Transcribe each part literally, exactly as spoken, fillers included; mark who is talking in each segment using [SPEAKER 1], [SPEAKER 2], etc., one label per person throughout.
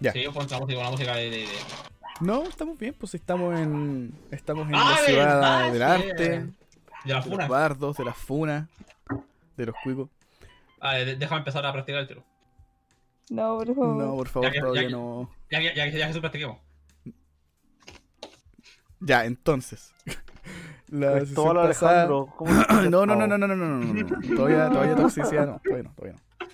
[SPEAKER 1] Ya.
[SPEAKER 2] Sí, pon la música, la música de, de, de...
[SPEAKER 1] No, estamos bien, pues estamos en. Estamos en
[SPEAKER 2] ¡Ah,
[SPEAKER 1] la ciudad
[SPEAKER 2] verdad!
[SPEAKER 1] del
[SPEAKER 2] Sí.
[SPEAKER 1] arte,
[SPEAKER 2] De la
[SPEAKER 1] de los
[SPEAKER 2] funa.
[SPEAKER 1] bardos, de las funas, de los cuicos.
[SPEAKER 2] Ah, de- déjame empezar a practicar el tiro.
[SPEAKER 3] No, por
[SPEAKER 1] No,
[SPEAKER 3] favor.
[SPEAKER 1] por
[SPEAKER 2] Ya
[SPEAKER 1] favor,
[SPEAKER 2] que, ya,
[SPEAKER 1] todavía
[SPEAKER 2] que,
[SPEAKER 1] no.
[SPEAKER 2] ya, que, ya, que, ya que practiquemos.
[SPEAKER 1] Ya, entonces. La sesión
[SPEAKER 4] Cristóbal
[SPEAKER 1] pasada.
[SPEAKER 4] Alejandro, ¿cómo estás?
[SPEAKER 1] No, no, no, no, no, no, no, no, no. Todavía, todavía toxicidad no, todavía no, todavía no.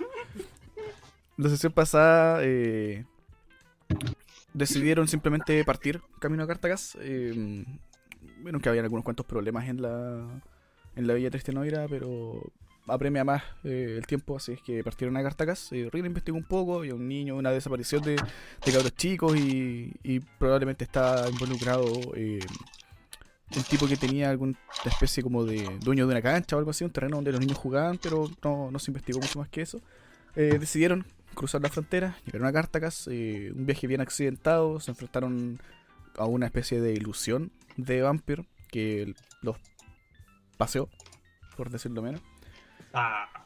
[SPEAKER 1] La sesión pasada eh, decidieron simplemente partir camino a Cartagas. Eh, vieron que habían algunos cuantos problemas en la en la Villa Tristenoira, pero apremia más eh, el tiempo, así es que partieron a Cartagas. Eh, Rick investigó un poco, había un niño, una desaparición de, de cabros chicos y, y probablemente está involucrado eh, un tipo que tenía alguna especie como de dueño de una cancha o algo así, un terreno donde los niños jugaban, pero no, no se investigó mucho más que eso. Eh, decidieron cruzar la frontera, llegaron a Cartagas, eh, un viaje bien accidentado, se enfrentaron a una especie de ilusión de Vampir que los paseó, por decirlo menos.
[SPEAKER 2] Ah,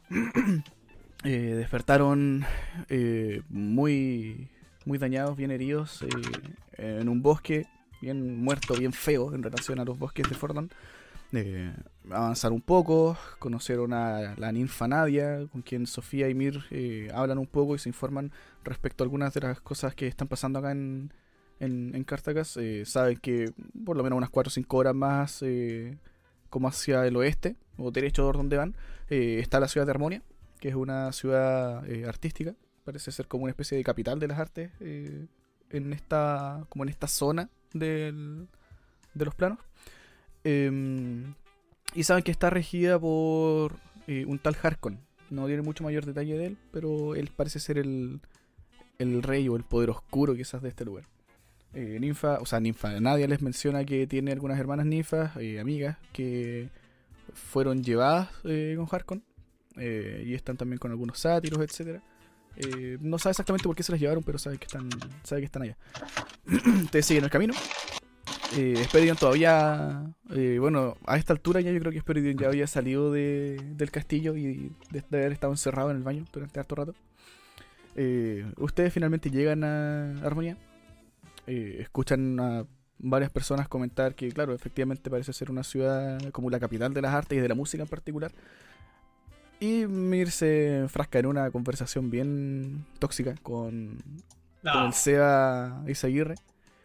[SPEAKER 1] Eh, despertaron eh, muy, muy dañados, bien heridos, eh, en un bosque, bien muerto, bien feo en relación a los bosques de Fordland. Eh, avanzaron un poco, conocieron a la ninfa Nadia, con quien Sofía y Mir eh, hablan un poco y se informan respecto a algunas de las cosas que están pasando acá en, en, en Cartagas. Eh, saben que por lo menos unas cuatro o cinco horas más, eh, como hacia el oeste, o derecho por donde van, eh, está la ciudad de Armonia, que es una ciudad eh, artística, parece ser como una especie de capital de las artes eh, en esta, como en esta zona del, de los planos. Eh, y saben que está regida por eh, un tal Harkon. No tiene mucho mayor detalle de él, pero él parece ser el, el rey o el poder oscuro quizás de este lugar. Eh, ninfa, o sea, ninfa, nadie les menciona que tiene algunas hermanas ninfas, eh, amigas, que fueron llevadas eh, con Harkon. Eh, y están también con algunos sátiros, etcétera. Eh, no sabe exactamente por qué se las llevaron, pero sabe que están, sabe que están allá. Ustedes siguen el camino. Eh, Esperidion todavía, eh, bueno, a esta altura ya yo creo que Esperidion ya había salido de, del castillo y de, de haber estado encerrado en el baño durante harto rato. Eh, ustedes finalmente llegan a Armonía. Eh, escuchan a varias personas comentar que, claro, efectivamente parece ser una ciudad como la capital de las artes y de la música en particular. Y Mir se enfrasca en una conversación bien tóxica con,
[SPEAKER 2] no.
[SPEAKER 1] con el Seba Izaguirre.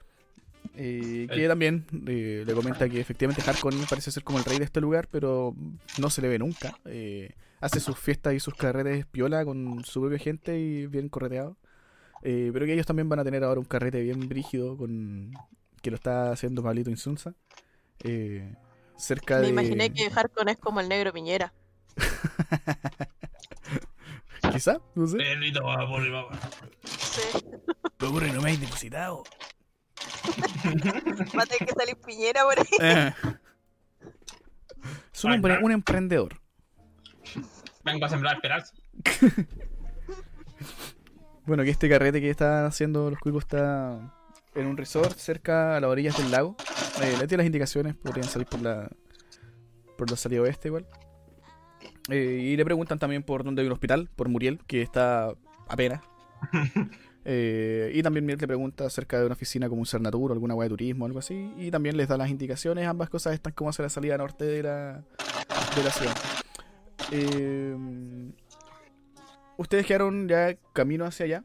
[SPEAKER 1] Eh, que
[SPEAKER 2] El-
[SPEAKER 1] también eh, le comenta que efectivamente Harkon parece ser como el rey de este lugar, pero no se le ve nunca. Eh, hace sus fiestas y sus carretes piola con su propia gente y bien correteado. Eh, pero que ellos también van a tener ahora un carrete bien brígido con que lo está haciendo Pablito Insunza. Eh, cerca
[SPEAKER 5] Me
[SPEAKER 1] de...
[SPEAKER 5] imaginé que Harkon es como el negro Piñera.
[SPEAKER 1] Quizá, no sé.
[SPEAKER 2] Benito, va por mi mamá.
[SPEAKER 5] Sí.
[SPEAKER 1] Pero ocurre, no me habéis depositado.
[SPEAKER 5] Va a tener que salir Piñera por ahí.
[SPEAKER 1] Eh. Es un, hombre, un emprendedor.
[SPEAKER 2] Vengo a sembrar esperanza.
[SPEAKER 1] Bueno, que este carrete que están haciendo los cuicos está en un resort cerca a las orillas del lago. Eh, le tiene las indicaciones, podrían salir por la por la salida oeste igual. Eh, y le preguntan también por dónde hay un hospital, por Muriel, que está apenas. Eh, y también Muriel le pregunta acerca de una oficina como un Cernatur o alguna web de turismo o algo así. Y también les da las indicaciones. Ambas cosas están como hacia la salida norte de la, de la ciudad. Eh, ustedes quedaron ya camino hacia allá.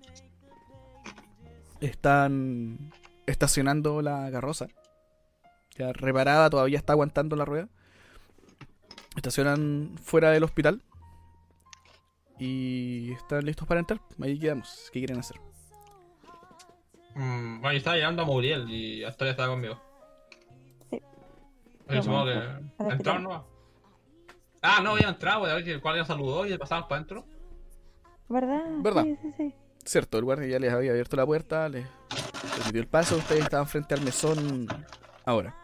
[SPEAKER 1] Están estacionando la carroza. Ya reparada, todavía está aguantando la rueda. Estacionan fuera del hospital. Y están listos para entrar. Ahí quedamos. ¿Qué quieren hacer?
[SPEAKER 2] Mm, bueno, yo estaba llegando a Muriel y Astoria estaba conmigo.
[SPEAKER 3] Sí.
[SPEAKER 2] Yo supongo que...
[SPEAKER 3] Al
[SPEAKER 2] ¿Entraron
[SPEAKER 3] hospital.
[SPEAKER 2] no? Ah, no, había entrado, a ver que cuál ya saludó y pasamos para adentro.
[SPEAKER 3] ¿Verdad?
[SPEAKER 1] ¿Verdad?
[SPEAKER 3] Sí, sí, sí.
[SPEAKER 1] Cierto, el guardia ya les había abierto la puerta. Les permitió el paso. Ustedes estaban frente al mesón ahora.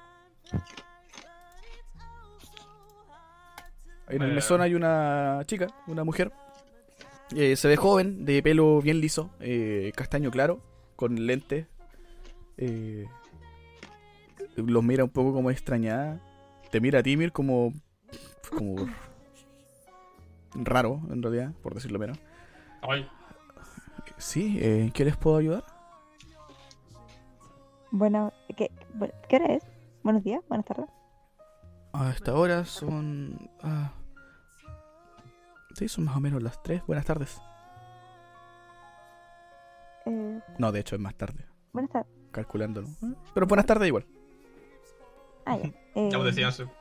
[SPEAKER 1] En el
[SPEAKER 2] Eh.
[SPEAKER 1] mesón hay una chica, una mujer. Eh, se ve joven, de pelo bien liso, eh, castaño claro, con lentes. Eh, los mira un poco como extrañada. Te mira a ti, Mir, como, como raro, en realidad, por decirlo menos.
[SPEAKER 2] Ay,
[SPEAKER 1] Sí, eh, ¿en qué les puedo ayudar?
[SPEAKER 3] Bueno, ¿qué, bu- ¿qué hora es? Buenos días, buenas tardes.
[SPEAKER 1] A esta hora son... ah, sí, son más o menos las tres. Buenas tardes.
[SPEAKER 3] Eh,
[SPEAKER 1] No, de hecho es más tarde,
[SPEAKER 3] buenas tardes.
[SPEAKER 1] calculándolo. ¿Eh? Pero buenas tardes igual.
[SPEAKER 3] Ah, ya. Eh,
[SPEAKER 2] Ya me decían eso.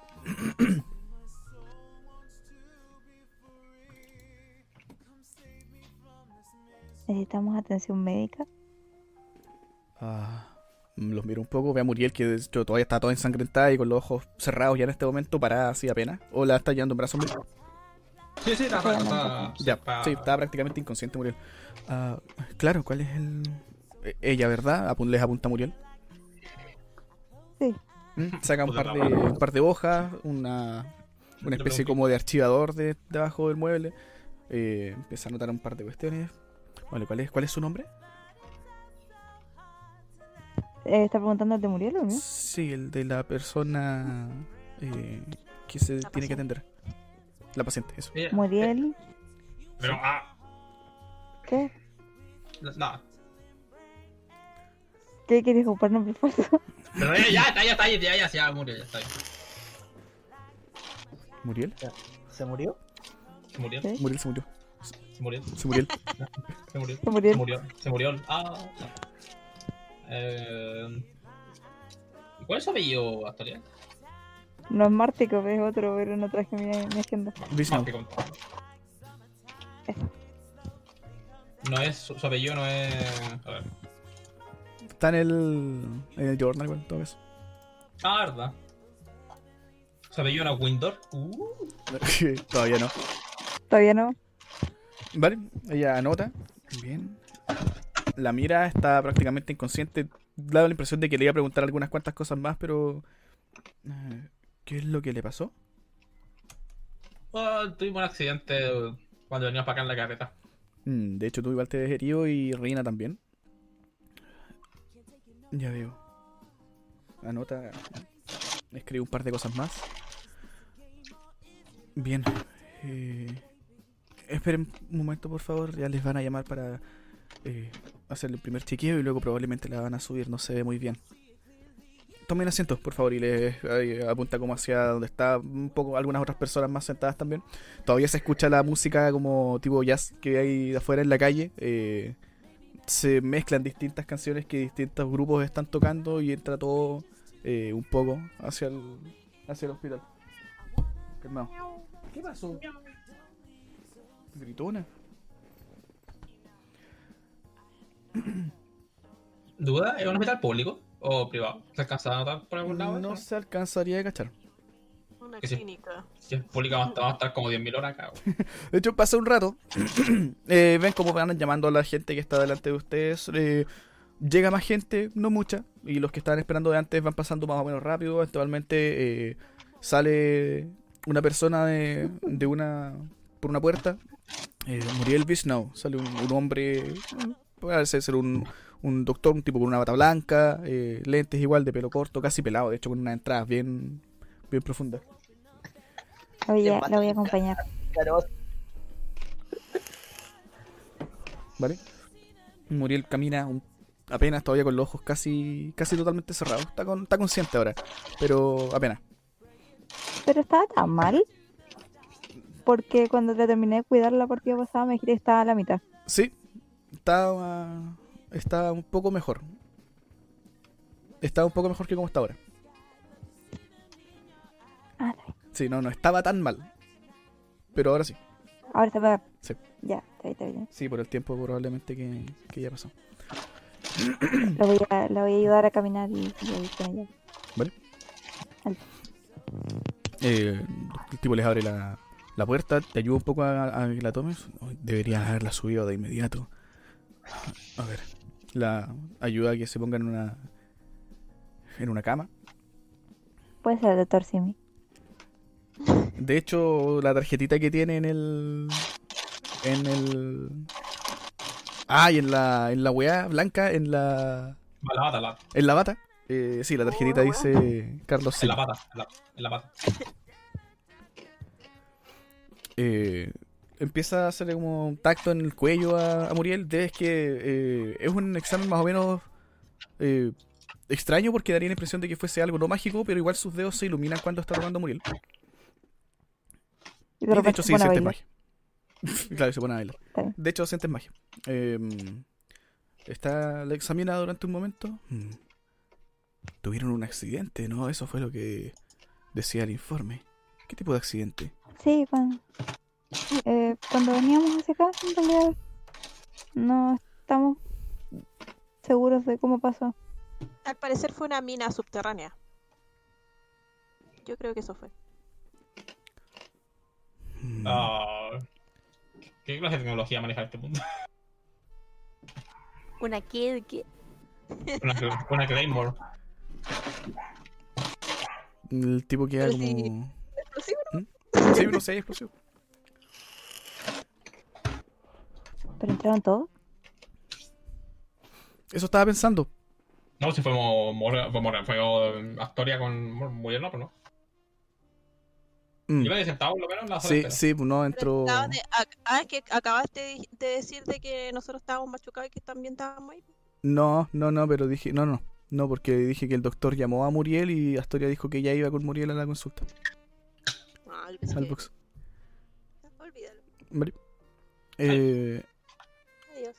[SPEAKER 3] necesitamos atención médica.
[SPEAKER 1] Ah, los miro un poco, ve a Muriel que de hecho todavía está toda ensangrentada y con los ojos cerrados ya en este momento, parada así apenas. O la está llevando en brazos. Muriel?
[SPEAKER 2] Sí, sí, está, está, está,
[SPEAKER 1] Ya,
[SPEAKER 2] está-
[SPEAKER 1] sí, estaba prácticamente inconsciente Muriel. Ah, claro, ¿cuál es el...? E- Ella, ¿verdad? Apun- les apunta a Muriel.
[SPEAKER 3] Sí.
[SPEAKER 1] ¿Mm? Saca un par de, un par de hojas, una, una especie como de archivador de, debajo del mueble. Eh, empieza a anotar un par de cuestiones. Vale, ¿cuál es, cuál es su nombre?
[SPEAKER 3] Eh, ¿Está preguntando de Muriel o no?
[SPEAKER 1] Sí, el de la persona eh, que se
[SPEAKER 5] La
[SPEAKER 1] tiene que
[SPEAKER 5] paciente.
[SPEAKER 1] atender. La paciente, eso.
[SPEAKER 2] Ella-
[SPEAKER 3] Muriel,
[SPEAKER 2] Pero, ah,
[SPEAKER 3] ¿qué?
[SPEAKER 2] nada.
[SPEAKER 3] ¿Qué quieres ocupar nombre falso?
[SPEAKER 2] Pero ya, ya, está, ya está, ya, ya, ya, ya, murió, ya está bien.
[SPEAKER 1] ¿Muriel?
[SPEAKER 4] ¿Se murió?
[SPEAKER 2] Se murió,
[SPEAKER 3] ¿Sí?
[SPEAKER 1] Muriel se murió.
[SPEAKER 2] se murió,
[SPEAKER 1] Se murió.
[SPEAKER 2] se murió,
[SPEAKER 3] Se murió.
[SPEAKER 2] se murió, se murió. Ah, no. Eh... ¿Y cuál es su apellido actual?
[SPEAKER 3] No es Mártico, es otro, pero no traje mi, mi agenda.
[SPEAKER 1] Bisnow.
[SPEAKER 2] No es, su, su apellido no es... A ver.
[SPEAKER 1] Está en el, en el journal, igual, en todo caso.
[SPEAKER 2] Ah, verdad. Su apellido no es Windor. Uh.
[SPEAKER 1] Todavía no.
[SPEAKER 3] Todavía no.
[SPEAKER 1] Vale, ella anota. Bien. La mira, está prácticamente inconsciente. Da la impresión de que le iba a preguntar algunas cuantas cosas más, pero... eh, ¿qué es lo que le pasó?
[SPEAKER 2] Oh, tuvimos un accidente cuando veníamos para acá en la carreta.
[SPEAKER 1] Mm, de hecho, tú igual te ves herido y Reina también. Ya veo. Anota. Escribe un par de cosas más. Bien. Eh, esperen un momento, por favor. Ya les van a llamar para eh, hacer el primer chequeo y luego probablemente la van a subir. No se ve muy bien. Tomen asientos, por favor, y les eh, apunta como hacia donde está un poco algunas otras personas más sentadas también. Todavía se escucha la música como tipo jazz que hay afuera en la calle. Eh, se mezclan distintas canciones que distintos grupos están tocando y entra todo eh, un poco hacia el, hacia el hospital. Calmado. ¿Qué pasó? Gritona.
[SPEAKER 2] ¿Duda? ¿Es un hospital público o privado? ¿Se alcanza a notar por algún lado?
[SPEAKER 1] No
[SPEAKER 2] eso?
[SPEAKER 1] se alcanzaría a cachar.
[SPEAKER 5] Una
[SPEAKER 2] Que sí.
[SPEAKER 5] clínica.
[SPEAKER 2] Si es pública vamos a vamos a estar como diez mil horas acá. güey.
[SPEAKER 1] De hecho, pasa un rato. eh, ven cómo van llamando a la gente que está delante de ustedes. Eh, llega más gente, no mucha. Y los que estaban esperando de antes van pasando más o menos rápido. Actualmente eh, sale una persona de, de una por una puerta. Eh, Muriel Bisnow. Sale un, un hombre. Parece ser un, un doctor, un tipo con una bata blanca. Eh, lentes igual, de pelo corto, casi pelado. De hecho, con unas entradas bien, bien profundas.
[SPEAKER 3] La voy a, la voy a acompañar.
[SPEAKER 4] Claro,
[SPEAKER 1] ¿Vale? Muriel camina un- apenas todavía con los ojos casi casi totalmente cerrados. Está, con, está consciente ahora, pero apenas.
[SPEAKER 3] Pero estaba tan mal. Porque cuando la terminé de cuidar la partida pasada me dijiste que estaba a la mitad.
[SPEAKER 1] Sí, está, está un poco mejor. Está un poco mejor que como está ahora.
[SPEAKER 3] Ah, está bien.
[SPEAKER 1] Sí, no, no estaba tan mal. Pero ahora sí.
[SPEAKER 3] Ahora está peor.
[SPEAKER 1] Sí.
[SPEAKER 3] Ya, está bien, está bien.
[SPEAKER 1] Sí, por el tiempo probablemente que, que ya pasó.
[SPEAKER 3] La voy a, la voy a ayudar a caminar y, y a ir con ella.
[SPEAKER 1] Eh, el tipo les abre la, la puerta, te ayuda un poco a, a que la tomes. Ay, deberían haberla subido de inmediato. A ver, la ayuda a que se ponga en una en una cama.
[SPEAKER 3] Puede ser, doctor Simi.
[SPEAKER 1] De hecho, la tarjetita que tiene en el en el ah, y en la en la weá blanca en la
[SPEAKER 2] Va, la pata, la,
[SPEAKER 1] en la bata. Eh, sí, la tarjetita
[SPEAKER 5] Oh,
[SPEAKER 1] dice Carlos
[SPEAKER 2] en
[SPEAKER 1] Simi.
[SPEAKER 2] la pata, en la, en la pata.
[SPEAKER 1] Eh, empieza a hacerle como un tacto en el cuello a, a Muriel. Ves que eh, es un examen más o menos eh, extraño porque daría la impresión de que fuese algo no mágico, pero igual sus dedos se iluminan cuando está tocando Muriel.
[SPEAKER 3] Y
[SPEAKER 1] Y
[SPEAKER 3] de
[SPEAKER 1] de
[SPEAKER 3] repente
[SPEAKER 1] hecho
[SPEAKER 3] se
[SPEAKER 1] sí
[SPEAKER 3] pone a
[SPEAKER 1] sientes
[SPEAKER 3] bailar.
[SPEAKER 1] magia. Claro, se pone a bailar.
[SPEAKER 3] Está bien.
[SPEAKER 1] De hecho sientes magia. Eh, está, la examina durante un momento. Hmm. Tuvieron un accidente, ¿no? Eso fue lo que decía el informe. ¿Qué tipo de accidente?
[SPEAKER 3] Sí, cuando, eh, cuando veníamos hacia acá, en realidad no estamos seguros de cómo pasó.
[SPEAKER 5] Al parecer fue una mina subterránea. Yo creo que eso fue.
[SPEAKER 1] Hmm.
[SPEAKER 2] Ah, ¿qué clase de tecnología maneja este mundo?
[SPEAKER 5] ¿Una qué? ¿De qué?
[SPEAKER 2] Una, una Claymore.
[SPEAKER 1] El tipo queda
[SPEAKER 5] Pero
[SPEAKER 1] como...
[SPEAKER 5] sí. ¿Explosivo?
[SPEAKER 1] ¿Mm? Sí, no sé, explosivo.
[SPEAKER 3] Pero entraron todos.
[SPEAKER 1] Eso estaba pensando.
[SPEAKER 2] No, si fue Mo- Mo- fue, Mo- fue eh, Astoria con Muriel, no, pero no.
[SPEAKER 1] Mm.
[SPEAKER 2] Yo me había sentado por lo menos en la sala
[SPEAKER 1] Sí,
[SPEAKER 2] entera.
[SPEAKER 1] sí, pues no
[SPEAKER 5] Pero
[SPEAKER 1] entró...
[SPEAKER 5] acabas de- ac- ah, es que acabaste de, de decir de que nosotros estábamos machucados y que también estábamos ahí.
[SPEAKER 1] No, no, no, pero dije... No, no, no, porque dije que el doctor llamó a Muriel y Astoria dijo que ya iba con Muriel a la consulta.
[SPEAKER 5] Ah, yo pensé
[SPEAKER 1] Al
[SPEAKER 5] que...
[SPEAKER 1] box.
[SPEAKER 5] Olvídalo.
[SPEAKER 1] Vale. Eh,
[SPEAKER 5] Adiós.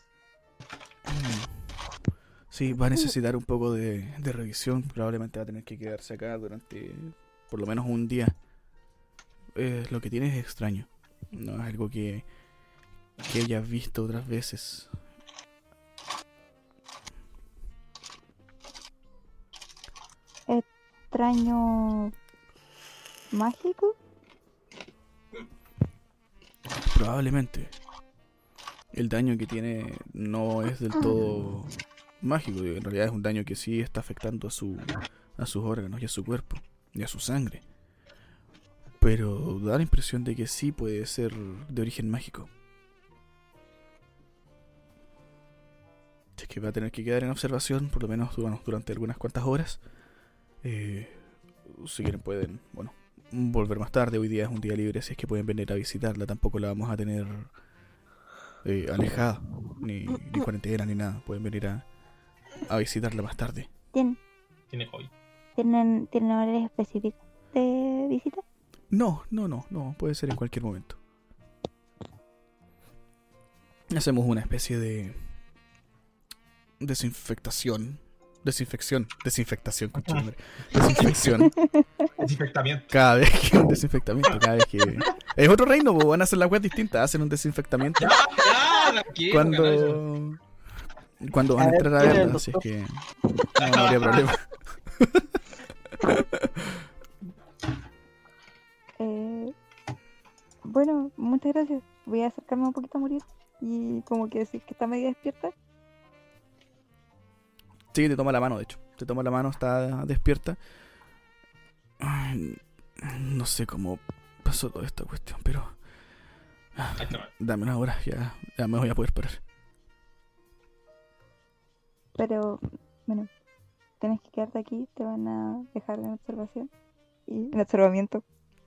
[SPEAKER 1] sí, va a necesitar un poco de, de revisión. Probablemente va a tener que quedarse acá durante por lo menos un día. Eh, lo que tiene es extraño. No es algo que, que hayas visto otras veces.
[SPEAKER 3] Extraño mágico.
[SPEAKER 1] Probablemente. El daño que tiene no es del todo mágico. En realidad es un daño que sí está afectando a su a sus órganos y a su cuerpo y a su sangre. Pero da la impresión de que sí puede ser de origen mágico. Es que va a tener que quedar en observación por lo menos bueno, durante algunas cuantas horas. Eh, si quieren pueden, bueno, volver más tarde. Hoy día es un día libre, así es que pueden venir a visitarla. Tampoco la vamos a tener eh, alejada, ni, ni cuarentena, ni nada. Pueden venir a, a visitarla más tarde.
[SPEAKER 3] ¿Tien-
[SPEAKER 2] Tiene COVID.
[SPEAKER 3] ¿Tienen, ¿Tienen horarios específicos de visita?
[SPEAKER 1] No, no, no, no, puede ser en cualquier momento. Hacemos una especie de desinfectación. Desinfección, desinfectación, conchetumare. Desinfección.
[SPEAKER 2] Desinfectamiento.
[SPEAKER 1] Cada vez que un desinfectamiento, cada vez que. Es otro reino, pues van a hacer las weas distintas, hacen un desinfectamiento.
[SPEAKER 2] Ya, ya, tranquilo. canalizo.
[SPEAKER 1] Cuando. Cuando van a
[SPEAKER 4] A ver,
[SPEAKER 1] entrar a
[SPEAKER 4] ¿quién es el
[SPEAKER 1] verla, así es
[SPEAKER 4] doctor?
[SPEAKER 1] que. No, no habría problema.
[SPEAKER 3] Eh, bueno, muchas gracias. Voy a acercarme un poquito a morir y como que decir que está medio despierta.
[SPEAKER 1] Sí, te toma la mano, de hecho. Te toma la mano, está despierta. Ay, no sé cómo pasó toda esta cuestión, pero.
[SPEAKER 2] Ahí está.
[SPEAKER 1] Dame una hora, ya, ya me voy a poder parar.
[SPEAKER 3] Pero, bueno, tienes que quedarte aquí, te van a dejar en observación y en observamiento.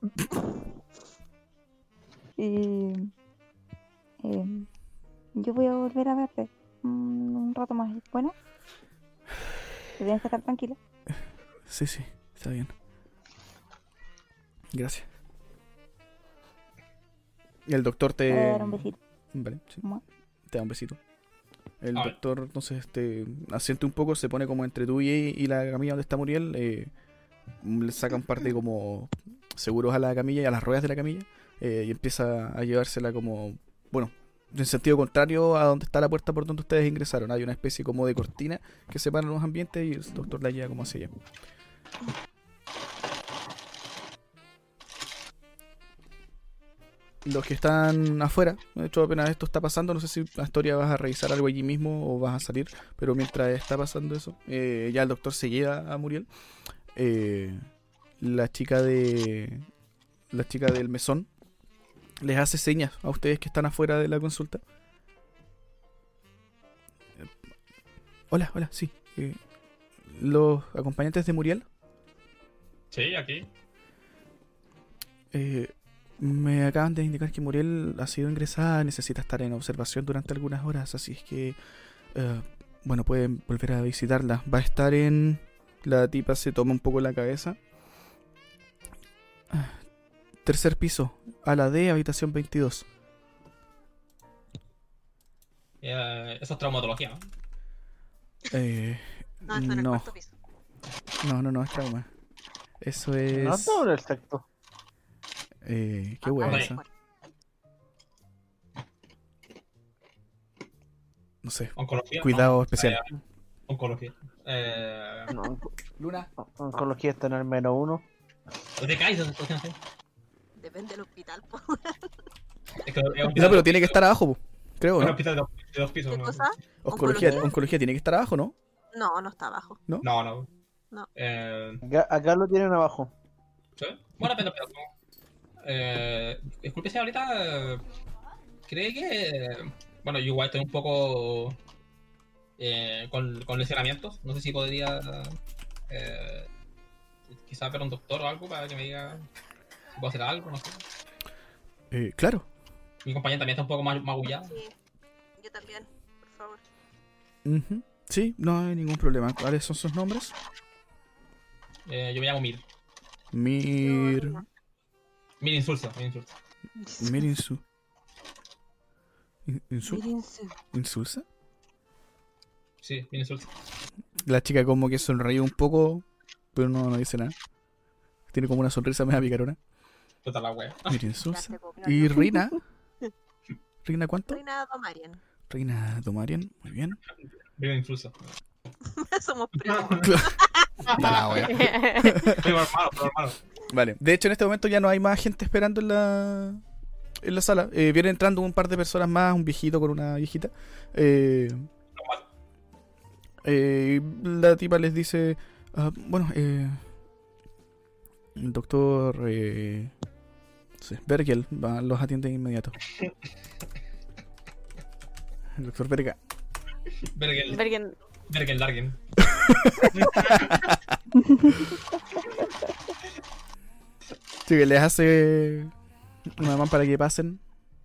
[SPEAKER 3] Y em, yo voy a volver a verte un, un rato más. Bueno, te tienes que estar tranquila.
[SPEAKER 1] Sí, sí, está bien. Gracias. Y el doctor
[SPEAKER 3] Te voy a
[SPEAKER 1] te.
[SPEAKER 3] dar un besito.
[SPEAKER 1] Vale, sí.
[SPEAKER 3] Mua.
[SPEAKER 1] Te da un besito. El
[SPEAKER 2] A ver.
[SPEAKER 1] doctor, entonces, te asiente un poco, se pone como entre tú y, y la camilla donde está Muriel. Eh, le saca un par de como seguros a la camilla y a las ruedas de la camilla. Eh, y empieza a llevársela como, bueno, en sentido contrario a donde está la puerta por donde ustedes ingresaron. Hay una especie como de cortina que separa los ambientes y el doctor la lleva como hacia allá. Los que están afuera, de hecho apenas esto está pasando, no sé si la historia vas a revisar algo allí mismo o vas a salir, pero mientras está pasando eso, eh, ya el doctor se lleva a Muriel. Eh, la chica de la chica del mesón les hace señas a ustedes que están afuera de la consulta. Eh, Hola, hola, sí. Eh, los acompañantes de Muriel.
[SPEAKER 2] Sí, aquí.
[SPEAKER 1] Eh, me acaban de indicar que Muriel ha sido ingresada, necesita estar en observación durante algunas horas, así es que, eh, bueno, pueden volver a visitarla. Va a estar en La tipa se toma un poco la cabeza. Tercer piso, a la D, habitación veintidós.
[SPEAKER 2] Eh, eso es traumatología, ¿no?
[SPEAKER 1] Eh,
[SPEAKER 5] No, está en el
[SPEAKER 1] no,
[SPEAKER 5] cuarto piso.
[SPEAKER 1] no, no, no, es trauma. Eso es...
[SPEAKER 4] No todo el sexto.
[SPEAKER 1] Eh, qué
[SPEAKER 5] Ah,
[SPEAKER 1] hueá
[SPEAKER 2] ok.
[SPEAKER 1] esa. No sé.
[SPEAKER 2] Oncología.
[SPEAKER 1] Cuidado
[SPEAKER 2] ¿no?
[SPEAKER 1] especial.
[SPEAKER 2] Eh, oncología. Eh,
[SPEAKER 4] No, onco-
[SPEAKER 1] Luna.
[SPEAKER 4] oncología está en el menos uno.
[SPEAKER 2] ¿De qué hay esa situación así?
[SPEAKER 5] Depende del hospital, po.
[SPEAKER 2] Es que es un
[SPEAKER 1] No,
[SPEAKER 2] hospital-
[SPEAKER 1] pero tiene que estar abajo, po. Creo,
[SPEAKER 2] es un
[SPEAKER 1] ¿no?
[SPEAKER 2] hospital de dos, de dos pisos,
[SPEAKER 5] ¿Qué
[SPEAKER 2] ¿no?
[SPEAKER 5] cosa?
[SPEAKER 1] Oncología,
[SPEAKER 5] ¿Oncología?
[SPEAKER 1] oncología tiene que estar abajo, ¿no?
[SPEAKER 5] No, no está abajo.
[SPEAKER 2] No, no.
[SPEAKER 5] No.
[SPEAKER 2] Eh,
[SPEAKER 4] Acá, acá lo tienen abajo.
[SPEAKER 2] ¿sí? Bueno, pero, pero eh, disculpe si ahorita eh, cree que bueno, yo igual estoy un poco eh, con, con lesionamientos. No sé si podría eh, quizás ver a un doctor o algo para que me diga si puedo hacer algo, no sé.
[SPEAKER 1] Eh, claro.
[SPEAKER 2] Mi compañera también está un poco más magullada.
[SPEAKER 5] Sí, yo también, por favor.
[SPEAKER 1] Ujú. Sí, no hay ningún problema. ¿Cuáles son sus nombres?
[SPEAKER 2] Eh, yo me llamo Mir.
[SPEAKER 1] Mir...
[SPEAKER 5] No,
[SPEAKER 2] Mir insulsa, Mir insulsa.
[SPEAKER 1] Mir Insu... In- Insu...
[SPEAKER 5] Mírense.
[SPEAKER 1] ¿Insulsa?
[SPEAKER 2] Sí, Mir insulsa.
[SPEAKER 1] La chica como que sonríe un poco, pero no, no dice nada. Tiene como una sonrisa media picarona.
[SPEAKER 2] Total la wea.
[SPEAKER 1] Mir Insulsa.
[SPEAKER 5] Ya te copió,
[SPEAKER 1] ¿Y
[SPEAKER 5] ¿no?
[SPEAKER 1] Rina? ¿Rina cuánto?
[SPEAKER 5] Reina Domarian.
[SPEAKER 1] Reina Domarian, muy bien.
[SPEAKER 2] Mir insulsa.
[SPEAKER 5] Somos primos.
[SPEAKER 1] La wea.
[SPEAKER 2] Primo hermano, primo hermano.
[SPEAKER 1] Vale, de hecho en este momento ya no hay más gente esperando en la en la sala. Eh, viene entrando un par de personas más, un viejito con una viejita. Eh,
[SPEAKER 2] Normal.
[SPEAKER 1] eh, la tipa les dice, ah, bueno, eh, el doctor eh, no sé, Bergel va- los atiende de inmediato. El doctor Verga.
[SPEAKER 2] Bergen,
[SPEAKER 6] Bergen,
[SPEAKER 2] Bergen Largen.
[SPEAKER 1] Sí, que les hace una mano para que pasen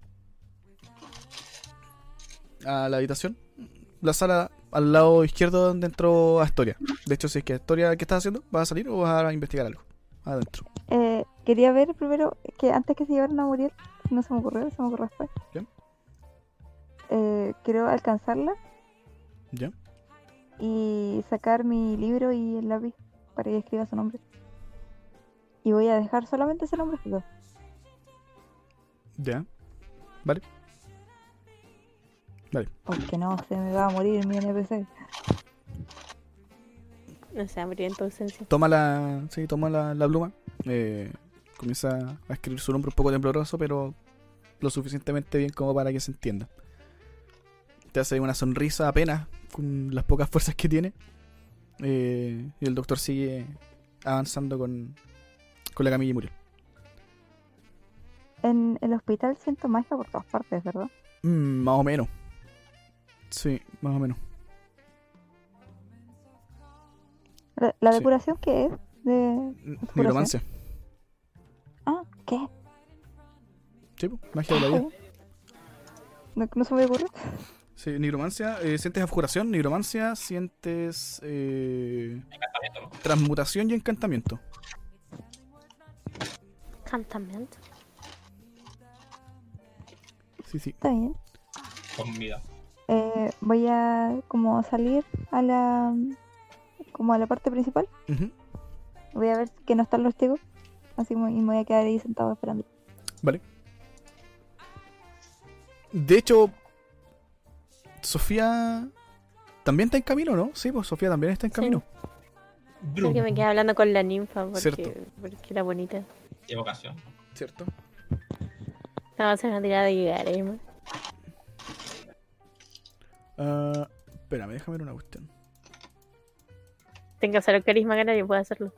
[SPEAKER 1] a la habitación. La sala al lado izquierdo donde entró Astoria. De hecho, si es que Astoria, ¿qué estás haciendo? ¿Vas a salir o vas a investigar algo? Adentro.
[SPEAKER 3] Eh, quería ver primero que antes que se llevaran a Muriel, no se me ocurrió, se me ocurrió después.
[SPEAKER 1] ¿Qué?
[SPEAKER 3] Eh, quiero alcanzarla
[SPEAKER 1] ¿Ya?
[SPEAKER 3] y sacar mi libro y el lápiz para que escriba su nombre. Y voy a dejar solamente ese nombre escrito.
[SPEAKER 1] ¿Ya? Vale. Vale.
[SPEAKER 3] Porque no, se me va a morir mi N P C.
[SPEAKER 6] no se abrió en tu ausencia.
[SPEAKER 1] Toma la. Sí, toma la, la pluma. Eh, comienza a escribir su nombre un poco tembloroso, pero lo suficientemente bien como para que se entienda. Te hace una sonrisa apenas, con las pocas fuerzas que tiene. Eh, y el doctor sigue avanzando con, con la camilla y murió.
[SPEAKER 3] En el hospital siento magia por todas partes, ¿verdad?
[SPEAKER 1] Mm, más o menos. Sí, más o menos.
[SPEAKER 3] ¿La, la
[SPEAKER 1] Sí.
[SPEAKER 3] depuración qué es? De...
[SPEAKER 1] N- Nigromancia.
[SPEAKER 3] Ah, ¿qué?
[SPEAKER 1] Sí, po, magia de la vida.
[SPEAKER 3] No, no se me ocurre.
[SPEAKER 1] Sí, nigromancia, eh, sientes abjuración, nigromancia, sientes eh,
[SPEAKER 2] Encantamiento, ¿no?
[SPEAKER 1] transmutación y encantamiento.
[SPEAKER 6] Encantamiento.
[SPEAKER 1] Sí, sí.
[SPEAKER 3] Está bien.
[SPEAKER 2] Con vida.
[SPEAKER 3] Eh, voy a como salir a la como a la parte principal.
[SPEAKER 1] Ujú.
[SPEAKER 3] Voy a ver que no están los chicos. Así como- y me voy a quedar ahí sentado esperando.
[SPEAKER 1] Vale. De hecho, Sofía también está en camino, ¿no? Sí, pues Sofía también está en camino.
[SPEAKER 6] Creo que me quedé hablando con la ninfa porque,
[SPEAKER 1] Cierto.
[SPEAKER 6] porque era bonita.
[SPEAKER 2] Evocación.
[SPEAKER 1] ¿Cierto?
[SPEAKER 6] Vamos a hacer una tirada de guigarema.
[SPEAKER 1] Ah, espérame, déjame ver una cuestión.
[SPEAKER 6] Tengo que hacer el carisma que nadie puede hacerlo.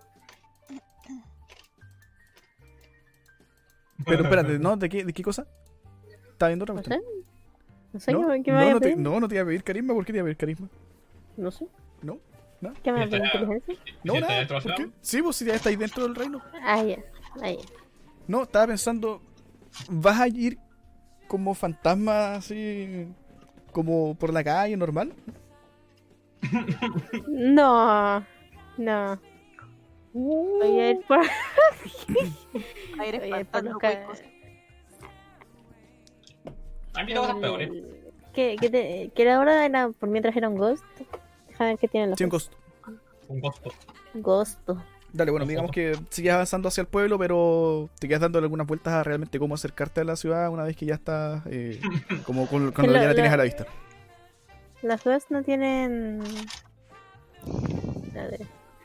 [SPEAKER 1] Pero espérate, ¿no? ¿De qué, de qué cosa? ¿Estás viendo otra
[SPEAKER 6] No
[SPEAKER 1] cuestión?
[SPEAKER 6] sé. No sé
[SPEAKER 1] No,
[SPEAKER 6] qué, qué me
[SPEAKER 1] no,
[SPEAKER 6] vaya
[SPEAKER 1] no,
[SPEAKER 6] a
[SPEAKER 1] te,
[SPEAKER 6] pedir.
[SPEAKER 1] no, no te iba a pedir carisma. ¿Por qué te iba a pedir carisma?
[SPEAKER 6] No sé.
[SPEAKER 1] ¿No? ¿No?
[SPEAKER 6] ¿Qué me va a pedir?
[SPEAKER 2] Ya.
[SPEAKER 6] ¿Inteligencia?
[SPEAKER 1] No,
[SPEAKER 2] ¿Sí está
[SPEAKER 1] nada.
[SPEAKER 2] dentro de la
[SPEAKER 1] ¿Por qué?
[SPEAKER 2] ciudad?
[SPEAKER 1] Sí, pues si ya estáis dentro del reino.
[SPEAKER 6] Ah, ya. Ah, ya.
[SPEAKER 1] No, estaba pensando, ¿vas a ir como fantasma así, como por la calle normal?
[SPEAKER 6] No. No. Voy a ir por...
[SPEAKER 5] A ir
[SPEAKER 6] voy a ir por
[SPEAKER 5] espantando
[SPEAKER 6] los
[SPEAKER 5] cualquier
[SPEAKER 6] ca-
[SPEAKER 5] cosa.
[SPEAKER 2] Han visto cosas
[SPEAKER 6] el-
[SPEAKER 2] peores.
[SPEAKER 6] ¿Qué, qué, te... ¿Qué era ahora? Era... Por mientras era un ghost. Déjame ver qué tienen los
[SPEAKER 1] Sí, un costo.
[SPEAKER 2] Un costo.
[SPEAKER 6] Ghosto.
[SPEAKER 1] Dale, bueno, digamos que sigues avanzando hacia el pueblo, pero te quedas dando algunas vueltas a realmente cómo acercarte a la ciudad una vez que ya estás, eh, como con- cuando
[SPEAKER 6] Lo-
[SPEAKER 1] ya la tienes
[SPEAKER 6] lo-
[SPEAKER 1] a la vista.
[SPEAKER 6] Las dos no tienen... A ver.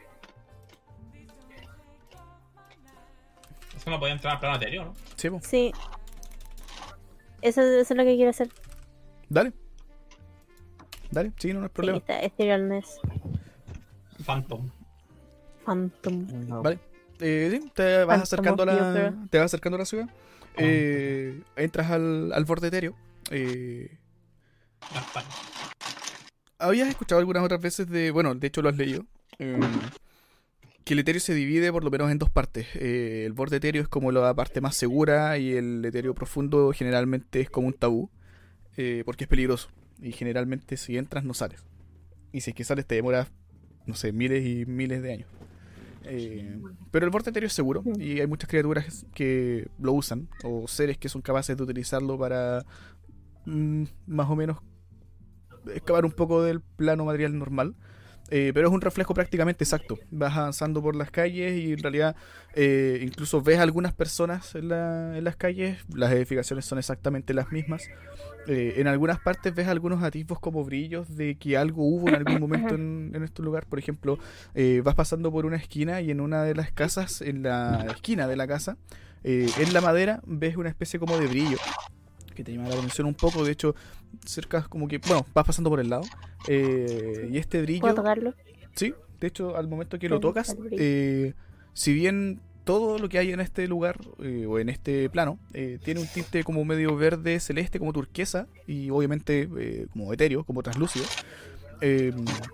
[SPEAKER 2] Eso no podía entrar al plano anterior, ¿no?
[SPEAKER 1] Sí, po.
[SPEAKER 6] Sí. Eso, eso es lo que quiero hacer.
[SPEAKER 1] Dale. Dale, sí, no, no hay
[SPEAKER 6] Sí,
[SPEAKER 1] problema.
[SPEAKER 6] está Etherealness.
[SPEAKER 2] Phantom.
[SPEAKER 6] Phantom.
[SPEAKER 4] No.
[SPEAKER 1] Vale. Eh, sí, te vas
[SPEAKER 6] Phantom
[SPEAKER 1] acercando a
[SPEAKER 6] of the
[SPEAKER 1] la,
[SPEAKER 6] Opera.
[SPEAKER 1] te vas acercando a la ciudad. Eh, entras al, al borde etéreo. Eh,
[SPEAKER 2] Ya está.
[SPEAKER 1] ¿Habías escuchado algunas otras veces de, bueno, de hecho lo has leído, eh, que el etéreo se divide por lo menos en dos partes? Eh, el borde etéreo es como la parte más segura y el etéreo profundo generalmente es como un tabú, eh, porque es peligroso. Y generalmente si entras no sales. Y si es que sales te demoras, no sé, miles y miles de años. Eh, pero el borde etéreo es seguro y hay muchas criaturas que lo usan, o seres que son capaces de utilizarlo para mm, más o menos excavar un poco del plano material normal. Eh, pero es un reflejo prácticamente exacto. Vas avanzando por las calles y en realidad eh, incluso ves algunas personas en, la- en las calles. Las edificaciones son exactamente las mismas. Eh, en algunas partes ves algunos atisbos como brillos de que algo hubo en algún momento en, en este lugar. Por ejemplo, eh, vas pasando por una esquina y en una de las casas, en la esquina de la casa, eh, en la madera ves una especie como de brillo que te llama la atención un poco. De hecho, cerca como que, bueno, vas pasando por el lado eh, y este brillo,
[SPEAKER 6] ¿Puedo tocarlo?
[SPEAKER 1] sí, de hecho al momento que lo
[SPEAKER 6] Sí,
[SPEAKER 1] tocas,
[SPEAKER 6] el brillo.
[SPEAKER 1] eh, si bien todo lo que hay en este lugar eh, o en este plano eh, tiene un tinte como medio verde celeste, como turquesa y obviamente eh, como etéreo, como translúcido, eh,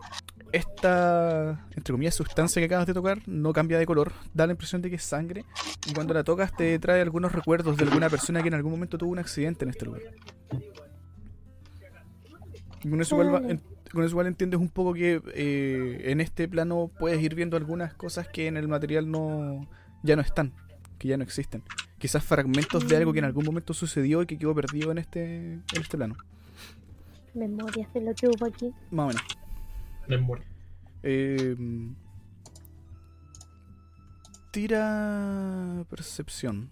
[SPEAKER 1] esta, entre comillas, sustancia que acabas de tocar no cambia de color, da la impresión de que es sangre y cuando la tocas te trae algunos recuerdos de alguna persona que en algún momento tuvo un accidente en este lugar. Y con eso igual, va- en- con eso igual entiendes un poco que eh, en este plano puedes ir viendo algunas cosas que en el material no ya no están, que ya no existen. Quizás fragmentos de algo que en algún momento sucedió y que quedó perdido en este, en este plano.
[SPEAKER 6] Memorias de lo que hubo aquí.
[SPEAKER 1] Más o menos.
[SPEAKER 2] Memoria.
[SPEAKER 1] Eh, tira percepción.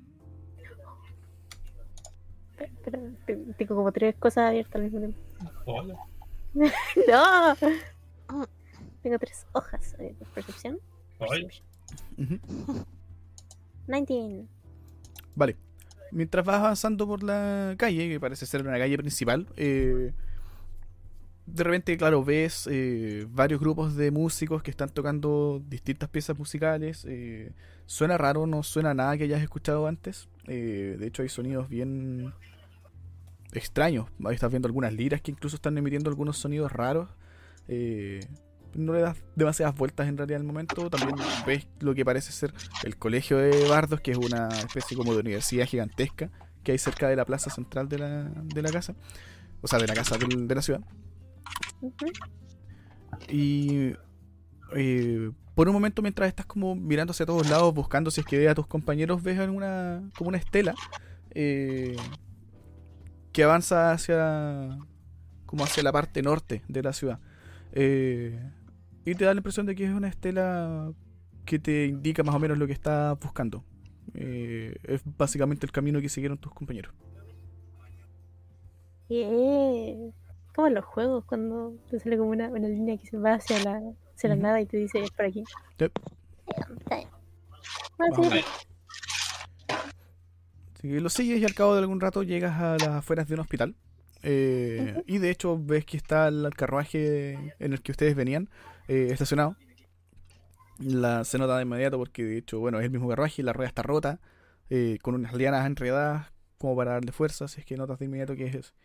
[SPEAKER 6] Pero, pero te- tengo como tres cosas abiertas al mismo tiempo.
[SPEAKER 2] Hola.
[SPEAKER 6] ¡No! Tengo tres hojas abiertas. Percepción.
[SPEAKER 2] Hola.
[SPEAKER 6] Perception.
[SPEAKER 1] Ujú.
[SPEAKER 6] diecinueve.
[SPEAKER 1] Vale. Mientras vas avanzando por la calle, que parece ser una calle principal, eh, de repente, claro, ves eh, varios grupos de músicos que están tocando distintas piezas musicales. Eh, suena raro, no suena nada que hayas escuchado antes. Eh, de hecho, hay sonidos bien extraños. Ahí estás viendo algunas liras que incluso están emitiendo algunos sonidos raros. Eh, no le das demasiadas vueltas en realidad al momento. También ves lo que parece ser el colegio de bardos, que es una especie como de universidad gigantesca que hay cerca de la plaza central de la, de la casa. O sea, de la casa del- de la ciudad.
[SPEAKER 6] Ujú.
[SPEAKER 1] Y eh, por un momento, mientras estás como mirando hacia todos lados, buscando si es que ve a tus compañeros, ves alguna, como una estela eh, que avanza hacia como hacia la parte norte de la ciudad. Eh, y te da la impresión de que es una estela que te indica más o menos lo que estás buscando. Eh, es básicamente el camino que siguieron tus compañeros.
[SPEAKER 6] Yeah. Como en los juegos, cuando te sale como una, una línea que se va hacia la, hacia la
[SPEAKER 1] Ujú.
[SPEAKER 6] nada y te dice es por aquí.
[SPEAKER 1] Yep.
[SPEAKER 6] Está bien. Ah,
[SPEAKER 1] Vamos
[SPEAKER 6] sí,
[SPEAKER 1] a ver. Así que lo sigues y al cabo de algún rato llegas a las afueras de un hospital. Eh,
[SPEAKER 6] Ujú.
[SPEAKER 1] Y de hecho ves que está el carruaje en el que ustedes venían eh, estacionado. La, se nota de inmediato porque de hecho, bueno, es el mismo carruaje y la rueda está rota, eh, con unas lianas enredadas como para darle fuerza, así es que notas de inmediato que es eso.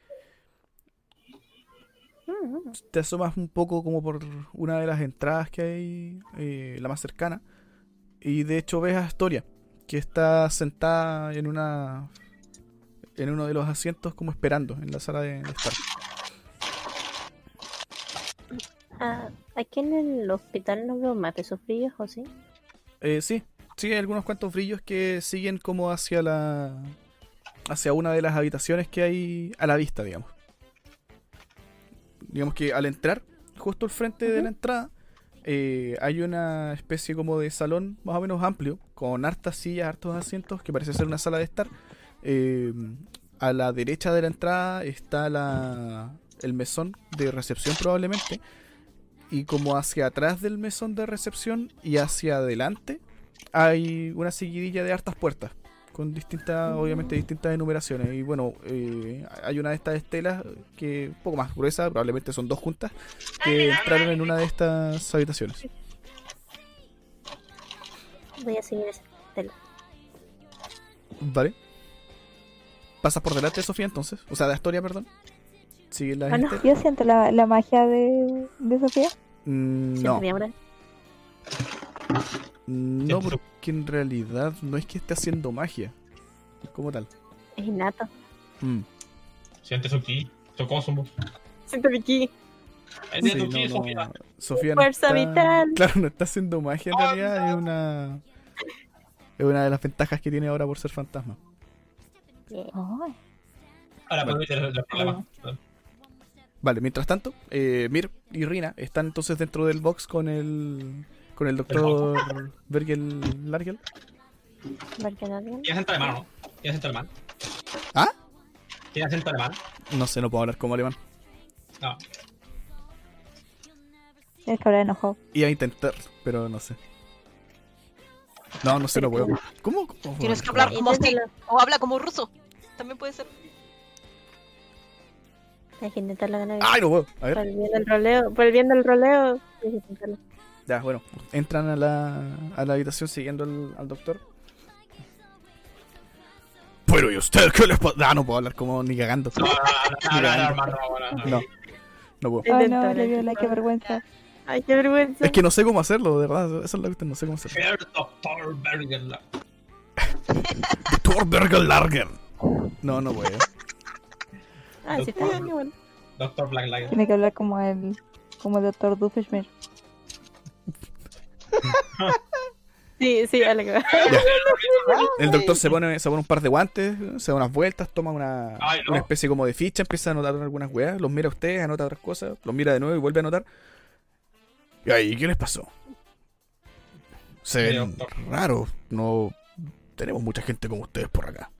[SPEAKER 6] Mm,
[SPEAKER 1] Te asomas un poco como por una de las entradas que hay, eh, la más cercana, y de hecho ves a Astoria, que está sentada en una en uno de los asientos como esperando en la sala de, de estar.
[SPEAKER 6] Ah, aquí en el hospital no veo más de esos brillos, ¿o sí?
[SPEAKER 1] Eh, sí, sí, hay algunos cuantos brillos que siguen como hacia la... hacia una de las habitaciones que hay a la vista, digamos. Digamos que al entrar, justo al frente uh-huh. de la entrada, eh, hay una especie como de salón más o menos amplio, con hartas sillas, hartos asientos, que parece ser una sala de estar. Eh, a la derecha de la entrada está la, el mesón de recepción probablemente, y como hacia atrás del mesón de recepción y hacia adelante hay una seguidilla de hartas puertas con distintas, obviamente distintas enumeraciones. Y bueno, eh, hay una de estas estelas que un poco más gruesa, probablemente son dos juntas, que entraron en una de estas habitaciones.
[SPEAKER 6] Voy a seguir esa estela.
[SPEAKER 1] Vale. Pasas por delante de Sofía entonces, o sea, de Astoria, perdón. Sigue la
[SPEAKER 3] Ah, no,
[SPEAKER 1] estelas.
[SPEAKER 3] yo siento la, la magia de, de Sofía.
[SPEAKER 1] Mm, no.
[SPEAKER 6] ¿Siempre
[SPEAKER 1] No, porque en realidad no es que esté haciendo magia como tal.
[SPEAKER 6] Es innato.
[SPEAKER 1] Mm.
[SPEAKER 2] Siente su ki, su cosmos.
[SPEAKER 6] Siento mi ki.
[SPEAKER 2] Es de
[SPEAKER 1] Sí,
[SPEAKER 2] tu
[SPEAKER 1] no,
[SPEAKER 2] ki,
[SPEAKER 1] no.
[SPEAKER 2] Sofía.
[SPEAKER 1] Sofía no
[SPEAKER 6] Fuerza
[SPEAKER 1] está...
[SPEAKER 6] vital.
[SPEAKER 1] Claro, no está haciendo magia en
[SPEAKER 2] Oh,
[SPEAKER 1] realidad.
[SPEAKER 2] no.
[SPEAKER 1] Es una... Es una de las ventajas que tiene ahora por ser fantasma.
[SPEAKER 6] Yeah.
[SPEAKER 3] Ay,
[SPEAKER 2] Ahora puedo meter el problema.
[SPEAKER 1] Vale, mientras tanto, eh, Mir y Rina están entonces dentro del box con el... Con el doctor Bergel Largel.
[SPEAKER 6] Porque nadie.
[SPEAKER 2] ¿Tienes acento alemán o no? ¿Tienes acento alemán?
[SPEAKER 1] ¿Ah?
[SPEAKER 2] ¿Tienes acento alemán?
[SPEAKER 1] No sé, no puedo hablar como alemán.
[SPEAKER 2] No.
[SPEAKER 3] es que habrá enojado.
[SPEAKER 1] Iba a intentar, pero no sé. No, no sé, no puedo. ¿Cómo? ¿Cómo
[SPEAKER 5] Tienes que
[SPEAKER 1] puedo
[SPEAKER 5] hablar como hostil. O habla como ruso. También puede ser.
[SPEAKER 6] Hay que intentarlo ganar.
[SPEAKER 1] ¡Ay, no puedo! A
[SPEAKER 6] Por
[SPEAKER 1] ver.
[SPEAKER 6] el bien del roleo. Por el bien del roleo. Hay que intentarlo.
[SPEAKER 1] Ya, bueno. Entran a la, a la habitación siguiendo al, al doctor. Pero, ¿y usted qué les pasa? Ah, no puedo hablar como ni cagando.
[SPEAKER 2] No, no, no, no, no, hermano, no, no, no.
[SPEAKER 1] No, no puedo.
[SPEAKER 3] Ay, no,
[SPEAKER 6] Inténtalo,
[SPEAKER 3] le vio la que
[SPEAKER 6] inténtalo.
[SPEAKER 3] vergüenza.
[SPEAKER 6] Ay, qué vergüenza.
[SPEAKER 1] Es que no sé cómo hacerlo, de verdad. Eso es lo que no sé cómo hacerlo.
[SPEAKER 2] Herr Doctor Bergen.
[SPEAKER 1] Doctor Bergel Larger. No, no puedo.
[SPEAKER 6] Ah, sí, está bien, igual.
[SPEAKER 2] Doctor Black Light.
[SPEAKER 3] Tiene que hablar como el, como el doctor Doofenshmirtz.
[SPEAKER 6] Sí, sí, algo.
[SPEAKER 1] El doctor se pone, se pone un par de guantes, se da unas vueltas, toma una,
[SPEAKER 2] Ay, no.
[SPEAKER 1] una especie como de ficha, empieza a anotar algunas weas, los mira a ustedes, anota otras cosas, los mira de nuevo y vuelve a anotar. Y ahí, ¿qué les pasó? Se
[SPEAKER 2] Sí,
[SPEAKER 1] ven
[SPEAKER 2] doctor.
[SPEAKER 1] raros, no tenemos mucha gente como ustedes por acá.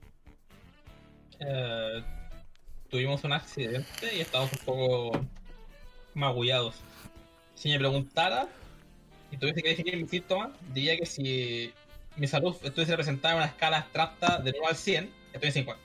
[SPEAKER 2] Eh, tuvimos un accidente y estábamos un poco magullados. Si me preguntara y tuviese que definir mis síntomas, diría que si mi salud estuviese representada en una escala abstracta de uno al cien, estoy en cincuenta.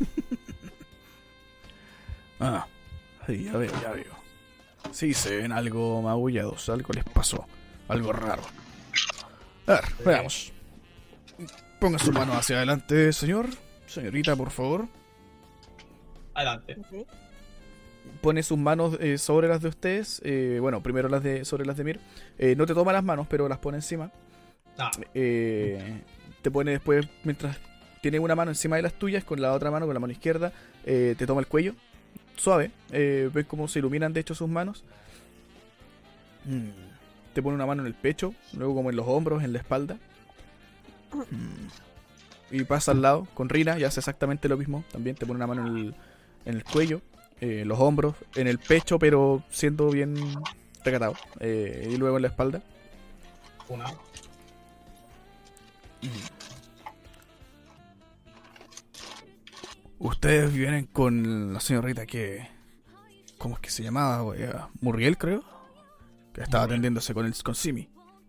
[SPEAKER 1] Ah, sí, ya veo, ya veo. Sí, se ven algo magullados, algo les pasó, algo raro. A ver, veamos. Ponga su mano hacia adelante, señor. Señorita, por favor.
[SPEAKER 2] Adelante.
[SPEAKER 5] Ok.
[SPEAKER 1] Pone sus manos eh, sobre las de ustedes. Eh, bueno, primero las de sobre las de Mir. Eh, no te toma las manos, pero las pone encima.
[SPEAKER 2] No,
[SPEAKER 1] Eh, te pone después, mientras tiene una mano encima de las tuyas, con la otra mano, con la mano izquierda, eh, te toma el cuello. Suave. Eh, ves cómo se iluminan de hecho sus manos. Mm. Te pone una mano en el pecho, luego como en los hombros, en la espalda. Mm. Y pasa al lado con Rina y hace exactamente lo mismo. También te pone una mano en el, en el cuello, eh, en los hombros, en el pecho, pero siendo bien recatado. Eh, y luego en la espalda.
[SPEAKER 2] una.
[SPEAKER 1] Ustedes vienen con la señorita que... ¿Cómo es que se llamaba? Eh, Muriel, creo. Que estaba atendiéndose con, el, con Simi.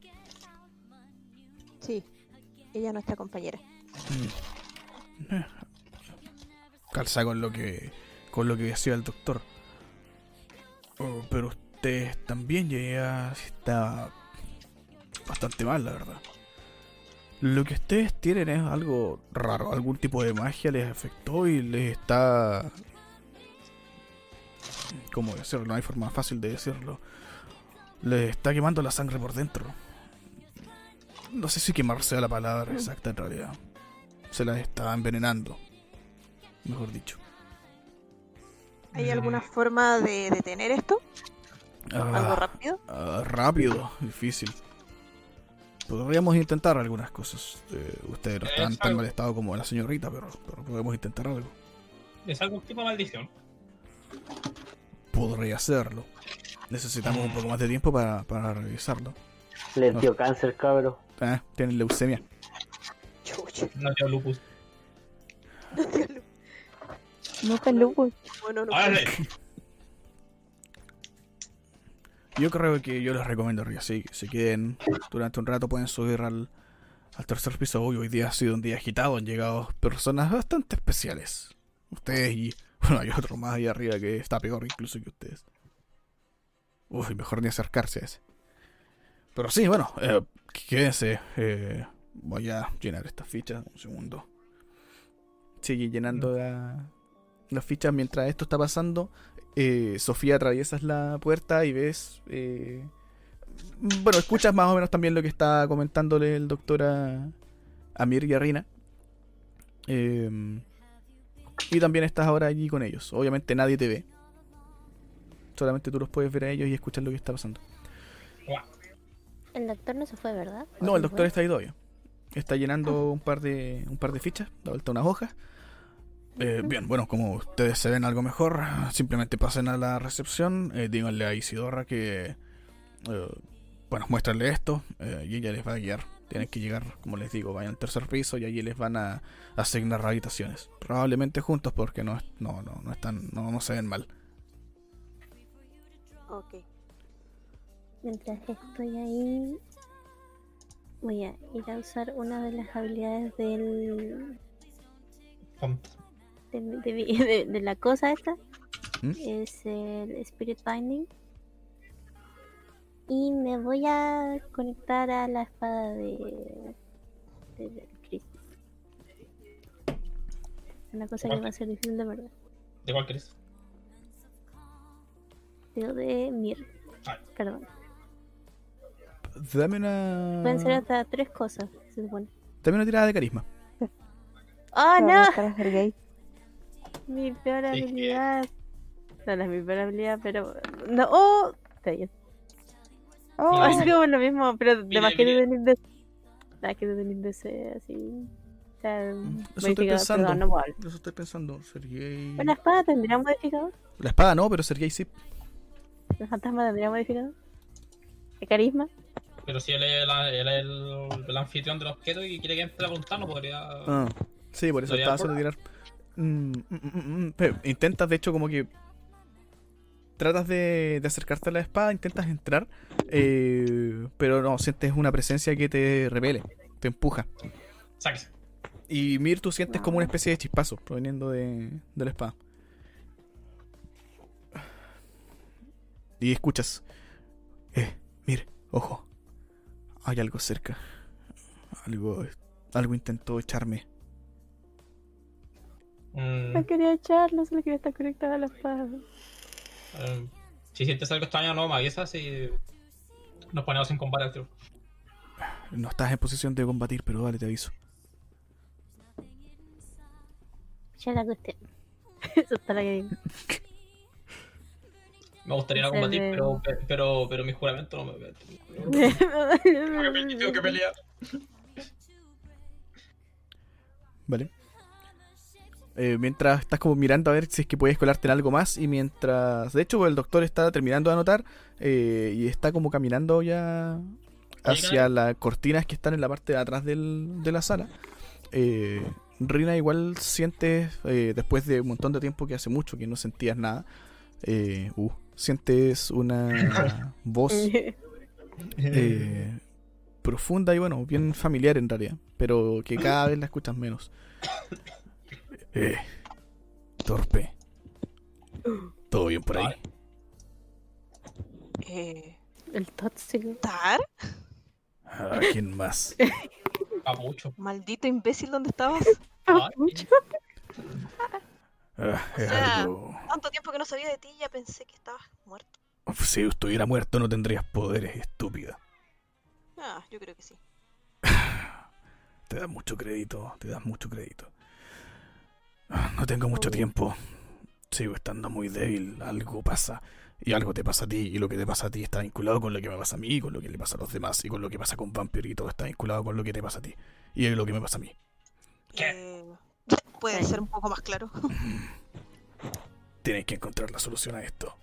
[SPEAKER 5] Sí. Ella es nuestra compañera.
[SPEAKER 1] Mm. Eh, Calza con lo que con lo que decía el doctor. Oh, pero ustedes también ya está bastante mal, la verdad. Lo que ustedes tienen es algo raro. Algún tipo de magia les afectó y les está... ¿Cómo decirlo? No hay forma fácil de decirlo. Les está quemando la sangre por dentro. No sé si quemar sea la palabra exacta en realidad. Se las está envenenando. Mejor dicho.
[SPEAKER 5] ¿Hay alguna forma de detener esto?
[SPEAKER 1] Ah,
[SPEAKER 5] ¿Algo rápido?
[SPEAKER 1] ah, rápido, difícil. Podríamos intentar algunas cosas. Eh, ustedes no están
[SPEAKER 2] Es
[SPEAKER 1] tan
[SPEAKER 2] algo-
[SPEAKER 1] mal estado como la señorita, pero, pero podemos intentar algo.
[SPEAKER 2] ¿Es algún tipo de maldición?
[SPEAKER 1] Podría hacerlo. Necesitamos un poco más de tiempo para, para revisarlo.
[SPEAKER 4] Le dio cáncer, cabrón.
[SPEAKER 1] Ah, tienen leucemia.
[SPEAKER 5] Chucha.
[SPEAKER 2] No tengo lupus.
[SPEAKER 3] No fue lupus.
[SPEAKER 5] Bueno, no.
[SPEAKER 2] Ahora
[SPEAKER 5] sé.
[SPEAKER 2] sí.
[SPEAKER 1] Yo creo que yo les recomiendo que si se queden durante un rato, pueden subir al, al tercer piso. Hoy, hoy día ha sido un día agitado, han llegado personas bastante especiales. Ustedes y, bueno, hay otro más ahí arriba que está peor incluso que ustedes. Uy, mejor ni acercarse a ese. Pero sí, bueno, eh, quédense. Eh, voy a llenar estas fichas, un segundo. Sigue llenando la, las fichas mientras esto está pasando. Eh, Sofía, atraviesas la puerta y ves, eh, bueno, escuchas más o menos también lo que está comentándole el doctor a, a Mir y a Rina. Eh, y también estás ahora allí con ellos. Obviamente nadie te ve. Solamente tú los puedes ver a ellos y escuchar lo que está pasando.
[SPEAKER 2] Guau.
[SPEAKER 6] El doctor no se fue, ¿verdad? ¿O
[SPEAKER 1] No,
[SPEAKER 6] se
[SPEAKER 1] el doctor
[SPEAKER 6] fue?
[SPEAKER 1] está ahí todavía. Está llenando un par de un par de fichas, da vuelta unas hojas. Eh, bien, bueno, como ustedes se ven algo mejor, simplemente pasen a la recepción, eh, díganle a Isidora que, eh, bueno, muéstranle esto eh, y ella les va a guiar. Tienen que llegar, como les digo, vayan al tercer piso y allí les van a asignar habitaciones. Probablemente juntos porque no, no, no, no están, no, no se ven mal.
[SPEAKER 5] Ok.
[SPEAKER 6] Mientras estoy ahí, voy a ir a usar una de las habilidades del,
[SPEAKER 2] Font.
[SPEAKER 6] de, de, de- de la cosa esta.
[SPEAKER 1] ¿Mm?
[SPEAKER 6] Es el Spirit Binding. Y me voy a conectar a la espada de, de, de Chris. Una cosa que va a ser difícil de verdad.
[SPEAKER 2] ¿De cuál querés?
[SPEAKER 6] Digo, de Mir.
[SPEAKER 2] Ah.
[SPEAKER 6] Perdón.
[SPEAKER 1] Dame una...
[SPEAKER 6] Pueden ser hasta tres cosas, se supone.
[SPEAKER 1] Dame una tirada de carisma.
[SPEAKER 6] ¡Oh,
[SPEAKER 3] Para
[SPEAKER 6] no!
[SPEAKER 3] buscar a Sergei.
[SPEAKER 6] Mi peor
[SPEAKER 2] Es que-
[SPEAKER 6] habilidad. No, no es mi peor habilidad, pero. No, ¡oh! Está bien.
[SPEAKER 3] Oh,
[SPEAKER 2] Mira,
[SPEAKER 6] Es como lo mismo, pero de
[SPEAKER 2] Mira,
[SPEAKER 6] más que tú
[SPEAKER 2] mira.
[SPEAKER 6] tenés de. Más que tú tenés de ser así. O sea,
[SPEAKER 1] Eso estoy
[SPEAKER 6] modificador,
[SPEAKER 1] pensando.
[SPEAKER 6] perdón, no puedo hablar.
[SPEAKER 1] Eso estoy pensando. Sergei...
[SPEAKER 6] ¿Una espada tendría modificador?
[SPEAKER 1] La espada no, pero Sergei sí.
[SPEAKER 6] ¿El fantasma tendría modificador? ¿De carisma?
[SPEAKER 2] Pero si él es, la- él es el, el anfitrión del objeto y quiere que entre a preguntar, no podría.
[SPEAKER 1] Ah, sí, por eso
[SPEAKER 2] ¿Podría
[SPEAKER 1] estaba haciendo tirar. Mm, mm, mm, mm, pero intentas, de hecho, como que. Tratas de, de acercarte a la espada, intentas entrar, eh, pero no, sientes una presencia que te repele, te empuja.
[SPEAKER 2] Sáquese.
[SPEAKER 1] Y Mir, tú sientes como una especie de chispazo proveniendo de, de la espada. Y escuchas. Eh, Mir, ojo. Hay algo cerca. Algo. Algo intentó echarme.
[SPEAKER 2] Mm,
[SPEAKER 6] No quería echarlo, solo quería estar conectada a la espada.
[SPEAKER 2] eh, si sientes algo extraño, no me avisas y nos ponemos en combate al tiro.
[SPEAKER 1] No estás en posición de combatir, pero dale, te aviso.
[SPEAKER 6] Ya la cuestión. Eso está lo que digo.
[SPEAKER 2] Me gustaría ir a
[SPEAKER 6] Se
[SPEAKER 2] combatir,
[SPEAKER 6] ve-
[SPEAKER 2] pero, pero, pero mi juramento no me. Tengo que pelear.
[SPEAKER 1] Vale. Eh, mientras estás como mirando a ver si es que puedes colarte en algo más. Y mientras. De hecho, el doctor está terminando de anotar. eh, y está como caminando ya hacia las cortinas que están en la parte de atrás del, de la sala. Eh, Rina, igual sientes, eh, después de un montón de tiempo que hace mucho que no sentías nada. Eh, uh, sientes una voz eh, profunda y bueno, bien familiar en realidad, pero que cada vez la escuchas menos. Eh, torpe. ¿Todo bien por ahí?
[SPEAKER 5] Eh,
[SPEAKER 6] El tóxico.
[SPEAKER 5] ¿Tar?
[SPEAKER 1] ¿A quién más?
[SPEAKER 2] Papucho.
[SPEAKER 5] Maldito imbécil, ¿dónde estabas?
[SPEAKER 2] Ay,
[SPEAKER 1] Ah, es
[SPEAKER 5] O sea-
[SPEAKER 1] algo...
[SPEAKER 5] Tanto tiempo que no sabía de ti, ya pensé que estabas muerto.
[SPEAKER 1] Si estuviera muerto no tendrías poderes, estúpida.
[SPEAKER 5] Ah, yo creo que sí.
[SPEAKER 1] Te das mucho crédito, te das mucho crédito. Ah, no tengo mucho
[SPEAKER 5] Oh.
[SPEAKER 1] tiempo. Sigo estando muy débil, algo pasa. Y algo te pasa a ti, y lo que te pasa a ti está vinculado con lo que me pasa a mí, y con lo que le pasa a los demás, y con lo que pasa con Vampire, y todo está vinculado con lo que te pasa a ti, y lo que me pasa a mí.
[SPEAKER 2] ¿Qué?
[SPEAKER 5] Eh, ¿Puede ser un poco más claro?
[SPEAKER 1] Tienes que encontrar la solución a esto.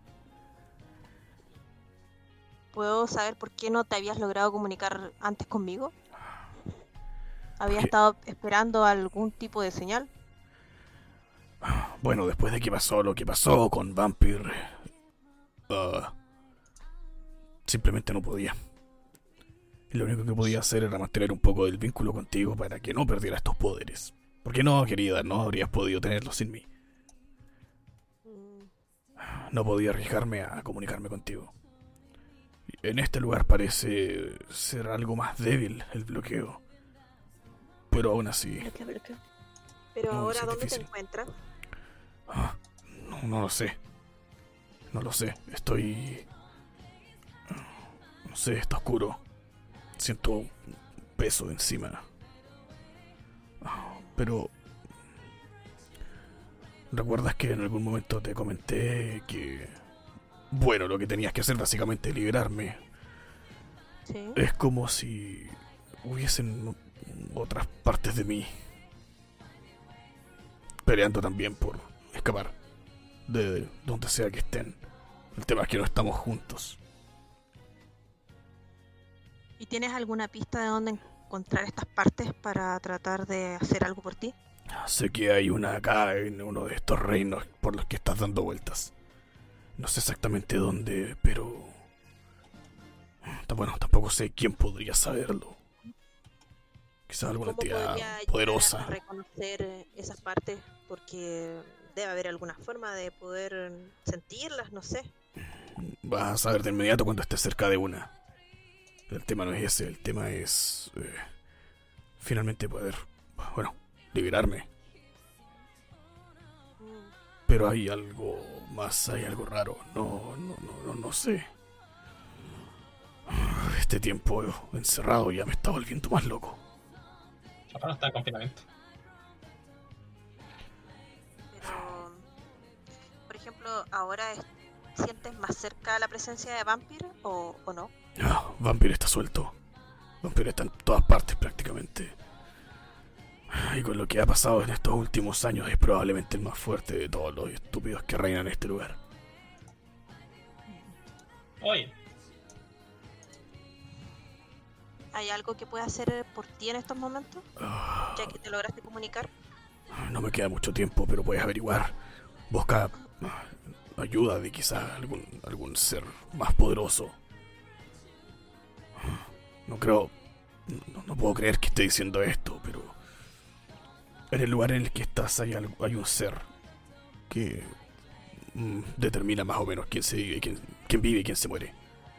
[SPEAKER 5] ¿Puedo saber por qué no te habías logrado comunicar antes conmigo? ¿Habías
[SPEAKER 1] Porque-
[SPEAKER 5] estado esperando algún tipo de señal?
[SPEAKER 1] Bueno, después de que pasó lo que pasó con Vampire, ah, simplemente no podía. Y lo único que podía hacer era mantener un poco del vínculo contigo para que no perdieras tus poderes. Porque no, querida, no habrías podido tenerlos sin mí.
[SPEAKER 5] Mm,
[SPEAKER 1] No podía arriesgarme a comunicarme contigo. En este lugar parece ser algo más débil el bloqueo. Pero aún así,
[SPEAKER 6] Bloqueo, bloqueo.
[SPEAKER 5] Pero
[SPEAKER 1] No,
[SPEAKER 5] ahora,
[SPEAKER 1] sí,
[SPEAKER 5] ¿dónde
[SPEAKER 1] difícil.
[SPEAKER 5] te encuentras?
[SPEAKER 1] ah, no, no lo sé. No lo sé. Estoy... No sé, está oscuro. Siento un peso encima. Ah, Pero... ¿Recuerdas que en algún momento te comenté que... Bueno, lo que tenías que hacer básicamente es liberarme?
[SPEAKER 5] Sí.
[SPEAKER 1] Es como si hubiesen otras partes de mí peleando también por escapar de donde sea que estén. El tema es que no estamos juntos.
[SPEAKER 5] ¿Y tienes alguna pista de dónde encontrar estas partes para tratar de hacer algo por ti?
[SPEAKER 1] Sé que hay una acá en uno de estos reinos por los que estás dando vueltas. No sé exactamente dónde, pero... Bueno, tampoco sé quién podría saberlo. Quizás alguna
[SPEAKER 5] ¿Cómo
[SPEAKER 1] entidad
[SPEAKER 5] podría llegar
[SPEAKER 1] poderosa.
[SPEAKER 5] a reconocer eh, esas partes? Porque debe haber alguna forma de poder sentirlas, no sé.
[SPEAKER 1] Vas a saber de inmediato cuando estés cerca de una. El tema no es ese, el tema es... eh, finalmente poder... Bueno, liberarme.
[SPEAKER 5] Mm,
[SPEAKER 1] Pero hay algo más, hay algo raro. No, no, no, no, no sé. Este tiempo encerrado ya me está volviendo más loco.
[SPEAKER 2] Ahora no está en confinamiento.
[SPEAKER 5] Pero, por ejemplo, ¿ahora es- sientes más cerca la presencia de Vampire o, o no?
[SPEAKER 1] Ah, Vampire está suelto. Vampire está en todas partes prácticamente. Y con lo que ha pasado en estos últimos años es probablemente el más fuerte de todos los estúpidos que reinan en este lugar.
[SPEAKER 2] Oye,
[SPEAKER 5] ¿Hay algo que pueda hacer por ti en estos momentos?
[SPEAKER 1] Ah,
[SPEAKER 5] Ya que te lograste comunicar.
[SPEAKER 1] no me queda mucho tiempo, pero puedes averiguar. Busca ah, ayuda de quizás algún, algún ser más poderoso. No creo... No, no puedo creer que esté diciendo esto, pero... En el lugar en el que estás hay, algo- hay un ser que mm, determina más o menos quién se vive, quién, quién vive y quién se muere.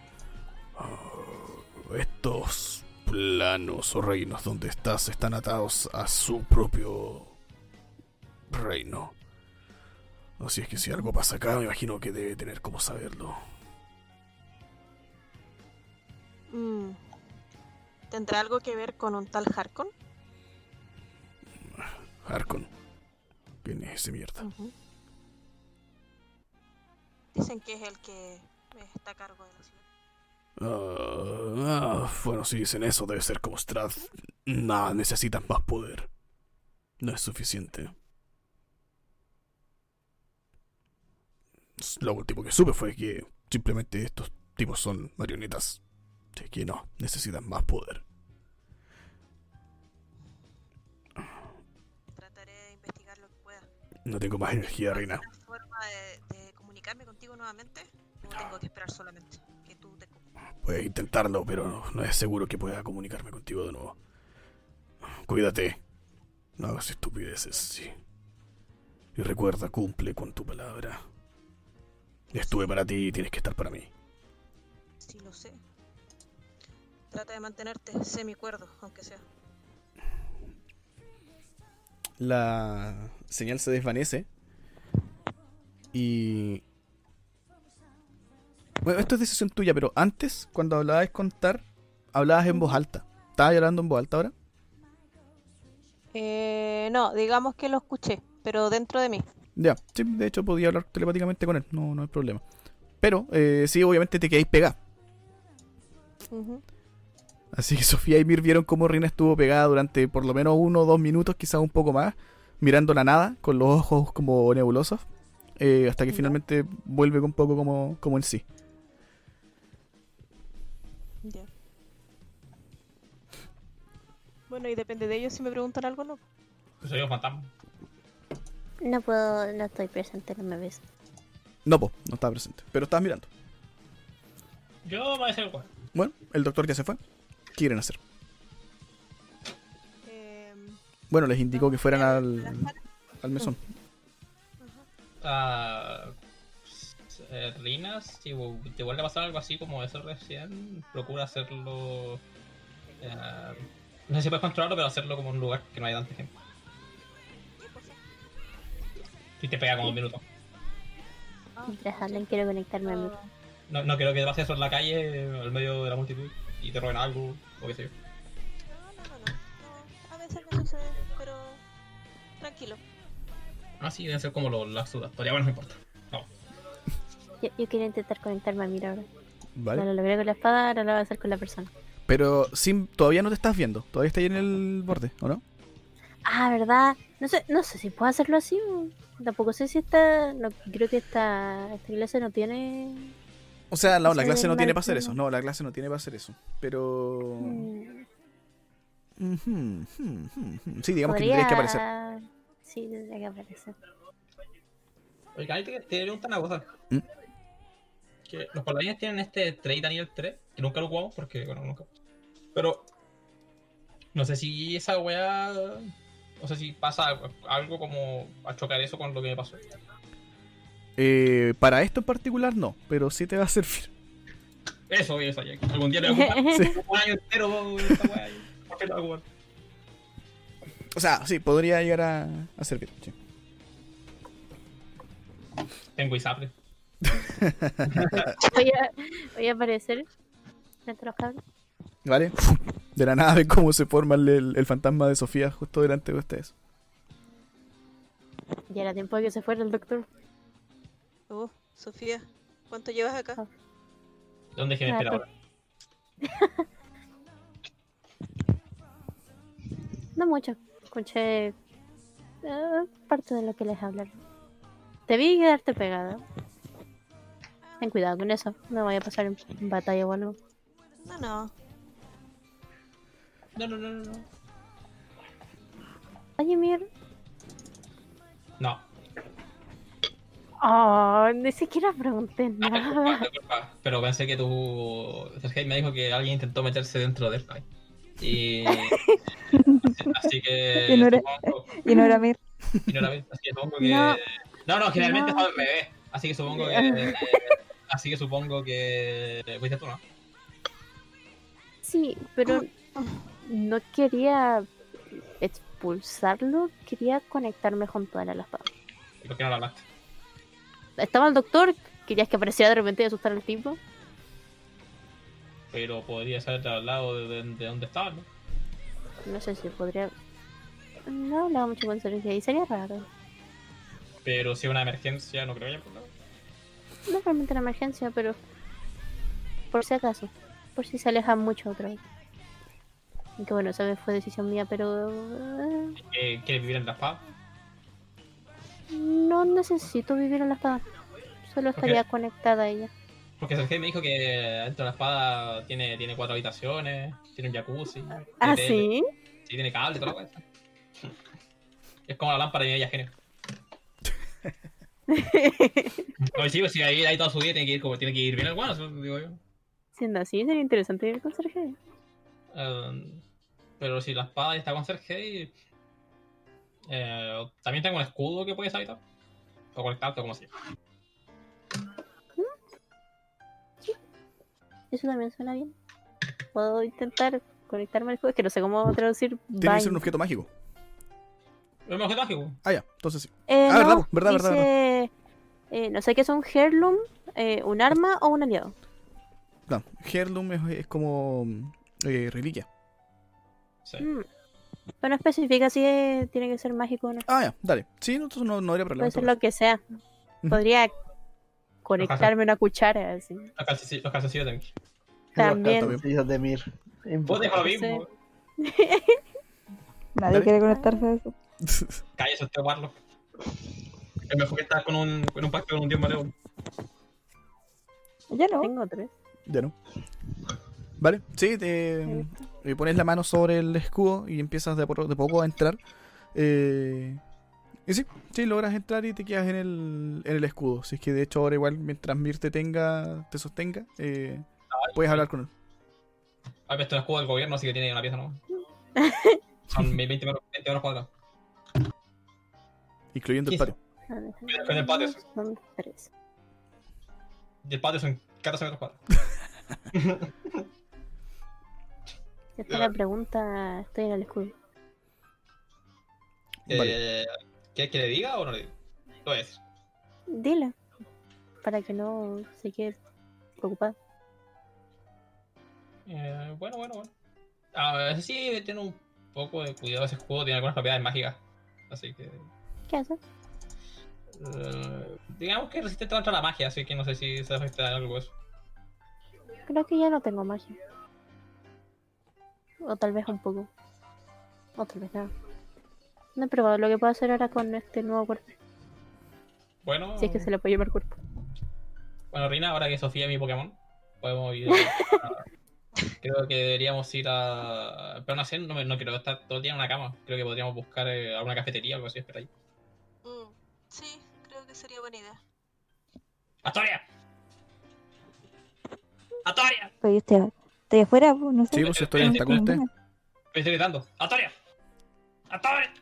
[SPEAKER 1] Ah, estos planos o reinos donde estás están atados a su propio reino. Así es que si algo pasa acá, me imagino que debe tener cómo saberlo.
[SPEAKER 5] Mm, ¿Tendrá algo que ver con un tal Harkon?
[SPEAKER 1] Harkon. ¿Quién es ese mierda?
[SPEAKER 5] Ujú. Dicen que es el que está a cargo de la ciudad.
[SPEAKER 1] Ah, ah, bueno, si dicen eso, debe ser como Strath. Nada, necesitas más poder. No es suficiente. Lo último que supe fue que simplemente estos tipos son marionetas. Así que no, necesitan más poder.
[SPEAKER 5] Trataré de investigar lo que pueda.
[SPEAKER 1] No tengo más energía,
[SPEAKER 5] ¿Tienes
[SPEAKER 1] reina.
[SPEAKER 5] alguna forma de, de comunicarme contigo nuevamente? ¿O tengo que esperar solamente que tú te...
[SPEAKER 1] Puedes intentarlo, pero no, no es seguro que pueda comunicarme contigo de nuevo. Cuídate. No hagas estupideces, sí. Y recuerda, cumple con tu palabra. Estuve para ti y tienes que estar para mí.
[SPEAKER 5] Sí, lo sé. Trata de mantenerte semicuerdo, aunque sea.
[SPEAKER 1] La señal se desvanece. Y... Bueno, esto es decisión tuya, pero antes, cuando hablabas con Tar, hablabas en voz alta. ¿Estabas hablando en voz alta ahora?
[SPEAKER 5] Eh, no, digamos que lo escuché, pero dentro de mí.
[SPEAKER 1] Ya, sí, de hecho podía hablar telepáticamente con él, no, no hay problema. Pero eh, sí, obviamente te quedáis pegada.
[SPEAKER 5] Ujú.
[SPEAKER 1] Así que Sofía y Mir vieron cómo Rina estuvo pegada durante por lo menos uno o dos minutos, quizás un poco más, mirando la nada, con los ojos como nebulosos, eh, hasta que
[SPEAKER 5] Ya.
[SPEAKER 1] finalmente vuelve un poco como, como en sí.
[SPEAKER 5] Ya. Bueno, y depende de ellos si me preguntan algo o no.
[SPEAKER 2] Soy un fantasma.
[SPEAKER 6] No puedo, no estoy presente, no me ves.
[SPEAKER 1] No, po, no estaba presente, pero estabas mirando.
[SPEAKER 2] Yo me voy a hacer el cual.
[SPEAKER 1] Bueno, el doctor ya se fue. ¿Qué quieren hacer?
[SPEAKER 5] Eh,
[SPEAKER 1] Bueno, les indicó que fueran
[SPEAKER 5] a
[SPEAKER 1] al,
[SPEAKER 5] la sala.
[SPEAKER 1] al mesón.
[SPEAKER 2] Ah, eh, Rina, si vu- te vuelve a pasar algo así como eso recién, procura hacerlo. eh, no sé si puedes controlarlo, pero hacerlo como en un lugar que no haya tanta gente. Y te pega como un minuto.
[SPEAKER 6] Mientras hablan, quiero conectarme a mí.
[SPEAKER 2] No, no quiero que pase eso en la calle, al medio de la multitud, y te roben algo, o qué sé yo.
[SPEAKER 5] No, no, no, no. No, a veces me sucede, pero tranquilo.
[SPEAKER 2] Ah, sí, deben ser como los lapsos de historia. Bueno, no importa. Vamos.
[SPEAKER 6] Yo, yo quiero intentar conectarme a mí ahora. No
[SPEAKER 1] ¿Vale?
[SPEAKER 6] lo logré con la espada, ahora lo voy a hacer con la persona.
[SPEAKER 1] Pero sin, todavía no te estás viendo. Todavía está ahí en el borde, ¿o no?
[SPEAKER 6] Ah, ¿verdad? No sé, no sé si puedo hacerlo así. o- Tampoco sé si esta. No, creo que esta, esta clase no tiene.
[SPEAKER 1] O sea, no,
[SPEAKER 6] Eso
[SPEAKER 1] la clase
[SPEAKER 6] del
[SPEAKER 1] no tiene para
[SPEAKER 6] marco.
[SPEAKER 1] hacer eso. No, la clase no tiene para hacer eso. Pero...
[SPEAKER 6] Mm,
[SPEAKER 1] Ujú, ujú, ujú. Sí, digamos que
[SPEAKER 6] podría...
[SPEAKER 1] tendrías que aparecer.
[SPEAKER 6] Sí, tendría que aparecer.
[SPEAKER 2] Oiga, ahí te, te pregunto una cosa.
[SPEAKER 1] ¿Mm?
[SPEAKER 2] Que los paladines tienen este trade a nivel tres, que nunca lo jugamos porque, bueno, nunca. Pero no sé si esa weá. No sé si pasa algo como a chocar eso con lo que me pasó.
[SPEAKER 1] Eh, para esto en particular no, pero sí te va a servir.
[SPEAKER 2] Eso, eso, ya. Algún día le voy a ocupar
[SPEAKER 1] Sí.
[SPEAKER 2] un año entero esta weá. y- ¿Por qué lo voy a ocupar?
[SPEAKER 1] O sea, sí, podría llegar a, a servir. Sí.
[SPEAKER 2] Tengo Isapre.
[SPEAKER 6] Voy a, voy a aparecer frente a los cables.
[SPEAKER 1] ¿Vale? De la nada ven cómo se forma el, el- el fantasma de Sofía justo delante de ustedes.
[SPEAKER 6] Ya era tiempo de que se fuera el doctor.
[SPEAKER 5] Oh, Sofía, ¿cuánto llevas acá?
[SPEAKER 2] ¿Dónde es que me espera
[SPEAKER 6] Rato.
[SPEAKER 2] ahora?
[SPEAKER 6] No mucho. Escuché eh, parte de lo que les hablaron. Te vi quedarte pegada. Ten cuidado con eso. No vaya a pasar en batalla o algo.
[SPEAKER 5] No, no.
[SPEAKER 2] No, no, no, no. no.
[SPEAKER 6] Oye, Mir.
[SPEAKER 2] No.
[SPEAKER 6] Oh, ni siquiera pregunté
[SPEAKER 2] Ah,
[SPEAKER 6] nada.
[SPEAKER 2] disculpa, disculpa. Pero pensé que tú. Sergei me dijo que alguien intentó meterse dentro del Sky. Y. así, así que.
[SPEAKER 3] Y no era-
[SPEAKER 2] Supongo,
[SPEAKER 3] Y no era Mir.
[SPEAKER 2] y no era bien, así que supongo que.
[SPEAKER 6] No.
[SPEAKER 2] No, no, generalmente
[SPEAKER 6] No.
[SPEAKER 2] es al revés. Así que supongo que. Así que supongo que. Fuiste tú, ¿no?
[SPEAKER 6] Sí, pero no quería expulsarlo. Quería conectarme junto a él a la espada.
[SPEAKER 2] ¿Y por qué no lo hablaste?
[SPEAKER 6] Estaba el doctor. Querías que apareciera de repente y asustar al tipo.
[SPEAKER 2] Pero podrías haberte hablado de, de, de dónde estabas, ¿no?
[SPEAKER 6] No sé si podría. No hablaba mucho con Sergio y sería raro.
[SPEAKER 2] Pero si es una emergencia, no creo que haya problema.
[SPEAKER 6] No es realmente una emergencia, pero por si acaso, por si se alejan mucho otra vez. Aunque bueno, esa vez fue decisión mía, pero eh,
[SPEAKER 2] Eh, ¿Quieres vivir en la espada?
[SPEAKER 6] no necesito vivir en la espada. Solo estaría conectada a ella.
[SPEAKER 2] Porque Sergei me dijo que dentro de la espada tiene, tiene cuatro habitaciones, tiene un jacuzzi. tiene
[SPEAKER 6] ¿Ah,
[SPEAKER 2] tele,
[SPEAKER 6] sí?
[SPEAKER 2] Sí, tiene cable y toda la cosa. Es como la lámpara de mi bella genio. Oye, sí, pues si ahí, ahí toda su vida tiene que ir como tiene que ir bien el guano, eso digo yo.
[SPEAKER 6] Siendo así, sería interesante vivir con Sergio.
[SPEAKER 2] Um, pero si la espada está con Sergei, eh, también tengo un escudo que puedes habitar. O conectarte como así.
[SPEAKER 6] Eso también suena bien. Puedo intentar conectarme al juego. Es que no sé cómo traducir.
[SPEAKER 1] Tiene que ser
[SPEAKER 6] bind.
[SPEAKER 1] un objeto mágico.
[SPEAKER 2] Es un objeto mágico.
[SPEAKER 1] Ah, ya, entonces sí.
[SPEAKER 6] Eh,
[SPEAKER 1] Ah, verdad,
[SPEAKER 6] no,
[SPEAKER 1] po, verdad, verdad,
[SPEAKER 6] dice, eh, no sé qué es un heirloom, eh, un arma o un aliado.
[SPEAKER 1] No, Heirloom es, es como eh, reliquia.
[SPEAKER 2] Sí.
[SPEAKER 6] Mm. Pero no especifica si es- tiene que ser mágico o no.
[SPEAKER 1] Ah, ya, dale. Sí, no, entonces no, no habría problema.
[SPEAKER 6] Puede ser lo que sea.
[SPEAKER 1] Ujú.
[SPEAKER 6] Podría conectarme una cuchara, así.
[SPEAKER 2] Los calzoncillos, los calzoncillos de mí.
[SPEAKER 6] También.
[SPEAKER 4] Los calzoncillos de Mir.
[SPEAKER 2] Vos dejo lo
[SPEAKER 6] Sí.
[SPEAKER 2] mismo.
[SPEAKER 3] Nadie
[SPEAKER 1] Dale.
[SPEAKER 3] quiere conectarse a eso.
[SPEAKER 2] Cállese usted, Warlock. Es mejor que estar con un, con un pacto con un dios mareo.
[SPEAKER 3] Ya no.
[SPEAKER 6] Tengo tres.
[SPEAKER 1] Ya no. Vale, sí, te, eh, pones la mano sobre el escudo y empiezas de, a poco- de poco a entrar. Eh, y sí, sí, logras entrar y te quedas en el, en el escudo. Si es que de hecho ahora igual mientras Mir te tenga, te sostenga, eh, puedes hablar con él.
[SPEAKER 2] Has visto el escudo del gobierno, así que tiene una pieza nomás. Son veinte metros, veinte metros cuadrados.
[SPEAKER 1] Incluyendo el
[SPEAKER 2] quince.
[SPEAKER 1] patio.
[SPEAKER 2] Cuidado con el patio.
[SPEAKER 6] Son tres.
[SPEAKER 2] Y el patio son catorce metros cuadrados.
[SPEAKER 6] Esta es la pregunta. Estoy en el escudo.
[SPEAKER 2] Eh, ¿Quieres que le diga o no le diga? Lo voy a decir.
[SPEAKER 6] Dile. Para que no se quede preocupada.
[SPEAKER 2] Eh, bueno, bueno, bueno. Ah, ese sí tiene un poco de cuidado. Ese escudo tiene algunas propiedades mágicas. Así que.
[SPEAKER 6] ¿Qué haces?
[SPEAKER 2] eh, digamos que resiste contra la magia, así que no sé si se afecta en algo eso.
[SPEAKER 6] Creo que ya no tengo magia. O tal vez un poco. O tal vez nada. No he probado lo que puedo hacer ahora con este nuevo cuerpo.
[SPEAKER 2] Bueno,
[SPEAKER 6] Si es que se le puede llevar cuerpo.
[SPEAKER 2] bueno, Rina, ahora que Sofía es mi Pokémon, podemos ir a... Creo que deberíamos ir a... Pero no sé, no, me- no quiero estar todo el día en una cama. Creo que podríamos buscar eh, alguna cafetería o algo así, espera ahí.
[SPEAKER 5] Mm, sí, creo que sería buena idea.
[SPEAKER 2] ¡Astoria! ¡Astoria!
[SPEAKER 3] Pero yo estoy, estoy afuera, pues, no sé.
[SPEAKER 1] Sí, pues si estoy está con usted.
[SPEAKER 2] Me estoy gritando. ¡Astoria! ¡Astoria!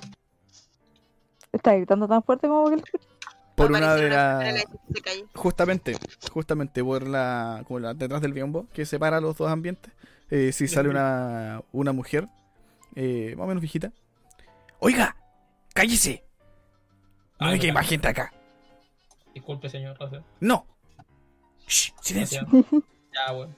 [SPEAKER 3] Está gritando tan fuerte como que...
[SPEAKER 1] Por
[SPEAKER 5] Va a
[SPEAKER 1] una de
[SPEAKER 5] aparecer una señora
[SPEAKER 1] las...
[SPEAKER 5] en la calle.
[SPEAKER 1] Justamente, justamente por la, como la detrás del biombo que separa los dos ambientes, eh, si sale una, una mujer, eh, más o menos viejita. Oiga, cállese. No
[SPEAKER 2] Ah,
[SPEAKER 1] hay que hay
[SPEAKER 2] verdad.
[SPEAKER 1] más gente acá.
[SPEAKER 2] Disculpe, señor. Gracias.
[SPEAKER 1] No. Shh, silencio.
[SPEAKER 2] Gracias. Ya, bueno.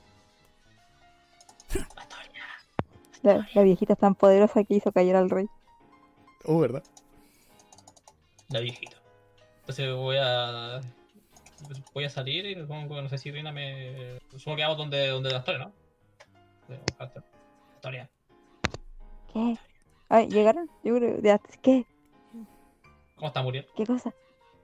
[SPEAKER 3] La, la viejita es tan poderosa que hizo callar al rey.
[SPEAKER 1] Oh, ¿verdad?
[SPEAKER 2] La viejita. Entonces voy a... Voy a salir y supongo, no sé si Rina me... Supongo que vamos donde, donde la Astoria, ¿no? Astoria.
[SPEAKER 3] ¿Qué? Ay, ¿llegaron? Yo creo... ya, ¿qué?
[SPEAKER 2] ¿Cómo está Muriel?
[SPEAKER 3] ¿Qué cosa?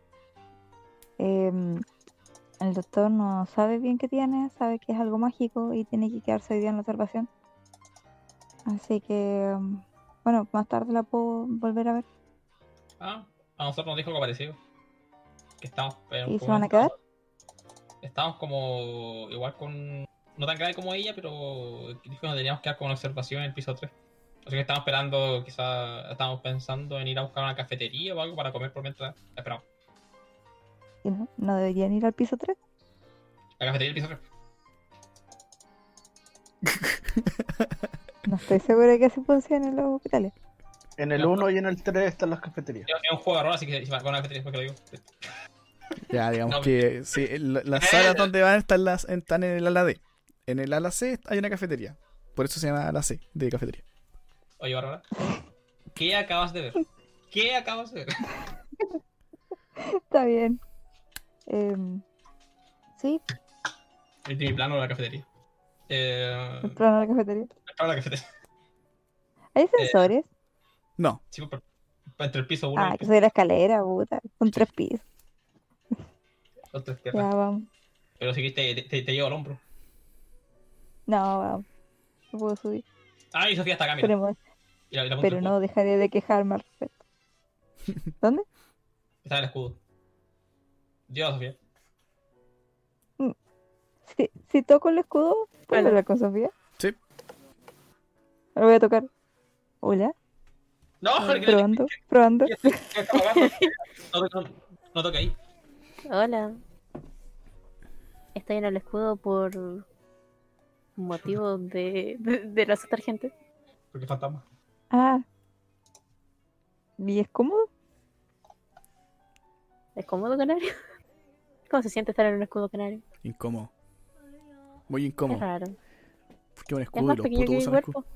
[SPEAKER 3] Em, el doctor no sabe bien qué tiene, sabe que es algo mágico y tiene que quedarse hoy día en la observación. Así que, em, bueno, más tarde la puedo volver a ver.
[SPEAKER 2] Ah, a nosotros nos dijo algo parecido. Que estamos... eh,
[SPEAKER 3] ¿Y se
[SPEAKER 2] como-
[SPEAKER 3] van a quedar?
[SPEAKER 2] Estamos como... Igual con... No tan grave como ella, pero... Dijo que nos teníamos que quedar con observación en el piso tres. Así que estamos esperando, quizás... Estamos pensando en ir a buscar una cafetería o algo para comer por mientras... Esperamos.
[SPEAKER 3] ¿Y no, no deberían ir al piso tres?
[SPEAKER 2] La cafetería del piso tres.
[SPEAKER 3] No estoy segura de que así funciona en los hospitales.
[SPEAKER 4] En el uno y en el tres están las cafeterías.
[SPEAKER 2] Es un juego de rol, así que si va con una cafetería después que lo digo.
[SPEAKER 1] Ya, digamos
[SPEAKER 2] No,
[SPEAKER 1] que sí, la- las
[SPEAKER 2] Eh,
[SPEAKER 1] salas donde van están, las, están en el ala D. En el ala C hay una cafetería. Por eso se llama ala C, de cafetería.
[SPEAKER 2] Oye, Bárbara. ¿Qué acabas de ver? ¿Qué acabas de ver?
[SPEAKER 3] Está bien. Em, sí,
[SPEAKER 2] El mi plano de la cafetería. Eh...
[SPEAKER 3] el plano de la cafetería.
[SPEAKER 2] el plano de la cafetería.
[SPEAKER 3] ¿Hay sensores?
[SPEAKER 1] No,
[SPEAKER 2] Sí, por, por- entre el piso uno y
[SPEAKER 3] Ah,
[SPEAKER 2] el
[SPEAKER 3] que
[SPEAKER 2] piso
[SPEAKER 3] soy la escalera, puta. Con tres pisos.
[SPEAKER 2] dos, tres
[SPEAKER 3] Ya,
[SPEAKER 2] piernas.
[SPEAKER 3] vamos.
[SPEAKER 2] Pero si te, te, te llevo al hombro.
[SPEAKER 3] No, vamos. No puedo subir.
[SPEAKER 2] Ah, y Sofía está acá, mira.
[SPEAKER 3] Pero,
[SPEAKER 2] Y la- y la punta
[SPEAKER 3] pero
[SPEAKER 2] del
[SPEAKER 3] no
[SPEAKER 2] escudo.
[SPEAKER 3] dejaré de quejarme al respecto. ¿Dónde?
[SPEAKER 2] Está en el escudo. Dios, Sofía.
[SPEAKER 3] Si, si toco el escudo, ¿puedo
[SPEAKER 6] Hola.
[SPEAKER 3] hablar con Sofía?
[SPEAKER 1] sí.
[SPEAKER 3] Lo voy a tocar. Hola.
[SPEAKER 2] No, que- que-
[SPEAKER 3] Probando, probando.
[SPEAKER 2] que- que- que está apagando. No, no, no toque ahí.
[SPEAKER 6] Hola. Estoy en el escudo por motivo de, de, de la asustar gente.
[SPEAKER 2] Porque es fantasma.
[SPEAKER 3] Ah. ¿Y es cómodo?
[SPEAKER 6] ¿Es cómodo, canario? ¿Cómo se siente estar en un escudo canario?
[SPEAKER 1] Incómodo. Muy
[SPEAKER 6] Es
[SPEAKER 1] incómodo.
[SPEAKER 6] raro.
[SPEAKER 1] Porque un
[SPEAKER 6] Es
[SPEAKER 1] escudo y
[SPEAKER 6] más
[SPEAKER 1] los
[SPEAKER 6] pequeño
[SPEAKER 1] putos
[SPEAKER 6] que mi
[SPEAKER 1] usan
[SPEAKER 6] cuerpo.
[SPEAKER 1] escudo.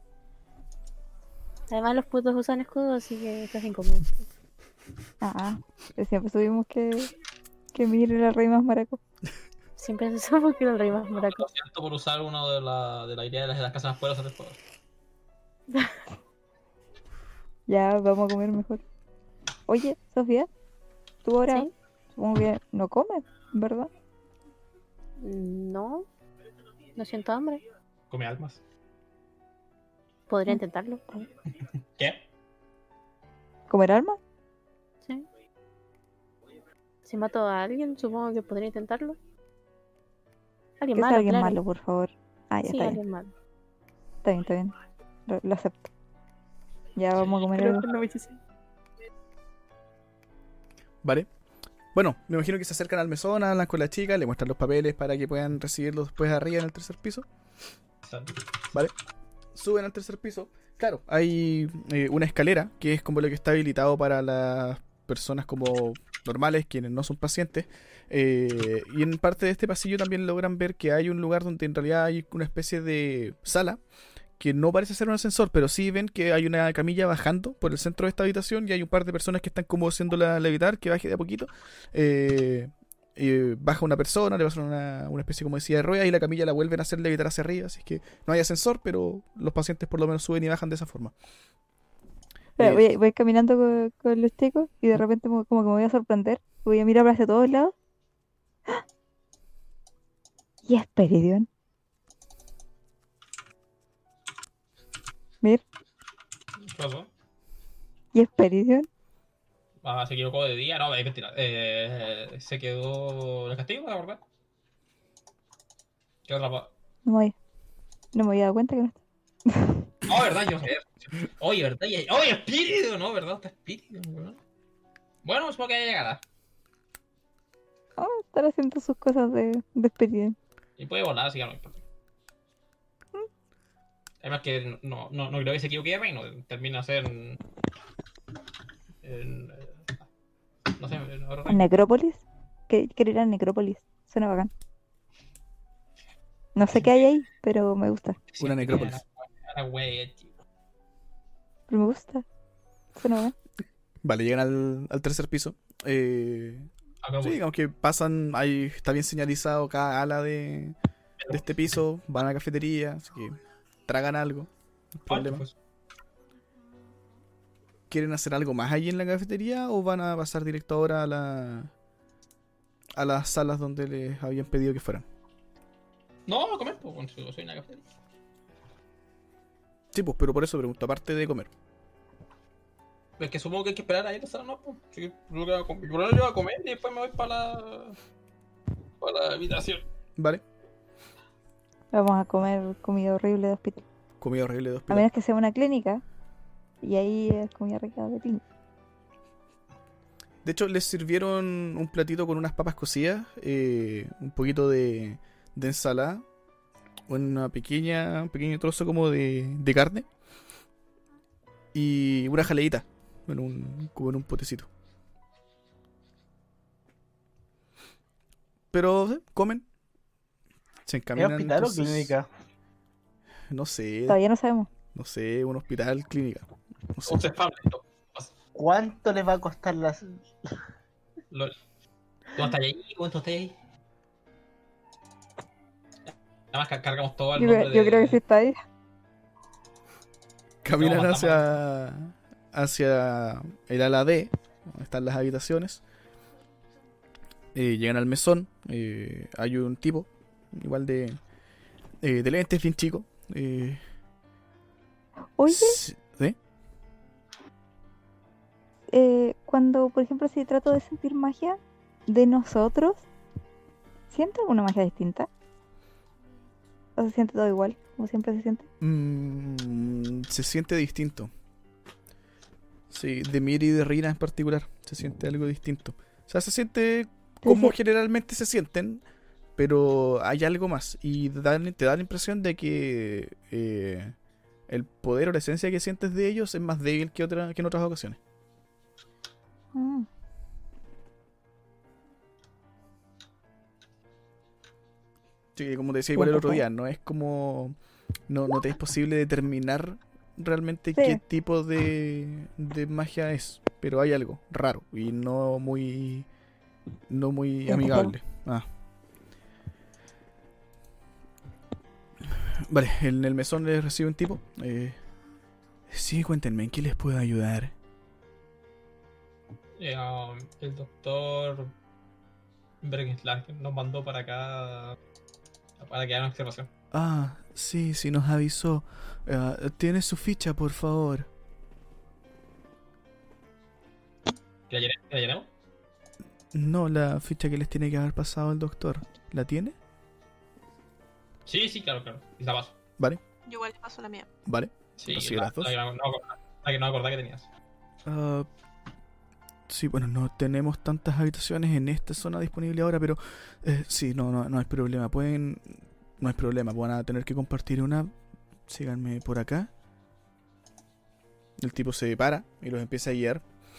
[SPEAKER 6] Además los putos usan escudo, así que esto es incómodo.
[SPEAKER 3] Ah, pero siempre tuvimos que Que mire la rey más maraco.
[SPEAKER 6] Siempre pensamos que era el rey más maraco.
[SPEAKER 2] Lo siento por usar uno de la, de la idea de las, de las casas más poderosas del juego.
[SPEAKER 3] Ya, vamos a comer mejor. Oye, Sofía, tú ahora
[SPEAKER 6] ¿Sí?
[SPEAKER 3] supongo que no comes, ¿verdad?
[SPEAKER 6] No, no siento hambre.
[SPEAKER 2] Come almas.
[SPEAKER 6] Podría
[SPEAKER 3] Mm.
[SPEAKER 6] intentarlo.
[SPEAKER 2] ¿Qué?
[SPEAKER 3] ¿Comer alma?
[SPEAKER 6] Sí. Si mato a alguien, supongo que podría intentarlo. Alguien
[SPEAKER 3] Que sea
[SPEAKER 6] malo,
[SPEAKER 3] alguien
[SPEAKER 6] claro.
[SPEAKER 3] malo, por favor. Ah, ya
[SPEAKER 6] Sí,
[SPEAKER 3] está bien.
[SPEAKER 6] alguien malo.
[SPEAKER 3] Está bien, está bien. Lo, lo acepto. Ya vamos a comer
[SPEAKER 6] Creo
[SPEAKER 3] algo.
[SPEAKER 6] que no me hice así.
[SPEAKER 1] ¿Vale? Bueno, me imagino que se acercan al mesón, hablan con la chica, le muestran los papeles para que puedan recibirlos después arriba en el tercer piso. ¿Vale? Suben al tercer piso. Claro, hay eh, una escalera que es como lo que está habilitado para las personas como normales, quienes no son pacientes. Eh, y en parte de este pasillo también logran ver que hay un lugar donde en realidad hay una especie de sala que no parece ser un ascensor, pero sí ven que hay una camilla bajando por el centro de esta habitación y hay un par de personas que están como haciéndola levitar, que baje de a poquito. Eh, eh, baja una persona, le pasan una, una especie como decía de rueda y la camilla la vuelven a hacer levitar hacia arriba, así que no hay ascensor, pero los pacientes por lo menos suben y bajan de esa forma.
[SPEAKER 3] Espera,
[SPEAKER 1] Eh,
[SPEAKER 3] voy, voy caminando con, con los chicos y de repente mo- como que me voy a sorprender. Voy a mirar hacia todos lados. ¡Ah! Y es Peridion. Mir,
[SPEAKER 2] ¿Qué pasó?
[SPEAKER 3] y es Peridion.
[SPEAKER 2] Ah, se equivocó de día. No, es mentira. Eh, se quedó el castigo, la verdad. ¿Qué otra pa-
[SPEAKER 3] No me, voy- no me había dado cuenta que no está.
[SPEAKER 2] Oh, verdad, yo sé. Oye, verdad. y- Oye, espíritu, ¿no? ¿Verdad? Está espíritu, ¿verdad? Bueno, supongo que ya llegará.
[SPEAKER 3] Oh, estar haciendo sus cosas de, de Peridion.
[SPEAKER 2] Y puede volar, así que no me importa. Además que no, no, no creo que se equivoque de reino. Termina a ser en... en, eh, no sé, en otro
[SPEAKER 3] ¿En
[SPEAKER 2] reino.
[SPEAKER 3] Necrópolis? Que quiero ir a Necrópolis. Suena bacán. No sé qué hay ahí, pero me gusta.
[SPEAKER 1] Una necrópolis.
[SPEAKER 2] A la wea, tío.
[SPEAKER 3] Pero me gusta. Suena bacán.
[SPEAKER 1] Vale, llegan al, al tercer piso. Eh,
[SPEAKER 2] Acá
[SPEAKER 1] sí,
[SPEAKER 2] voy.
[SPEAKER 1] digamos que pasan, ahí está bien señalizado cada ala de, de este piso, van a la cafetería, así que tragan algo. No hay problema.
[SPEAKER 2] Pues,
[SPEAKER 1] ¿Quieren hacer algo más allí en la cafetería o van a pasar directo ahora a la a las salas donde les habían pedido que fueran?
[SPEAKER 2] no, a comer, pues, bueno, si yo soy una cafetería.
[SPEAKER 1] Sí, pues, pero por eso pregunto, aparte de comer.
[SPEAKER 2] Es que supongo que hay que esperar ahí en la sala, no, pues. Así que yo voy a com- primero yo voy a comer y después me voy para la. para la habitación.
[SPEAKER 1] ¿Vale?
[SPEAKER 3] Vamos a comer comida horrible de hospital.
[SPEAKER 1] Comida horrible de
[SPEAKER 3] A
[SPEAKER 1] hospital.
[SPEAKER 3] menos que sea una clínica. Y ahí es comida rica de clínica.
[SPEAKER 1] De hecho, les sirvieron un platito con unas papas cocidas, eh, un poquito de, de ensalada, una pequeña, un pequeño trozo como de, de carne y una jaleita, en un, como en un potecito. Pero ¿sí? Comen, se
[SPEAKER 4] ¿Es
[SPEAKER 1] encaminan.
[SPEAKER 4] hospital o
[SPEAKER 1] entonces-
[SPEAKER 4] clínica?
[SPEAKER 1] No sé,
[SPEAKER 3] Todavía no sabemos.
[SPEAKER 1] no sé, un hospital, clínica. No sé.
[SPEAKER 2] O sea, Pablo, esto.
[SPEAKER 4] ¿Cuánto les va a costar las...?
[SPEAKER 2] Lol. ¿Tú estás ahí? ¿Cuánto estás ahí? Nada más ca- cargamos todo el
[SPEAKER 3] Yo,
[SPEAKER 2] nombre
[SPEAKER 3] creo- yo
[SPEAKER 2] de...
[SPEAKER 3] creo que sí está ahí.
[SPEAKER 1] Caminan
[SPEAKER 2] No,
[SPEAKER 1] hacia, hacia el ala D, donde están las habitaciones. Eh, llegan al mesón. eh, hay un tipo, igual de, eh, de lentes, bien chico. Eh,
[SPEAKER 3] Oye,
[SPEAKER 1] sí- ¿sí?
[SPEAKER 3] eh, cuando, por ejemplo, si trato de sentir magia de nosotros, ¿siento alguna magia distinta? ¿O se siente todo igual, como siempre se siente?
[SPEAKER 1] Mm, se siente distinto. Sí, de Mir y de Rina en particular. Se siente algo distinto. O sea, se siente como
[SPEAKER 3] Entonces,
[SPEAKER 1] generalmente se sienten, pero hay algo más. Y dan- te da la impresión de que eh, el poder o la esencia que sientes de ellos es más débil que, otra, que en otras ocasiones.
[SPEAKER 3] mm,
[SPEAKER 1] Sí, como te decía igual el
[SPEAKER 3] Siento
[SPEAKER 1] otro
[SPEAKER 3] que-
[SPEAKER 1] día, no es como... No, no te es posible determinar realmente
[SPEAKER 3] Sí.
[SPEAKER 1] qué tipo de, de magia es, pero hay algo raro y no muy no muy
[SPEAKER 3] Bien,
[SPEAKER 1] amigable. Ah. Vale, en el mesón les recibe un tipo. Eh, sí, cuéntenme, ¿en qué les puedo ayudar?
[SPEAKER 2] Eh, um, el doctor Bergenslag nos mandó para acá para que haga una observación.
[SPEAKER 1] Ah, sí, sí nos avisó. Uh, ¿Tiene su ficha, por favor?
[SPEAKER 2] ¿Que la llene- que la llenemos?
[SPEAKER 1] No, la ficha que les tiene que haber pasado el doctor. ¿La tiene?
[SPEAKER 2] Sí, sí, claro, claro. Y la paso.
[SPEAKER 1] Vale,
[SPEAKER 5] Yo igual le paso la mía.
[SPEAKER 1] vale.
[SPEAKER 2] Sí,
[SPEAKER 1] Recibe
[SPEAKER 2] la,
[SPEAKER 1] las dos.
[SPEAKER 2] la que no, no, la que no acordaba que tenías.
[SPEAKER 1] Ah, sí, bueno, no tenemos tantas habitaciones en esta zona disponible ahora, pero eh, sí, no, no, no hay problema. Pueden, no hay problema. Van a tener que compartir una. Síganme por acá. El tipo se para y los empieza a guiar.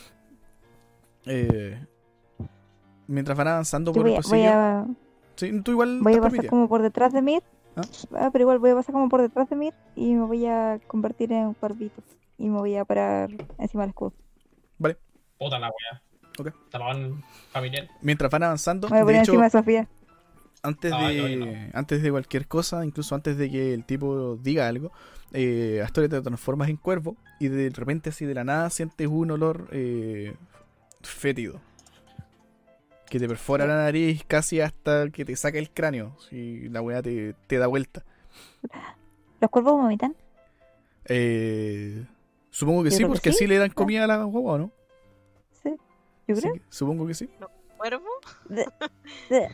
[SPEAKER 1] Eh, mientras van avanzando
[SPEAKER 3] Yo
[SPEAKER 1] por
[SPEAKER 3] voy
[SPEAKER 1] el
[SPEAKER 3] a, voy
[SPEAKER 1] pasillo.
[SPEAKER 3] a,
[SPEAKER 1] Sí, tú igual
[SPEAKER 3] voy a
[SPEAKER 1] estás
[SPEAKER 3] pasar
[SPEAKER 1] permitida.
[SPEAKER 3] como por detrás de Mir.
[SPEAKER 1] ¿Ah?
[SPEAKER 3] Ah, pero igual voy a pasar como por detrás de Mir y me voy a convertir en un cuervito. Y me voy a parar encima del escudo.
[SPEAKER 1] Vale.
[SPEAKER 2] Puta la wea.
[SPEAKER 1] Ok.
[SPEAKER 2] Tapaban familiar.
[SPEAKER 1] Mientras van avanzando,
[SPEAKER 3] Me voy a
[SPEAKER 1] de
[SPEAKER 3] poner
[SPEAKER 1] hecho,
[SPEAKER 3] encima de Sofía.
[SPEAKER 1] antes
[SPEAKER 2] Ah,
[SPEAKER 1] de
[SPEAKER 2] yo no.
[SPEAKER 1] antes de cualquier cosa, incluso antes de que el tipo diga algo, eh, Astoria te transformas en cuervo y de repente así de la nada sientes un olor eh, fétido que te perfora la nariz casi hasta que te saca el cráneo. Si la weá te, te da vuelta.
[SPEAKER 3] ¿Los cuervos vomitan?
[SPEAKER 1] Eh, supongo que
[SPEAKER 3] Yo
[SPEAKER 1] sí,
[SPEAKER 3] creo que
[SPEAKER 1] porque
[SPEAKER 3] sí.
[SPEAKER 1] así le dan comida a la guagua, ¿o no?
[SPEAKER 3] Sí. Yo
[SPEAKER 1] Así
[SPEAKER 3] creo.
[SPEAKER 1] que supongo que sí.
[SPEAKER 5] ¿Cuervo?
[SPEAKER 3] De-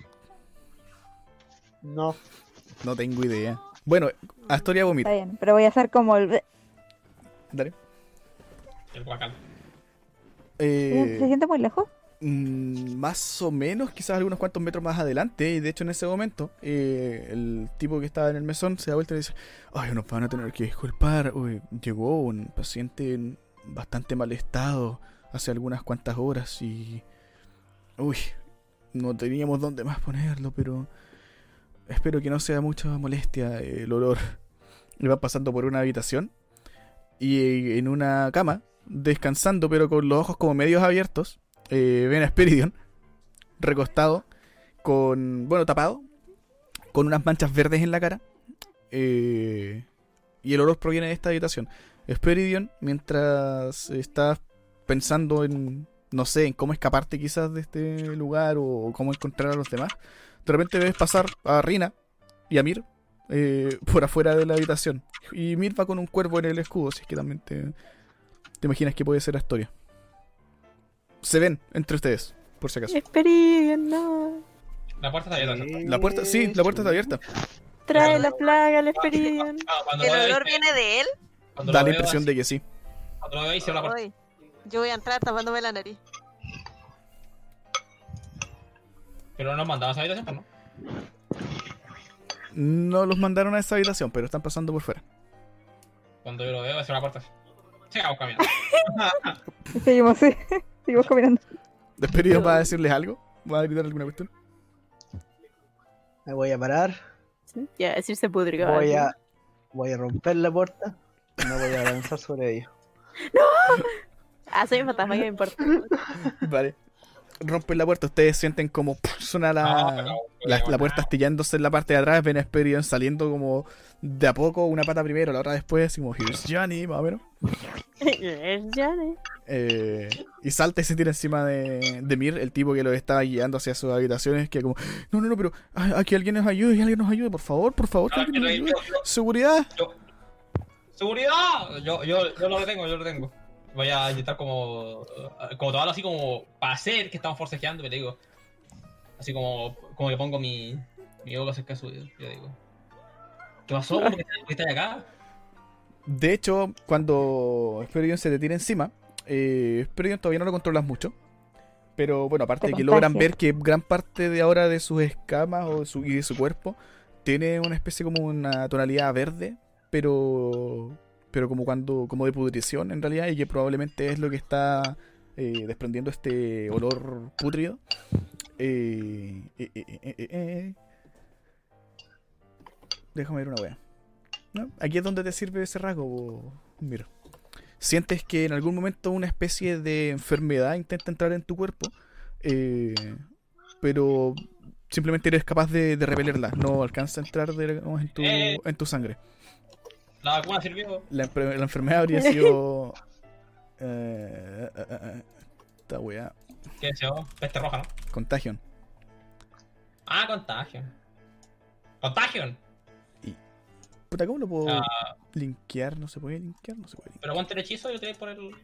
[SPEAKER 4] No.
[SPEAKER 1] No tengo idea. Bueno, Astoria vomita.
[SPEAKER 3] Está bien, pero voy a hacer como el...
[SPEAKER 1] Dale.
[SPEAKER 2] El guacal.
[SPEAKER 1] Eh,
[SPEAKER 3] ¿Se siente muy lejos?
[SPEAKER 1] Mm, más o menos, quizás algunos cuantos metros más adelante. Y de hecho en ese momento eh, el tipo que estaba en el mesón se da vuelta y dice: ay, nos van a tener que disculpar. Uy, llegó un paciente en bastante mal estado hace algunas cuantas horas y... uy, no teníamos dónde más ponerlo, pero... espero que no sea mucha molestia el olor. Y va pasando por una habitación y en una cama, descansando pero con los ojos como medios abiertos, eh, ven a Spiridion recostado, con, bueno, tapado, con unas manchas verdes en la cara, eh, y el olor proviene de esta habitación. Spiridion, mientras estás pensando en, no sé, en cómo escaparte quizás de este lugar o cómo encontrar a los demás, de repente ves pasar a Rina y a Mir eh, por afuera de la habitación. Y Mir va con un cuervo en el escudo, si es que también te, te imaginas que puede ser Astoria. Se ven entre ustedes, por si acaso.
[SPEAKER 6] Esperen, no.
[SPEAKER 2] La puerta está abierta. ¿cierto?
[SPEAKER 1] La puerta, sí, la puerta está abierta.
[SPEAKER 6] Trae la plaga al Esperidion.
[SPEAKER 2] Ah, cuando
[SPEAKER 5] ¿El
[SPEAKER 2] lo
[SPEAKER 5] olor
[SPEAKER 2] veáis,
[SPEAKER 5] viene de él?
[SPEAKER 2] cuando
[SPEAKER 1] Da
[SPEAKER 2] lo
[SPEAKER 1] la
[SPEAKER 2] veo
[SPEAKER 1] impresión
[SPEAKER 2] así,
[SPEAKER 1] de que sí.
[SPEAKER 2] Cuando lo veáis, cierro la puerta.
[SPEAKER 5] Ay, yo voy a entrar tapándome la nariz.
[SPEAKER 2] Pero no nos mandaban a esa habitación, pues, ¿no?
[SPEAKER 1] No los mandaron a esa habitación, pero están pasando por fuera.
[SPEAKER 2] Cuando yo lo veo, cierro la puerta. Sigamos caminando.
[SPEAKER 3] Y seguimos, sí. Seguimos caminando.
[SPEAKER 1] ¿Despedido para decirles algo? ¿Va a gritar alguna cuestión?
[SPEAKER 4] Me voy a parar.
[SPEAKER 6] Ya, decirse púdrico.
[SPEAKER 4] Voy a, voy a romper la puerta. Y me voy a lanzar sobre ellos.
[SPEAKER 6] Ah, soy un fantasma, que me importa.
[SPEAKER 1] Vale. Rompen la puerta, ustedes sienten como ¡puf! Suena la,
[SPEAKER 2] No, pero,
[SPEAKER 1] la,
[SPEAKER 2] pero,
[SPEAKER 1] la puerta
[SPEAKER 2] no.
[SPEAKER 1] astillándose en la parte de atrás. Ven a Sperion saliendo como de a poco, una pata primero, la otra después, así como Here's Johnny, más o menos.
[SPEAKER 6] Es Johnny.
[SPEAKER 1] Eh, y salta y se tira encima de, de Mir, el tipo que lo estaba guiando hacia sus habitaciones, que como, no, no, no, pero a, a que alguien nos ayude, que alguien nos ayude, por favor, por favor, que
[SPEAKER 2] Ah,
[SPEAKER 1] alguien nos
[SPEAKER 2] yo-
[SPEAKER 1] ayude.
[SPEAKER 2] yo- yo-
[SPEAKER 1] Seguridad.
[SPEAKER 2] yo- ¡Seguridad! Yo, yo, yo lo detengo, yo lo detengo. Voy a intentar como. Como todo así como. Para hacer que estamos forcejeando, pero digo. Así como. Como que pongo mi. Mi boca cerca de su oído. Yo digo. ¿Qué pasó? ¿Por qué por qué estás acá?
[SPEAKER 1] De hecho, cuando Sperion se te tira encima, eh, Sperion todavía no lo controlas mucho. Pero bueno, aparte
[SPEAKER 3] Te
[SPEAKER 1] de que logran
[SPEAKER 3] contagia.
[SPEAKER 1] ver que gran parte de ahora de sus escamas o de su, y de su cuerpo tiene una especie como una tonalidad verde, pero pero como cuando como de pudrición en realidad, y que probablemente es lo que está eh, desprendiendo este olor pútrido. Eh, eh, eh, eh, eh, eh. Déjame ver una wea. ¿No? Aquí es donde te sirve ese rasgo, mira. Sientes que en algún momento una especie de enfermedad intenta entrar en tu cuerpo, eh, pero simplemente eres capaz de, de repelerla. No alcanza a entrar digamos, en, tu,
[SPEAKER 2] Eh.
[SPEAKER 1] en tu sangre.
[SPEAKER 2] La vacuna sirvió.
[SPEAKER 1] La, empre- la enfermedad habría sido... Eh, eh, eh, eh, esta weá.
[SPEAKER 2] ¿Qué decía? Peste roja, ¿no?
[SPEAKER 1] Contagion.
[SPEAKER 2] Ah, Contagion. Contagion.
[SPEAKER 1] Puta, ¿cómo lo puedo
[SPEAKER 2] Ah,
[SPEAKER 1] linkear? ¿No se puede linkear? No se puede linkear.
[SPEAKER 2] pero ponte el hechizo y lo tiráis por el.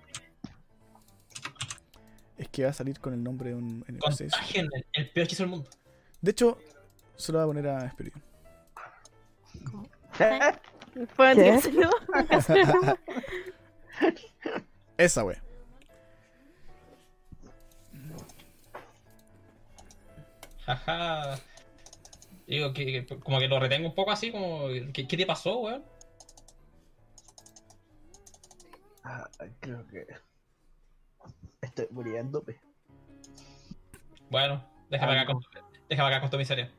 [SPEAKER 1] Es que va a salir con el nombre de un N P C.
[SPEAKER 2] Contagion, el, el peor hechizo del mundo.
[SPEAKER 1] De hecho, se lo voy a poner a Esperidion.
[SPEAKER 6] Pueden
[SPEAKER 3] ¿Qué?
[SPEAKER 6] decírselo.
[SPEAKER 1] Esa wea.
[SPEAKER 2] Jaja. Digo, que, que- como que lo retengo un poco así, como. ¿Qué, qué te pasó, weón?
[SPEAKER 4] Ah, creo que estoy muriéndome.
[SPEAKER 2] Bueno, déjame acá con, déjame acá con tu miseria.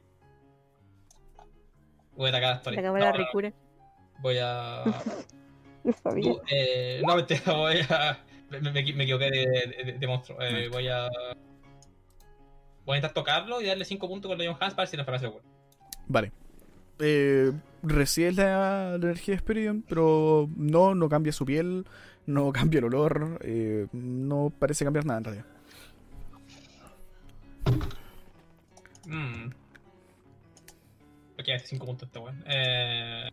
[SPEAKER 2] Voy a atacar a
[SPEAKER 6] Se
[SPEAKER 2] Story.
[SPEAKER 6] acabó
[SPEAKER 2] No,
[SPEAKER 6] la
[SPEAKER 2] no,
[SPEAKER 6] ricura.
[SPEAKER 2] voy a.
[SPEAKER 3] Yo sabía.
[SPEAKER 2] Du- eh, no, mentira, voy a. Me, me- me equivoqué de, de- de monstruo. Eh, voy a. Voy a intentar tocarlo y darle cinco puntos con Leon Hans para ver si la enfermedad se cura.
[SPEAKER 1] Vale. Eh, recibes la, la energía de Esperidion, pero no, no cambia su piel, no cambia el olor, eh, no parece cambiar nada en realidad.
[SPEAKER 2] Mmm. Ok, cinco puntos este weón. Eh.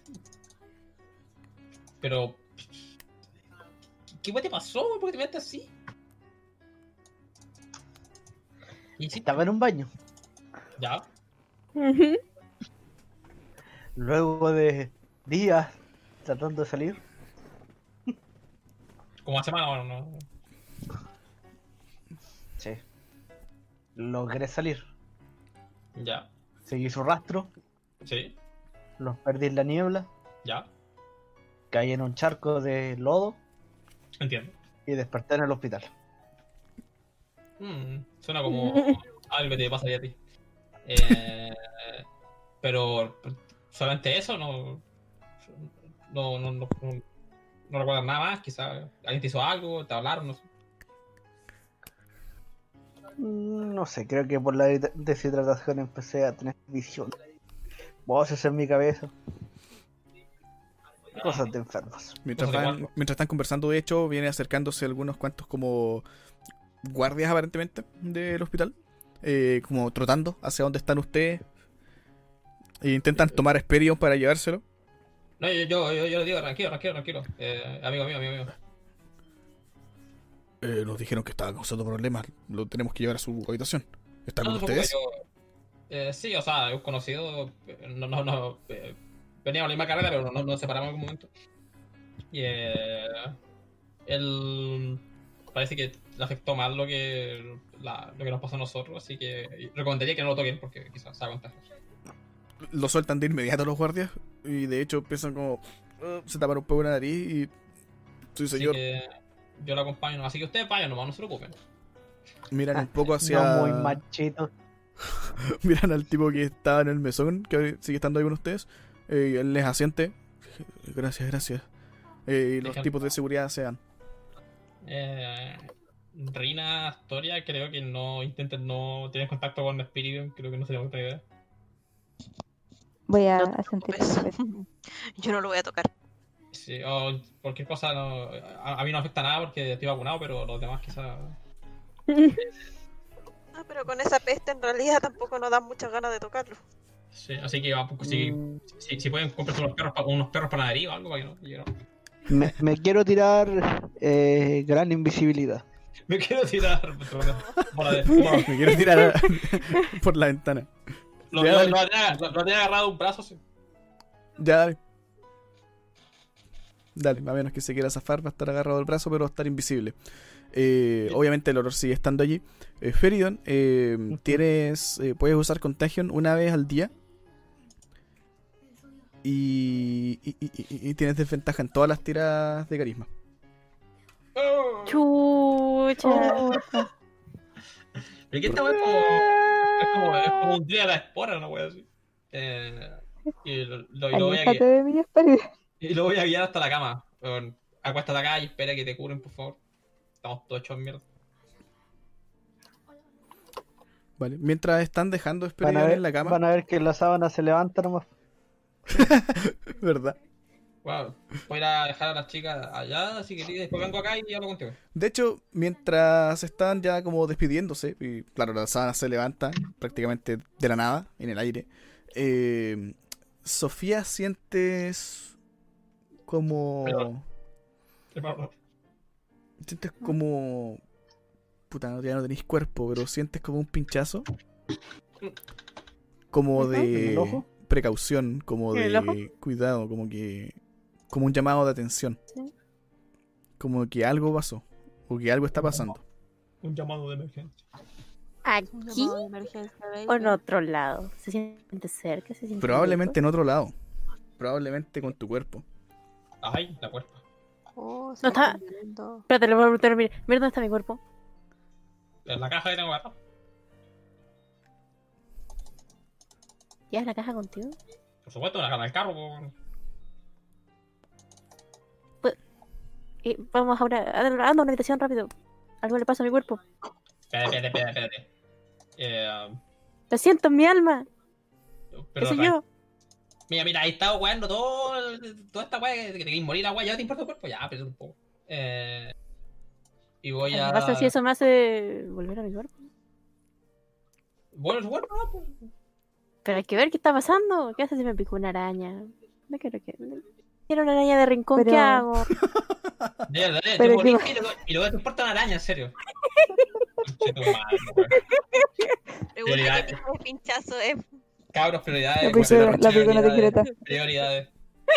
[SPEAKER 2] Pero. ¿Qué weón te pasó, weón? ¿Por qué te miraste así? ¿Y si
[SPEAKER 4] Estaba en un baño.
[SPEAKER 2] ya?
[SPEAKER 6] Ujú.
[SPEAKER 4] Luego de días tratando de salir,
[SPEAKER 2] Como hace semana, bueno, no.
[SPEAKER 4] sí, logré salir.
[SPEAKER 2] Ya.
[SPEAKER 4] Seguí su rastro,
[SPEAKER 2] Sí.
[SPEAKER 4] los perdí en la niebla,
[SPEAKER 2] Ya.
[SPEAKER 4] caí en un charco de lodo
[SPEAKER 2] Entiendo.
[SPEAKER 4] y desperté en el hospital.
[SPEAKER 2] Mm, suena como algo que te pasaría a ti. Eh, pero solamente eso, no. No, no, no, no, no recuerdas nada más. Quizás alguien te hizo algo, te hablaron, no sé.
[SPEAKER 4] Mm, No sé, creo que por la de- deshidratación empecé a tener visión. Voces en mi cabeza. Cosas de enfermos.
[SPEAKER 1] Mientras,
[SPEAKER 2] Cosas de
[SPEAKER 1] van-
[SPEAKER 2] cuarto.
[SPEAKER 1] mientras están conversando, de hecho, viene acercándose algunos cuantos como guardias aparentemente del hospital, eh, como trotando hacia donde están ustedes. E intentan tomar a Esperidion para llevárselo.
[SPEAKER 2] No, yo, yo, yo, yo le digo, tranquilo, tranquilo, tranquilo. Eh, amigo mío, amigo mío.
[SPEAKER 1] Eh, nos dijeron que estaba causando problemas, lo tenemos que llevar a su habitación. ¿Está
[SPEAKER 2] No
[SPEAKER 1] con
[SPEAKER 2] se preocupe,
[SPEAKER 1] ustedes?
[SPEAKER 2] yo. Eh, sí, o sea, un conocido. eh, No, no, no. eh, veníamos en la misma carrera, pero no no nos separamos en algún momento. Y eh, él. Parece que le afectó más lo que, la- lo que nos pasó a nosotros, así que recomendaría que no lo toquen porque quizás se va a contagiar.
[SPEAKER 1] Lo sueltan de inmediato los guardias y de hecho empiezan como... "Uh", se tapan un poco la nariz y... Sí,
[SPEAKER 2] Así
[SPEAKER 1] señor.
[SPEAKER 2] que yo lo acompaño, así que ustedes vayan nomás, no se preocupen.
[SPEAKER 1] Miran un poco hacia...
[SPEAKER 4] No muy machito.
[SPEAKER 1] Miran al tipo que estaba en el mesón, que sigue estando ahí con ustedes. Eh, y él les asiente. Gracias, gracias. Eh, y los
[SPEAKER 2] Dejan-
[SPEAKER 1] tipos de seguridad se van.
[SPEAKER 2] Eh, Rina, Astoria, creo que no intenten no tener contacto con Spiridium, creo que no sería muy buena idea.
[SPEAKER 3] Voy a
[SPEAKER 5] No te
[SPEAKER 3] asentir
[SPEAKER 5] preocupes.
[SPEAKER 3] con la cabeza.
[SPEAKER 5] Yo no lo voy a tocar.
[SPEAKER 2] Sí, o cualquier cosa, no, a, a mí no afecta nada porque estoy vacunado, pero los demás quizás...
[SPEAKER 5] Ah, pero con esa peste en realidad tampoco nos dan muchas ganas de tocarlo.
[SPEAKER 2] Sí, así que va, pues, si,
[SPEAKER 4] Mm,
[SPEAKER 2] si, si pueden comprarse unos perros, pa- unos perros panadería o algo para que no lleguen.
[SPEAKER 4] me, me quiero tirar eh, gran invisibilidad.
[SPEAKER 2] Me quiero tirar bola de- bola-
[SPEAKER 1] Me quiero tirar por la ventana.
[SPEAKER 2] Lo,
[SPEAKER 1] Ya,
[SPEAKER 2] lo,
[SPEAKER 1] dale.
[SPEAKER 2] lo tenía, lo- lo tenía agarrado un brazo, sí.
[SPEAKER 1] Ya, dale. Dale, a menos que se quiera zafar, va a estar agarrado del brazo, pero va a estar invisible. Eh, obviamente el olor sigue estando allí. Eh, Feridon, eh,
[SPEAKER 4] Ujú.
[SPEAKER 1] tienes, eh, puedes usar Contagion una vez al día. Y, y, y- y- y tienes desventaja en todas las tiradas de carisma.
[SPEAKER 2] Oh.
[SPEAKER 6] Chucha.
[SPEAKER 2] Pero que esta wea es como, es como, es como un día de la espora, una wea así. Eh, y lo, lo- y lo voy a
[SPEAKER 3] Aléjate
[SPEAKER 2] guiar,
[SPEAKER 3] de mí, Esperidion.
[SPEAKER 2] y lo voy a guiar hasta la cama. Weón. Acuéstate acá y espera que te curen, por favor. Estamos todos hechos mierda.
[SPEAKER 1] Vale. Mientras están dejando
[SPEAKER 4] Van a,
[SPEAKER 1] Esperidion
[SPEAKER 4] ver,
[SPEAKER 1] en la cama,
[SPEAKER 4] van a ver que la sábana se levanta nomás.
[SPEAKER 1] ¿verdad?
[SPEAKER 2] Wow. Voy a ir a dejar a las chicas allá, si queréis, después vengo acá y hablo contigo.
[SPEAKER 1] De hecho, mientras están ya como despidiéndose, y claro, la sábana se levanta prácticamente de la nada, en el aire, eh, Sofía, sientes como...
[SPEAKER 2] Perdón. Qué pasa.
[SPEAKER 1] Sientes como... Puta, no, ya no tenéis cuerpo, pero sientes como un pinchazo. Como
[SPEAKER 6] Ujú.
[SPEAKER 4] ¿En el
[SPEAKER 1] de
[SPEAKER 4] ojo?
[SPEAKER 1] precaución, como
[SPEAKER 6] ¿En el ojo?
[SPEAKER 1] de cuidado, como que... Como un llamado de atención.
[SPEAKER 6] Sí.
[SPEAKER 1] Como que algo pasó, o que algo está pasando.
[SPEAKER 2] Un llamado de emergencia.
[SPEAKER 5] Un
[SPEAKER 6] ¿Aquí
[SPEAKER 5] llamado de emergencia, baby.
[SPEAKER 6] o en otro lado? ¿Se siente cerca? ¿Se siente
[SPEAKER 1] Probablemente en
[SPEAKER 6] lejos?
[SPEAKER 1] otro lado. Probablemente con tu cuerpo.
[SPEAKER 2] Ay, la puerta.
[SPEAKER 5] Oh, se
[SPEAKER 6] No está-
[SPEAKER 5] están viendo.
[SPEAKER 6] Espérate, le voy a preguntar, mira, mira dónde está mi cuerpo.
[SPEAKER 2] En la caja que tengo acá.
[SPEAKER 6] ¿Llevas la caja contigo?
[SPEAKER 2] Por supuesto, en la caja del carro. po.
[SPEAKER 6] Y vamos ahora, anda a una habitación rápido. Algo le pasa a mi cuerpo.
[SPEAKER 2] Espérate, espérate, espérate, espérate. Eh,
[SPEAKER 6] Lo siento en mi alma. ¿Qué
[SPEAKER 2] pero,
[SPEAKER 6] soy yo?
[SPEAKER 2] Mira, mira, ahí estado weando todo, el- toda esta weá que te queréis morir la weá, ¿ya te importa el cuerpo? Ya, pero un poco. Eh, y voy
[SPEAKER 6] ¿Qué
[SPEAKER 2] a.
[SPEAKER 6] pasa si eso me hace volver a mi cuerpo?
[SPEAKER 2] Bueno, su cuerpo, ¿no? Pues,
[SPEAKER 6] Pero hay que ver qué está pasando. ¿Qué hace si me picó una araña? No quiero que... Quiero una araña de rincón, ¿qué
[SPEAKER 3] Pero-
[SPEAKER 6] hago?
[SPEAKER 2] Dale, dale, te
[SPEAKER 3] Pero
[SPEAKER 2] morís
[SPEAKER 3] qué-
[SPEAKER 2] y luego, y luego te importa una araña, en serio. Conche tu madre, weón.
[SPEAKER 5] Pregunta
[SPEAKER 2] Prioridad.
[SPEAKER 5] qué tipo de pinchazo es.
[SPEAKER 2] Cabros,
[SPEAKER 3] La
[SPEAKER 2] prioridades.
[SPEAKER 1] pico-
[SPEAKER 3] pico,
[SPEAKER 1] la
[SPEAKER 3] la pico una
[SPEAKER 2] prioridades,
[SPEAKER 3] tijereta.
[SPEAKER 2] Prioridades.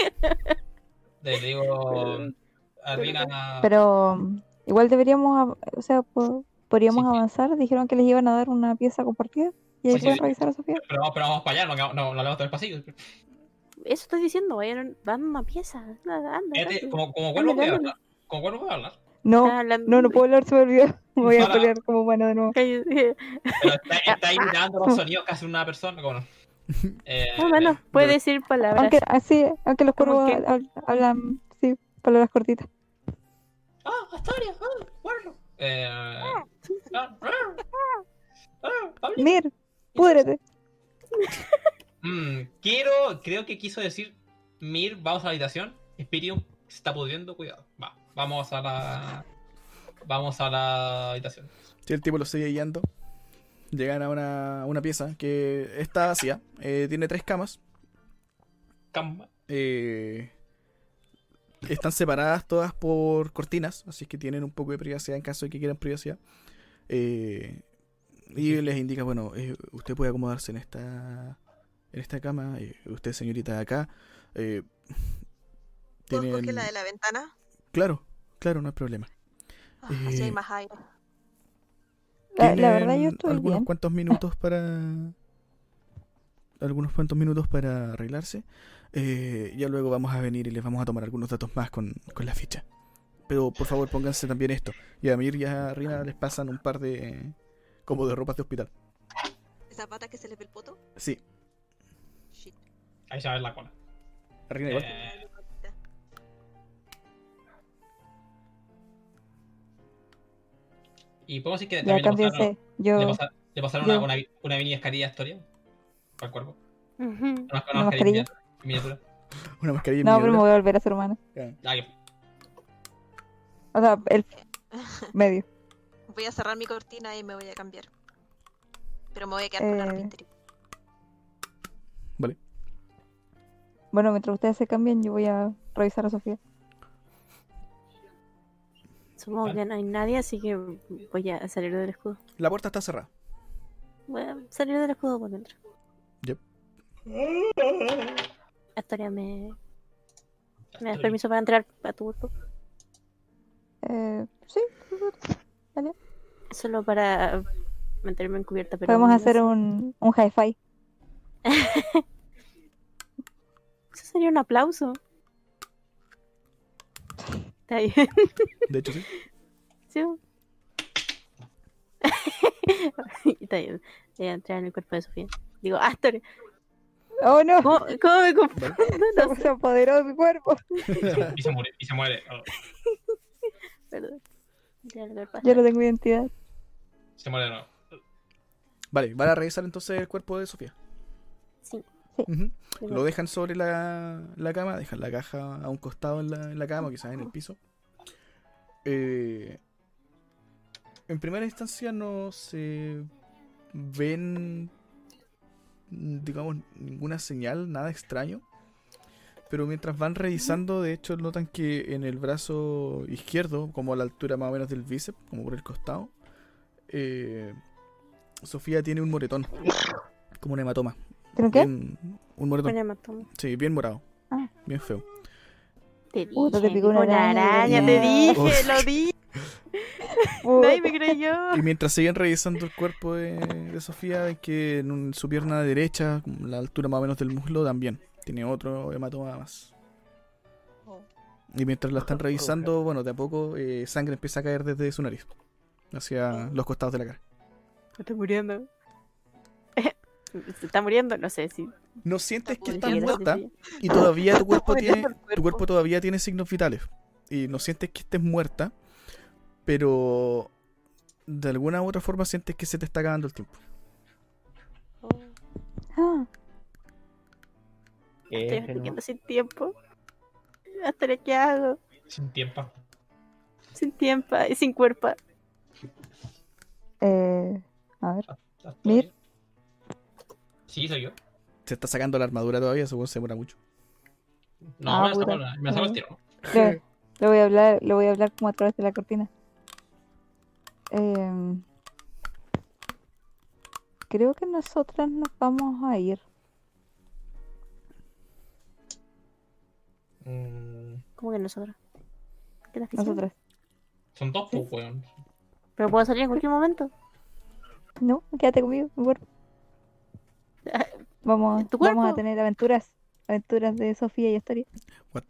[SPEAKER 2] Le digo a Rina.
[SPEAKER 3] Pero um, igual deberíamos, av- o sea, po- podríamos
[SPEAKER 2] Sí.
[SPEAKER 3] avanzar. Dijeron que les iban a dar una pieza compartida. Y ahí
[SPEAKER 2] Pues sí,
[SPEAKER 3] pueden
[SPEAKER 2] sí.
[SPEAKER 3] revisar a Sofía.
[SPEAKER 2] Pero vamos, pero vamos para allá, no, no, no hablamos todo el pasillo.
[SPEAKER 6] Eso estoy diciendo, vayan, van a una pieza. Anda, anda,
[SPEAKER 2] Fíjate,
[SPEAKER 6] rápido.
[SPEAKER 2] como, como cuervo voy a
[SPEAKER 6] Ándale,
[SPEAKER 2] hablar. Como cuervo voy a hablar.
[SPEAKER 3] No,
[SPEAKER 6] Estás hablando-
[SPEAKER 3] no, no puedo hablar, se me olvidó. Me voy a
[SPEAKER 2] Para.
[SPEAKER 3] pelear como humano de nuevo.
[SPEAKER 6] Cállate.
[SPEAKER 2] Pero está, está imitando los sonidos que hace una persona. ¿Cómo no? Eh,
[SPEAKER 6] Ah, bueno, puede
[SPEAKER 1] pero-
[SPEAKER 6] decir palabras.
[SPEAKER 3] Aunque así, aunque los
[SPEAKER 6] ¿Cómo
[SPEAKER 3] cuervos
[SPEAKER 6] qué?
[SPEAKER 3] hab- hablan, sí, palabras cortitas.
[SPEAKER 2] Ah, Astoria, ah, bueno. Eh, ah, ah, ah, Pablo.
[SPEAKER 3] Mir, púdrete.
[SPEAKER 2] Mm, quiero, creo que quiso decir Mir, vamos a la habitación. Spirium se está pudriendo, cuidado. Va, vamos a la. Vamos a la habitación.
[SPEAKER 1] Si el tipo lo sigue guiando, llegan a una, una pieza que está vacía. Eh, tiene tres camas.
[SPEAKER 2] Camba.
[SPEAKER 1] Eh, están separadas todas por cortinas, así que tienen un poco de privacidad en caso de que quieran privacidad. Eh, y les indica, bueno, eh, usted puede acomodarse en esta en esta cama, eh, usted señorita de acá. Eh,
[SPEAKER 5] ¿Puedo
[SPEAKER 1] tienen-
[SPEAKER 5] escoger la de la ventana?
[SPEAKER 1] Claro, claro, no hay problema.
[SPEAKER 5] Ah, así hay
[SPEAKER 1] Eh,
[SPEAKER 5] más aire.
[SPEAKER 3] La, la verdad yo
[SPEAKER 1] Tienen
[SPEAKER 3] estoy
[SPEAKER 1] algunos
[SPEAKER 3] bien.
[SPEAKER 1] cuantos minutos para algunos cuantos minutos para arreglarse. Eh, ya luego vamos a venir y les vamos a tomar algunos datos más con, con la ficha. Pero por favor pónganse también esto. Y a Mir y a Rina les pasan un par de como de ropas de hospital.
[SPEAKER 5] ¿Esa pata que se le ve el poto?
[SPEAKER 1] Sí,
[SPEAKER 5] Shit.
[SPEAKER 2] Ahí se va a ver la cola.
[SPEAKER 1] a Rina igual.
[SPEAKER 2] Eh, y podemos decir que
[SPEAKER 3] Ya
[SPEAKER 2] también le pasaron,
[SPEAKER 3] cámbiense.
[SPEAKER 2] le
[SPEAKER 3] Yo,
[SPEAKER 2] pasaron, le pasaron
[SPEAKER 3] yo-
[SPEAKER 2] una, una, una mini escarilla a Astoria. Para el cuerpo.
[SPEAKER 6] Ujú.
[SPEAKER 2] Una, una,
[SPEAKER 3] ¿Una
[SPEAKER 2] mascarilla
[SPEAKER 3] mascarilla?
[SPEAKER 2] en miniatura.
[SPEAKER 1] Una mascarilla en
[SPEAKER 3] no, pero me
[SPEAKER 1] miniatura.
[SPEAKER 3] voy a volver a ser humana.
[SPEAKER 1] Ya.
[SPEAKER 2] Ah, que-
[SPEAKER 3] O sea, el medio.
[SPEAKER 5] Voy a cerrar mi cortina y me voy a cambiar. Pero me voy a quedar con la ropa
[SPEAKER 3] Eh,
[SPEAKER 5] interior.
[SPEAKER 1] Vale.
[SPEAKER 3] Bueno, mientras ustedes se cambien, yo voy a revisar a Sofía.
[SPEAKER 6] Supongo que no hay nadie, así que voy a salir del escudo.
[SPEAKER 1] La puerta está cerrada.
[SPEAKER 6] Voy a salir del escudo por dentro.
[SPEAKER 1] Yep.
[SPEAKER 6] Astoria, ¿me, ¿me das permiso para entrar a tu cuerpo?
[SPEAKER 3] Eh, sí,
[SPEAKER 6] Solo para mantenerme encubierta, pero...
[SPEAKER 3] podemos
[SPEAKER 6] no
[SPEAKER 3] hacer
[SPEAKER 6] sé.
[SPEAKER 3] un, un hi-fi.
[SPEAKER 6] Eso sería un aplauso. Está bien.
[SPEAKER 1] De hecho, sí.
[SPEAKER 6] Sí. Está bien. Voy a entrar en el cuerpo de Sofía. Digo, Astoria.
[SPEAKER 3] Oh no,
[SPEAKER 6] ¿Cómo, cómo me confundo? No
[SPEAKER 3] se,
[SPEAKER 6] sé.
[SPEAKER 3] se apoderó de mi cuerpo.
[SPEAKER 2] Y se muere. Y se muere. Oh,
[SPEAKER 6] Perdón. Ya lo que pasa.
[SPEAKER 3] Yo no tengo identidad.
[SPEAKER 2] se muere de nuevo.
[SPEAKER 1] Vale, van a revisar entonces el cuerpo de Sofía.
[SPEAKER 6] Sí.
[SPEAKER 1] Ujú. Lo dejan sobre la, la cama, dejan la caja a un costado en la, en la cama, quizás en el piso. Eh, en primera instancia no se ven, digamos, ninguna señal, nada extraño. Pero mientras van revisando, de hecho notan que en el brazo izquierdo, como a la altura más o menos del bíceps, como por el costado, eh, Sofía tiene un moretón, como un hematoma.
[SPEAKER 3] ¿Creo que?
[SPEAKER 1] Bien- un moretón.
[SPEAKER 6] Bueno, mató.
[SPEAKER 1] Sí, bien morado.
[SPEAKER 3] Ah.
[SPEAKER 1] Bien feo.
[SPEAKER 6] Te dije,
[SPEAKER 3] Puta, te picó
[SPEAKER 6] dijo
[SPEAKER 3] una araña,
[SPEAKER 6] te
[SPEAKER 1] de
[SPEAKER 6] dije,
[SPEAKER 1] verdad.
[SPEAKER 6] lo dije.
[SPEAKER 3] Puta.
[SPEAKER 6] Nadie me creyó.
[SPEAKER 1] Y mientras siguen revisando el cuerpo de, de Sofía, ven que en un- su pierna derecha, como la altura más o menos del muslo, también tiene otro hematoma más.
[SPEAKER 5] Oh.
[SPEAKER 1] Y mientras la están revisando, bueno, de a poco eh, sangre empieza a caer desde su nariz hacia los costados de la cara.
[SPEAKER 6] Se está muriendo. Se está muriendo, no sé si.
[SPEAKER 1] No sientes que está
[SPEAKER 5] pudriendo.
[SPEAKER 1] muerta y todavía tu cuerpo
[SPEAKER 3] muriendo
[SPEAKER 1] tiene
[SPEAKER 3] el cuerpo.
[SPEAKER 1] tu cuerpo todavía tiene signos vitales y no sientes que estés muerta, pero de alguna u otra forma sientes que se te está acabando el tiempo.
[SPEAKER 3] Ah,
[SPEAKER 4] ¿Qué?
[SPEAKER 6] Estoy
[SPEAKER 4] Pero-
[SPEAKER 6] muriendo sin tiempo. Hasta lo que hago.
[SPEAKER 2] Sin tiempo.
[SPEAKER 6] Sin tiempo y sin cuerpo.
[SPEAKER 3] eh, a ver.
[SPEAKER 2] ¿Estás todo
[SPEAKER 3] Mir.
[SPEAKER 2] bien? Sí, soy yo.
[SPEAKER 1] Se está sacando la armadura todavía, seguro se demora mucho.
[SPEAKER 2] No,
[SPEAKER 3] Ah,
[SPEAKER 2] me la saco,
[SPEAKER 3] puta.
[SPEAKER 2] la- me la saco el tiro.
[SPEAKER 3] Le, le voy a hablar, le voy a hablar como a través de la cortina. Em, creo que nosotras nos vamos a ir.
[SPEAKER 2] Mm,
[SPEAKER 6] ¿Cómo que nosotros? ¿Qué estás diciendo?
[SPEAKER 3] Nosotras.
[SPEAKER 2] son dos, pues, weón.
[SPEAKER 6] Pero puedo salir en cualquier momento.
[SPEAKER 3] No, quédate conmigo, mi cuerpo. Vamos,
[SPEAKER 6] ¿Tu
[SPEAKER 3] vamos a
[SPEAKER 6] cuerpo?
[SPEAKER 3] tener aventuras. Aventuras de Sofía y Astoria.
[SPEAKER 1] What?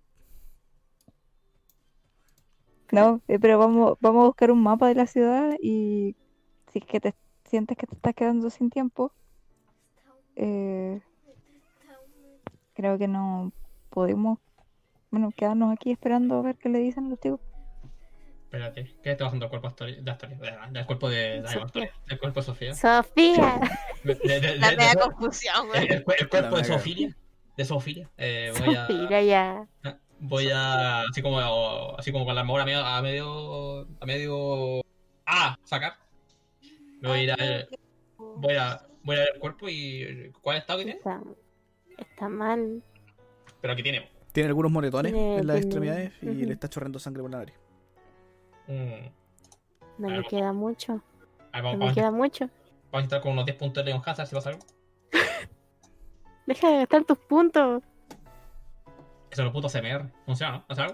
[SPEAKER 3] No, eh, pero vamos, vamos a buscar un mapa de la ciudad y si es que te sientes que te estás quedando sin tiempo, eh, creo que no podemos, bueno, quedarnos aquí esperando a ver qué le dicen los tipos.
[SPEAKER 2] Espérate, ¿qué te va haciendo el cuerpo Astori- de Astoria? De- Del cuerpo de, de
[SPEAKER 6] Sofía.
[SPEAKER 2] Astoria, del cuerpo de Sofía.
[SPEAKER 6] Sofía.
[SPEAKER 2] De- de- de-
[SPEAKER 5] La
[SPEAKER 2] de-
[SPEAKER 5] media
[SPEAKER 2] de-
[SPEAKER 5] confusión,
[SPEAKER 2] el,
[SPEAKER 5] güey.
[SPEAKER 2] el cu- el cuerpo
[SPEAKER 1] La
[SPEAKER 2] de
[SPEAKER 1] mega.
[SPEAKER 2] Sofilia. De Sofilia. Eh, voy a.
[SPEAKER 6] Sofía ya.
[SPEAKER 2] Voy a. Así como, así como con la armadura a medio. A medio. A medio ah, sacar. Me voy a ir a ver. Voy a. Voy a ver el cuerpo y. ¿Cuál estado que tiene?
[SPEAKER 6] Está, está mal.
[SPEAKER 2] Pero aquí tiene.
[SPEAKER 1] Tiene algunos moretones
[SPEAKER 6] Tiene-
[SPEAKER 1] en las
[SPEAKER 6] tiene-
[SPEAKER 1] extremidades y
[SPEAKER 6] ujú.
[SPEAKER 1] le está chorreando sangre por la nariz.
[SPEAKER 2] Mm.
[SPEAKER 6] No
[SPEAKER 2] A
[SPEAKER 6] le
[SPEAKER 2] ver,
[SPEAKER 6] queda mucho.
[SPEAKER 2] A ver,
[SPEAKER 6] No
[SPEAKER 2] vamos,
[SPEAKER 6] le
[SPEAKER 2] vamos,
[SPEAKER 6] queda mucho.
[SPEAKER 2] vamos a estar con unos diez puntos de Leon Hazard si pasa algo.
[SPEAKER 6] Deja de gastar tus puntos.
[SPEAKER 2] Eso los putos C M R. ¿Funciona, no? ¿Pasa algo?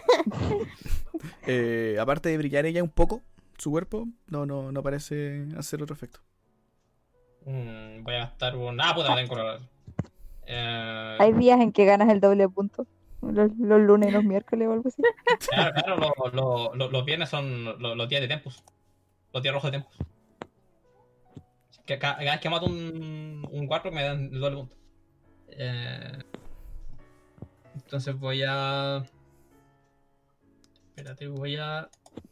[SPEAKER 1] Eh, aparte de brillar ella un poco, su cuerpo no, no, no parece hacer otro efecto.
[SPEAKER 2] Mm, voy a gastar un. Ah, puta, la tengo colorada. Eh,
[SPEAKER 3] Hay días en que ganas el doble de puntos. Los, los lunes y los miércoles o algo así.
[SPEAKER 2] Claro, claro, los, los, los, los viernes son los, los días de Tempus. Los días rojos de Tempus. Que ca- cada vez que mato un, un cuatro me dan el doble punto. Eh, entonces voy a. Espérate, voy a.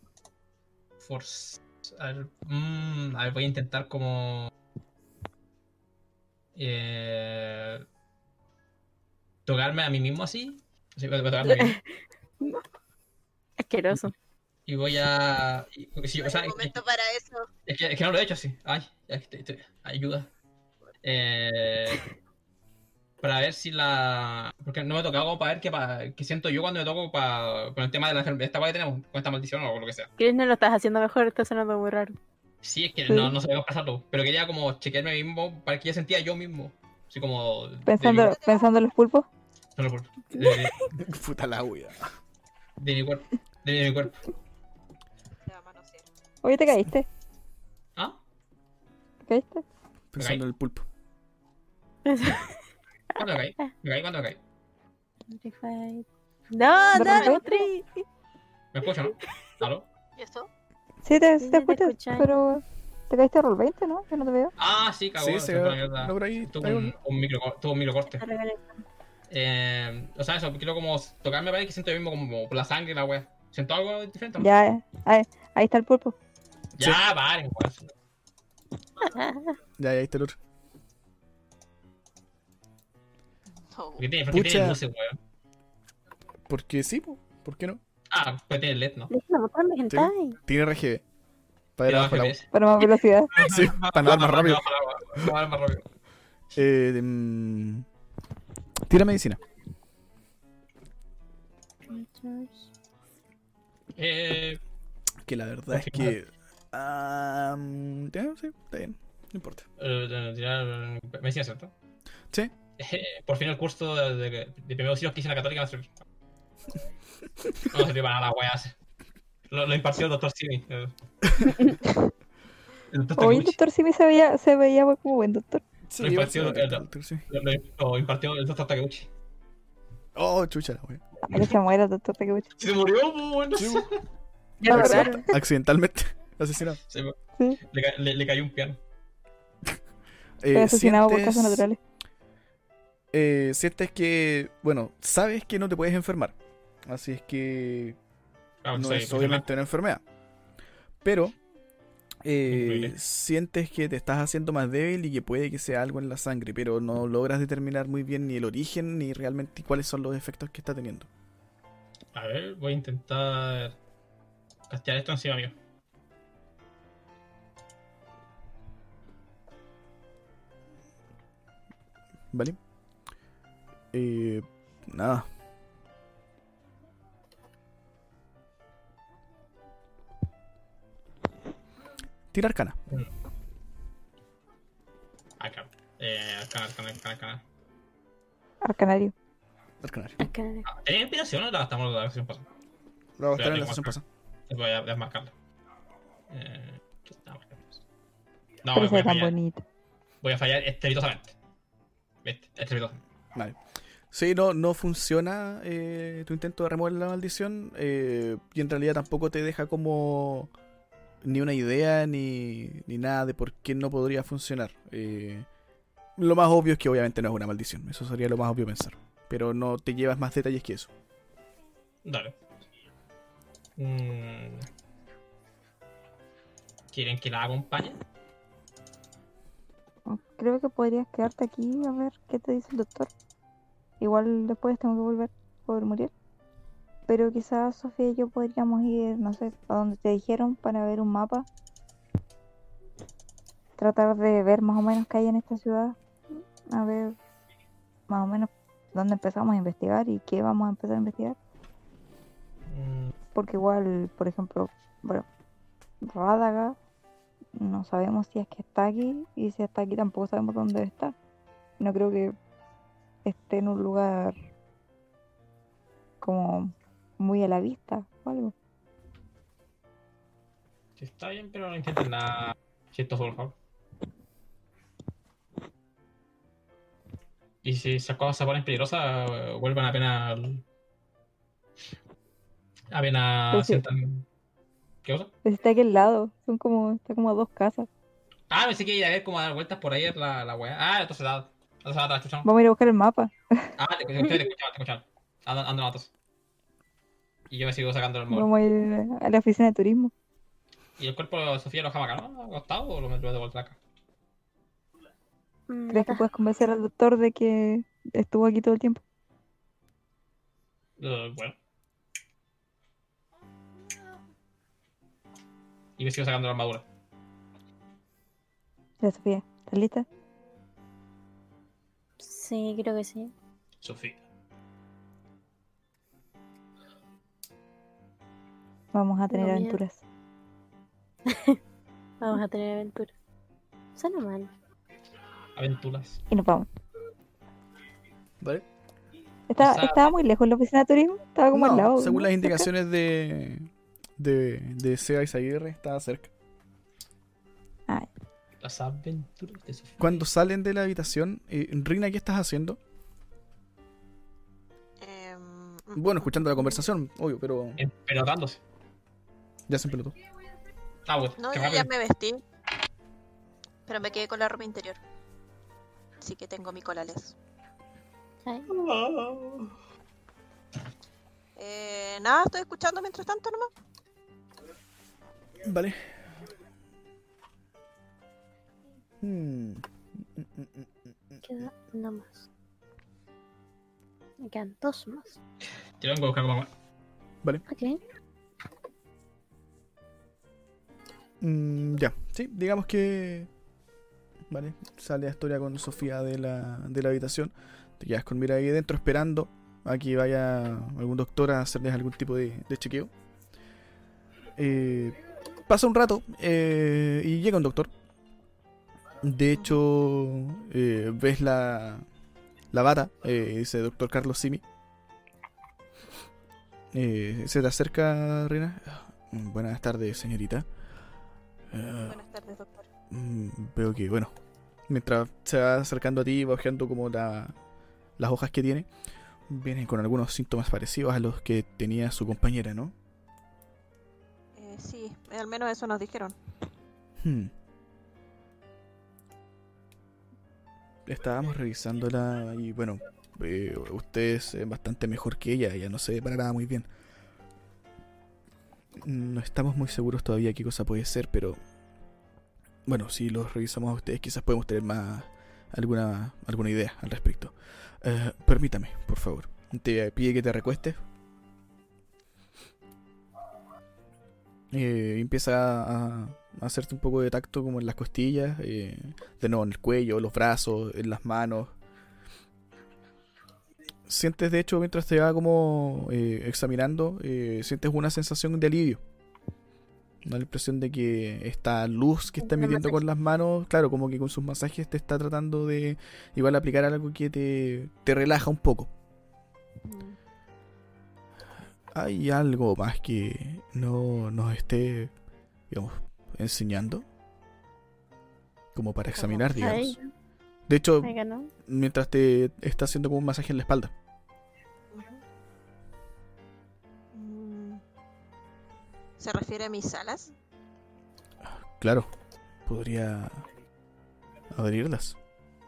[SPEAKER 2] Forzar. Mm, a ver, voy a intentar como. Eh, tocarme a mí mismo así. Sí, voy a tocarme a mí mismo.
[SPEAKER 6] Asqueroso.
[SPEAKER 2] Y voy a. y- porque si-
[SPEAKER 5] No
[SPEAKER 2] o sea,
[SPEAKER 5] hay
[SPEAKER 2] es,
[SPEAKER 5] momento para eso.
[SPEAKER 2] es que, es que no lo he hecho así. Ay, ya que estoy- estoy- ayuda. Eh, para ver si la. Porque no me he tocado como para ver qué, pa- qué siento yo cuando me toco pa- con el tema de la enfermedad esta que tenemos, con esta maldición o lo que sea.
[SPEAKER 6] Chris, no lo estás haciendo mejor, está sonando muy raro.
[SPEAKER 2] Sí, es que
[SPEAKER 3] Sí.
[SPEAKER 2] no, no sabía pasarlo. Pero quería como chequearme a mí mismo para que yo sentía yo mismo. Así como. de mi
[SPEAKER 3] Pensando,
[SPEAKER 2] cuerpo.
[SPEAKER 3] pensando en los pulpos.
[SPEAKER 2] No, no, de, de-
[SPEAKER 1] Puta la wea.
[SPEAKER 2] de mi cuerpo. De mi cuerpo.
[SPEAKER 5] Se va a manosear.
[SPEAKER 3] Oye, ¿te caíste?
[SPEAKER 2] ¿Ah?
[SPEAKER 3] ¿Te caíste?
[SPEAKER 1] Pensando en el pulpo.
[SPEAKER 2] ¿Cuándo me caí? ¿Me caí? ¿Cuándo me caí?
[SPEAKER 6] No,
[SPEAKER 3] ¿De
[SPEAKER 6] no,
[SPEAKER 3] repente?
[SPEAKER 6] Tri.
[SPEAKER 2] ¿Me escucho, no? ¿Aló?
[SPEAKER 5] ¿Y eso?
[SPEAKER 3] Sí, te,
[SPEAKER 6] Sí,
[SPEAKER 3] te
[SPEAKER 6] sí te
[SPEAKER 3] escuchas,
[SPEAKER 6] escuchan.
[SPEAKER 3] pero te caíste a roll veinte, ¿no? Yo no te veo.
[SPEAKER 2] Ah, sí, cagó.
[SPEAKER 1] Sí,
[SPEAKER 2] se
[SPEAKER 1] se
[SPEAKER 2] fue
[SPEAKER 1] va.
[SPEAKER 2] la mierda.
[SPEAKER 1] No, por ahí.
[SPEAKER 2] Tuvo
[SPEAKER 1] ahí
[SPEAKER 2] un,
[SPEAKER 1] va.
[SPEAKER 2] un micro, tuvo un microcorte. Eh, o sea, eso, quiero como tocarme para ver que siento yo mismo como la sangre y la wea. ¿Siento algo diferente? ¿no?
[SPEAKER 3] Ya, ahí, ahí está el pulpo.
[SPEAKER 2] Ya, vale, weón.
[SPEAKER 1] Ya, ya viste el otro.
[SPEAKER 5] Oh.
[SPEAKER 2] ¿Por qué tiene, por qué
[SPEAKER 1] Pucha.
[SPEAKER 2] tiene luces, weón?
[SPEAKER 1] Porque sí, po. ¿Por qué no?
[SPEAKER 2] Ah, pues tiene L E D, ¿no?
[SPEAKER 6] Deja botón de hentai.
[SPEAKER 1] Tiene R G B. Para ir
[SPEAKER 2] Tiene
[SPEAKER 1] abajo el agua.
[SPEAKER 2] F P S.
[SPEAKER 3] Para más velocidad.
[SPEAKER 1] Sí, para nadar más rápido.
[SPEAKER 2] Para nadar más rápido.
[SPEAKER 1] Eh, mm, tira medicina.
[SPEAKER 2] Eh,
[SPEAKER 1] Que la verdad es que. ah, mm, ya, sí, está bien. No importa.
[SPEAKER 2] eh, tirar medicina, ¿cierto?
[SPEAKER 1] Sí.
[SPEAKER 2] Eh, por fin el curso de, de, de primeros auxilios que hice en la Católica va a servir. No sirve para nada, weas. Lo, lo impartió el doctor Simi. El, el doctor
[SPEAKER 3] Hoy el
[SPEAKER 2] Taguchi.
[SPEAKER 3] doctor Simi se veía, se veía como buen doctor.
[SPEAKER 1] Sí,
[SPEAKER 2] Lo impartió
[SPEAKER 1] igual,
[SPEAKER 2] el-
[SPEAKER 1] doctor, sí.
[SPEAKER 2] Lo, lo- lo impartió el doctor Takeuchi.
[SPEAKER 1] Oh, chucha la wea.
[SPEAKER 3] A que se muera el doctor Takeuchi.
[SPEAKER 2] Se murió, pues, bueno.
[SPEAKER 1] Sí,
[SPEAKER 6] Ya lo
[SPEAKER 1] Accident-
[SPEAKER 6] lograron.
[SPEAKER 1] accidentalmente asesinado.
[SPEAKER 2] Se-
[SPEAKER 3] Sí,
[SPEAKER 2] le, ca- le- le cayó un piano.
[SPEAKER 1] Eh,
[SPEAKER 3] fue asesinado por
[SPEAKER 1] sientes-
[SPEAKER 3] causas naturales.
[SPEAKER 1] eh, sientes que, bueno, sabes que no te puedes enfermar. Así es que
[SPEAKER 2] Claro,
[SPEAKER 1] no
[SPEAKER 2] soy
[SPEAKER 1] es obviamente una enfermedad. Pero eh,
[SPEAKER 2] Increíble.
[SPEAKER 1] sientes que te estás haciendo más débil y que puede que sea algo en la sangre, pero no logras determinar muy bien ni el origen ni realmente cuáles son los efectos que está teniendo.
[SPEAKER 2] A ver, voy a intentar castear esto encima mío.
[SPEAKER 1] ¿Vale? Eh, nada. Tira arcana.
[SPEAKER 2] Ah, claro. Eh, arcana, arcana, arcana, arcana.
[SPEAKER 3] Arcanario.
[SPEAKER 1] Arcanario.
[SPEAKER 6] Acá.
[SPEAKER 2] Ah, ¿tenía inspiración o la gastamos la versión pasada?
[SPEAKER 1] Lo voy a estar en
[SPEAKER 2] tengo
[SPEAKER 1] la sesión
[SPEAKER 2] marcado.
[SPEAKER 1] pasada.
[SPEAKER 2] Voy a desmarcarla. Eh, ¿qué está marcado? No,
[SPEAKER 3] Pero
[SPEAKER 2] voy
[SPEAKER 3] se
[SPEAKER 2] a
[SPEAKER 3] ve tan
[SPEAKER 2] fallar.
[SPEAKER 3] bonito.
[SPEAKER 2] Voy a fallar estrepitosamente. ¿Viste? Estrepitosamente.
[SPEAKER 1] Vale. Sí, no, no funciona eh, tu intento de remover la maldición eh, y en realidad tampoco te deja como ni una idea ni, ni nada de por qué no podría funcionar. Eh, lo más obvio es que obviamente no es una maldición, eso sería lo más obvio pensar, pero no te llevas más detalles que eso.
[SPEAKER 2] Dale. Mm. ¿Quieren que la acompañe?
[SPEAKER 3] Creo que podrías quedarte aquí a ver qué te dice el doctor. Igual después tengo que volver por morir. Pero quizás Sofía y yo podríamos ir, no sé, a donde te dijeron para ver un mapa. Tratar de ver más o menos qué hay en esta ciudad. A ver más o menos dónde empezamos a investigar y qué vamos a empezar a investigar.
[SPEAKER 2] Mm,
[SPEAKER 3] Porque igual, por ejemplo, bueno, Rádaga, no sabemos si es que está aquí, y si está aquí tampoco sabemos dónde está. No creo que esté en un lugar como muy a la vista o algo.
[SPEAKER 2] sí, está bien, pero no intenten nada chistoso, por favor. Y si esas cosas se ponen peligrosas, eh, vuelvan apenas. Apenas
[SPEAKER 3] Pero sí.
[SPEAKER 2] sientan. ¿Qué cosa?
[SPEAKER 3] Pues está aquí al lado, son como, está como a dos casas.
[SPEAKER 2] Ah, pensé que iba a ver cómo dar vueltas por ahí es la, la weá. Ah, entonces la. Entonces la escuchamos.
[SPEAKER 3] Vamos a ir a buscar el mapa.
[SPEAKER 2] Ah, te escuchaba, te escuchaba, te escuchaba. Ando, ando notas. Y yo me sigo sacando el móvil.
[SPEAKER 3] Vamos a ir a la oficina de turismo.
[SPEAKER 2] ¿Y el cuerpo de Sofía lo dejaba acá, no? ¿Acostado o lo meto de vuelta acá?
[SPEAKER 6] Mm,
[SPEAKER 3] ¿Crees que
[SPEAKER 6] acá.
[SPEAKER 3] puedes convencer al doctor de que estuvo aquí todo el tiempo?
[SPEAKER 2] Eh, bueno. Y me sigo sacando la armadura.
[SPEAKER 3] Ya, Sofía, ¿estás lista?
[SPEAKER 6] Sí, creo que sí.
[SPEAKER 2] Sofía.
[SPEAKER 3] Vamos a tener
[SPEAKER 6] No, mira.
[SPEAKER 3] aventuras.
[SPEAKER 6] Vamos a tener aventuras. Suena mal.
[SPEAKER 2] Aventuras.
[SPEAKER 3] Y nos vamos.
[SPEAKER 1] ¿Vale?
[SPEAKER 3] Estaba,
[SPEAKER 2] O sea-
[SPEAKER 3] estaba muy lejos la oficina de turismo, estaba como
[SPEAKER 1] No,
[SPEAKER 3] al lado.
[SPEAKER 1] según
[SPEAKER 3] ¿no?
[SPEAKER 1] las
[SPEAKER 3] Cerca.
[SPEAKER 1] indicaciones de de, de Seba Izaguirre, está cerca.
[SPEAKER 3] Ah,
[SPEAKER 2] Las aventuras de Sofía.
[SPEAKER 1] Cuando salen de la habitación, eh, Rina, ¿qué estás haciendo?
[SPEAKER 5] Em,
[SPEAKER 1] Bueno, escuchando la conversación, obvio, pero
[SPEAKER 2] Empelotándose.
[SPEAKER 1] ya se pelotó.
[SPEAKER 2] Ah, bueno.
[SPEAKER 5] No,
[SPEAKER 2] qué
[SPEAKER 5] yo
[SPEAKER 2] rápido.
[SPEAKER 5] ya me vestí. Pero me quedé con la ropa interior. Así que tengo mi colales.
[SPEAKER 6] Ay,
[SPEAKER 5] Eh, nada, estoy escuchando mientras tanto nomás.
[SPEAKER 1] Vale. Hmm. Mm, mm, mm, mm, mm.
[SPEAKER 6] Queda una más. Me quedan dos más.
[SPEAKER 2] Yo vengo a buscar como.
[SPEAKER 6] Ok.
[SPEAKER 1] Mm, ya, sí, digamos que... Vale, sale Astoria con Sofía de la, de la habitación. Te quedas con Mira ahí dentro esperando a que vaya algún doctor a hacerles algún tipo de, de chequeo. Eh, pasa un rato eh, y llega un doctor. De hecho, eh, ves la, la bata, eh, dice doctor Carlos Simi. Eh, se te acerca, Reina. Mm, Buenas tardes, señorita. Eh,
[SPEAKER 5] Buenas tardes, doctor.
[SPEAKER 1] mm, veo que, bueno, mientras se va acercando a ti, va hojeando como la, las hojas que tiene, viene con algunos síntomas parecidos a los que tenía su compañera, ¿no?
[SPEAKER 5] Eh, sí, al menos eso nos dijeron.
[SPEAKER 1] Hmm. Estábamos revisándola y bueno, eh, usted es eh, bastante mejor que ella, ella no se ve para nada muy bien. No estamos muy seguros todavía qué cosa puede ser, pero bueno, si los revisamos a ustedes quizás podemos tener más alguna alguna idea al respecto. Eh, permítame, por favor. Te pide que te recuestes. Eh, empieza a, a hacerte un poco de tacto como en las costillas, eh, de nuevo en el cuello, los brazos, en las manos. Sientes de hecho mientras te va como eh, examinando, eh, sientes una sensación de alivio. Da la impresión de que esta luz que está emitiendo con las manos, claro, como que con sus masajes te está tratando de igual aplicar algo que te, te relaja un poco.
[SPEAKER 5] Mm.
[SPEAKER 1] ¿Hay algo más que no nos esté, digamos, enseñando? Como para examinar, digamos.
[SPEAKER 6] Ahí,
[SPEAKER 1] De hecho,
[SPEAKER 6] ahí ganó.
[SPEAKER 1] mientras te está haciendo como un masaje en la espalda.
[SPEAKER 5] Ujú. Mm. ¿Se refiere a mis alas?
[SPEAKER 1] Claro, podría abrirlas.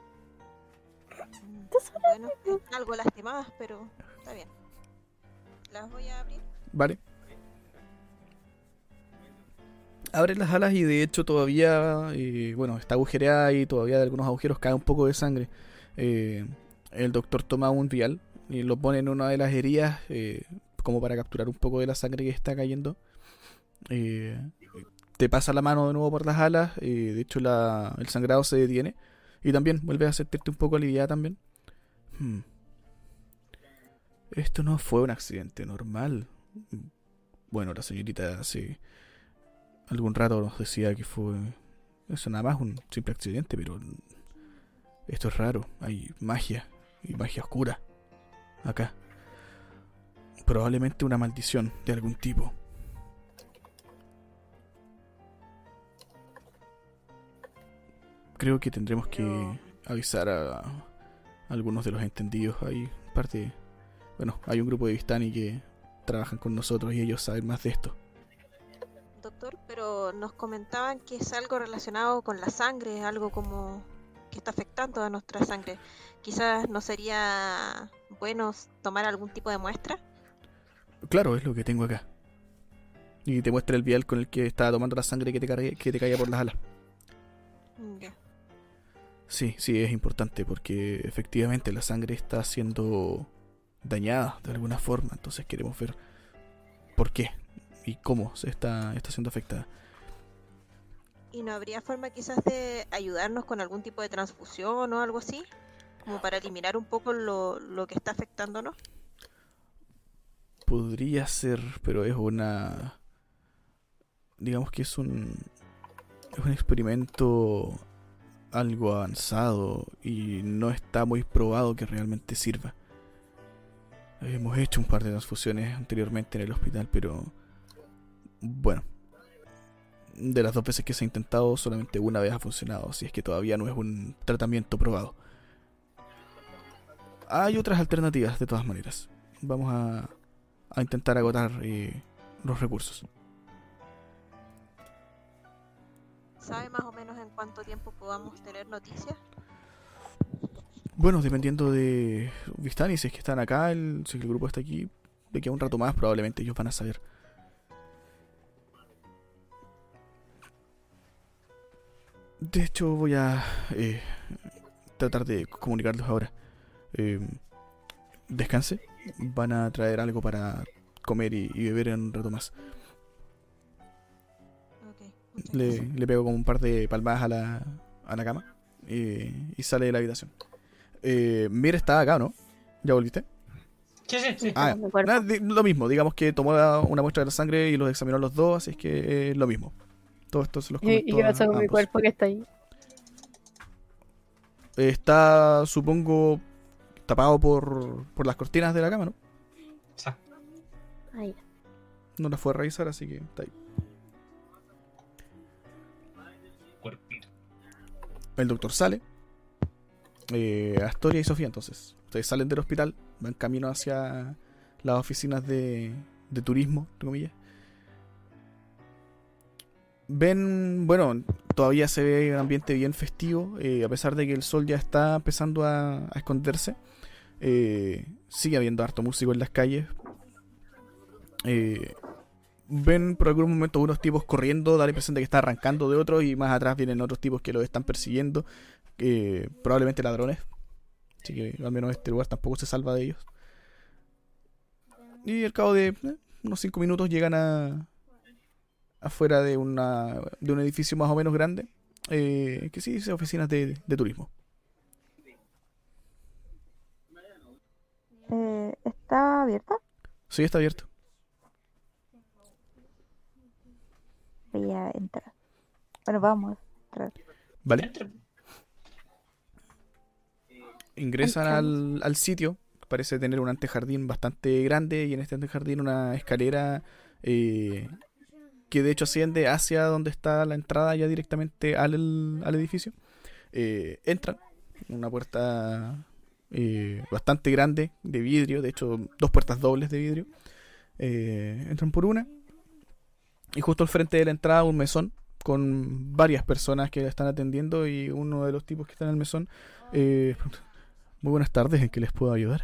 [SPEAKER 5] Mm, Bueno, están algo lastimadas, pero está bien. Las voy a abrir.
[SPEAKER 1] Vale. Abre las alas y de hecho todavía, eh, bueno, está agujereada y todavía de algunos agujeros cae un poco de sangre. Eh, el doctor toma un vial y lo pone en una de las heridas eh, como para capturar un poco de la sangre que está cayendo. Eh, te pasa la mano de nuevo por las alas, eh, de hecho la, el sangrado se detiene y también vuelves a sentirte un poco aliviada también. Hmm. Esto no fue un accidente normal. Bueno, la señorita hace algún rato nos decía que fue eso nada más un simple accidente, pero esto es raro. Hay magia y magia oscura acá. Probablemente una maldición de algún tipo. Creo que tendremos que avisar a, a algunos de los entendidos. Hay parte, bueno, hay un grupo de Vistani que trabajan con nosotros y ellos saben más de esto.
[SPEAKER 5] Doctor, pero nos comentaban que es algo relacionado con la sangre, algo como que está afectando a nuestra sangre. Quizás no sería bueno tomar algún tipo de muestra.
[SPEAKER 1] Claro, es lo que tengo acá. Y te muestra el vial con el que estaba tomando la sangre que te, cargue, que te caía por las alas.
[SPEAKER 5] Mm, Ya.
[SPEAKER 1] Sí, sí, es importante porque efectivamente la sangre está siendo dañada de alguna forma. Entonces queremos ver por qué y cómo se está, está siendo afectada.
[SPEAKER 5] ¿Y no habría forma quizás de ayudarnos con algún tipo de transfusión o algo así? Como para eliminar un poco lo, lo que está afectándonos.
[SPEAKER 1] Podría ser, pero es una... Digamos que es un... Es un experimento algo avanzado y no está muy probado que realmente sirva. Hemos hecho un par de transfusiones anteriormente en el hospital, pero... Bueno, de las dos veces que se ha intentado, solamente una vez ha funcionado, así es que todavía no es un tratamiento probado. Hay otras alternativas de todas maneras. Vamos a, a intentar agotar eh, los recursos.
[SPEAKER 5] ¿Sabe más o menos en cuánto tiempo podamos tener noticias?
[SPEAKER 1] Bueno, dependiendo de Vistani, si es que están acá, el, si el grupo está aquí, de que a un rato más probablemente ellos van a saber. De hecho, voy a eh, tratar de comunicarlos ahora. Eh, descanse. Van a traer algo para comer y, y beber en un rato más.
[SPEAKER 5] Ok, muchas
[SPEAKER 1] Le,
[SPEAKER 5] gracias.
[SPEAKER 1] le pego como un par de palmadas a la, a la cama eh, y sale de la habitación. Eh, Mir está acá, ¿no? ¿Ya volviste?
[SPEAKER 2] Sí, sí, sí.
[SPEAKER 1] Ah,
[SPEAKER 6] mi cuerpo.
[SPEAKER 1] nada, di- lo mismo, digamos que tomó la- una muestra de la sangre y los examinó los dos, así es que es lo mismo. Todo esto se los
[SPEAKER 6] ¿Y,
[SPEAKER 1] comentó
[SPEAKER 6] y qué
[SPEAKER 1] a
[SPEAKER 6] pasa con mi
[SPEAKER 1] ambos.
[SPEAKER 6] cuerpo que está ahí?
[SPEAKER 1] Está, supongo, tapado por, por las cortinas de la cama, ¿no?
[SPEAKER 2] Exacto.
[SPEAKER 6] Ahí.
[SPEAKER 1] No la fue a revisar, así que está ahí.
[SPEAKER 2] Cuerpito.
[SPEAKER 1] El doctor sale. Eh, Astoria y Sofía, entonces. Ustedes salen del hospital, van camino hacia las oficinas de, de turismo, entre comillas. Ven, bueno, todavía se ve un ambiente bien festivo, eh, a pesar de que el sol ya está empezando a, a esconderse. Eh, sigue habiendo harto músico en las calles. Eh, ven por algún momento unos tipos corriendo, da la impresión de que está arrancando de otros, y más atrás vienen otros tipos que los están persiguiendo, eh, probablemente ladrones. Así que al menos este lugar tampoco se salva de ellos. Y al cabo de eh, unos cinco minutos llegan a afuera de una de un edificio más o menos grande, eh, que sí dice oficinas de, de turismo.
[SPEAKER 3] Eh, ¿está abierta?
[SPEAKER 1] Sí, está abierto.
[SPEAKER 3] Voy a entrar. Bueno, vamos a entrar.
[SPEAKER 1] ¿Vale?
[SPEAKER 2] Entre-
[SPEAKER 1] Ingresan al, al sitio. Parece tener un antejardín bastante grande, y en este antejardín una escalera eh, que de hecho asciende hacia donde está la entrada ya directamente al, al edificio. Eh, entran, una puerta eh, bastante grande de vidrio, de hecho dos puertas dobles de vidrio. Eh, entran por una y justo al frente de la entrada un mesón con varias personas que la están atendiendo, y uno de los tipos que está en el mesón eh, pregunta, muy buenas tardes, ¿en qué les puedo ayudar?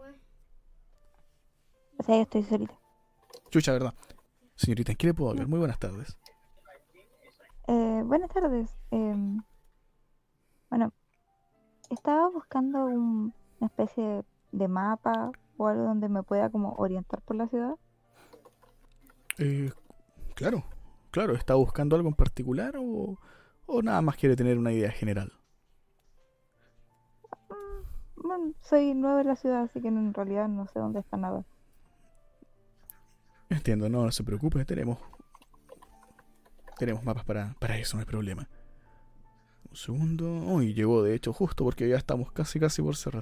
[SPEAKER 3] O sea, yo estoy solita.
[SPEAKER 1] Chucha, ¿verdad? Señorita, ¿en qué le puedo ayudar? Muy buenas tardes.
[SPEAKER 3] Eh, buenas tardes. Em, bueno, estaba buscando un- una especie de mapa o algo donde me pueda como orientar por la ciudad.
[SPEAKER 1] Eh, claro, claro, ¿está buscando algo en particular o, o nada más quiere tener una idea general?
[SPEAKER 3] Mm, Bueno, soy nueva en la ciudad, así que en realidad no sé dónde está nada.
[SPEAKER 1] Entiendo, no, no se preocupe, tenemos tenemos mapas para, para eso, no hay problema. Un segundo. Uy, llegó de hecho justo porque ya estamos casi casi por cerrar.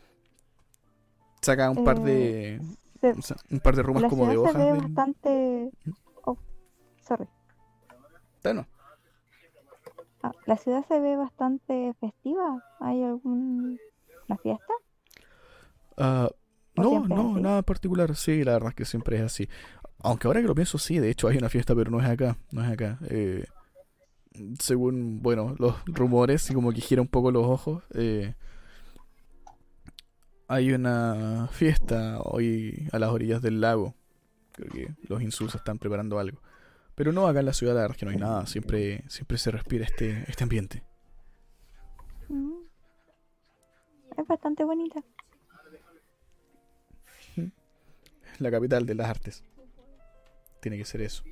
[SPEAKER 1] Saca un par de
[SPEAKER 3] Se-
[SPEAKER 1] o sea, un par de rumas
[SPEAKER 3] la
[SPEAKER 1] como de
[SPEAKER 3] ciudad se
[SPEAKER 1] hojas
[SPEAKER 3] ve
[SPEAKER 1] del...
[SPEAKER 3] bastante... Oh, sorry.
[SPEAKER 1] Bueno,
[SPEAKER 3] Ah, la ciudad se ve bastante festiva. ¿Hay alguna fiesta?
[SPEAKER 1] ah,
[SPEAKER 3] ¿O
[SPEAKER 1] no,
[SPEAKER 3] siempre es
[SPEAKER 1] no,
[SPEAKER 3] así?
[SPEAKER 1] nada en particular. Sí, la verdad es que siempre es así. Aunque ahora que lo pienso, sí, de hecho hay una fiesta, pero no es acá, no es acá. Eh, según, bueno, los rumores, y como que gira un poco los ojos, eh, hay una fiesta hoy a las orillas del lago. Creo que los insulsos están preparando algo. Pero no, acá en la ciudad la verdad es que no hay nada. Siempre, siempre se respira este, este ambiente.
[SPEAKER 3] Mm, Es bastante bonita.
[SPEAKER 1] La capital de las artes. Tiene que ser eso.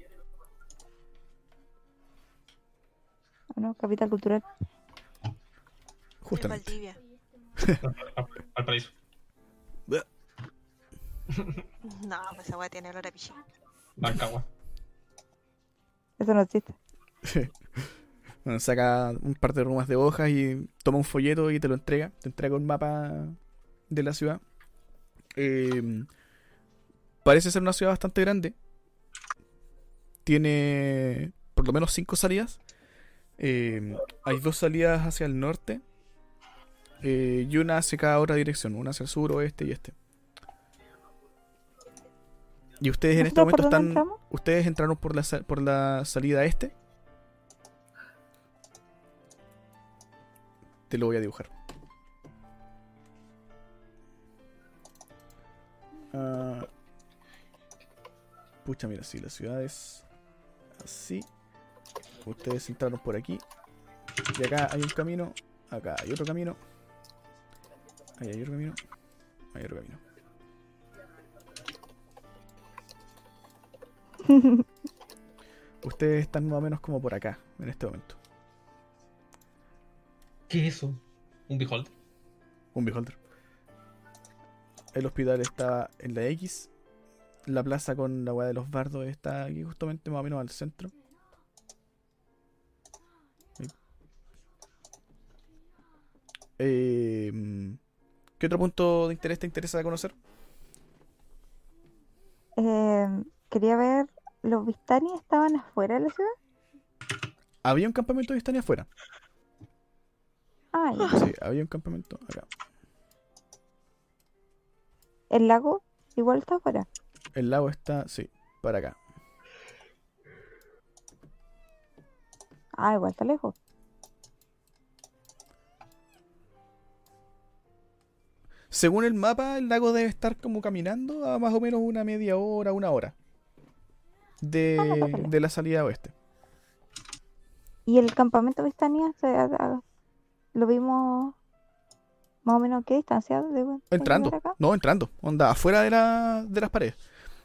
[SPEAKER 3] Bueno, capital cultural.
[SPEAKER 5] De
[SPEAKER 1] Justamente.
[SPEAKER 5] Valdivia.
[SPEAKER 2] Al paraíso.
[SPEAKER 5] No, pues esa weá tiene olor a pichí.
[SPEAKER 2] Rancagua.
[SPEAKER 3] Eso no existe.
[SPEAKER 1] Bueno, saca un par de rumas de hojas y toma un folleto y te lo entrega. Te entrega un mapa de la ciudad. Eh, parece ser una ciudad bastante grande. Tiene por lo menos cinco salidas. Eh, hay dos salidas hacia el norte eh, y una hacia cada otra dirección. Una hacia el sur, oeste y este. Y ustedes en este
[SPEAKER 3] ¿Nosotros por
[SPEAKER 1] momento
[SPEAKER 3] dónde
[SPEAKER 1] están...
[SPEAKER 3] entramos?
[SPEAKER 1] ¿Ustedes entraron por la, sa- por la salida este? Te lo voy a dibujar. Ah, pucha, mira, si la ciudad es así. Ustedes entraron por aquí. Y acá hay un camino. Acá hay otro camino. Ahí hay otro camino. Ahí hay otro camino. Ustedes están más o menos como por acá, en este momento.
[SPEAKER 2] ¿Qué es eso? ¿Un beholder?
[SPEAKER 1] Un beholder. El hospital está en la X. La plaza con la weá de los bardos está aquí justamente más o menos al centro. Ahí. Eh, ¿Qué otro punto de interés te interesa conocer?
[SPEAKER 3] Eh, quería ver, ¿los Vistani estaban afuera de la ciudad?
[SPEAKER 1] Había un campamento de Vistani afuera.
[SPEAKER 3] Ah, ya.
[SPEAKER 1] Sí, había un campamento acá.
[SPEAKER 3] ¿El lago igual está afuera?
[SPEAKER 1] El lago está, sí, para acá.
[SPEAKER 3] Ah, igual está lejos.
[SPEAKER 1] Según el mapa, el lago debe estar como caminando a más o menos una media hora, una hora.
[SPEAKER 3] Ah, no,
[SPEAKER 1] De,
[SPEAKER 3] está lejos.
[SPEAKER 1] de la salida oeste.
[SPEAKER 3] ¿Y el campamento Vistania se, a- a- lo vimos más o menos a qué distancia de, de
[SPEAKER 1] Entrando.
[SPEAKER 3] llegar acá?
[SPEAKER 1] No, entrando. Onda, afuera de, la, de las paredes.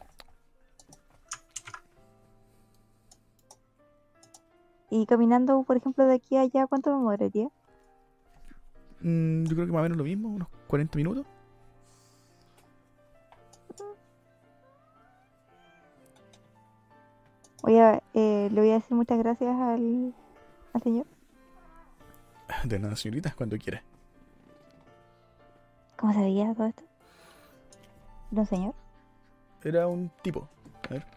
[SPEAKER 3] Y caminando, por ejemplo, de aquí a allá, ¿cuánto me movería?
[SPEAKER 1] Mm, yo creo que más o menos lo mismo, unos cuarenta minutos.
[SPEAKER 3] Voy a, eh, le voy a decir muchas gracias al, al señor.
[SPEAKER 1] De nada, señorita, cuando quiera.
[SPEAKER 3] ¿Cómo se veía todo esto? ¿Era un señor?
[SPEAKER 1] Era un tipo. A ver.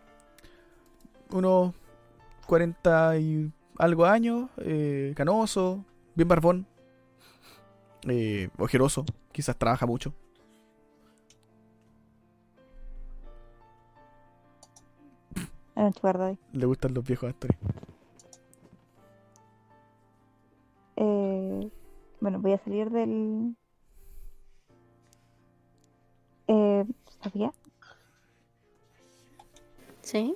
[SPEAKER 1] Unos cuarenta y algo años. Eh, canoso. Bien barbón. Eh, ojeroso. Quizás trabaja mucho.
[SPEAKER 3] Era un chupardo.
[SPEAKER 1] Le gustan los viejos actores.
[SPEAKER 3] Eh, bueno, voy a salir del... Eh, ¿Sofía?
[SPEAKER 6] ¿Sí?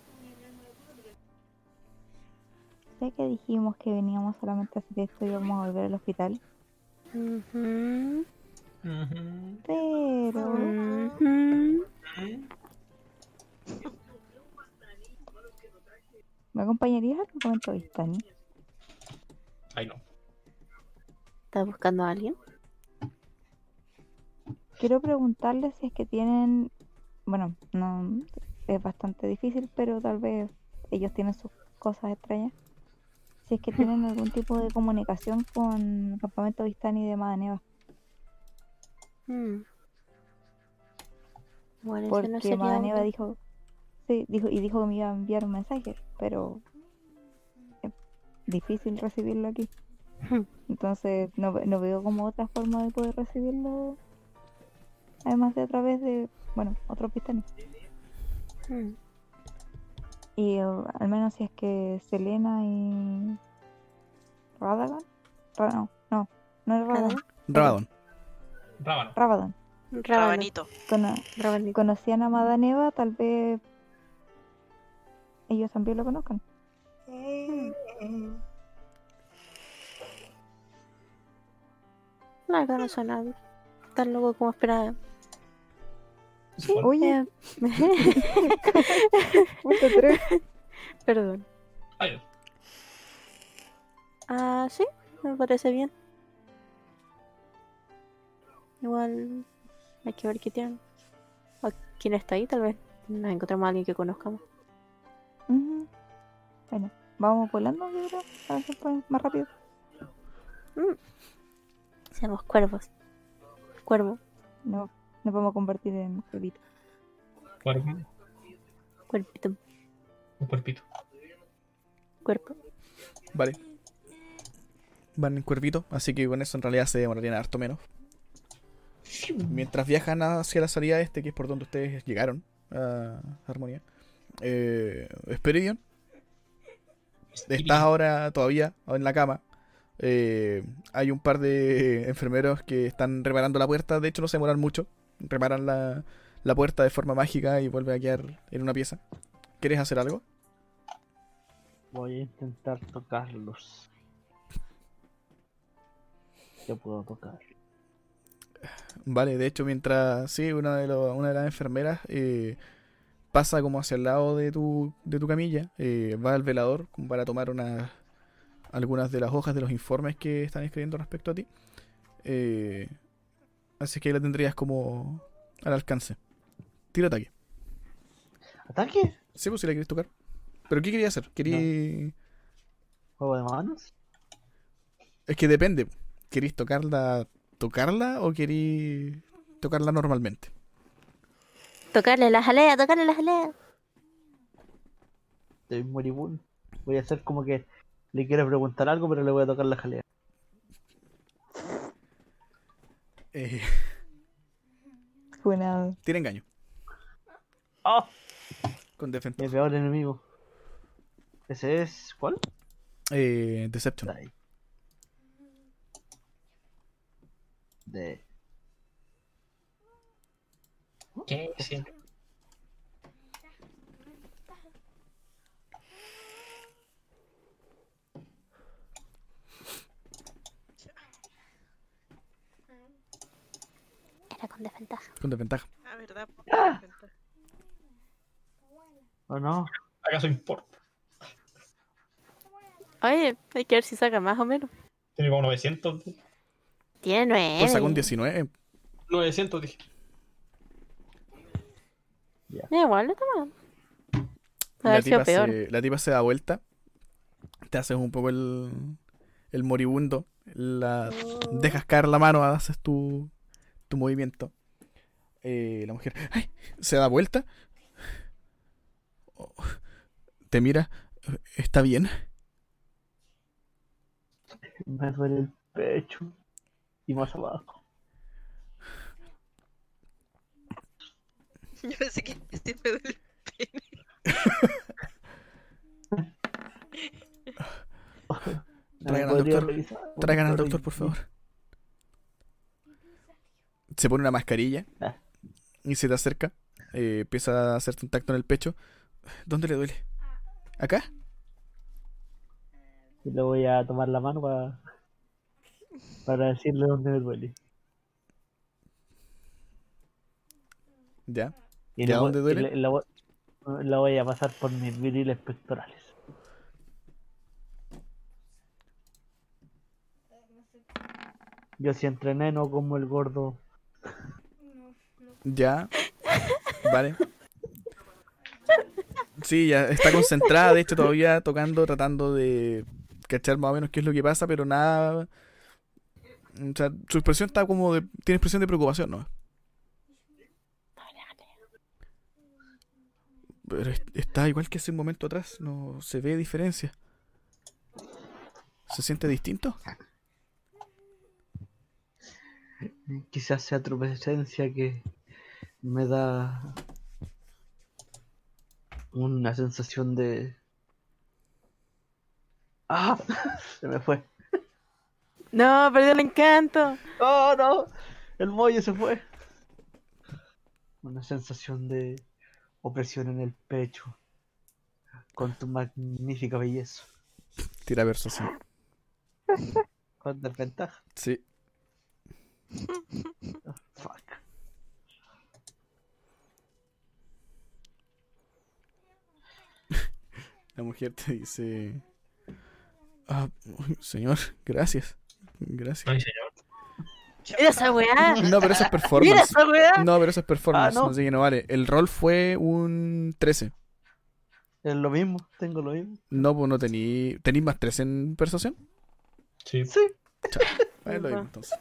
[SPEAKER 3] Sé que dijimos que veníamos solamente a hacer esto y íbamos a volver al hospital,
[SPEAKER 6] Ujú,
[SPEAKER 2] Ujú.
[SPEAKER 3] pero...
[SPEAKER 6] ujú.
[SPEAKER 3] ¿Me acompañarías al campamento Vistani?
[SPEAKER 2] Ay, no.
[SPEAKER 6] ¿Estás buscando a alguien?
[SPEAKER 3] Quiero preguntarles si es que tienen... Bueno, no es bastante difícil, pero tal vez ellos tienen sus cosas extrañas. Si es que tienen algún tipo de comunicación con el campamento Vistani de Madaneva.
[SPEAKER 6] Mm. Bueno, ese
[SPEAKER 3] Porque
[SPEAKER 6] no sería
[SPEAKER 3] Madaneva
[SPEAKER 6] uno.
[SPEAKER 3] dijo... Sí, dijo, y dijo que me iba a enviar un mensaje, pero es difícil recibirlo aquí. Entonces no, ve- no veo como otra forma de poder recibirlo, además de a través de, bueno, otros Vistani.
[SPEAKER 6] Mm.
[SPEAKER 3] Y uh, al menos si es que Selena y Radagon, Ra- no, no, no es Radagon,
[SPEAKER 1] Rabadon.
[SPEAKER 2] Rábano.
[SPEAKER 3] Rabadon,
[SPEAKER 6] Rábano.
[SPEAKER 5] Rabanito.
[SPEAKER 3] Cono-
[SPEAKER 6] Rabanito.
[SPEAKER 3] conocían a Madaneva, tal vez ellos también lo conozcan.
[SPEAKER 6] La verdad no suena tan loco como esperaba. Sí,
[SPEAKER 3] Oye,
[SPEAKER 6] eh,
[SPEAKER 3] puta tres.
[SPEAKER 6] perdón.
[SPEAKER 2] Ay,
[SPEAKER 6] Ah, sí, me parece bien. Igual hay que ver qué tienen. O quién está ahí, tal vez nos encontramos a alguien que conozcamos.
[SPEAKER 3] Ujú. Bueno, vamos volando, yo creo, a ver si fue más rápido.
[SPEAKER 6] Seamos cuervos. Cuervo,
[SPEAKER 3] No, nos vamos a convertir en cuervitos.
[SPEAKER 2] cuerpo.
[SPEAKER 6] cuerpito,
[SPEAKER 2] Un cuerpito.
[SPEAKER 6] cuerpo.
[SPEAKER 1] Vale. Van en cuervito, así que con eso en realidad se demorarían harto menos. Mientras viajan hacia la salida este, que es por donde ustedes llegaron a Armonía. Eh, Esperidion, estás ahora todavía en la cama. Eh, hay un par de enfermeros que están reparando la puerta. De hecho, no se demoran mucho. Reparan la, la puerta de forma mágica y vuelve a quedar en una pieza. ¿Quieres hacer algo?
[SPEAKER 4] Voy a intentar tocarlos. Yo puedo tocar.
[SPEAKER 1] Vale, de hecho, mientras sí, una de, los- una de las enfermeras eh, pasa como hacia el lado de tu, de tu camilla, eh, va al velador como para tomar unas algunas de las hojas de los informes que están escribiendo respecto a ti. Eh, así que ahí la tendrías como al alcance. Tira ataque.
[SPEAKER 4] ¿Ataque?
[SPEAKER 1] Sí, pues si la querés tocar. ¿Pero qué querías hacer? Querí...
[SPEAKER 4] ¿Juego de manos?
[SPEAKER 1] Es que depende. ¿Querís tocarla, tocarla o querís tocarla normalmente?
[SPEAKER 6] Tocarle la jalea, tocarle la jalea.
[SPEAKER 4] Estoy moribundo. Voy a hacer como que le quiero preguntar algo, pero le voy a tocar la jalea.
[SPEAKER 1] Eh,
[SPEAKER 3] Funado.
[SPEAKER 1] tira engaño.
[SPEAKER 4] ¡Oh!
[SPEAKER 1] Con
[SPEAKER 4] Mi
[SPEAKER 1] desventaja.
[SPEAKER 4] peor enemigo. ¿Ese es cuál?
[SPEAKER 1] Eh, Deception.
[SPEAKER 4] Ahí. De...
[SPEAKER 2] ¿Qué? Sí.
[SPEAKER 6] Era con desventaja.
[SPEAKER 1] Con desventaja.
[SPEAKER 5] Ah, ¿verdad?
[SPEAKER 4] ¿O no?
[SPEAKER 2] ¿Acaso importa?
[SPEAKER 6] Oye, hay que ver si saca más o menos.
[SPEAKER 2] Tiene como novecientos.
[SPEAKER 6] Tiene nueve.
[SPEAKER 1] Pues sacó un diecinueve.
[SPEAKER 2] novecientos dije.
[SPEAKER 6] Eh, igual no está mal. Puede
[SPEAKER 1] La
[SPEAKER 6] haber sido
[SPEAKER 1] tipa,
[SPEAKER 6] peor.
[SPEAKER 1] se, la tipa se da vuelta. Te haces un poco el, el moribundo. La, dejas caer la mano, haces tu, tu movimiento. Eh, la mujer ¡ay! Se da vuelta. Oh, te mira. ¿Está bien?
[SPEAKER 4] Me duele el pecho. Y más abajo.
[SPEAKER 5] Yo pensé que este me duele el pene.
[SPEAKER 1] Traigan
[SPEAKER 4] ¿Me
[SPEAKER 1] al
[SPEAKER 4] podría
[SPEAKER 1] doctor.
[SPEAKER 4] revisar?
[SPEAKER 1] Traigan al doctor, por favor. Se pone una mascarilla
[SPEAKER 4] Ah.
[SPEAKER 1] y se te acerca. Eh, empieza a hacerte un tacto en el pecho. ¿Dónde le duele? ¿Acá?
[SPEAKER 4] Y le voy a tomar la mano para, para decirle dónde me duele.
[SPEAKER 1] Ya.
[SPEAKER 4] Y
[SPEAKER 1] ¿Y
[SPEAKER 4] le
[SPEAKER 1] a
[SPEAKER 4] voy-
[SPEAKER 1] dónde
[SPEAKER 4] y
[SPEAKER 1] duele?
[SPEAKER 4] le- la, voy- la voy a pasar por mis viriles pectorales. Yo si entrené no como el gordo.
[SPEAKER 1] Ya. Vale. Sí, ya está concentrada, de hecho, todavía tocando, tratando de cachar más o menos qué es lo que pasa, pero nada. O sea, su expresión está como de. Tiene expresión de preocupación, ¿no? Pero es- está igual que hace un momento atrás, no se ve diferencia. ¿Se siente distinto?
[SPEAKER 4] Quizás sea tu presencia que me da una sensación de... ¡Ah! Se me fue.
[SPEAKER 6] No, perdió el encanto.
[SPEAKER 4] ¡Oh, no! El muelle se fue. Una sensación de opresión en el pecho. Con tu magnífica belleza.
[SPEAKER 1] Tira persuasión.
[SPEAKER 4] Con desventaja.
[SPEAKER 1] Sí.
[SPEAKER 4] Fuck.
[SPEAKER 1] La mujer te dice. Ah, señor, gracias. Gracias.
[SPEAKER 2] Ay, señor.
[SPEAKER 6] Mira esa weá.
[SPEAKER 1] No, pero eso es
[SPEAKER 6] Mira
[SPEAKER 1] performance.
[SPEAKER 6] esa weá.
[SPEAKER 1] No, pero eso es performance,
[SPEAKER 4] Ah, no.
[SPEAKER 1] así que no vale. El rol fue un trece.
[SPEAKER 4] Es lo mismo, tengo lo mismo.
[SPEAKER 1] No, pues no tení. ¿Tenís más trece en persuasión?
[SPEAKER 2] Sí.
[SPEAKER 4] Sí.
[SPEAKER 1] Chao. Ah, es lo mismo entonces.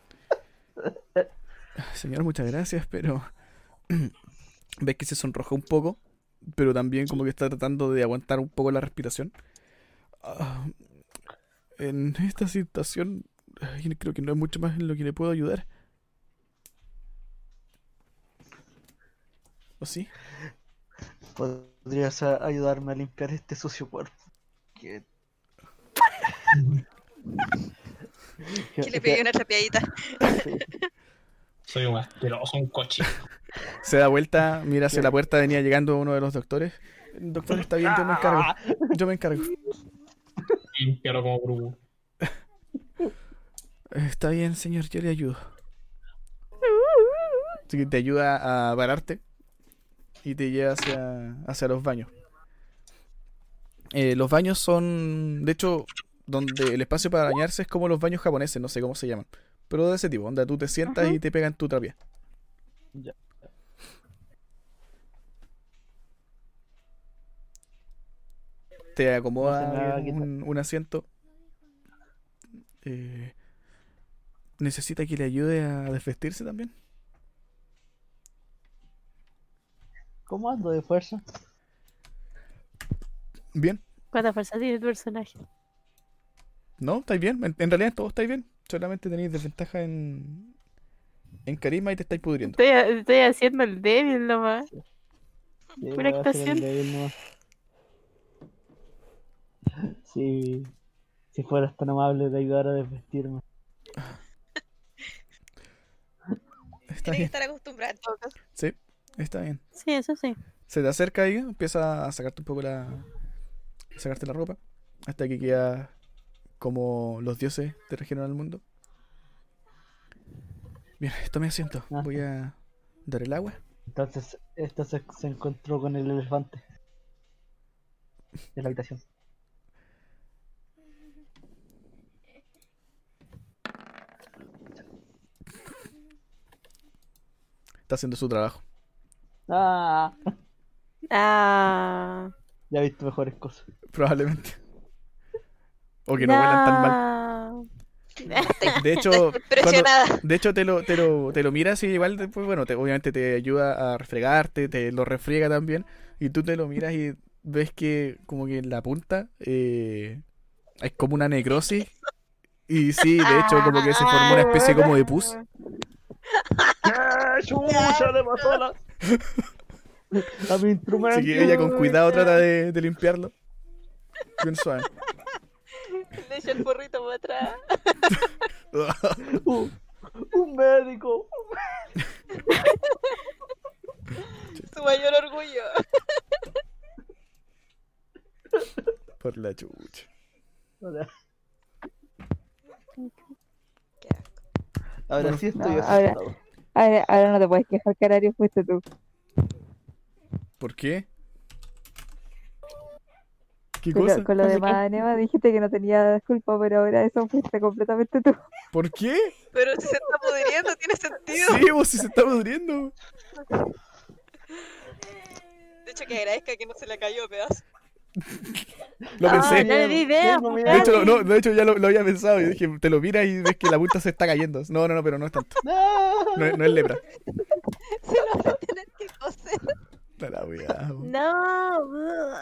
[SPEAKER 1] Señor, muchas gracias, pero. Ves que se sonroja un poco, pero también como que está tratando de aguantar un poco la respiración. Ah, en esta situación, ay, creo que no hay mucho más en lo que le puedo ayudar. ¿O sí?
[SPEAKER 4] ¿Podrías a- ayudarme a limpiar este sucio cuerpo? Que...
[SPEAKER 5] Que le pegué una trapeadita.
[SPEAKER 4] Sí.
[SPEAKER 2] Soy un asqueroso, un cochino.
[SPEAKER 1] Se da vuelta, mira hacia la puerta, venía llegando uno de los doctores. El doctor está bien, yo me encargo. Yo me encargo.
[SPEAKER 2] Limpiarlo como Gru.
[SPEAKER 1] Está bien, señor, yo le ayudo. Así que te ayuda a pararte y te lleva hacia, hacia los baños. Eh, los baños son, de hecho, donde el espacio para bañarse es como los baños japoneses, no sé cómo se llaman. Pero de ese tipo, donde tú te sientas
[SPEAKER 3] Ajá.
[SPEAKER 1] y te pegan tu trapié.
[SPEAKER 4] Ya.
[SPEAKER 1] Te
[SPEAKER 4] No se
[SPEAKER 1] acomoda
[SPEAKER 4] me va a
[SPEAKER 1] bien
[SPEAKER 4] quitar.
[SPEAKER 1] un, un asiento. Eh, ¿Necesita que le ayude a desvestirse también?
[SPEAKER 4] ¿Cómo ando de fuerza?
[SPEAKER 1] Bien.
[SPEAKER 6] ¿Cuánta fuerza tiene tu personaje?
[SPEAKER 1] No, estáis bien. En, en realidad todo estáis bien. Solamente tenéis desventaja en, en carisma y te estáis pudriendo.
[SPEAKER 6] Estoy, estoy haciendo el débil nomás.
[SPEAKER 4] Sí,
[SPEAKER 6] Pura
[SPEAKER 4] voy a hacer el
[SPEAKER 6] actuación.
[SPEAKER 4] débil nomás. Si, si fueras tan amable de ayudar a desvestirme.
[SPEAKER 1] Está
[SPEAKER 5] Tiene que
[SPEAKER 1] bien.
[SPEAKER 5] estar acostumbrado en todo caso.
[SPEAKER 1] Sí, está bien.
[SPEAKER 6] Sí, eso sí.
[SPEAKER 1] Se te acerca ahí, empieza a sacarte un poco la. A sacarte la ropa. Hasta que queda como los dioses te regeneran el mundo. Bien, tome asiento.
[SPEAKER 4] Ah.
[SPEAKER 1] Voy a dar el agua.
[SPEAKER 4] Entonces, esta se, se encontró con el elefante de la habitación.
[SPEAKER 1] Está haciendo su trabajo.
[SPEAKER 4] Ah,
[SPEAKER 6] Ah.
[SPEAKER 4] ya he visto mejores cosas.
[SPEAKER 1] Probablemente. O que no huelan tan mal.
[SPEAKER 6] No.
[SPEAKER 1] De hecho, cuando-
[SPEAKER 5] Impresionada.
[SPEAKER 1] de hecho te lo, te lo, te lo miras y igual después, bueno, te, obviamente te ayuda a refregarte, te lo refriega también. Y tú te lo miras y ves que como que en la punta eh, hay como una necrosis. Y sí, de hecho como que se formó una especie como de pus.
[SPEAKER 4] ¡Qué chucha le pasó a la... a mi instrumento!
[SPEAKER 1] Así que ella con cuidado trata de, de limpiarlo. Bien suave.
[SPEAKER 5] Le echa el porrito para atrás.
[SPEAKER 4] Uh, ¡Un médico!
[SPEAKER 5] Su mayor orgullo.
[SPEAKER 1] Por la chucha.
[SPEAKER 4] Ahora,
[SPEAKER 5] Qué asco.
[SPEAKER 4] ahora
[SPEAKER 1] Bueno,
[SPEAKER 4] sí estoy
[SPEAKER 3] no,
[SPEAKER 4] asustado.
[SPEAKER 3] Ahora, ahora no te puedes quejar, Canario, fuiste tú.
[SPEAKER 1] ¿Por qué? ¿Qué
[SPEAKER 3] Con
[SPEAKER 1] cosa?
[SPEAKER 3] lo, con lo
[SPEAKER 6] No sé
[SPEAKER 3] de
[SPEAKER 6] qué.
[SPEAKER 3] Madaneva dijiste que no tenía culpa, pero ahora eso fuiste completamente tú.
[SPEAKER 1] ¿Por qué?
[SPEAKER 5] Pero si se está pudriendo, tiene sentido.
[SPEAKER 1] Sí, vos si se está pudriendo.
[SPEAKER 5] De hecho, que agradezca que no se le cayó pedazo.
[SPEAKER 1] Lo
[SPEAKER 6] Ah,
[SPEAKER 1] pensé.
[SPEAKER 6] no le di idea,
[SPEAKER 4] Tengo
[SPEAKER 6] pues,
[SPEAKER 4] miedo.
[SPEAKER 1] De hecho,
[SPEAKER 6] dale.
[SPEAKER 1] no, de hecho ya lo, lo había pensado y dije, te lo miras y ves que la punta se está cayendo. No, no, no, pero no es tanto.
[SPEAKER 4] ¡No!
[SPEAKER 1] No, es- no es lepra.
[SPEAKER 5] Se lo va a tener que coser.
[SPEAKER 1] No, la weá, po.
[SPEAKER 6] No. ugh.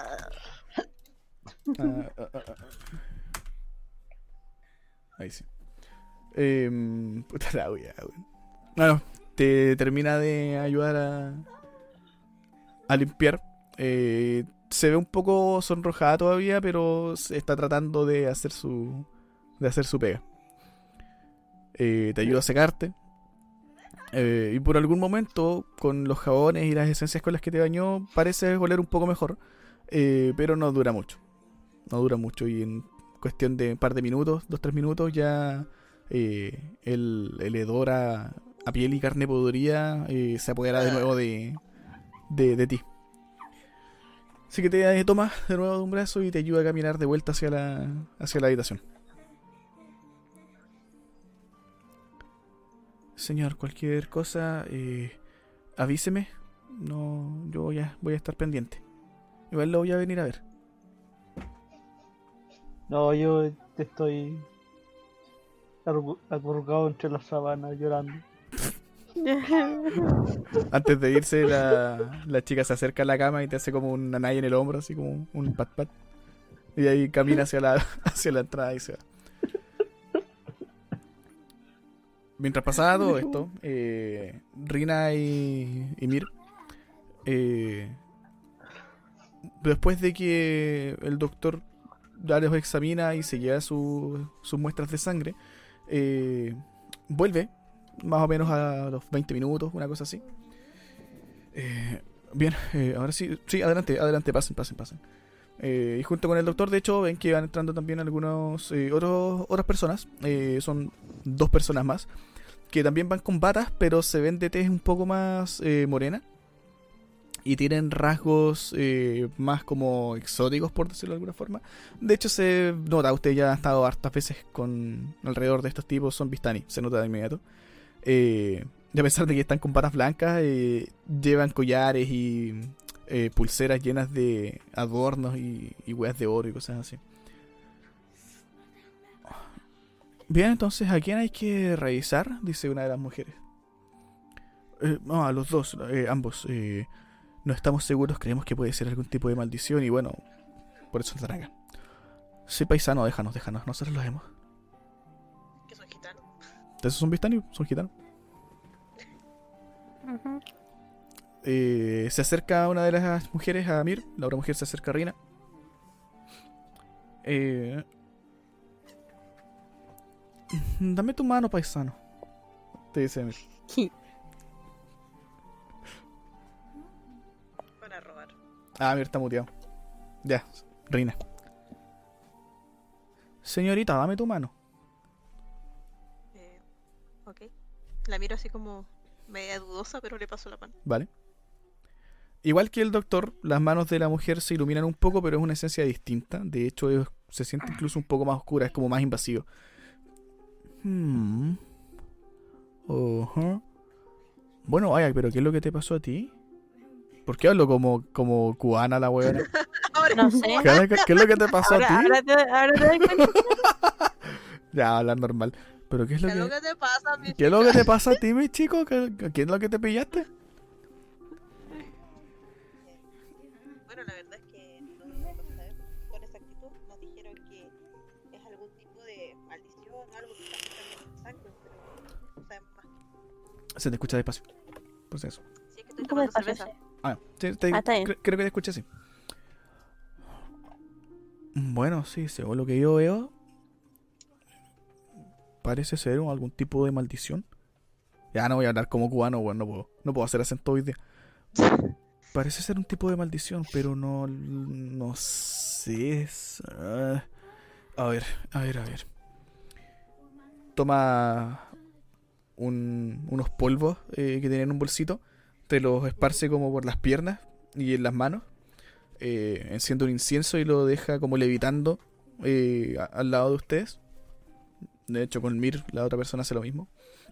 [SPEAKER 1] Ah, ah, ah, ah. Ahí sí. Eh, puta la weá, weón. Bueno, te termina de ayudar a, a limpiar. Eh, se ve un poco sonrojada todavía, pero se está tratando de hacer su de hacer su pega. Eh, te ayuda a secarte. Eh, y por algún momento, con los jabones y las esencias con las que te bañó, parece oler un poco mejor. Eh, pero no dura mucho. No dura mucho. Y en cuestión de un par de minutos, dos, tres minutos, ya eh, el, el hedor a, a piel y carne podrida eh, se apodera de nuevo de, de, de ti. Así que te toma de nuevo de un brazo y te ayuda a caminar de vuelta hacia la, hacia la habitación. Señor, cualquier cosa, eh, avíseme. No, yo voy a, voy a estar pendiente. Igual lo voy a venir a ver.
[SPEAKER 4] No, yo te estoy argu- acurrucado entre las sábanas llorando.
[SPEAKER 1] Antes de irse, la, la chica se acerca a la cama y te hace como una naya en el hombro, así como un pat pat. Y ahí camina hacia la, hacia la entrada y se va. Mientras pasaba todo esto, eh, Rina y, y Mir, eh, después de que el doctor ya los examina y se lleva su- sus muestras de sangre, eh, vuelve más o menos a los veinte minutos, una cosa así. Eh, bien, eh, ahora sí, sí, adelante, adelante, pasen, pasen, pasen. Eh, y junto con el doctor, de hecho, ven que van entrando también algunos eh, otros, otras personas. Eh, son dos personas más. Que también van con batas, pero se ven de tez un poco más eh, morena. Y tienen rasgos eh, más como exóticos, por decirlo de alguna forma. De hecho, se nota, usted ya ha estado hartas veces con alrededor de estos tipos, son Vistani, se nota de inmediato. Eh, y a pesar de que están con batas blancas, eh, llevan collares y eh, pulseras llenas de adornos y, y hueas de oro y cosas así. Bien, entonces, ¿a quién hay que revisar? Dice una de las mujeres. Eh, no, a los dos, eh, ambos. Eh, no estamos seguros, creemos que puede ser algún tipo de maldición y bueno, por eso están acá. Sí, paisano, déjanos, déjanos, nosotros los vemos.
[SPEAKER 5] ¿Que son gitanos?
[SPEAKER 1] ¿Esos son Vistani? ¿Son gitanos?
[SPEAKER 6] Ujú.
[SPEAKER 1] Eh, se acerca una de las mujeres a Mir, la otra mujer se acerca a Rina. Eh, dame tu mano, paisano, te dice Mir.
[SPEAKER 5] Para robar.
[SPEAKER 1] Ah, Mir está muteado. Ya, Rina. Señorita, dame tu mano.
[SPEAKER 5] Eh, ok. La miro así como media dudosa, pero le paso la mano.
[SPEAKER 1] Vale. Igual que el doctor, las manos de la mujer se iluminan un poco, pero es una esencia distinta. De hecho, es- se siente incluso un poco más oscura, es como más invasivo. Hmm. Ojo. Bueno, vaya, pero ¿qué es lo que te pasó a ti? ¿Por qué hablo como, como cubana la weona?
[SPEAKER 5] Ahora,
[SPEAKER 6] No sé.
[SPEAKER 1] ¿Qué, es lo que- qué es lo que te pasó
[SPEAKER 6] Ahora,
[SPEAKER 1] a ti?
[SPEAKER 6] ahora te, ahora te das cuenta.
[SPEAKER 1] Ya, hablar normal. ¿Pero qué es lo
[SPEAKER 5] ¿qué es lo
[SPEAKER 1] que,
[SPEAKER 5] que te pasa, mi
[SPEAKER 1] qué es lo que
[SPEAKER 5] chica?
[SPEAKER 1] te pasa a ti, mi chico? ¿Qué, qué es lo que te pillaste?
[SPEAKER 5] Bueno, la verdad es que no lo sabemos con exactitud. Nos dijeron que es algún tipo de maldición o algo que está afectando mi sangre, pero no sabemos más.
[SPEAKER 1] Se te escucha despacio. Por si eso.
[SPEAKER 5] Si es que estoy
[SPEAKER 6] Un poco
[SPEAKER 5] tomando
[SPEAKER 6] despacio,
[SPEAKER 5] cerveza.
[SPEAKER 6] sí.
[SPEAKER 1] Ah, sí, te-
[SPEAKER 6] Ah, está bien.
[SPEAKER 1] cre- creo que te escuché así. Bueno, sí, según lo que yo veo, parece ser algún tipo de maldición. Ya no voy a hablar como cubano, bueno, no puedo, no puedo hacer acento hoy día. Parece ser un tipo de maldición, pero no, no sé. es- ah, a ver, a ver, a ver. Toma un- unos polvos eh, que tiene en un bolsito, te los esparce como por las piernas y en las manos. Eh, enciende un incienso y lo deja como levitando eh, a- al lado de ustedes. De hecho, con Mir, la otra persona hace lo mismo.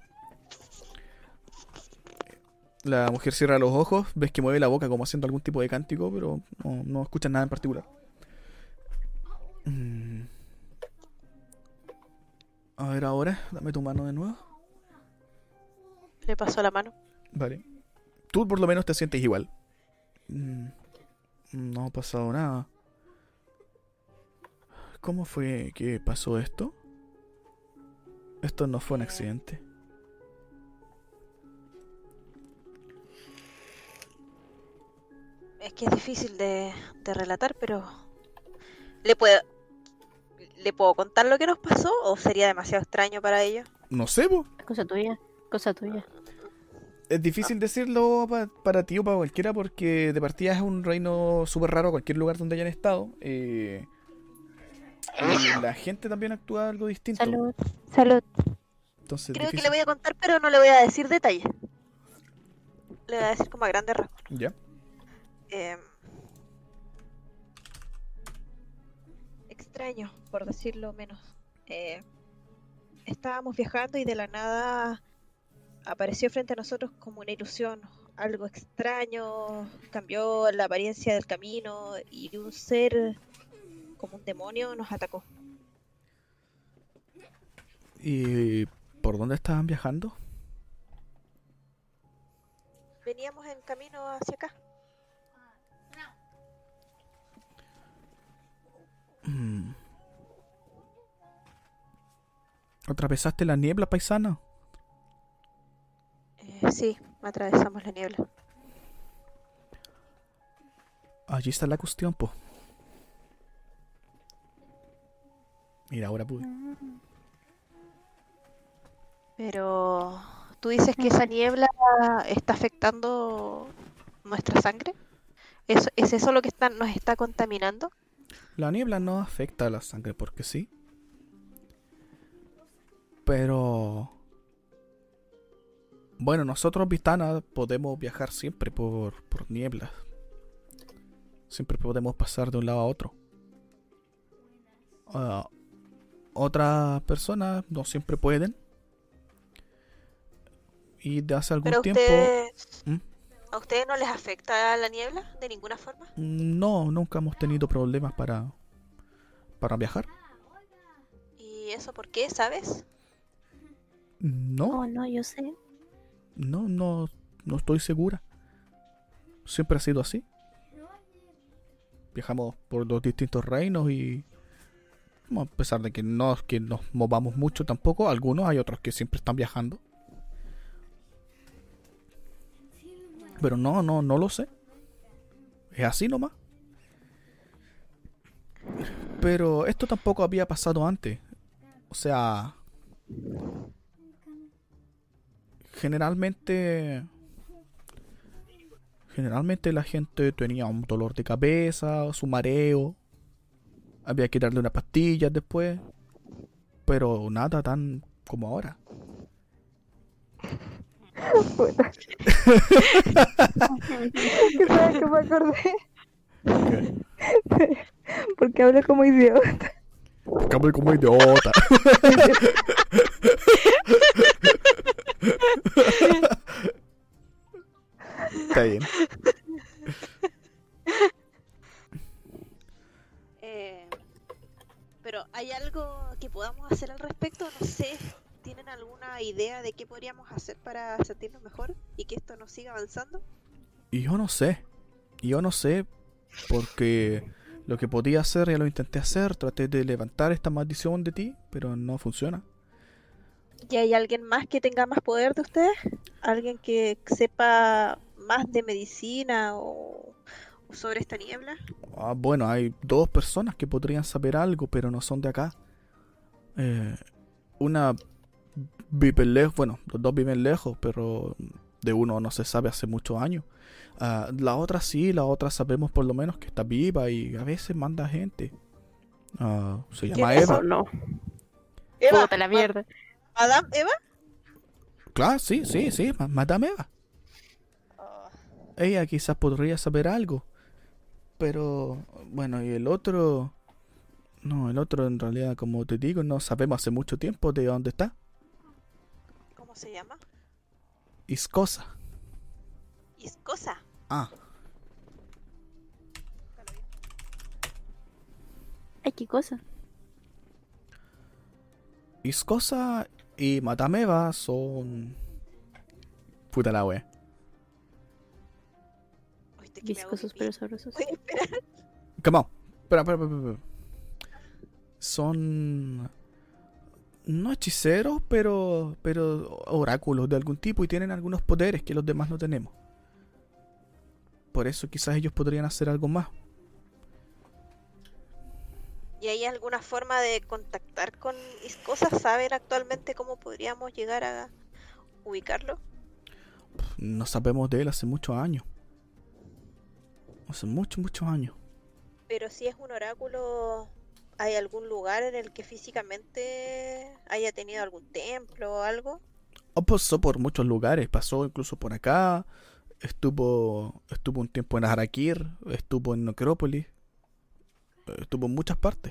[SPEAKER 1] La mujer cierra los ojos, ves que mueve la boca como haciendo algún tipo de cántico, pero no, no escuchas nada en particular. Mm. A ver ahora, dame tu mano de nuevo.
[SPEAKER 5] Le pasó la mano.
[SPEAKER 1] Vale. Tú por lo menos te sientes igual. Mm, No ha pasado nada. ¿Cómo fue que pasó esto? Esto no fue un accidente.
[SPEAKER 5] Es que es difícil de, de relatar, pero ¿le puedo, ¿le puedo contar lo que nos pasó o sería demasiado extraño para ella?
[SPEAKER 1] No sé, po.
[SPEAKER 6] Cosa tuya, cosa tuya.
[SPEAKER 1] Es difícil decirlo pa- para ti o para cualquiera porque de partida es un reino súper raro a cualquier lugar donde hayan estado. Eh, y la gente también actúa algo distinto.
[SPEAKER 6] Salud.
[SPEAKER 3] Salud.
[SPEAKER 1] Entonces,
[SPEAKER 5] Creo que
[SPEAKER 1] difícil.
[SPEAKER 5] le voy a contar, pero no le voy a decir detalles. Le voy a decir como a grandes rasgos.
[SPEAKER 1] Ya.
[SPEAKER 5] Eh, extraño, por decirlo menos. Eh, estábamos viajando y de la nada apareció frente a nosotros como una ilusión, algo extraño, cambió la apariencia del camino y un ser como un demonio nos atacó.
[SPEAKER 1] ¿Y por dónde estaban viajando?
[SPEAKER 5] Veníamos en camino hacia acá.
[SPEAKER 1] Mm. ¿Atravesaste la niebla, paisana?
[SPEAKER 5] Eh, sí, atravesamos la niebla.
[SPEAKER 1] Allí está la cuestión, po. Mira, ahora pude.
[SPEAKER 5] Pero tú dices que esa niebla está afectando nuestra sangre. ¿Es, es eso lo que está, nos está contaminando?
[SPEAKER 1] La niebla no afecta a la sangre porque sí. Pero... Bueno, nosotros Vistana podemos viajar siempre por, por nieblas. Siempre podemos pasar de un lado a otro. Uh, otras personas no siempre pueden. Y de hace algún
[SPEAKER 5] Pero
[SPEAKER 1] tiempo...
[SPEAKER 5] ustedes,
[SPEAKER 1] ¿Mm?
[SPEAKER 5] ¿a ustedes no les afecta la niebla de ninguna forma?
[SPEAKER 1] No, nunca hemos tenido problemas para, para viajar.
[SPEAKER 5] ¿Y eso por qué, sabes?
[SPEAKER 1] No,
[SPEAKER 6] Oh, no, yo sé.
[SPEAKER 1] no, no, no estoy segura. Siempre ha sido así. Viajamos por los distintos reinos y... bueno, a pesar de que no es que nos movamos mucho tampoco, algunos hay otros que siempre están viajando. Pero no, no, no lo sé. Es así nomás. Pero esto tampoco había pasado antes. O sea... Generalmente... Generalmente la gente tenía un dolor de cabeza, su mareo. Había que darle una pastilla después. Pero nada tan como ahora.
[SPEAKER 3] Puta. ¿Qué sabes que me acordé?
[SPEAKER 1] ¿Qué?
[SPEAKER 3] Porque hablo como idiota.
[SPEAKER 1] Cabrón, como idiota. Está bien.
[SPEAKER 5] Eh, pero ¿hay algo que podamos hacer al respecto? No sé, ¿tienen alguna idea de qué podríamos hacer para sentirnos mejor y que esto nos siga avanzando?
[SPEAKER 1] Y yo no sé. Y yo no sé. Porque lo que podía hacer ya lo intenté hacer. Traté de levantar esta maldición de ti. Pero no funciona.
[SPEAKER 5] ¿Y hay alguien más que tenga más poder de ustedes? ¿Alguien que sepa más de medicina o, o sobre esta niebla?
[SPEAKER 1] Ah, bueno, hay dos personas que podrían saber algo. Pero no son de acá. Eh, una vive lejos. Bueno, los dos viven lejos. Pero de uno no se sabe hace muchos años. Uh, la otra sí, la otra sabemos por lo menos que está viva y a veces manda gente. Uh, se llama
[SPEAKER 5] ¿Quién es?
[SPEAKER 1] Eva.
[SPEAKER 6] Oh, no.
[SPEAKER 5] Eva,
[SPEAKER 6] Puta la mierda.
[SPEAKER 5] Adam, Eva.
[SPEAKER 1] Claro, sí, sí, sí, ma- Madame Eva.
[SPEAKER 5] Oh,
[SPEAKER 1] Ella quizás podría saber algo. Pero, bueno, y el otro... No, el otro en realidad, como te digo, no sabemos hace mucho tiempo de dónde está.
[SPEAKER 5] ¿cómo se llama?
[SPEAKER 1] Iscosa.
[SPEAKER 5] Iscosa.
[SPEAKER 1] Ah,
[SPEAKER 6] Ay, qué cosa.
[SPEAKER 1] Iscosa y Madame Eva son... Puta la wea.
[SPEAKER 5] Oíste que me hago
[SPEAKER 6] Viscosos
[SPEAKER 5] pipí.
[SPEAKER 6] pero sabrosos.
[SPEAKER 5] Voy a esperar.
[SPEAKER 1] Come on. Espera, espera, espera, espera. Son... No hechiceros, pero... Pero oráculos de algún tipo y tienen algunos poderes que los demás no tenemos. Por eso quizás ellos podrían hacer algo más.
[SPEAKER 5] ¿Y hay alguna forma de contactar con Iscosa? ¿Saben actualmente cómo podríamos llegar a ubicarlo?
[SPEAKER 1] No sabemos de él hace muchos años. Hace muchos, muchos años.
[SPEAKER 5] Pero si es un oráculo, ¿hay algún lugar en el que físicamente haya tenido algún templo o algo?
[SPEAKER 1] Oh, pasó por muchos lugares. Pasó incluso por acá. Estuvo estuvo un tiempo en Harakir. Estuvo en Necrópolis. Estuvo en muchas partes.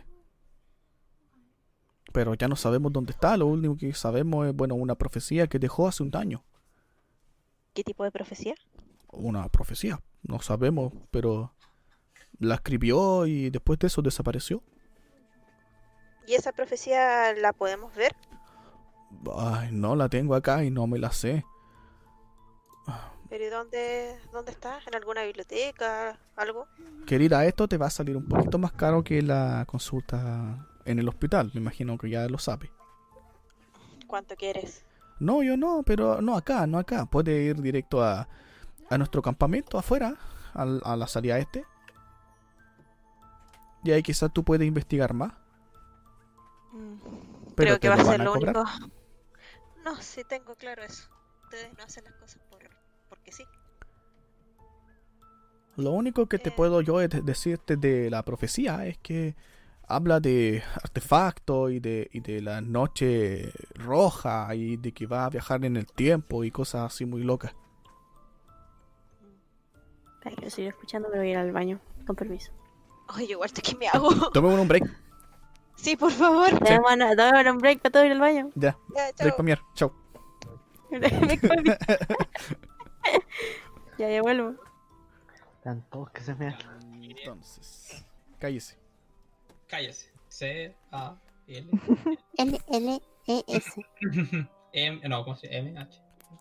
[SPEAKER 1] Pero ya no sabemos dónde está. Lo único que sabemos es, bueno, una profecía que dejó hace un año.
[SPEAKER 5] ¿Qué tipo de profecía?
[SPEAKER 1] Una profecía. No sabemos, pero la escribió y después de eso desapareció.
[SPEAKER 5] ¿Y esa profecía la podemos ver?
[SPEAKER 1] Ay, no la tengo acá y no me la sé.
[SPEAKER 5] ¿Pero y dónde, dónde está? ¿En alguna biblioteca? ¿Algo?
[SPEAKER 1] Querida, esto te va a salir un poquito más caro que la consulta en el hospital. Me imagino que ya lo sabe.
[SPEAKER 5] ¿Cuánto quieres?
[SPEAKER 1] No, yo no, pero no acá, no acá. Puede ir directo a, a nuestro campamento afuera, al- a, la salida este. Y ahí quizás tú puedes investigar más.
[SPEAKER 5] Mm,
[SPEAKER 1] Pero
[SPEAKER 5] Creo
[SPEAKER 1] te
[SPEAKER 5] que va a
[SPEAKER 1] lo
[SPEAKER 5] ser
[SPEAKER 1] van a
[SPEAKER 5] lo
[SPEAKER 1] cobrar.
[SPEAKER 5] único. No, sí tengo claro eso. Ustedes no hacen las cosas por porque sí.
[SPEAKER 1] Lo único que te
[SPEAKER 5] Eh.
[SPEAKER 1] puedo yo de- decirte de la profecía es que habla de artefactos y de, y de la noche roja y de que va a viajar en el tiempo y cosas así muy locas.
[SPEAKER 6] Espera, que lo sigo escuchando, pero voy a ir al baño. Con permiso.
[SPEAKER 5] Oye, igual, ¿qué me hago?
[SPEAKER 1] Tomemos un break.
[SPEAKER 5] Sí, por favor.
[SPEAKER 6] Tenemos una- tenemos un break para todo ir al baño.
[SPEAKER 1] Ya,
[SPEAKER 5] Ya,
[SPEAKER 1] break
[SPEAKER 5] chao.
[SPEAKER 1] para miar. Chau.
[SPEAKER 6] Me comí. Ya, ya vuelvo.
[SPEAKER 4] Están todos que se mean.
[SPEAKER 1] Entonces, cállese.
[SPEAKER 2] Cállese. C A L
[SPEAKER 6] L L E S.
[SPEAKER 2] M. No, ¿cómo se llama? M H.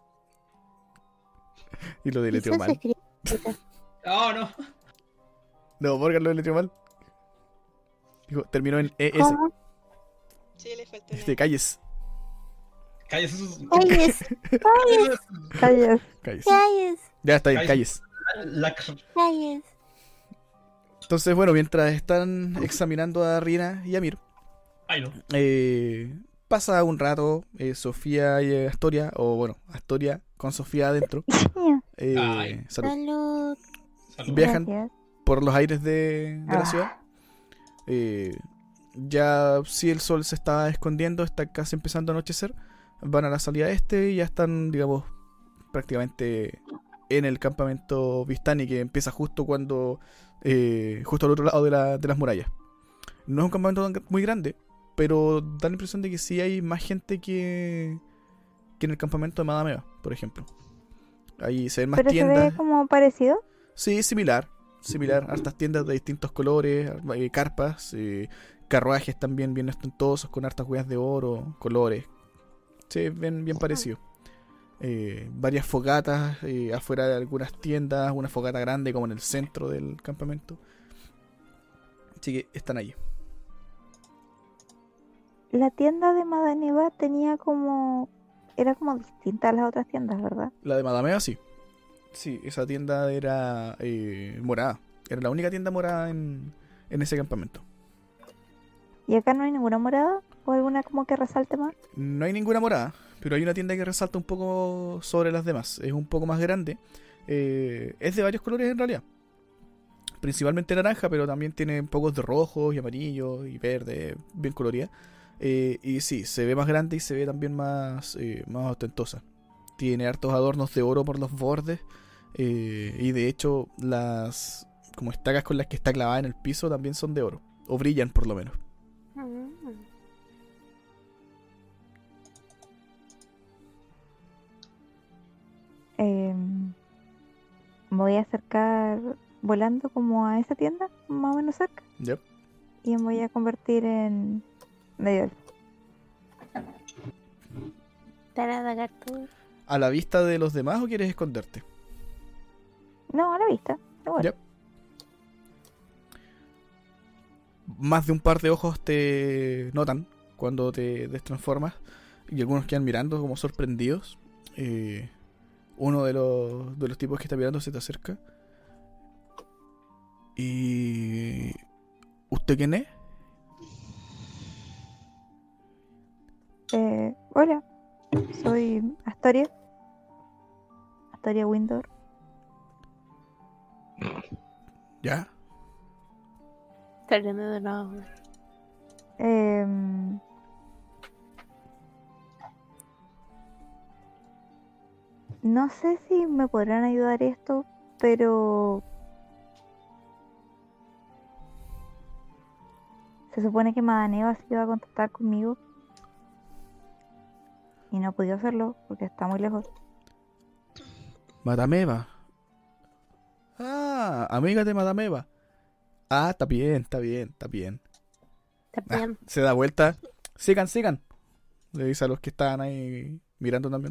[SPEAKER 1] Y lo deletreo
[SPEAKER 6] Quizás se
[SPEAKER 1] mal.
[SPEAKER 6] escribe-
[SPEAKER 2] Oh, no.
[SPEAKER 1] No, Morgan lo deletreo mal. Dijo, terminó en E S.
[SPEAKER 6] ¿Cómo?
[SPEAKER 5] Sí, le falta una.
[SPEAKER 1] Este, calles.
[SPEAKER 2] Cállese sus.
[SPEAKER 6] Calles, calles,
[SPEAKER 3] Calles.
[SPEAKER 1] Calles.
[SPEAKER 6] calles,
[SPEAKER 1] Ya está bien,
[SPEAKER 2] Calles.
[SPEAKER 1] calles.
[SPEAKER 2] La...
[SPEAKER 6] calles.
[SPEAKER 1] Entonces, bueno, mientras están examinando a Rina y a Mir,
[SPEAKER 2] Ay, no.
[SPEAKER 1] eh, pasa un rato, eh, Sofía y eh, Astoria, o bueno, Astoria con Sofía adentro, eh,
[SPEAKER 2] Ay.
[SPEAKER 1] salud,
[SPEAKER 6] Salud.
[SPEAKER 2] Salud.
[SPEAKER 1] Viajan.
[SPEAKER 3] Gracias.
[SPEAKER 1] por los aires de, de la
[SPEAKER 3] Ah.
[SPEAKER 1] ciudad. Eh, ya si el sol se está escondiendo, está casi empezando a anochecer, van a la salida este y ya están, digamos, prácticamente en el campamento Vistani, que empieza justo cuando eh, justo al otro lado de, la- de las murallas. No es un campamento tan gr- muy grande, pero da la impresión de que sí hay más gente que, que en el campamento de Madame Eva, por ejemplo. Ahí se ven más
[SPEAKER 3] Pero se
[SPEAKER 1] tiendas.
[SPEAKER 3] ve como parecido.
[SPEAKER 1] Sí, similar. Similar. Hartas tiendas de distintos colores, eh, carpas, eh, carruajes también bien ostentosos, con hartas huellas de oro, colores. Sí, bien, bien parecido. Eh, varias fogatas eh, afuera de algunas tiendas, una fogata grande como en el centro del campamento. Así que están allí.
[SPEAKER 3] La tienda de Madaneva tenía como... Era como distinta a las otras tiendas, ¿verdad?
[SPEAKER 1] La de Madame Eva, sí. Sí, esa tienda era eh, morada. Era la única tienda morada en, en ese campamento.
[SPEAKER 3] ¿Y acá no hay ninguna morada? ¿O alguna como que resalte más?
[SPEAKER 1] No hay ninguna morada, pero hay una tienda que resalta un poco sobre las demás. Es un poco más grande. Eh, es de varios colores en realidad. Principalmente naranja, pero también tiene pocos de rojos y amarillos y verde, bien colorida. Eh, y sí, se ve más grande y se ve también más, eh, más ostentosa. Tiene hartos adornos de oro por los bordes. eh, y de hecho, las como estacas con las que está clavada en el piso también son de oro. O brillan por lo menos.
[SPEAKER 6] Mm.
[SPEAKER 3] Eh, me voy a acercar volando como a esa tienda, más o menos cerca.
[SPEAKER 1] Yep.
[SPEAKER 3] Y me voy a convertir en medio elfo.
[SPEAKER 6] Tarada, gato.
[SPEAKER 1] ¿A la vista de los demás o quieres esconderte?
[SPEAKER 3] No, a la vista. da igual.
[SPEAKER 1] Yep. Más de un par de ojos te notan cuando te destransformas y algunos quedan mirando como sorprendidos. Eh, uno de los, de los tipos que está mirando se te acerca. Y... ¿Usted quién es?
[SPEAKER 3] Eh, hola, soy Astoria. Astoria Windor.
[SPEAKER 1] ¿Ya?
[SPEAKER 6] Terminé de nuevo.
[SPEAKER 3] Em, no sé si me podrán ayudar esto, pero se supone que Madaneva se iba a contactar conmigo y no pudo hacerlo porque está muy lejos.
[SPEAKER 1] Madame Eva. Ah, amiga de Madame Eva. Ah, está bien, está bien, está bien.
[SPEAKER 6] Está
[SPEAKER 1] Ah,
[SPEAKER 6] bien.
[SPEAKER 1] se da vuelta. Sigan, sigan. Le dice a los que estaban ahí mirando también.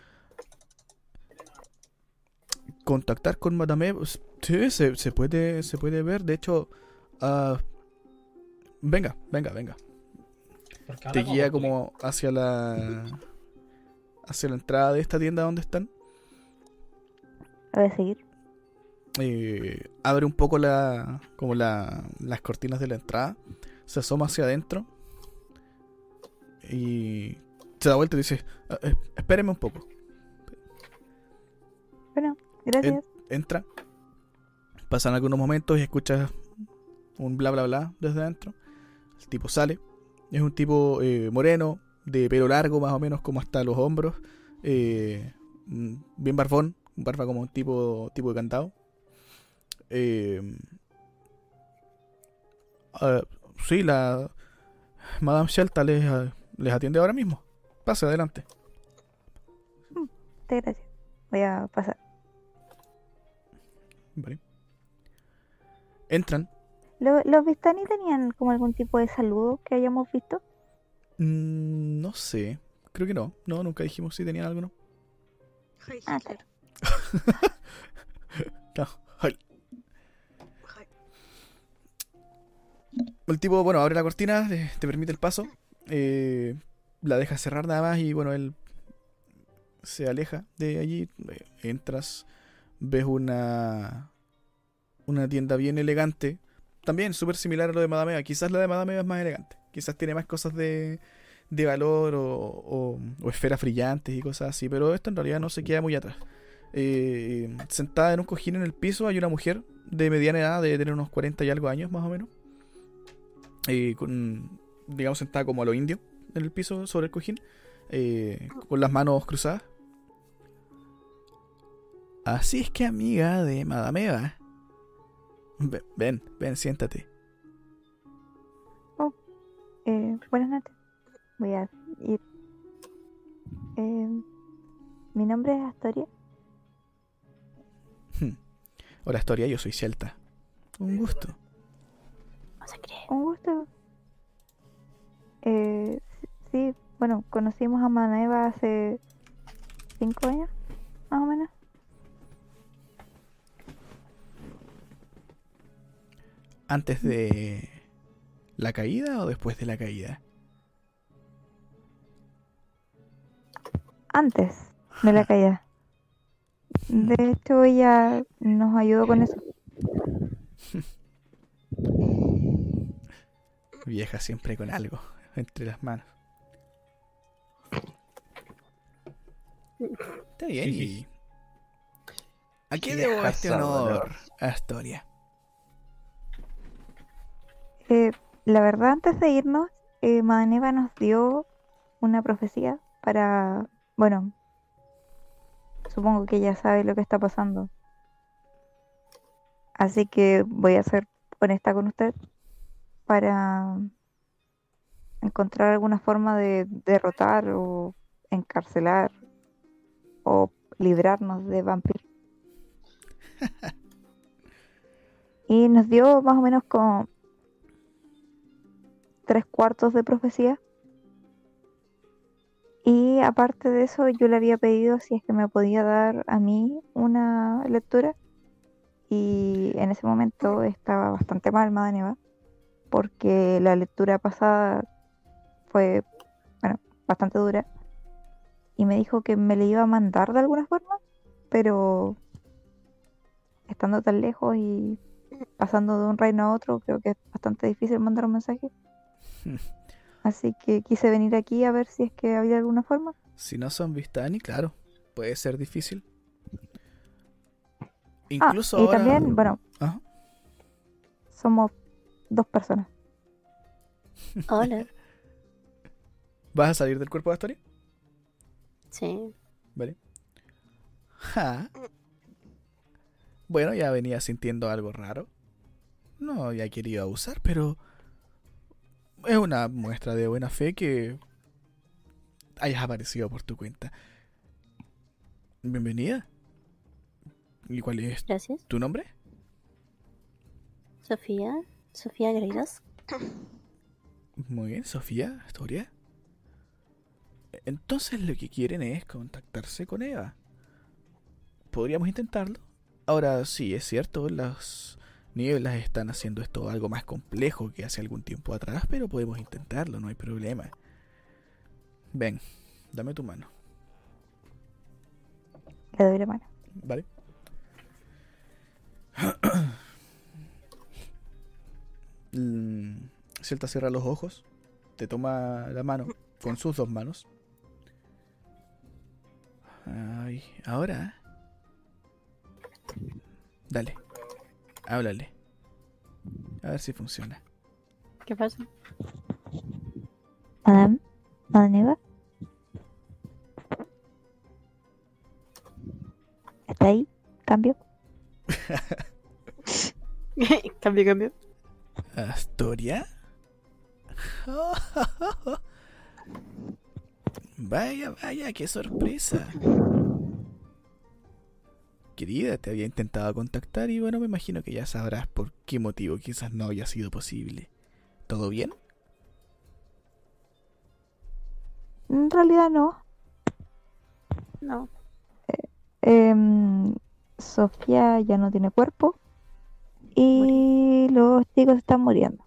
[SPEAKER 1] Contactar con Madame Eva. Sí, se, se puede, se puede ver. De hecho, ah, venga, venga, venga.
[SPEAKER 2] Porque
[SPEAKER 1] Te
[SPEAKER 2] ahora
[SPEAKER 1] guía como hacia la hacia la entrada de esta tienda donde están.
[SPEAKER 3] Lo voy a seguir.
[SPEAKER 1] Eh, abre un poco la como la, las cortinas de la entrada. Se asoma hacia adentro. Y se da vuelta y dice: "Ah, eh, espéreme un poco".
[SPEAKER 3] Bueno, gracias.
[SPEAKER 1] Entra. Pasan algunos momentos y escuchas un bla bla bla desde adentro. El tipo sale. Es un tipo eh, moreno, de pelo largo más o menos como hasta los hombros. Eh, bien barbón, barba como un tipo, tipo de cantado. Eh, uh, sí, la Madame Shelta les, uh, les atiende ahora mismo. Pase adelante.
[SPEAKER 3] Muchas gracias. Voy a pasar.
[SPEAKER 1] Vale. Entran.
[SPEAKER 3] ¿Lo- ¿Los Vistani tenían como algún tipo de saludo que hayamos visto?
[SPEAKER 1] Mm, no sé. Creo que no. No, nunca dijimos si tenían algo, ¿no?
[SPEAKER 5] Ay,
[SPEAKER 3] Ah,
[SPEAKER 5] Hitler.
[SPEAKER 1] No. Ay.
[SPEAKER 5] Ay.
[SPEAKER 1] El tipo, bueno, abre la cortina, te, te permite el paso. Eh, la deja cerrar nada más y bueno, él se aleja de allí. Eh, entras, ves una una tienda bien elegante. También súper similar a lo de Madame Eva. Quizás la de Madame Eva es más elegante. Quizás tiene más cosas de, de valor o, o, o esferas brillantes y cosas así. Pero esto en realidad no se queda muy atrás. Eh, sentada en un cojín en el piso hay una mujer de mediana edad, de tener unos cuarenta y algo años más o menos. Eh, con, digamos, sentada como a lo indio en el piso sobre el cojín. Eh, con las manos cruzadas. Así es que amiga de Madame Eva. Ven, ven, ven, siéntate.
[SPEAKER 3] Eh, buenas noches. Voy a ir. Eh, mi nombre es Astoria.
[SPEAKER 1] Hola, Astoria, yo soy Celta. Un gusto.
[SPEAKER 6] No se cree.
[SPEAKER 3] Un gusto. Eh, sí, bueno, conocimos a Maneva hace cinco años, más o menos.
[SPEAKER 1] ¿Antes de la caída o después de la caída?
[SPEAKER 3] Antes de la caída. De hecho, ella nos ayudó con eso.
[SPEAKER 1] Vieja siempre con algo entre las manos. Está bien, y... ¿a qué debo
[SPEAKER 4] Vieja
[SPEAKER 1] este honor,
[SPEAKER 4] sabrosa.
[SPEAKER 1] Astoria?
[SPEAKER 3] Eh, la verdad, antes de irnos, eh, Maneva nos dio una profecía para, bueno, supongo que ella sabe lo que está pasando. Así que voy a ser honesta con usted para encontrar alguna forma de derrotar o encarcelar o librarnos de vampiros. Y nos dio más o menos como tres cuartos de profecía. Y aparte de eso, yo le había pedido si es que me podía dar a mí una lectura. Y en ese momento estaba bastante mal Madaneva, porque la lectura pasada fue, bueno, bastante dura. Y me dijo que me le iba a mandar de alguna forma, pero estando tan lejos y pasando de un reino a otro, creo que es bastante difícil mandar un mensaje. Así que quise venir aquí a ver si es que había alguna forma.
[SPEAKER 1] Si no son Vistani, claro, puede ser difícil.
[SPEAKER 3] Ah,
[SPEAKER 1] Incluso
[SPEAKER 3] y
[SPEAKER 1] ahora...
[SPEAKER 3] también, bueno,
[SPEAKER 1] Ajá.
[SPEAKER 3] somos dos personas.
[SPEAKER 6] Hola.
[SPEAKER 1] ¿Vas a salir del cuerpo de Astoria?
[SPEAKER 6] Sí.
[SPEAKER 1] Vale. Ja. Bueno, ya venía sintiendo algo raro. No había querido abusar, pero es una muestra de buena fe que hayas aparecido por tu cuenta. Bienvenida. ¿Y cuál es
[SPEAKER 6] Gracias.
[SPEAKER 1] tu nombre?
[SPEAKER 6] Sofía. Sofía Greidos.
[SPEAKER 1] Muy bien, Sofía, Astoria. Entonces lo que quieren es contactarse con Eva. Podríamos intentarlo. Ahora sí, es cierto, las nieblas están haciendo esto algo más complejo que hace algún tiempo atrás, pero podemos intentarlo, no hay problema. Ven, dame tu mano,
[SPEAKER 3] Le doy la mano.
[SPEAKER 1] ¿vale? Mm, Celta cierra los ojos, te toma la mano con sus dos manos. Ay, ahora. Dale. Háblale. A ver si funciona.
[SPEAKER 6] ¿Qué pasa?
[SPEAKER 3] Madame, Madame Eva. ¿Está ahí? ¿Cambio?
[SPEAKER 6] Cambio, cambio.
[SPEAKER 1] ¿Astoria? Vaya, vaya, qué sorpresa. Querida, te había intentado contactar y bueno, me imagino que ya sabrás por qué motivo quizás no haya sido posible. ¿Todo bien?
[SPEAKER 3] En realidad no.
[SPEAKER 6] No.
[SPEAKER 3] Em, Sofía ya no tiene cuerpo y los chicos están muriendo.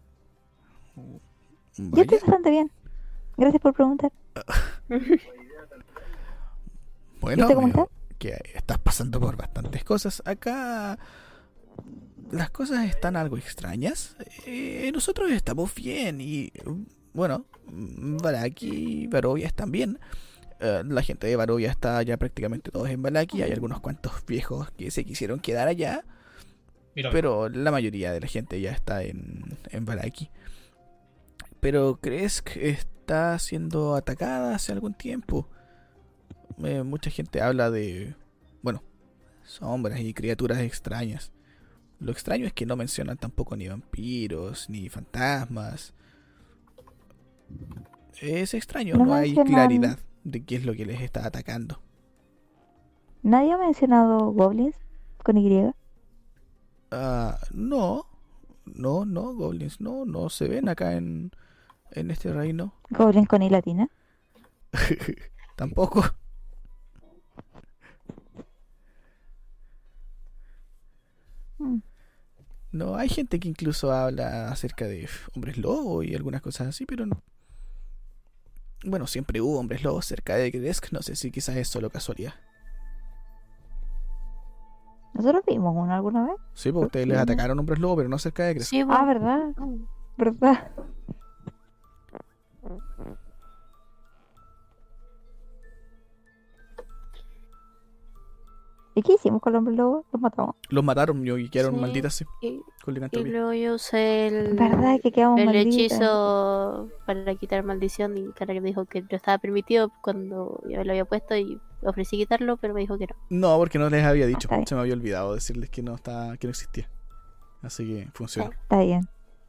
[SPEAKER 3] Yo estoy
[SPEAKER 1] Vaya.
[SPEAKER 3] bastante bien. Gracias por preguntar.
[SPEAKER 1] Bueno,
[SPEAKER 3] ¿Y usted cómo
[SPEAKER 1] veo
[SPEAKER 3] está?
[SPEAKER 1] que estás pasando por bastantes cosas. Acá las cosas están algo extrañas. Eh, nosotros estamos bien y bueno, Baraki y Barovia están bien. Eh, la gente de Barovia está ya prácticamente todos en Balaki. Hay algunos cuantos viejos que se quisieron quedar allá,
[SPEAKER 2] Mira,
[SPEAKER 1] pero la mayoría de la gente ya está en, en Balaki. Pero ¿crees que está siendo atacada hace algún tiempo? Eh, mucha gente habla de, bueno, sombras y criaturas extrañas. Lo extraño es que no mencionan tampoco ni vampiros, ni fantasmas. Es extraño,
[SPEAKER 3] No
[SPEAKER 1] no hay
[SPEAKER 3] mencionan-
[SPEAKER 1] claridad de qué es lo que les está atacando.
[SPEAKER 3] ¿Nadie ha mencionado goblins con Y?
[SPEAKER 1] Ah, no, no, no, goblins, no, no se ven acá en, en este reino.
[SPEAKER 3] Goblins con I latina.
[SPEAKER 1] Tampoco.
[SPEAKER 3] Mm.
[SPEAKER 1] No, hay gente que incluso habla acerca de hombres lobo y algunas cosas así, pero no. Bueno, siempre hubo hombres lobos cerca de Gresk, no sé si quizás es solo casualidad.
[SPEAKER 3] ¿Nosotros vimos uno alguna vez?
[SPEAKER 1] Sí, porque ustedes les
[SPEAKER 3] Sí.
[SPEAKER 1] atacaron hombres lobos, pero no cerca de Gresk.
[SPEAKER 6] Sí,
[SPEAKER 3] Ah,
[SPEAKER 6] bueno.
[SPEAKER 3] ¿verdad? ¿Verdad? ¿Y qué hicimos con los hombres lobos? Los matamos.
[SPEAKER 1] Los mataron y quedaron
[SPEAKER 6] Sí.
[SPEAKER 1] malditas, sí,
[SPEAKER 6] Y,
[SPEAKER 1] con
[SPEAKER 6] y
[SPEAKER 1] licantropía.
[SPEAKER 6] luego yo usé el,
[SPEAKER 3] ¿Verdad que quedamos
[SPEAKER 6] el
[SPEAKER 3] malditas?
[SPEAKER 6] hechizo para quitar maldición y Cara me dijo que no estaba permitido cuando yo lo había puesto y ofrecí quitarlo, pero me dijo que no.
[SPEAKER 1] No, porque no les había dicho.
[SPEAKER 3] Está bien.
[SPEAKER 1] Se me había olvidado decirles que no estaba, que no existía. Así que funcionó.
[SPEAKER 3] Está bien.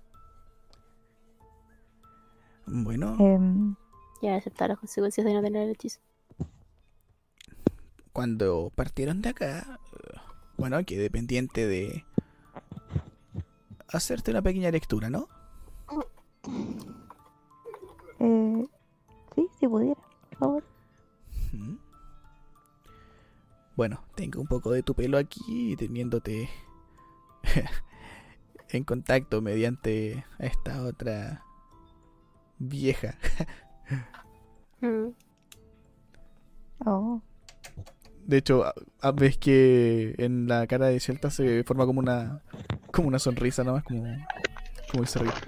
[SPEAKER 1] Bueno,
[SPEAKER 3] Em,
[SPEAKER 6] Ya aceptar las consecuencias de no tener el hechizo.
[SPEAKER 1] cuando partieron de acá, eh, bueno, quedé pendiente de hacerte una pequeña lectura, ¿no?
[SPEAKER 3] eh, sí, si pudiera, por favor.
[SPEAKER 1] Mm. Bueno, tengo un poco de tu pelo aquí, teniéndote en contacto mediante a esta otra vieja.
[SPEAKER 6] Mm.
[SPEAKER 3] Oh,
[SPEAKER 1] De hecho, a- a- ves que en la cara de Celta se forma como una como una sonrisa nomás, como como se ríe.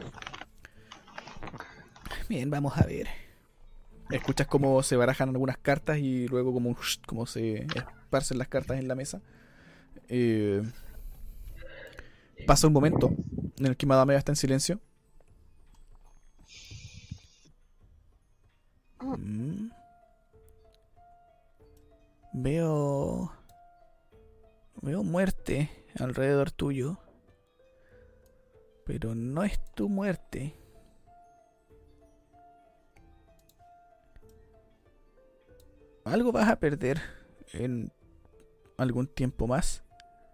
[SPEAKER 1] Bien, vamos a ver. Escuchas cómo se barajan algunas cartas y luego como un como se esparcen las cartas en la mesa. Eh, pasa un momento en el que Madame está en silencio. Mm. Veo... Veo muerte alrededor tuyo. Pero no es tu muerte. Algo vas a perder en algún tiempo más.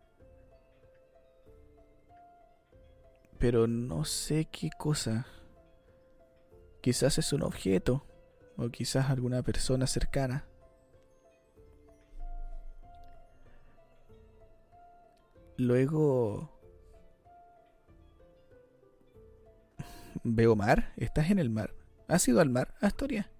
[SPEAKER 1] Pero no sé qué cosa. Quizás es un objeto. O quizás alguna persona cercana. Luego veo mar. ¿Estás en el mar? ¿Has ido al mar, Astoria?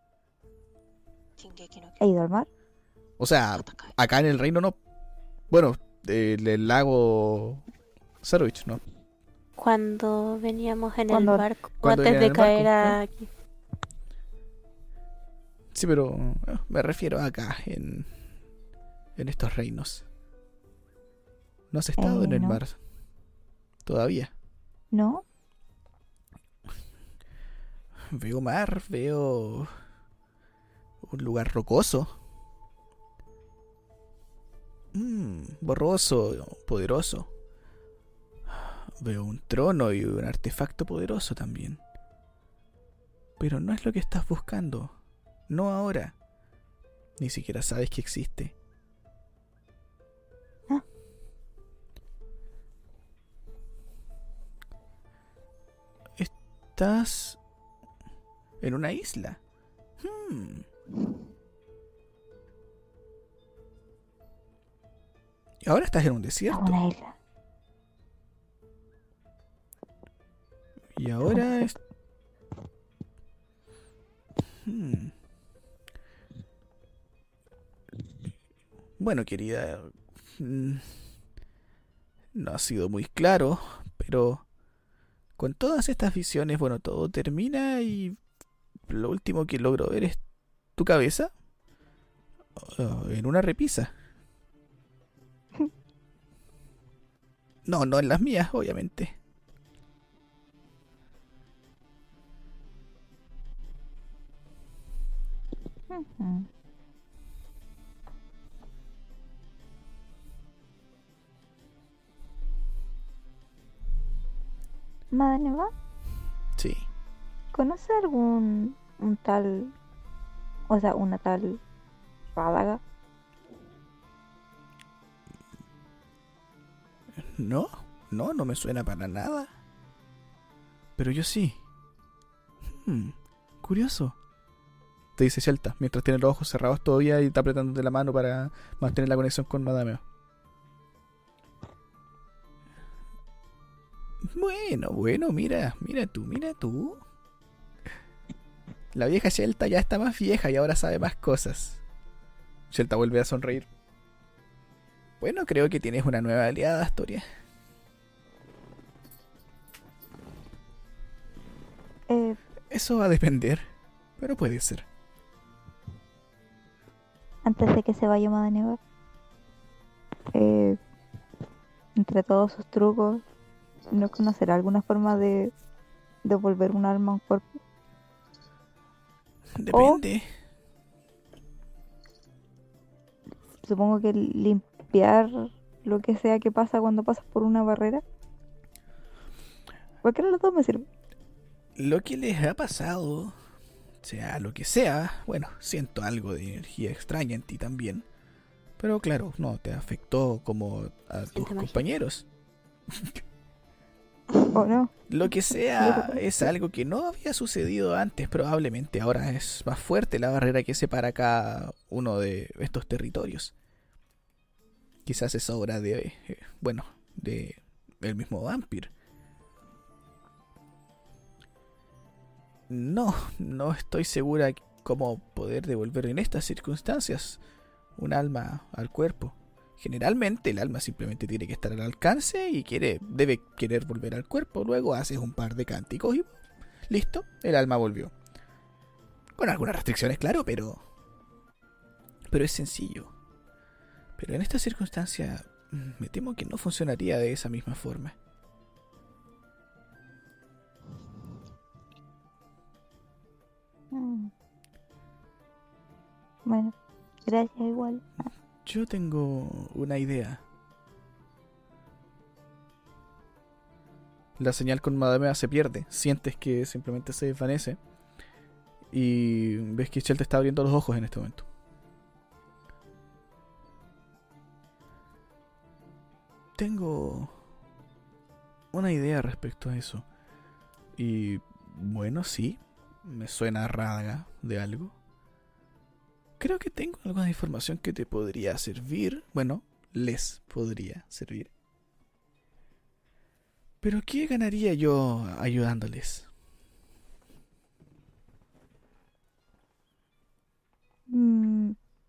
[SPEAKER 3] ¿he ido al mar?
[SPEAKER 1] O sea, acá en el reino no. Bueno, el, el lago Sarovich, ¿no?
[SPEAKER 6] Cuando veníamos en
[SPEAKER 3] Cuando-
[SPEAKER 6] el barco,
[SPEAKER 1] cuando
[SPEAKER 6] antes
[SPEAKER 1] venían
[SPEAKER 6] de
[SPEAKER 1] en el
[SPEAKER 6] caer
[SPEAKER 1] barco,
[SPEAKER 6] aquí.
[SPEAKER 1] Sí, pero eh, me refiero a acá, en, en estos reinos. ¿No has estado
[SPEAKER 3] Eh,
[SPEAKER 1] en el
[SPEAKER 3] no.
[SPEAKER 1] mar? Todavía.
[SPEAKER 3] ¿No?
[SPEAKER 1] Veo mar, veo un lugar rocoso. Mm, borroso, poderoso. Veo un trono y un artefacto poderoso también. Pero no es lo que estás buscando. No ahora. Ni siquiera sabes que existe.
[SPEAKER 3] Ah.
[SPEAKER 1] Estás en una isla. Hmm. Y ahora estás en un
[SPEAKER 3] A
[SPEAKER 1] desierto.
[SPEAKER 3] una isla.
[SPEAKER 1] Y ahora es... Hmm. Bueno, querida, mm, no ha sido muy claro, pero con todas estas visiones, bueno, todo termina y lo último que logro ver es tu cabeza uh, en una repisa. No, no en las mías, obviamente.
[SPEAKER 3] Ujú. Madaneva,
[SPEAKER 1] Sí.
[SPEAKER 3] ¿conoce algún un tal, o sea, una tal Rádaga?
[SPEAKER 1] No, no, no me suena para nada. Pero yo sí. Hmm, curioso. Te dice Shelta, mientras tiene los ojos cerrados todavía y está apretándote la mano para mantener la conexión con Madameo. Bueno, bueno, mira, mira tú, mira tú. La vieja Shelta ya está más vieja y ahora sabe más cosas. Shelta vuelve a sonreír. Bueno, creo que tienes una nueva aliada, Astoria.
[SPEAKER 3] Eh,
[SPEAKER 1] Eso va a depender, pero puede ser.
[SPEAKER 3] antes de que se vaya Madaneva, eh, entre todos sus trucos, ¿no conocerá alguna forma de devolver un alma a un cuerpo?
[SPEAKER 1] Depende.
[SPEAKER 3] Supongo que limpiar lo que sea que pasa cuando pasas por una barrera. Cualquiera de los dos me sirve.
[SPEAKER 1] Lo que les ha pasado, sea lo que sea, bueno, siento algo de energía extraña en ti también. Pero claro, no te afectó como a tus
[SPEAKER 6] Siente magia.
[SPEAKER 1] compañeros.
[SPEAKER 3] ¿O no?
[SPEAKER 1] Lo que sea es algo que no había sucedido antes, probablemente ahora es más fuerte la barrera que separa cada uno de estos territorios. Quizás es obra de, eh, bueno, de el mismo Vampir. No, no estoy segura cómo poder devolver en estas circunstancias un alma al cuerpo. Generalmente el alma simplemente tiene que estar al alcance y quiere, debe querer volver al cuerpo. Luego haces un par de cánticos y listo, el alma volvió. Con algunas restricciones, claro, pero pero es sencillo. Pero en esta circunstancia me temo que no funcionaría de esa misma forma.
[SPEAKER 3] Mm. Bueno, gracias igual.
[SPEAKER 1] Yo tengo una idea. La señal con Madamea se pierde. Sientes que simplemente se desvanece. Y ves que Shell te está abriendo los ojos en este momento. Tengo una idea respecto a eso. Y bueno, sí, me suena Rádaga de algo. Creo que tengo alguna información que te podría servir. Bueno, les podría servir. Pero ¿qué ganaría yo ayudándoles?
[SPEAKER 3] Mm.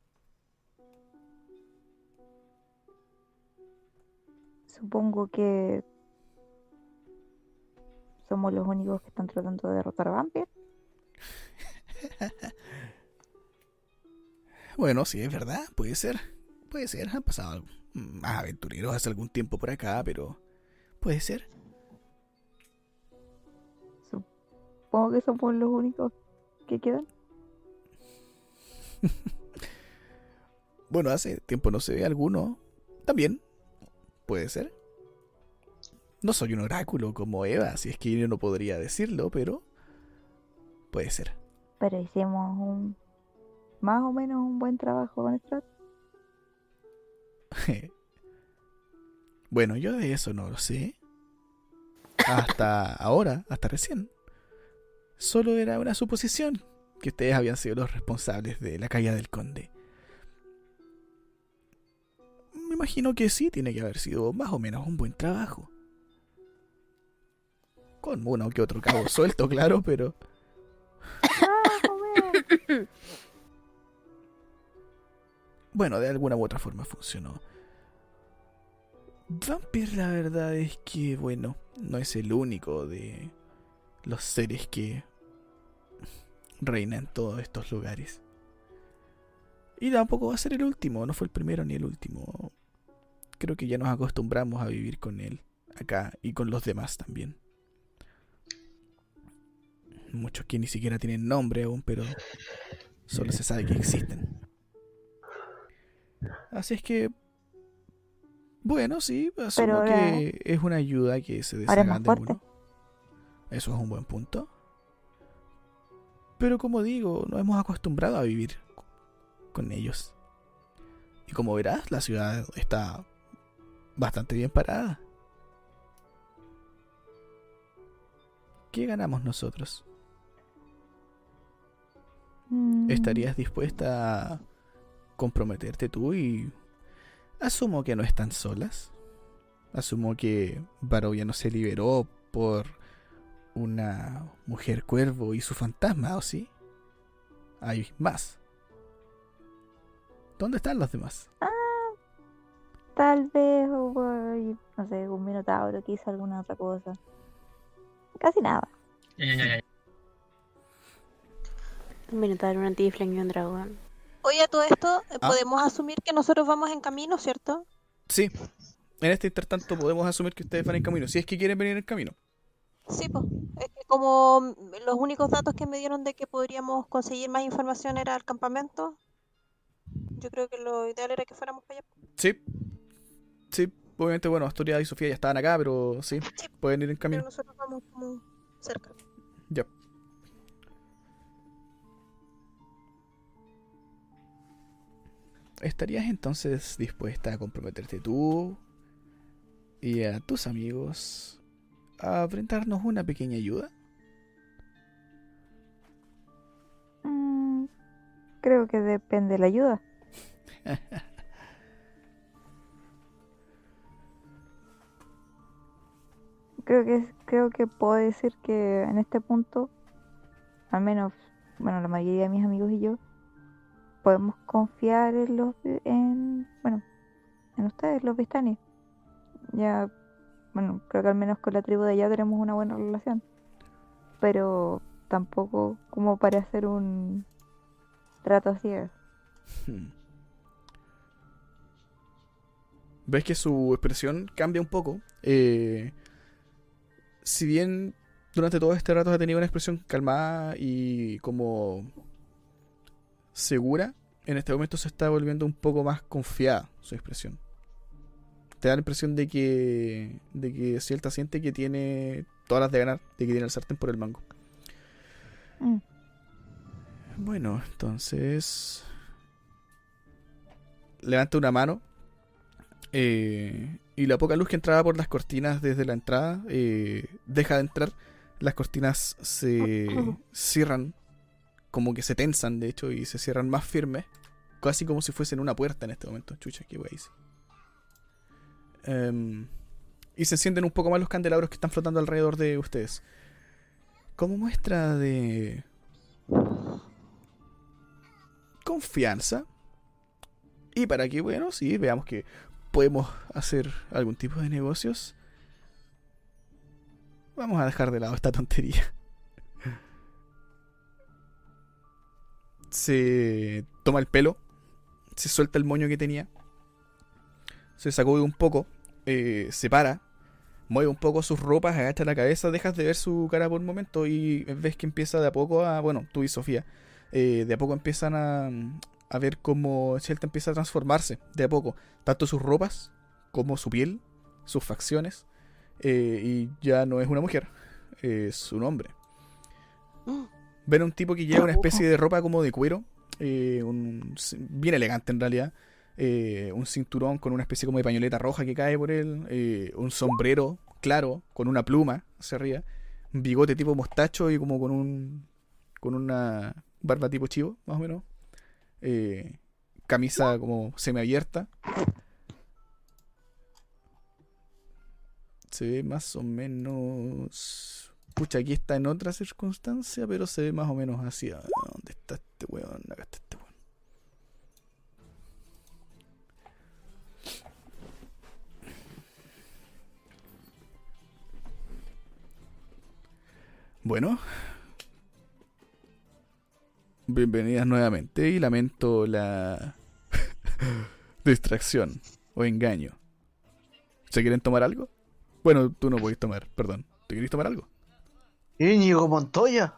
[SPEAKER 3] Supongo que somos los únicos que están tratando de derrotar a Vampir.
[SPEAKER 1] Bueno, sí, es verdad, puede ser. Puede ser, han pasado más aventureros hace algún tiempo por acá, pero puede ser.
[SPEAKER 3] supongo que somos los únicos que quedan.
[SPEAKER 1] Bueno, hace tiempo no se ve alguno. También puede ser. No soy un oráculo como Eva, si es que yo no podría decirlo, pero puede ser.
[SPEAKER 3] Pero hicimos un más o menos un buen trabajo con Strat.
[SPEAKER 1] Bueno, yo de eso no lo sé. Hasta ahora, hasta recién. Solo era una suposición que ustedes habían sido los responsables de la caída del conde. Me imagino que sí, tiene que haber sido más o menos un buen trabajo. Con uno que otro cabo suelto, claro, pero... Bueno, de alguna u otra forma funcionó. Vampir, la verdad es que, bueno, no es el único de los seres que reinan en todos estos lugares. Y tampoco va a ser el último, no fue el primero ni el último. Creo que ya nos acostumbramos a vivir con él acá y con los demás también. Muchos que ni siquiera tienen nombre aún, pero solo se sabe que existen. Así es que, bueno, sí, asumo
[SPEAKER 3] ahora-
[SPEAKER 1] que es una ayuda que se
[SPEAKER 3] Ahora es más
[SPEAKER 1] deshagan de
[SPEAKER 3] fuerte.
[SPEAKER 1] uno. Eso es un buen punto. Pero como digo, nos hemos acostumbrado a vivir con ellos. Y como verás, la ciudad está bastante bien parada. ¿Qué ganamos nosotros?
[SPEAKER 3] Mm,
[SPEAKER 1] ¿Estarías dispuesta a comprometerte tú y asumo que no están solas? Asumo que Barovia no se liberó por una mujer cuervo y su fantasma, ¿o sí? Hay más. ¿Dónde están los demás?
[SPEAKER 3] Tal vez hubo, ahí, no sé, un minotauro que hizo alguna otra cosa. Casi nada.
[SPEAKER 2] Ya, ya, ya, ya.
[SPEAKER 6] Un minotauro, un antifling y un dragón.
[SPEAKER 5] Oye, a todo esto, eh,
[SPEAKER 1] Ah.
[SPEAKER 5] podemos asumir que nosotros vamos en camino, ¿cierto?
[SPEAKER 1] Sí. En este intertanto podemos asumir que ustedes van en camino. Si es que quieren venir en camino.
[SPEAKER 5] Sí, pues. Es que como mm, los únicos datos que me dieron de que podríamos conseguir más información era el campamento, yo creo que lo ideal era que fuéramos para allá.
[SPEAKER 1] Sí. Sí. Obviamente, bueno, Astoria y Sofía ya estaban acá, pero sí,
[SPEAKER 5] Sí.
[SPEAKER 1] pueden ir en
[SPEAKER 5] Pero
[SPEAKER 1] camino.
[SPEAKER 5] nosotros vamos como cerca.
[SPEAKER 1] Ya. ¿Estarías entonces dispuesta a comprometerte tú y a tus amigos a brindarnos una pequeña ayuda?
[SPEAKER 3] Mm, creo que depende de la ayuda. Creo que creo que puedo decir que en este punto, al menos, bueno, la mayoría de mis amigos y yo, podemos confiar en los vi- en, bueno, en ustedes, los Vistani. Ya, bueno, creo que al menos con la tribu de allá tenemos una buena relación. Pero tampoco como para hacer un trato a ciegas.
[SPEAKER 1] Hmm. ¿Ves que su expresión cambia un poco? Eh, si bien durante todo este rato ha tenido una expresión calmada y como segura, en este momento se está volviendo un poco más confiada su expresión. Te da la impresión de que de que Cielta siente que tiene todas las de ganar, de que tiene el sartén por el mango.
[SPEAKER 3] Mm.
[SPEAKER 1] Bueno, entonces levanta una mano eh, y la poca luz que entraba por las cortinas desde la entrada eh, deja de entrar. Las cortinas se cierran, como que se tensan de hecho, y se cierran más firmes, casi como si fuesen una puerta en este momento. Chucha, qué wey hice. Em, y se encienden un poco más los candelabros que están flotando alrededor de ustedes. Como muestra de confianza, y para que, bueno, sí, veamos que podemos hacer algún tipo de negocios, vamos a dejar de lado esta tontería. Se toma el pelo, se suelta el moño que tenía, se sacó de un poco, eh, se para, mueve un poco sus ropas, agacha la cabeza, dejas de ver su cara por un momento y ves que empieza de a poco a, bueno, tú y Sofía, eh, de a poco empiezan a, a ver cómo Shelta empieza a transformarse, de a poco, tanto sus ropas como su piel, sus facciones, eh, y ya no es una mujer, es un hombre. Ven a un tipo que lleva una especie de ropa como de cuero, eh, un, bien elegante en realidad, eh, un cinturón con una especie como de pañoleta roja que cae por él, eh, un sombrero claro con una pluma hacia arriba, un bigote tipo mostacho y como con un con una barba tipo chivo, más o menos, eh, camisa como semiabierta. Se ve más o menos... Pucha, aquí está en otra circunstancia, pero se ve más o menos así. ¿Dónde está este weón? Acá está este weón. Bueno. Bienvenidas nuevamente y lamento la distracción o engaño. ¿Se quieren tomar algo? Bueno, tú no podés tomar, perdón. ¿Te querés tomar algo?
[SPEAKER 4] Íñigo Montoya.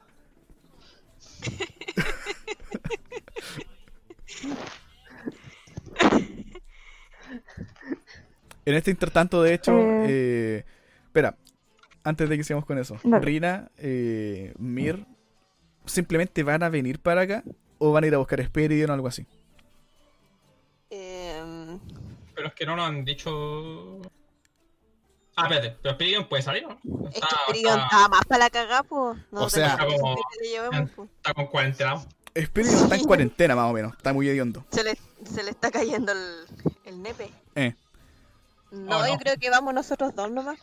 [SPEAKER 1] En este intertanto, de hecho,
[SPEAKER 3] Eh.
[SPEAKER 1] eh, espera, antes de que sigamos con eso,
[SPEAKER 3] Dale.
[SPEAKER 1] Rina, eh, Mir, ¿simplemente van a venir para acá o van a ir a buscar Esperidion o algo así?
[SPEAKER 5] Em,
[SPEAKER 2] Pero es que no nos han dicho. Ah, espérate, pero Spiridion puede salir, ¿no?
[SPEAKER 5] es
[SPEAKER 2] Está,
[SPEAKER 5] que Spiridion
[SPEAKER 2] está-
[SPEAKER 5] estaba más para la cagá, pues. No
[SPEAKER 1] O sea-
[SPEAKER 5] tenemos
[SPEAKER 2] Como-
[SPEAKER 5] que le llevemos, po.
[SPEAKER 2] está con cuarentena.
[SPEAKER 1] Esperidion está en cuarentena más o menos, está muy hediondo.
[SPEAKER 5] Se le, se le está cayendo el, el nepe.
[SPEAKER 1] Eh,
[SPEAKER 5] No,
[SPEAKER 2] Oh, no.
[SPEAKER 5] yo creo que vamos nosotros dos nomás.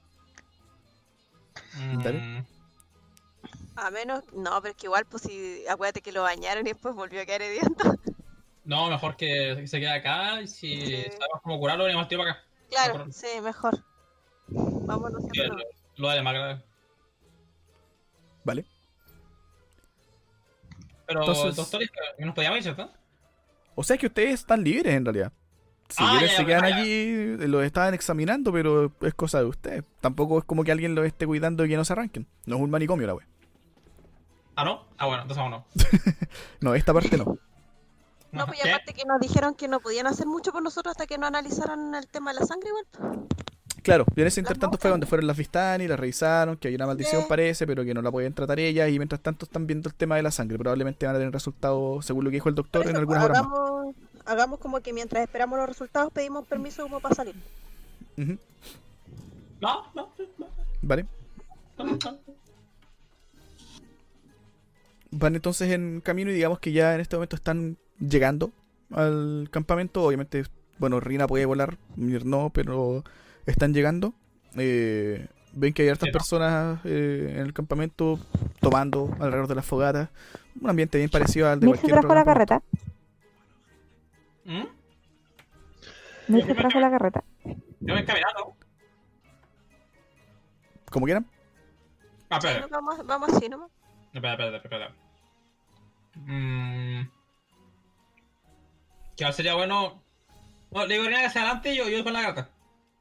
[SPEAKER 1] Dale.
[SPEAKER 2] Mm,
[SPEAKER 5] A menos, no, pero es que igual, pues si acuérdate que lo bañaron y después volvió a caer hediondo.
[SPEAKER 2] No, mejor que se quede acá y si
[SPEAKER 5] Sí.
[SPEAKER 2] sabemos cómo curarlo, venimos al tiro para acá.
[SPEAKER 5] Claro,
[SPEAKER 2] Mejor.
[SPEAKER 5] sí, mejor. Vámonos
[SPEAKER 2] Sí,
[SPEAKER 5] siempre.
[SPEAKER 2] lo, lo de más grave.
[SPEAKER 1] vale.
[SPEAKER 2] Pero,
[SPEAKER 1] Entonces-
[SPEAKER 2] doctor, nos podíamos ir, ¿cierto?
[SPEAKER 1] O sea que ustedes están libres en realidad. Si
[SPEAKER 2] Ah,
[SPEAKER 1] quieren
[SPEAKER 2] ya,
[SPEAKER 1] se
[SPEAKER 2] ya,
[SPEAKER 1] quedan
[SPEAKER 2] ya.
[SPEAKER 1] allí, eh, los estaban examinando, pero es cosa de ustedes. Tampoco es como que alguien los esté cuidando y que no se arranquen. No es un manicomio la wea.
[SPEAKER 2] Ah, ¿no? Ah, bueno, entonces vámonos.
[SPEAKER 1] No, esta parte no.
[SPEAKER 5] No, pues y
[SPEAKER 2] ¿Qué?
[SPEAKER 5] aparte que nos dijeron que no podían hacer mucho por nosotros hasta que no analizaran el tema de la sangre igual.
[SPEAKER 1] Claro, y en ese intertanto fue donde fueron las Vistani, las revisaron, que hay una maldición
[SPEAKER 5] Sí.
[SPEAKER 1] parece, pero que no la pueden tratar ellas, y mientras tanto están viendo el tema de la sangre. Probablemente van a tener resultados, según lo que dijo el doctor,
[SPEAKER 5] Por
[SPEAKER 1] en
[SPEAKER 5] eso,
[SPEAKER 1] algunas horas más.
[SPEAKER 5] hagamos, hagamos como que mientras esperamos los resultados pedimos permiso como para salir.
[SPEAKER 1] Ujú.
[SPEAKER 2] No, no, no,
[SPEAKER 1] Vale.
[SPEAKER 2] no, no.
[SPEAKER 1] Van entonces en camino y digamos que ya en este momento están llegando al campamento. Obviamente, bueno, Rina puede volar, Mir no, pero están llegando. Eh, ven que hay hartas
[SPEAKER 2] Sí, ¿no?
[SPEAKER 1] personas eh, en el campamento tomando alrededor de las fogatas. Un ambiente bien parecido al de
[SPEAKER 3] Mir se
[SPEAKER 1] cualquier
[SPEAKER 3] trajo la
[SPEAKER 1] otro campamento.
[SPEAKER 3] carreta.
[SPEAKER 2] ¿Mm?
[SPEAKER 3] Mir se trajo la carreta.
[SPEAKER 2] Yo me encaminando.
[SPEAKER 1] Como quieran.
[SPEAKER 2] Ah,
[SPEAKER 5] Sí,
[SPEAKER 2] espera,
[SPEAKER 5] no, vamos, vamos así nomás.
[SPEAKER 2] espera, espera, espera. Mm. Que sería bueno. No, le digo a Rina que hacia adelante y yo, yo con la gata.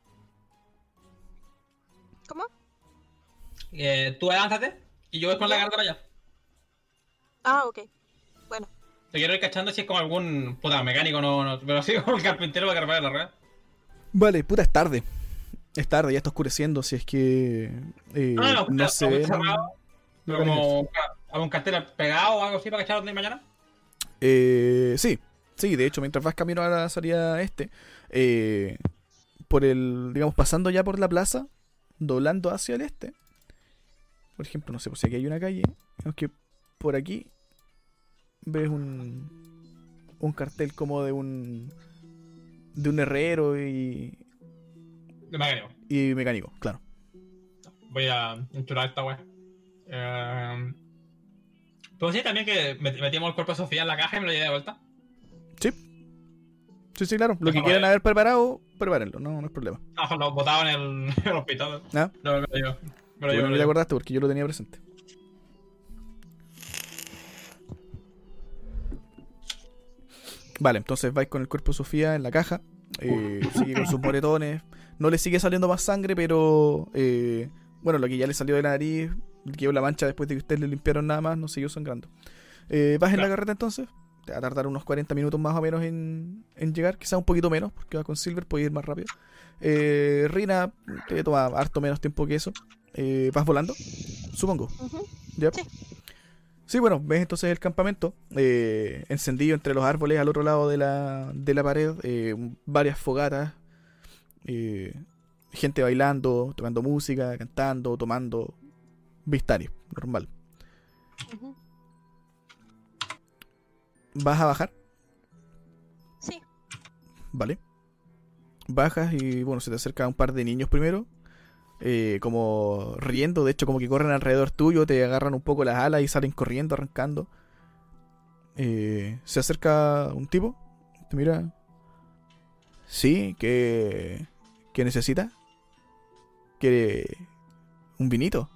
[SPEAKER 5] ¿Cómo?
[SPEAKER 2] Eh, tú adelántate y yo voy con la gata para allá.
[SPEAKER 5] Ah, ok. Bueno,
[SPEAKER 2] Te quiero ir cachando si es como algún puta mecánico, no, no, pero sí como el carpintero para que repare la rueda.
[SPEAKER 1] Vale, puta, es tarde. Es tarde, ya está oscureciendo. Si es que eh,
[SPEAKER 2] No, no, no,
[SPEAKER 1] no
[SPEAKER 2] pero-
[SPEAKER 1] se
[SPEAKER 2] pero
[SPEAKER 1] ven.
[SPEAKER 2] cerrado, Pero como algún cartel pegado o algo así para cachar dónde hay mañana.
[SPEAKER 1] Eh, sí, sí, de hecho, mientras vas camino a la salida este, eh, por el, digamos, pasando ya por la plaza, doblando hacia el este, por ejemplo, no sé, pues si aquí hay una calle, digamos que por aquí ves un, un cartel como de un, de un herrero y,
[SPEAKER 2] De mecánico.
[SPEAKER 1] y mecánico, claro.
[SPEAKER 2] Voy a enchular esta wea. Eh, Pero sí, también que met- metíamos el cuerpo de Sofía en la caja y me lo llevé de vuelta.
[SPEAKER 1] Sí, sí, sí, claro. Lo que
[SPEAKER 2] Vamos a
[SPEAKER 1] quieran
[SPEAKER 2] ver.
[SPEAKER 1] haber preparado, prepárenlo, no, no es problema.
[SPEAKER 2] Ah, lo botaba en el, en el hospital.
[SPEAKER 1] ¿Ah?
[SPEAKER 2] No, me lo llevo. Me lo llevo,
[SPEAKER 1] Bueno,
[SPEAKER 2] me
[SPEAKER 1] no
[SPEAKER 2] lo
[SPEAKER 1] te
[SPEAKER 2] llevo.
[SPEAKER 1] acordaste porque yo lo tenía presente. Vale, entonces vais con el cuerpo de Sofía en la caja. Eh, sigue con sus moretones. No le sigue saliendo más sangre, pero eh, bueno, lo que ya le salió de la nariz, le quedó la mancha después de que ustedes le limpiaron nada más, no siguió sangrando. Eh, ¿Vas en
[SPEAKER 2] Claro.
[SPEAKER 1] la carreta entonces? Te va a tardar unos cuarenta minutos más o menos en, en llegar, quizás un poquito menos, porque vas con Silver, puede ir más rápido. Eh, Rina, te toma harto menos tiempo que eso. Eh, ¿Vas volando? Supongo.
[SPEAKER 5] Ujú.
[SPEAKER 1] ¿Ya?
[SPEAKER 5] Sí.
[SPEAKER 1] Sí, bueno, ves entonces el campamento eh, encendido entre los árboles al otro lado de la, de la pared, eh, varias fogatas, eh, gente bailando, tocando música, cantando, tomando, Vistari, normal.
[SPEAKER 5] Ujú.
[SPEAKER 1] ¿Vas a bajar?
[SPEAKER 5] Sí.
[SPEAKER 1] Vale. Bajas y bueno, se te acerca un par de niños primero, eh, como riendo, de hecho como que corren alrededor tuyo, te agarran un poco las alas y salen corriendo, arrancando. Eh, se acerca un tipo, te mira. Sí, ¿qué, qué necesita? ¿Quiere un vinito?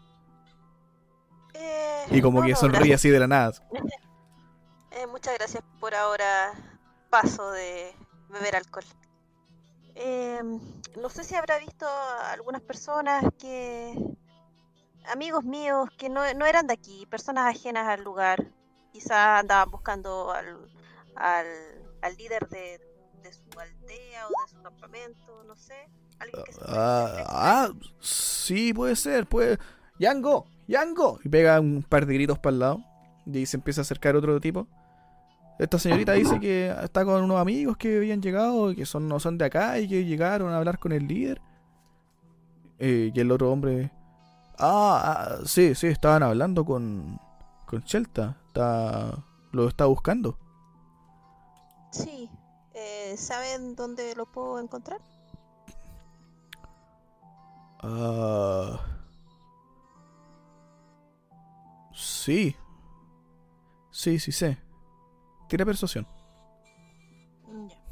[SPEAKER 5] Eh,
[SPEAKER 1] Y como
[SPEAKER 5] no,
[SPEAKER 1] que
[SPEAKER 5] no,
[SPEAKER 1] sonríe
[SPEAKER 5] gracias.
[SPEAKER 1] así de la nada.
[SPEAKER 5] Eh, muchas gracias por ahora. Paso de beber alcohol. Eh, no sé si habrá visto a algunas personas que... Amigos míos que no, no eran de aquí, personas ajenas al lugar. Quizás andaban buscando al, al, al líder de, de su aldea o de su campamento, no sé. Alguien que se
[SPEAKER 1] Ah, ah, sí, puede ser, puede. ¡Yango! ¡Yango! Y pega un par de gritos para el lado. Y se empieza a acercar otro tipo. Esta señorita dice que está con unos amigos que habían llegado y que son, no son de acá y que llegaron a hablar con el líder. Eh, y el otro hombre. Ah, ah, sí, sí, estaban hablando con. Con Shelta. Está, lo está buscando.
[SPEAKER 5] Sí. Eh, ¿saben dónde lo puedo encontrar?
[SPEAKER 1] Ah. Sí. Sí, sí sé. Tira persuasión.
[SPEAKER 5] Mm, ya.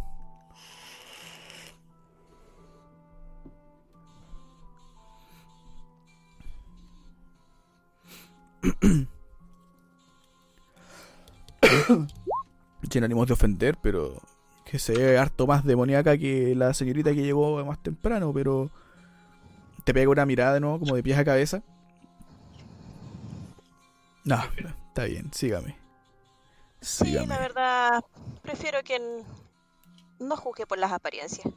[SPEAKER 1] Sin ánimos de ofender, pero que se ve harto más demoníaca que la señorita que llegó más temprano, pero te pega una mirada de nuevo, como de pies a cabeza. No, no, está bien, sígame.
[SPEAKER 5] Sí,
[SPEAKER 1] Sígame.
[SPEAKER 5] la verdad, prefiero que n- no juzgue por las apariencias.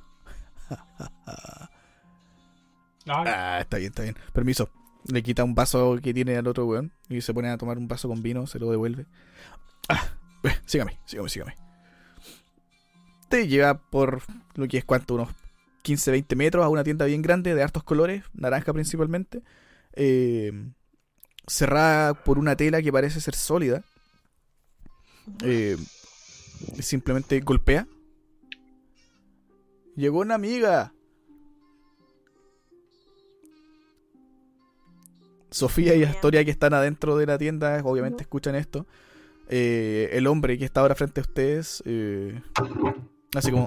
[SPEAKER 2] Ay,
[SPEAKER 1] Ah, está bien, está bien. Permiso. Le quita un vaso que tiene al otro weón y se pone a tomar un vaso con vino, se lo devuelve. Ah, eh, sígame, sígame, sígame. Te lleva por lo que es cuánto, unos quince a veinte metros a una tienda bien grande de hartos colores, naranja principalmente, eh, cerrada por una tela que parece ser sólida. Eh, simplemente golpea. Llegó una amiga. Sofía y
[SPEAKER 5] Bien.
[SPEAKER 1] Astoria, que están adentro de la tienda, obviamente escuchan esto. Eh, el hombre que está ahora frente a ustedes, eh, así como: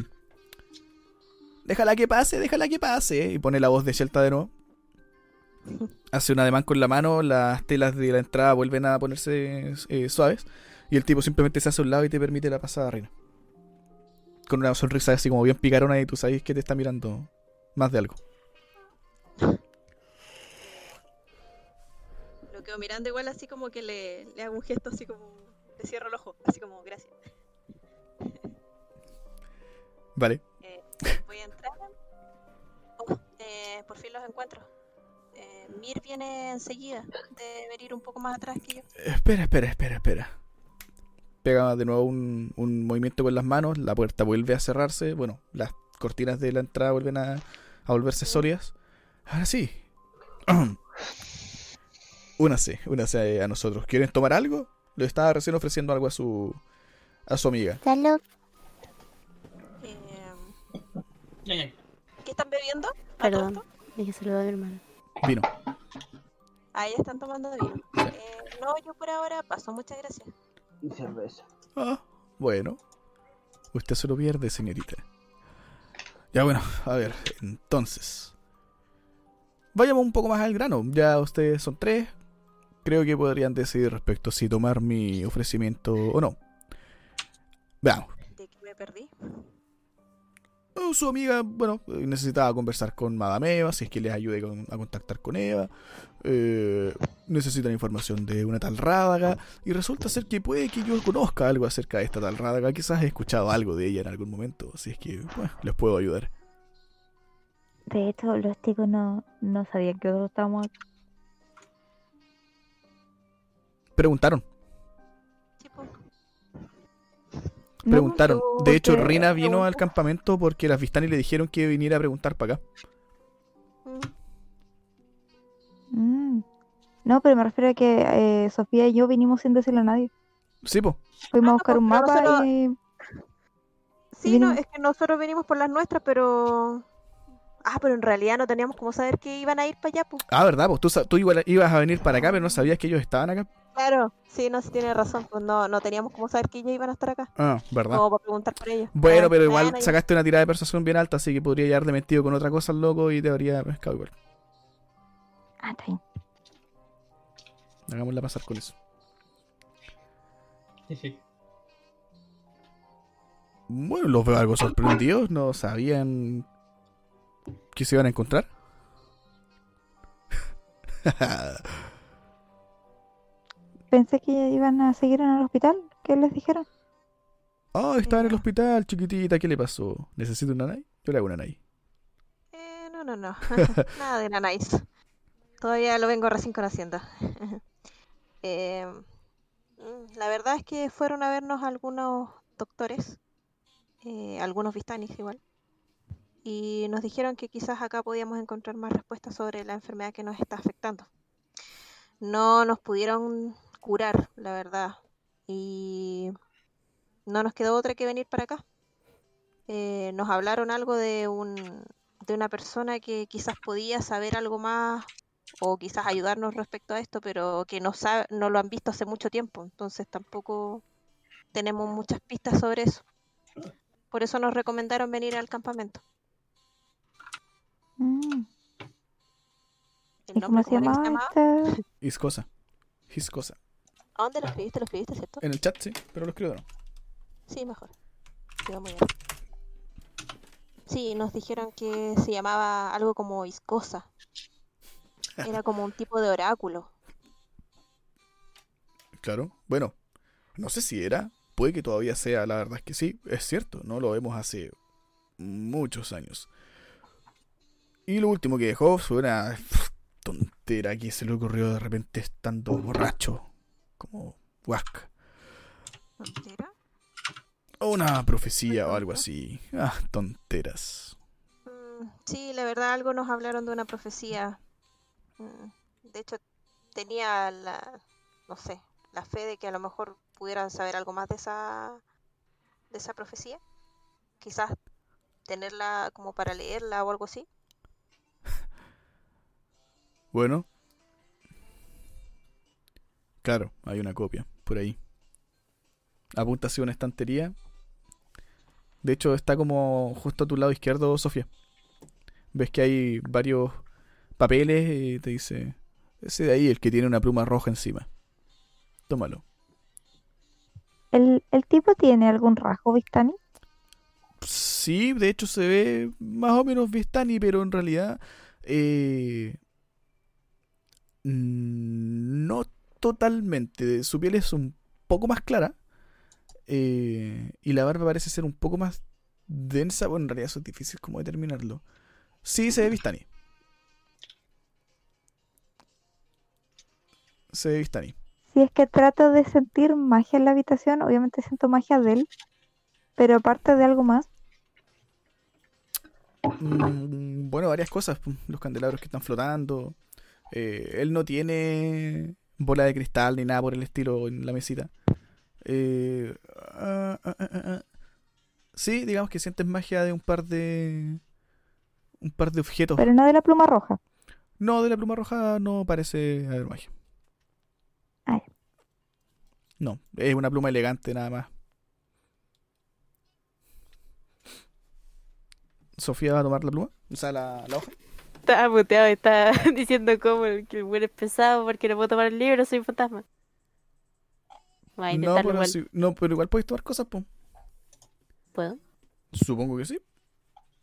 [SPEAKER 1] déjala que pase, déjala que pase. Y pone la voz de Shelta de nuevo. Hace un ademán con la mano, las telas de la entrada vuelven a ponerse eh, suaves. Y el tipo simplemente se hace a un lado y te permite la pasada, Reina. Con una sonrisa así como bien picarona y tú sabes que te está mirando más de algo.
[SPEAKER 5] Lo quedo mirando igual así como que le, le hago un gesto así como... Le cierro el ojo, así como gracias.
[SPEAKER 1] Vale.
[SPEAKER 5] Eh, voy a entrar. Oh, eh, por fin los encuentro. Eh, Mir viene enseguida. Debe ir un poco más atrás que yo.
[SPEAKER 1] Espera, espera, espera, espera. Pega de nuevo un, un movimiento con las manos. La puerta vuelve a cerrarse. Bueno, las cortinas de la entrada vuelven a, a volverse sólidas. Ahora sí. Únase, únase a nosotros. ¿Quieren tomar algo? Le estaba recién ofreciendo algo a su a su amiga.
[SPEAKER 6] Salud.
[SPEAKER 5] Eh,
[SPEAKER 2] ya, ya.
[SPEAKER 5] ¿Qué están bebiendo? ¿A
[SPEAKER 6] Perdón,
[SPEAKER 5] todo esto?
[SPEAKER 6] dije salud a mi hermana.
[SPEAKER 1] Vino.
[SPEAKER 5] Ah, ya están tomando vino. Eh, no, yo por ahora paso. Muchas gracias.
[SPEAKER 4] Y cerveza.
[SPEAKER 1] Ah, bueno. Usted se lo pierde, señorita. Ya bueno, a ver, entonces. Vayamos un poco más al grano. Ya ustedes son tres. Creo que podrían decidir respecto a si tomar mi ofrecimiento o no. Veamos.
[SPEAKER 5] ¿De qué me perdí?
[SPEAKER 1] Oh, su amiga, bueno, eh, necesitaba conversar con Madame Eva, si es que les ayude con- a contactar con Eva. Eh, necesitan información de una tal Rádaga. Y resulta ser que puede que yo conozca algo acerca de esta tal Rádaga. Quizás he escuchado algo de ella en algún momento. Así es que, bueno, les puedo ayudar.
[SPEAKER 3] De hecho, los chicos no, no sabían que nosotros estábamos aquí.
[SPEAKER 1] Preguntaron,
[SPEAKER 5] Sí, pues.
[SPEAKER 3] No,
[SPEAKER 1] preguntaron.
[SPEAKER 5] yo
[SPEAKER 1] De hecho,
[SPEAKER 3] porque
[SPEAKER 1] Rina vino
[SPEAKER 5] pregunto.
[SPEAKER 1] al campamento porque las Vistani le dijeron que viniera a preguntar para acá.
[SPEAKER 5] Mm,
[SPEAKER 3] mm, no, pero me refiero a que eh, Sofía y yo vinimos sin decirle a nadie.
[SPEAKER 1] Sí, po.
[SPEAKER 3] Fuimos
[SPEAKER 5] Ah,
[SPEAKER 3] a
[SPEAKER 5] no,
[SPEAKER 3] buscar
[SPEAKER 5] pues,
[SPEAKER 3] un
[SPEAKER 5] pero
[SPEAKER 3] mapa
[SPEAKER 5] nosotros-
[SPEAKER 3] y...
[SPEAKER 5] Sí, no,
[SPEAKER 3] vinimos.
[SPEAKER 5] es que nosotros venimos por las nuestras, pero... Ah, pero en realidad no teníamos como saber que iban a ir para allá, pues.
[SPEAKER 1] Ah, ¿verdad? Pues tú, sa- tú igual ibas a venir para acá, pero no sabías que ellos estaban acá.
[SPEAKER 5] Claro, sí, no, sí tiene razón, pues no, no teníamos como saber que ellos iban a estar acá,
[SPEAKER 1] Ah, ¿verdad?
[SPEAKER 5] como para preguntar por ellos.
[SPEAKER 1] Bueno,
[SPEAKER 5] Ah,
[SPEAKER 1] pero igual
[SPEAKER 5] bueno, ya.
[SPEAKER 1] sacaste una tirada de persuasión bien alta, así que podría ya haberle metido con otra cosa al loco y te habría pescado igual.
[SPEAKER 3] Ah, está bien.
[SPEAKER 1] Hagámosla pasar con eso.
[SPEAKER 2] Sí, sí.
[SPEAKER 1] Bueno, los veo algo sorprendidos, no sabían que se iban a encontrar.
[SPEAKER 3] Pensé que iban a seguir en el hospital. ¿Qué les dijeron?
[SPEAKER 1] Oh, estaba en el
[SPEAKER 5] Ya.
[SPEAKER 1] hospital, chiquitita, ¿qué le pasó? ¿Necesita una nai? Yo le hago una nai.
[SPEAKER 5] Eh, no, no, no, nada de la nice. Todavía lo vengo recién conociendo. Eh, mm, la verdad es que fueron a vernos algunos doctores, eh, algunos Vistanis igual, y nos dijeron que quizás acá podíamos encontrar más respuestas sobre la enfermedad que nos está afectando. No nos pudieron curar, la verdad, y no nos quedó otra que venir para acá. Eh, nos hablaron algo de un, de una persona que quizás podía saber algo más o quizás ayudarnos respecto a esto, pero que no sabe, no lo han visto hace mucho tiempo, entonces tampoco tenemos muchas pistas sobre eso. Por eso nos recomendaron venir al campamento.
[SPEAKER 3] Mm,
[SPEAKER 5] El
[SPEAKER 3] ¿Y cómo
[SPEAKER 5] nombre,
[SPEAKER 3] se
[SPEAKER 5] ¿cómo era que se
[SPEAKER 3] llamaba
[SPEAKER 5] llamaba?
[SPEAKER 3] este?
[SPEAKER 1] Iscosa. Iscosa.
[SPEAKER 5] ¿A dónde lo escribiste? ¿Lo escribiste, cierto?
[SPEAKER 1] En el chat, sí, pero lo escribo de nuevo.
[SPEAKER 5] Sí, mejor. Quedó muy bien. Sí, nos dijeron que se llamaba algo como Iscosa. Era como un tipo de oráculo.
[SPEAKER 1] Claro. Bueno, no sé si era. Puede que todavía sea, la verdad es que sí. Es cierto, no lo vemos hace muchos años. Y lo último que dejó fue una tontera que se le ocurrió de repente estando borracho. Como Huasca.
[SPEAKER 5] ¿Tontera?
[SPEAKER 1] O una profecía o algo así. Ah, tonteras.
[SPEAKER 5] Mm, sí, la verdad algo nos hablaron de una profecía. Mm, de hecho, tenía la, no sé, la fe de que a lo mejor pudieran saber algo más de esa, de esa profecía. Quizás tenerla como para leerla o algo así.
[SPEAKER 1] Bueno. Claro, hay una copia por ahí. Apunta hacia una estantería. De hecho, está como justo a tu lado izquierdo, Sofía. Ves que hay varios papeles y te dice: ese de ahí, el que tiene una pluma roja encima. Tómalo.
[SPEAKER 3] ¿El, el tipo tiene algún rasgo, Vistani?
[SPEAKER 1] Sí, de hecho se ve más o menos Vistani, pero en realidad eh, mm, no totalmente. Su piel es un poco más clara eh, y la barba parece ser un poco más densa. Bueno, en realidad eso es difícil como determinarlo. Sí, se ve Vistani. Se ve Vistani.
[SPEAKER 3] Si es que trato de sentir magia en la habitación, obviamente siento magia de él, pero aparte de algo más,
[SPEAKER 1] Mm, bueno, varias cosas. pu, Los candelabros que están flotando. Eh, él no tiene bola de cristal ni nada por el estilo en la mesita. Eh, ah, ah, ah, ah. Sí, digamos que sientes magia de un par de. Un par de objetos.
[SPEAKER 3] pero no de la pluma roja.
[SPEAKER 1] No, de la pluma roja no parece haber magia.
[SPEAKER 3] Ah, ya.
[SPEAKER 1] No, es una pluma elegante nada más. ¿Sofía va a tomar la pluma? O sea, la, la hoja.
[SPEAKER 6] Estaba muteado y estaba diciendo como el- que el güey es pesado porque no puedo tomar el libro, soy un fantasma. Voy a
[SPEAKER 1] No,
[SPEAKER 6] intentarlo
[SPEAKER 1] pero
[SPEAKER 6] igual.
[SPEAKER 1] sí- no, pero igual puedes tomar cosas, po.
[SPEAKER 6] ¿Puedo?
[SPEAKER 1] Supongo que sí.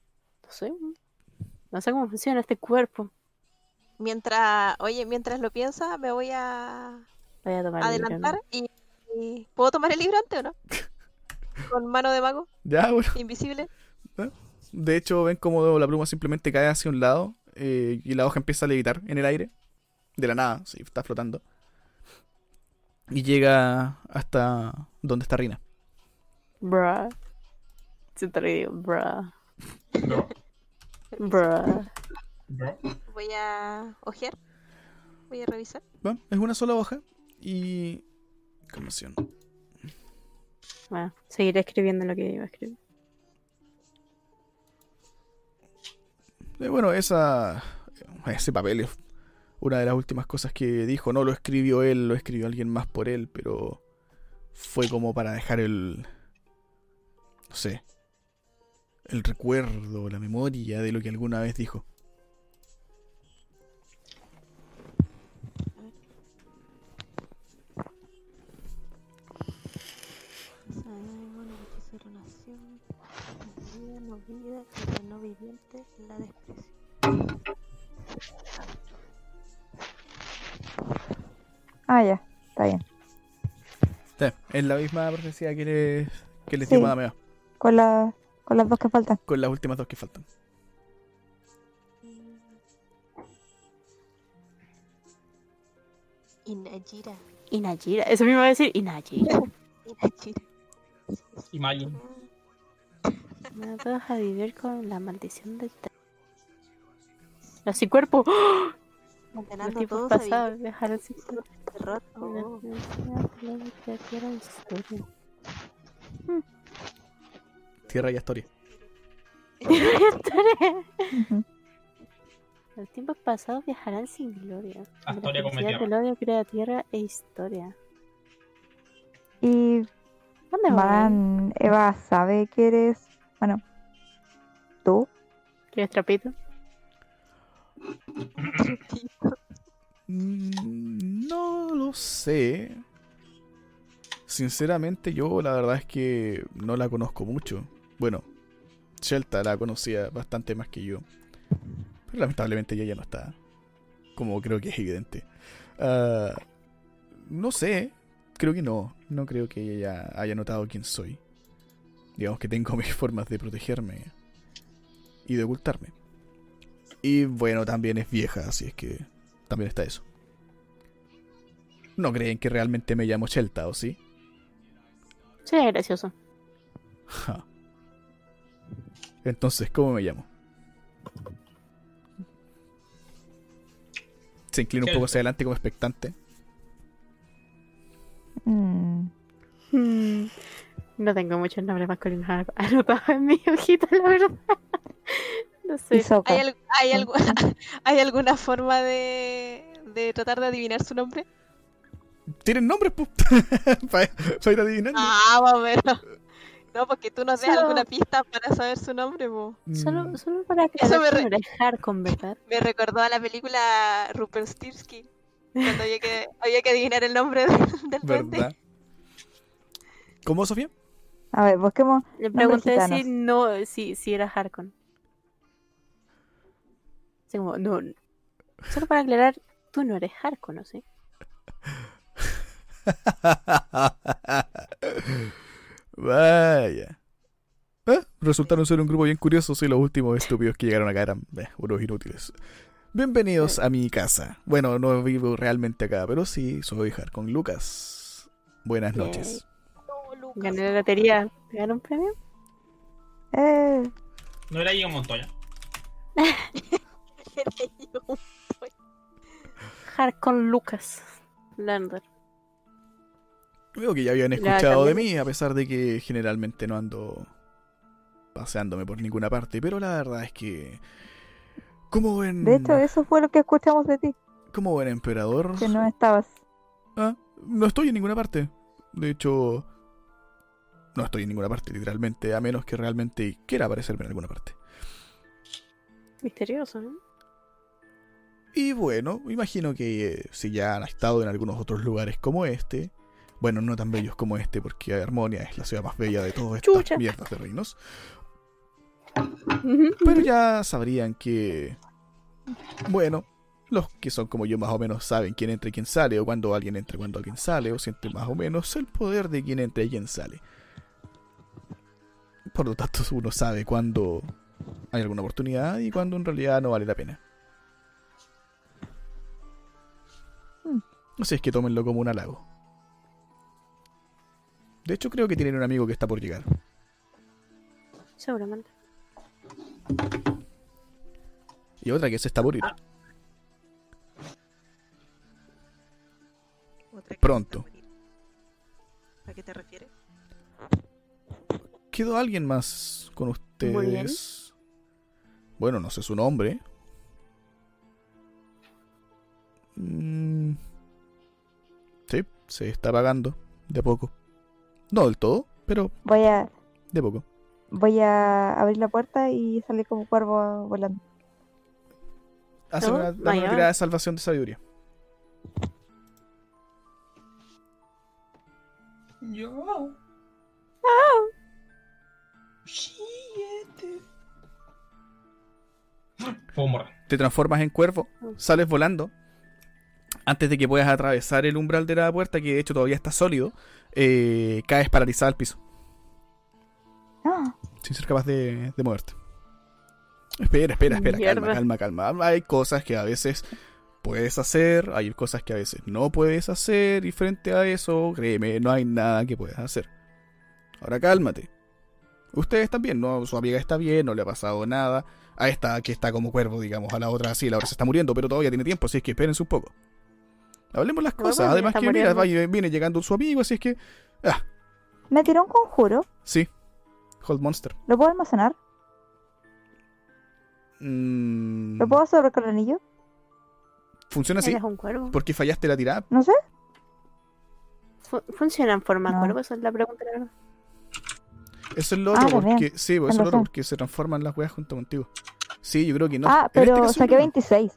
[SPEAKER 6] No sé. No sé cómo funciona este cuerpo.
[SPEAKER 5] Mientras, oye, mientras lo piensa, me voy a
[SPEAKER 6] Voy a tomar el libro,
[SPEAKER 5] adelantar
[SPEAKER 6] ¿no?
[SPEAKER 5] y, y- ¿puedo tomar el libro antes o no? Con mano de mago,
[SPEAKER 1] Ya, bueno.
[SPEAKER 5] invisible.
[SPEAKER 1] ¿eh? De hecho, ven como la pluma simplemente cae hacia un lado eh, y la hoja empieza a levitar en el aire. De la nada, sí, está flotando. Y llega hasta donde está Rina.
[SPEAKER 6] Bruh. Siento que digo, bruh.
[SPEAKER 2] Bro,
[SPEAKER 6] Bruh.
[SPEAKER 2] bro.
[SPEAKER 5] Voy a ojear, voy a revisar.
[SPEAKER 1] ¿Va? Es una sola hoja y... Conmoción.
[SPEAKER 6] Bueno, seguiré escribiendo lo que iba a escribir.
[SPEAKER 1] Eh, bueno, esa... Ese papel es una de las últimas cosas que dijo. No lo escribió él, lo escribió alguien más por él, pero... Fue como para dejar el... No sé... El recuerdo, la memoria de lo que alguna vez dijo.
[SPEAKER 5] Bueno, hechizo de nación, vida, no vida, y el no viviente, la desprecio.
[SPEAKER 3] Ah, ya, está bien.
[SPEAKER 1] Sí, es la misma profecía que les, que les
[SPEAKER 3] Sí.
[SPEAKER 1] dio Madame Eva,
[SPEAKER 3] Con, la, con las dos que faltan.
[SPEAKER 1] con las últimas dos que faltan.
[SPEAKER 5] Inajira.
[SPEAKER 6] Inajira. Eso mismo iba a decir. Inajira.
[SPEAKER 5] Inajira.
[SPEAKER 2] Imagine.
[SPEAKER 6] Me vas a vivir con la maldición del tren. Así cuerpo. ¡Oh! Los
[SPEAKER 5] Condenando a
[SPEAKER 6] tiempos
[SPEAKER 5] todos a vivir
[SPEAKER 6] pasados dejaron sin
[SPEAKER 5] con el terror. Oh.
[SPEAKER 6] historia.
[SPEAKER 1] Tierra y Astoria.
[SPEAKER 3] Ujú.
[SPEAKER 6] Los tiempos pasados viajarán sin gloria.
[SPEAKER 2] Astoria
[SPEAKER 6] La
[SPEAKER 2] come
[SPEAKER 6] felicidad
[SPEAKER 2] tierra.
[SPEAKER 6] del odio crea tierra e historia.
[SPEAKER 3] Y
[SPEAKER 6] ¿Dónde van?
[SPEAKER 3] Man, Eva sabe que eres. Bueno, tú.
[SPEAKER 6] ¿Quieres trapito?
[SPEAKER 1] Mm, No lo sé. Sinceramente, yo la verdad es que no la conozco mucho. Bueno, Shelta la conocía bastante más que yo. Pero lamentablemente ella ya no está. Como creo que es evidente. Ah, no sé. Creo que no. No creo que ella haya notado quién soy. Digamos que tengo mis formas de protegerme y de ocultarme. Y bueno, también es vieja, así es que también está eso. ¿No creen que realmente me llamo Shelta, o sí?
[SPEAKER 6] Sí, es gracioso.
[SPEAKER 1] Ja. Entonces, ¿cómo me llamo? Se inclina un poco hacia adelante como expectante.
[SPEAKER 3] Mm,
[SPEAKER 6] Hmm, No tengo muchos nombres masculinos anotados en mi hojita, la verdad. No sé.
[SPEAKER 3] Hisoka.
[SPEAKER 5] ¿Hay, al- hay, algu- ¿Hay alguna forma de, de tratar de adivinar su nombre?
[SPEAKER 1] ¿Tienen nombres, pu? Para ir adivinando.
[SPEAKER 5] Ah, más o menos. No, porque tú nos des
[SPEAKER 6] Solo-
[SPEAKER 5] alguna pista para saber su nombre, po.
[SPEAKER 6] Solo,
[SPEAKER 1] Mm,
[SPEAKER 6] solo para que
[SPEAKER 5] Eso me re-
[SPEAKER 6] no eres Harkon, ¿verdad?
[SPEAKER 5] Me recordó a la película Rumpelstiltskin, cuando había que, había que adivinar el nombre del, del duende.
[SPEAKER 1] ¿verdad? ¿Cómo, Sofía?
[SPEAKER 3] A ver, busquemos.
[SPEAKER 6] Le
[SPEAKER 3] nombres
[SPEAKER 6] pregunté
[SPEAKER 3] gitanos.
[SPEAKER 6] si no, si, si era Harkon. Así como, no. Solo para aclarar, tú no eres Harkon, ¿no? ¿Sí?
[SPEAKER 1] Vaya. ¿Eh? Resultaron ser un grupo bien curioso y los últimos estúpidos que llegaron acá eran eh, unos inútiles. Bienvenidos a mi casa. Bueno, no vivo realmente acá, pero sí soy Harkon Lucas. Buenas
[SPEAKER 6] Yay.
[SPEAKER 1] noches.
[SPEAKER 5] No, Lucas,
[SPEAKER 6] Gané la
[SPEAKER 5] no.
[SPEAKER 6] lotería. ¿Te ganó un premio?
[SPEAKER 3] Eh,
[SPEAKER 2] No era Ian Montoya.
[SPEAKER 5] Era yo.
[SPEAKER 6] Harkon Lucas. Lander.
[SPEAKER 1] Veo que ya habían
[SPEAKER 6] Ya,
[SPEAKER 1] escuchado de
[SPEAKER 6] también.
[SPEAKER 1] mí, a pesar de que generalmente no ando paseándome por ninguna parte, pero la verdad es que como buen,
[SPEAKER 3] de hecho, eso fue lo que escuchamos de ti,
[SPEAKER 1] como buen emperador,
[SPEAKER 3] que no estabas.
[SPEAKER 1] ah, no estoy en ninguna parte. De hecho, no estoy en ninguna parte, literalmente, a menos que realmente quiera aparecerme en alguna parte.
[SPEAKER 6] Misterioso, ¿no?
[SPEAKER 1] Y bueno, imagino que eh, si ya han estado en algunos otros lugares como este, bueno, no tan bellos como este, porque Armonia es la ciudad más bella de todas estas
[SPEAKER 6] Chucha.
[SPEAKER 1] mierdas de reinos. Pero ya sabrían que, bueno, los que son como yo más o menos saben quién entra y quién sale, o cuando alguien entra y cuando alguien sale, o sienten más o menos el poder de quién entra y quién sale. Por lo tanto, uno sabe cuándo hay alguna oportunidad y cuándo en realidad no vale la pena. Así es que tómenlo como un halago. De hecho, creo que tienen un amigo que está por llegar.
[SPEAKER 6] Seguramente.
[SPEAKER 1] Y otra que se está por ir.
[SPEAKER 5] Otra que
[SPEAKER 1] Pronto.
[SPEAKER 5] está por ir. ¿A qué te refieres?
[SPEAKER 1] ¿Quedó alguien más con
[SPEAKER 6] Muy bien.
[SPEAKER 1] ustedes? Bueno, no sé su nombre. Mm, sí, se está apagando. De a poco. No del todo, pero
[SPEAKER 3] Voy a,
[SPEAKER 1] de poco.
[SPEAKER 3] voy a abrir la puerta y salir como cuervo volando.
[SPEAKER 1] Hace
[SPEAKER 6] Oh,
[SPEAKER 1] una, dame
[SPEAKER 6] vaya.
[SPEAKER 1] una tirada de salvación de sabiduría.
[SPEAKER 2] Yo. Siete. Puedo morir.
[SPEAKER 1] Te transformas en cuervo, sales volando. Antes de que puedas atravesar el umbral de la puerta, que de hecho todavía está sólido, eh, caes paralizado al piso,
[SPEAKER 3] Ah,
[SPEAKER 1] sin ser capaz de, de moverte. Espera, espera, espera, calma,
[SPEAKER 6] Mierda.
[SPEAKER 1] calma, calma. Hay cosas que a veces puedes hacer, hay cosas que a veces no puedes hacer, y frente a eso, créeme, no hay nada que puedas hacer. Ahora cálmate. Ustedes también, ¿no? Su amiga está bien, no le ha pasado nada. A esta que está como cuervo, digamos, a la otra sí, la otra se está muriendo, pero todavía tiene tiempo, así es que espérense un poco. Hablemos las
[SPEAKER 6] Bueno,
[SPEAKER 1] cosas,
[SPEAKER 6] ya
[SPEAKER 1] además
[SPEAKER 6] está
[SPEAKER 1] que mira,
[SPEAKER 6] muriendo.
[SPEAKER 1] va- viene llegando su amigo, así es que... Ah,
[SPEAKER 3] me tiró un conjuro.
[SPEAKER 1] sí. Hold Monster.
[SPEAKER 3] ¿Lo puedo almacenar?
[SPEAKER 1] Mm,
[SPEAKER 3] ¿Lo puedo hacer con el anillo?
[SPEAKER 1] ¿Funciona así?
[SPEAKER 6] Eres un cuervo.
[SPEAKER 1] ¿Por qué fallaste la tirada?
[SPEAKER 3] No sé.
[SPEAKER 6] Fu- ¿Funciona en forma
[SPEAKER 3] No.
[SPEAKER 6] cuervo? Esa es la pregunta, la verdad.
[SPEAKER 1] Eso es lo
[SPEAKER 3] Ah,
[SPEAKER 1] otro,
[SPEAKER 3] también.
[SPEAKER 1] porque... Sí, pues, eso es
[SPEAKER 3] Tienes
[SPEAKER 1] lo otro,
[SPEAKER 3] razón.
[SPEAKER 1] porque se transforman las weas junto contigo. Sí, yo creo que no.
[SPEAKER 3] ah,
[SPEAKER 1] En este
[SPEAKER 3] pero
[SPEAKER 1] caso,
[SPEAKER 3] saqué
[SPEAKER 1] no.
[SPEAKER 3] veintiséis.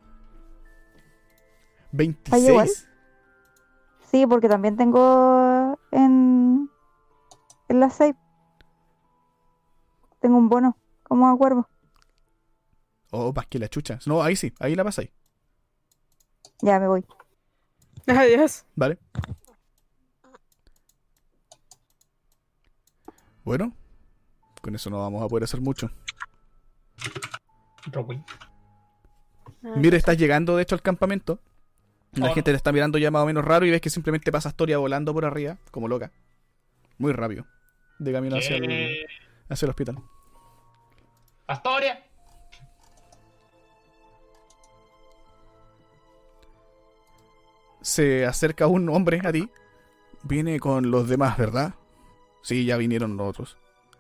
[SPEAKER 1] veintiséis.
[SPEAKER 3] igual? Sí, porque también tengo en, en la save. Tengo un bono, como a cuervo.
[SPEAKER 1] Oh, más que la chucha. No, ahí sí, ahí la pasáis.
[SPEAKER 3] Ya me voy.
[SPEAKER 6] Adiós.
[SPEAKER 1] ¿Vale? Bueno, con eso no vamos a poder hacer mucho.
[SPEAKER 2] Rowan.
[SPEAKER 1] Mira, estás llegando de hecho al campamento. La
[SPEAKER 2] Hola.
[SPEAKER 1] gente te está mirando ya más o menos raro y ves que simplemente pasa Astoria volando por arriba, como loca. Muy rápido. De camino hacia el,
[SPEAKER 2] ¿Qué?
[SPEAKER 1] hacia el hospital.
[SPEAKER 2] Astoria.
[SPEAKER 1] Se acerca un hombre a ti. Viene con los demás, ¿verdad? Sí, ya vinieron los otros.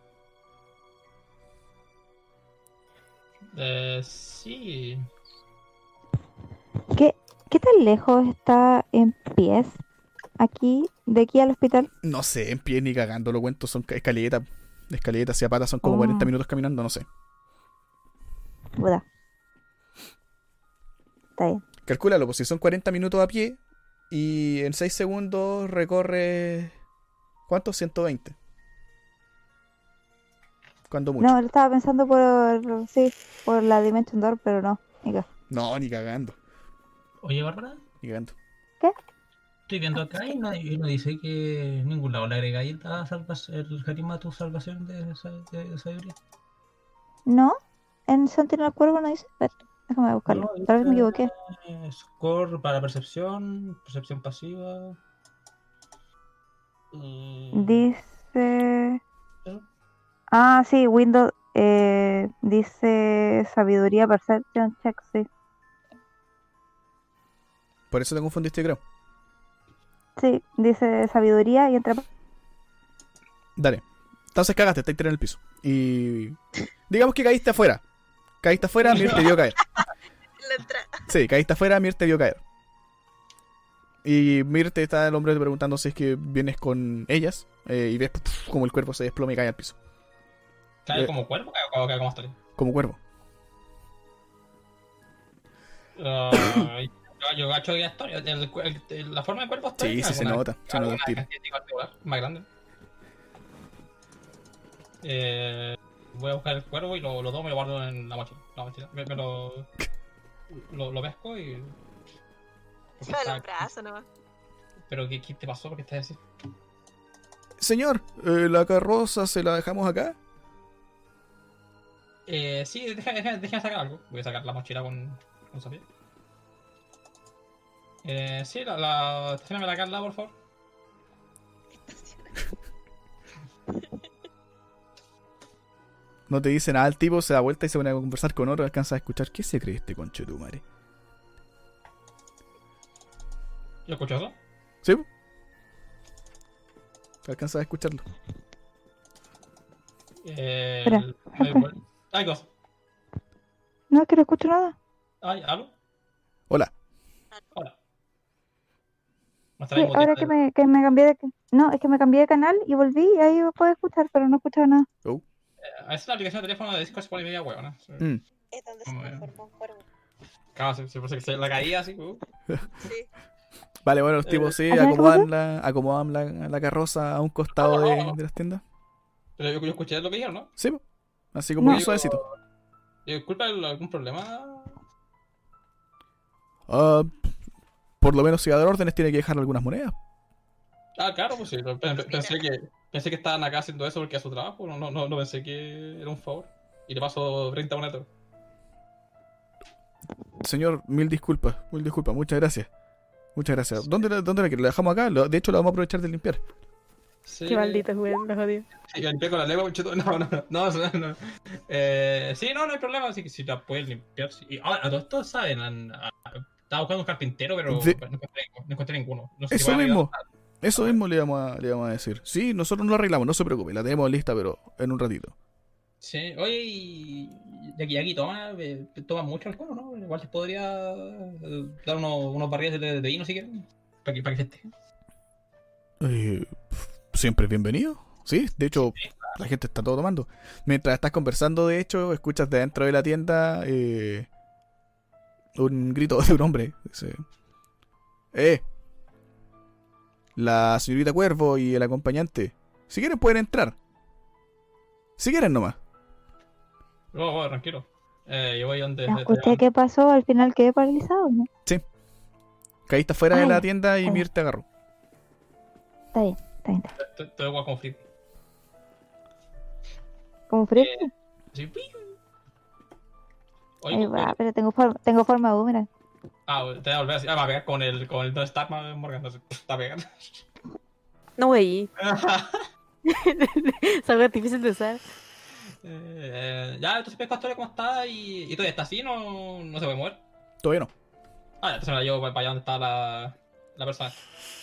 [SPEAKER 2] Eh, sí.
[SPEAKER 3] ¿Qué, ¿Qué tan lejos está en pies aquí, de aquí al hospital?
[SPEAKER 1] No sé, en pie ni cagando lo cuento. Son ca- escaletas. De escaletas hacia patas son como
[SPEAKER 3] Oh.
[SPEAKER 1] cuarenta minutos caminando, no sé.
[SPEAKER 3] Buda. Está bien.
[SPEAKER 1] Calcúlalo, pues si son cuarenta minutos a pie y en seis segundos recorre... ¿Cuánto? ciento veinte. Cuando mucho.
[SPEAKER 3] No, lo estaba pensando por, sí, por la Dimension Door, pero no. Mira.
[SPEAKER 1] No, ni cagando.
[SPEAKER 2] Oye, Bárbara,
[SPEAKER 1] Ni cagando.
[SPEAKER 2] estoy viendo acá y no, y no dice que en ningún lado le agregáis la salvas- el carisma a tu salvación de, sa- de sabiduría.
[SPEAKER 3] No, en Sentinel Cuervo no dice. Espera, déjame buscarlo.
[SPEAKER 2] No,
[SPEAKER 3] Tal vez me
[SPEAKER 2] dice,
[SPEAKER 3] equivoqué.
[SPEAKER 2] eh, Score para percepción, percepción pasiva. Mm,
[SPEAKER 3] Dice.
[SPEAKER 2] ¿eso?
[SPEAKER 3] Ah, sí, Windows. Eh, dice Sabiduría Perception Check, sí.
[SPEAKER 1] Por eso te confundiste, creo.
[SPEAKER 3] Sí, dice Sabiduría y entre.
[SPEAKER 1] Dale. Entonces cagaste, estás tirando en el piso. Y... digamos que caíste afuera. Caíste afuera, Mir te vio caer.
[SPEAKER 5] La entrada.
[SPEAKER 1] Sí, caíste afuera, Mir te vio caer. Y Mir te está el hombre preguntando si es que vienes con ellas. eh, y ves puf, como el cuerpo se desploma y cae al piso.
[SPEAKER 2] ¿Cae
[SPEAKER 1] Eh.
[SPEAKER 2] como cuerpo o cae, o cae como Astoria?
[SPEAKER 1] Como cuervo.
[SPEAKER 2] Ah, yo, yo gacho que Astoria. el- el- el- la forma de cuerpo Astoria.
[SPEAKER 1] Sí, sí, se
[SPEAKER 2] alguna-
[SPEAKER 1] nota. Se nota el
[SPEAKER 2] alguna
[SPEAKER 1] tiro.
[SPEAKER 2] característica particular más grande. Eh, voy a buscar el cuervo y lo, lo tomo y lo guardo en la mochila. No, mentira. Me, me lo, lo. Lo pesco y.
[SPEAKER 5] Se va los brazos nomás.
[SPEAKER 2] ¿Pero qué, qué te pasó? ¿Por qué estás así?
[SPEAKER 1] Señor, eh, ¿la carroza se la dejamos acá?
[SPEAKER 2] Eh, sí, déjame deja, deja sacar algo. Voy a sacar la mochila con, con Sofía. Eh, sí, la, la... Estacioname la Carla, por favor.
[SPEAKER 1] No te dice nada el tipo, se da vuelta y se pone a conversar con otro. Alcanza a escuchar. ¿Qué se cree este conchetumare?
[SPEAKER 2] ¿Lo escuchó eso?
[SPEAKER 1] ¿Sí? Alcanza a escucharlo.
[SPEAKER 2] Eh,
[SPEAKER 3] Espera,
[SPEAKER 2] el- el-
[SPEAKER 3] espera.
[SPEAKER 2] Ay, cosa.
[SPEAKER 3] No, es que no escucho nada.
[SPEAKER 2] Ay, ¿aló?
[SPEAKER 1] Hola.
[SPEAKER 2] Hola. Me
[SPEAKER 3] Sí,
[SPEAKER 2] estará
[SPEAKER 3] ahora
[SPEAKER 2] muteando.
[SPEAKER 3] que me, que me cambié de... No, es que me cambié de canal y volví y ahí puedo escuchar, pero no escuchaba nada.
[SPEAKER 1] Oh.
[SPEAKER 2] A veces la aplicación de teléfono de Discord se pone media huevo, ¿no? Sí.
[SPEAKER 1] Mm.
[SPEAKER 5] Es donde se
[SPEAKER 2] Vamos a ver.
[SPEAKER 5] transformó un cuervo.
[SPEAKER 2] Claro, se, se, se, se la caía así. Uh.
[SPEAKER 5] Sí.
[SPEAKER 1] Vale, bueno, los
[SPEAKER 2] Eh,
[SPEAKER 1] tipos sí
[SPEAKER 3] ¿a qué
[SPEAKER 1] acomodan, la, acomodan la, la carroza a un costado
[SPEAKER 2] Oh,
[SPEAKER 1] de,
[SPEAKER 2] oh, oh.
[SPEAKER 1] de las tiendas.
[SPEAKER 2] Pero yo, yo escuché lo que dijeron, ¿no?
[SPEAKER 1] Sí, po. Así como
[SPEAKER 3] No.
[SPEAKER 1] bien suavecito.
[SPEAKER 2] Y disculpa, ¿algún problema?
[SPEAKER 1] Ah, por lo menos si va a dar órdenes tiene que dejar algunas monedas.
[SPEAKER 2] Ah, claro, pues sí. pero pe- Pensé que, pensé que estaban acá haciendo eso porque es su trabajo. No, no, no, no pensé que era un favor. Y le paso treinta monedas.
[SPEAKER 1] Señor, mil disculpas, mil disculpas, muchas gracias. Muchas gracias. ¿Dónde, la- dónde la quiere? ¿La dejamos acá? Lo- De hecho, la vamos a aprovechar de limpiar.
[SPEAKER 2] Sí.
[SPEAKER 6] Qué maldito, weón, los odio.
[SPEAKER 2] Sí, limpié con la lengua, muchacho. No, no, no. No, no, no. Eh, sí, no, no hay problema. Así que si la puedes limpiar. Sí. Y ahora, a todos estos saben. han- a- Estaba buscando un carpintero, pero
[SPEAKER 1] De-
[SPEAKER 2] no encontré, no encontré ninguno. No sé si
[SPEAKER 1] Eso
[SPEAKER 2] pueden ayudar.
[SPEAKER 1] mismo, eso mismo le vamos, a, le vamos a decir. Sí, nosotros no lo arreglamos, no se preocupe, la tenemos lista, pero en un ratito.
[SPEAKER 2] Sí, oye, y de aquí a aquí toma, eh, toma mucho alcohol, ¿no? Igual les podría eh, dar unos, unos barriles de, de vino si quieren, para que, para que festejen.
[SPEAKER 1] Eh, siempre es bienvenido. Sí, de hecho, la gente está todo tomando. Mientras estás conversando, de hecho, escuchas de dentro de la tienda eh, un grito de un hombre. Dice: ¡Eh! La señorita Cuervo y el acompañante. Si quieren pueden entrar. Si quieren nomás.
[SPEAKER 2] Luego, luego, tranquilo. Eh, yo voy donde...
[SPEAKER 3] No
[SPEAKER 2] te-
[SPEAKER 3] escuché
[SPEAKER 2] te-
[SPEAKER 3] qué pasó, al final quedé paralizado, ¿no?
[SPEAKER 1] Caíste fuera de
[SPEAKER 3] Ah,
[SPEAKER 1] la
[SPEAKER 3] ya.
[SPEAKER 1] tienda y
[SPEAKER 3] Ah, ya.
[SPEAKER 1] Mir te agarró.
[SPEAKER 3] Está bien, está bien. Está bien.
[SPEAKER 2] te- te voy a conflicto.
[SPEAKER 3] ¿Como fresco?
[SPEAKER 2] Sí, pi. Oye,
[SPEAKER 3] Ahí
[SPEAKER 2] pues,
[SPEAKER 3] va, pero tengo forma, tengo forma de boomerang.
[SPEAKER 2] ah, te voy a volver así. Ah, va a pegar con el... Con el... ¿Dónde está Morgan? No sé, está pegando.
[SPEAKER 6] No, wey. Es algo difícil de usar.
[SPEAKER 2] Eh, ya, entonces pesco a Astoria como está y, y todavía está así, no, no se puede mover.
[SPEAKER 1] Todavía no.
[SPEAKER 2] Ah, ya, entonces me la llevo para allá donde está la, la persona.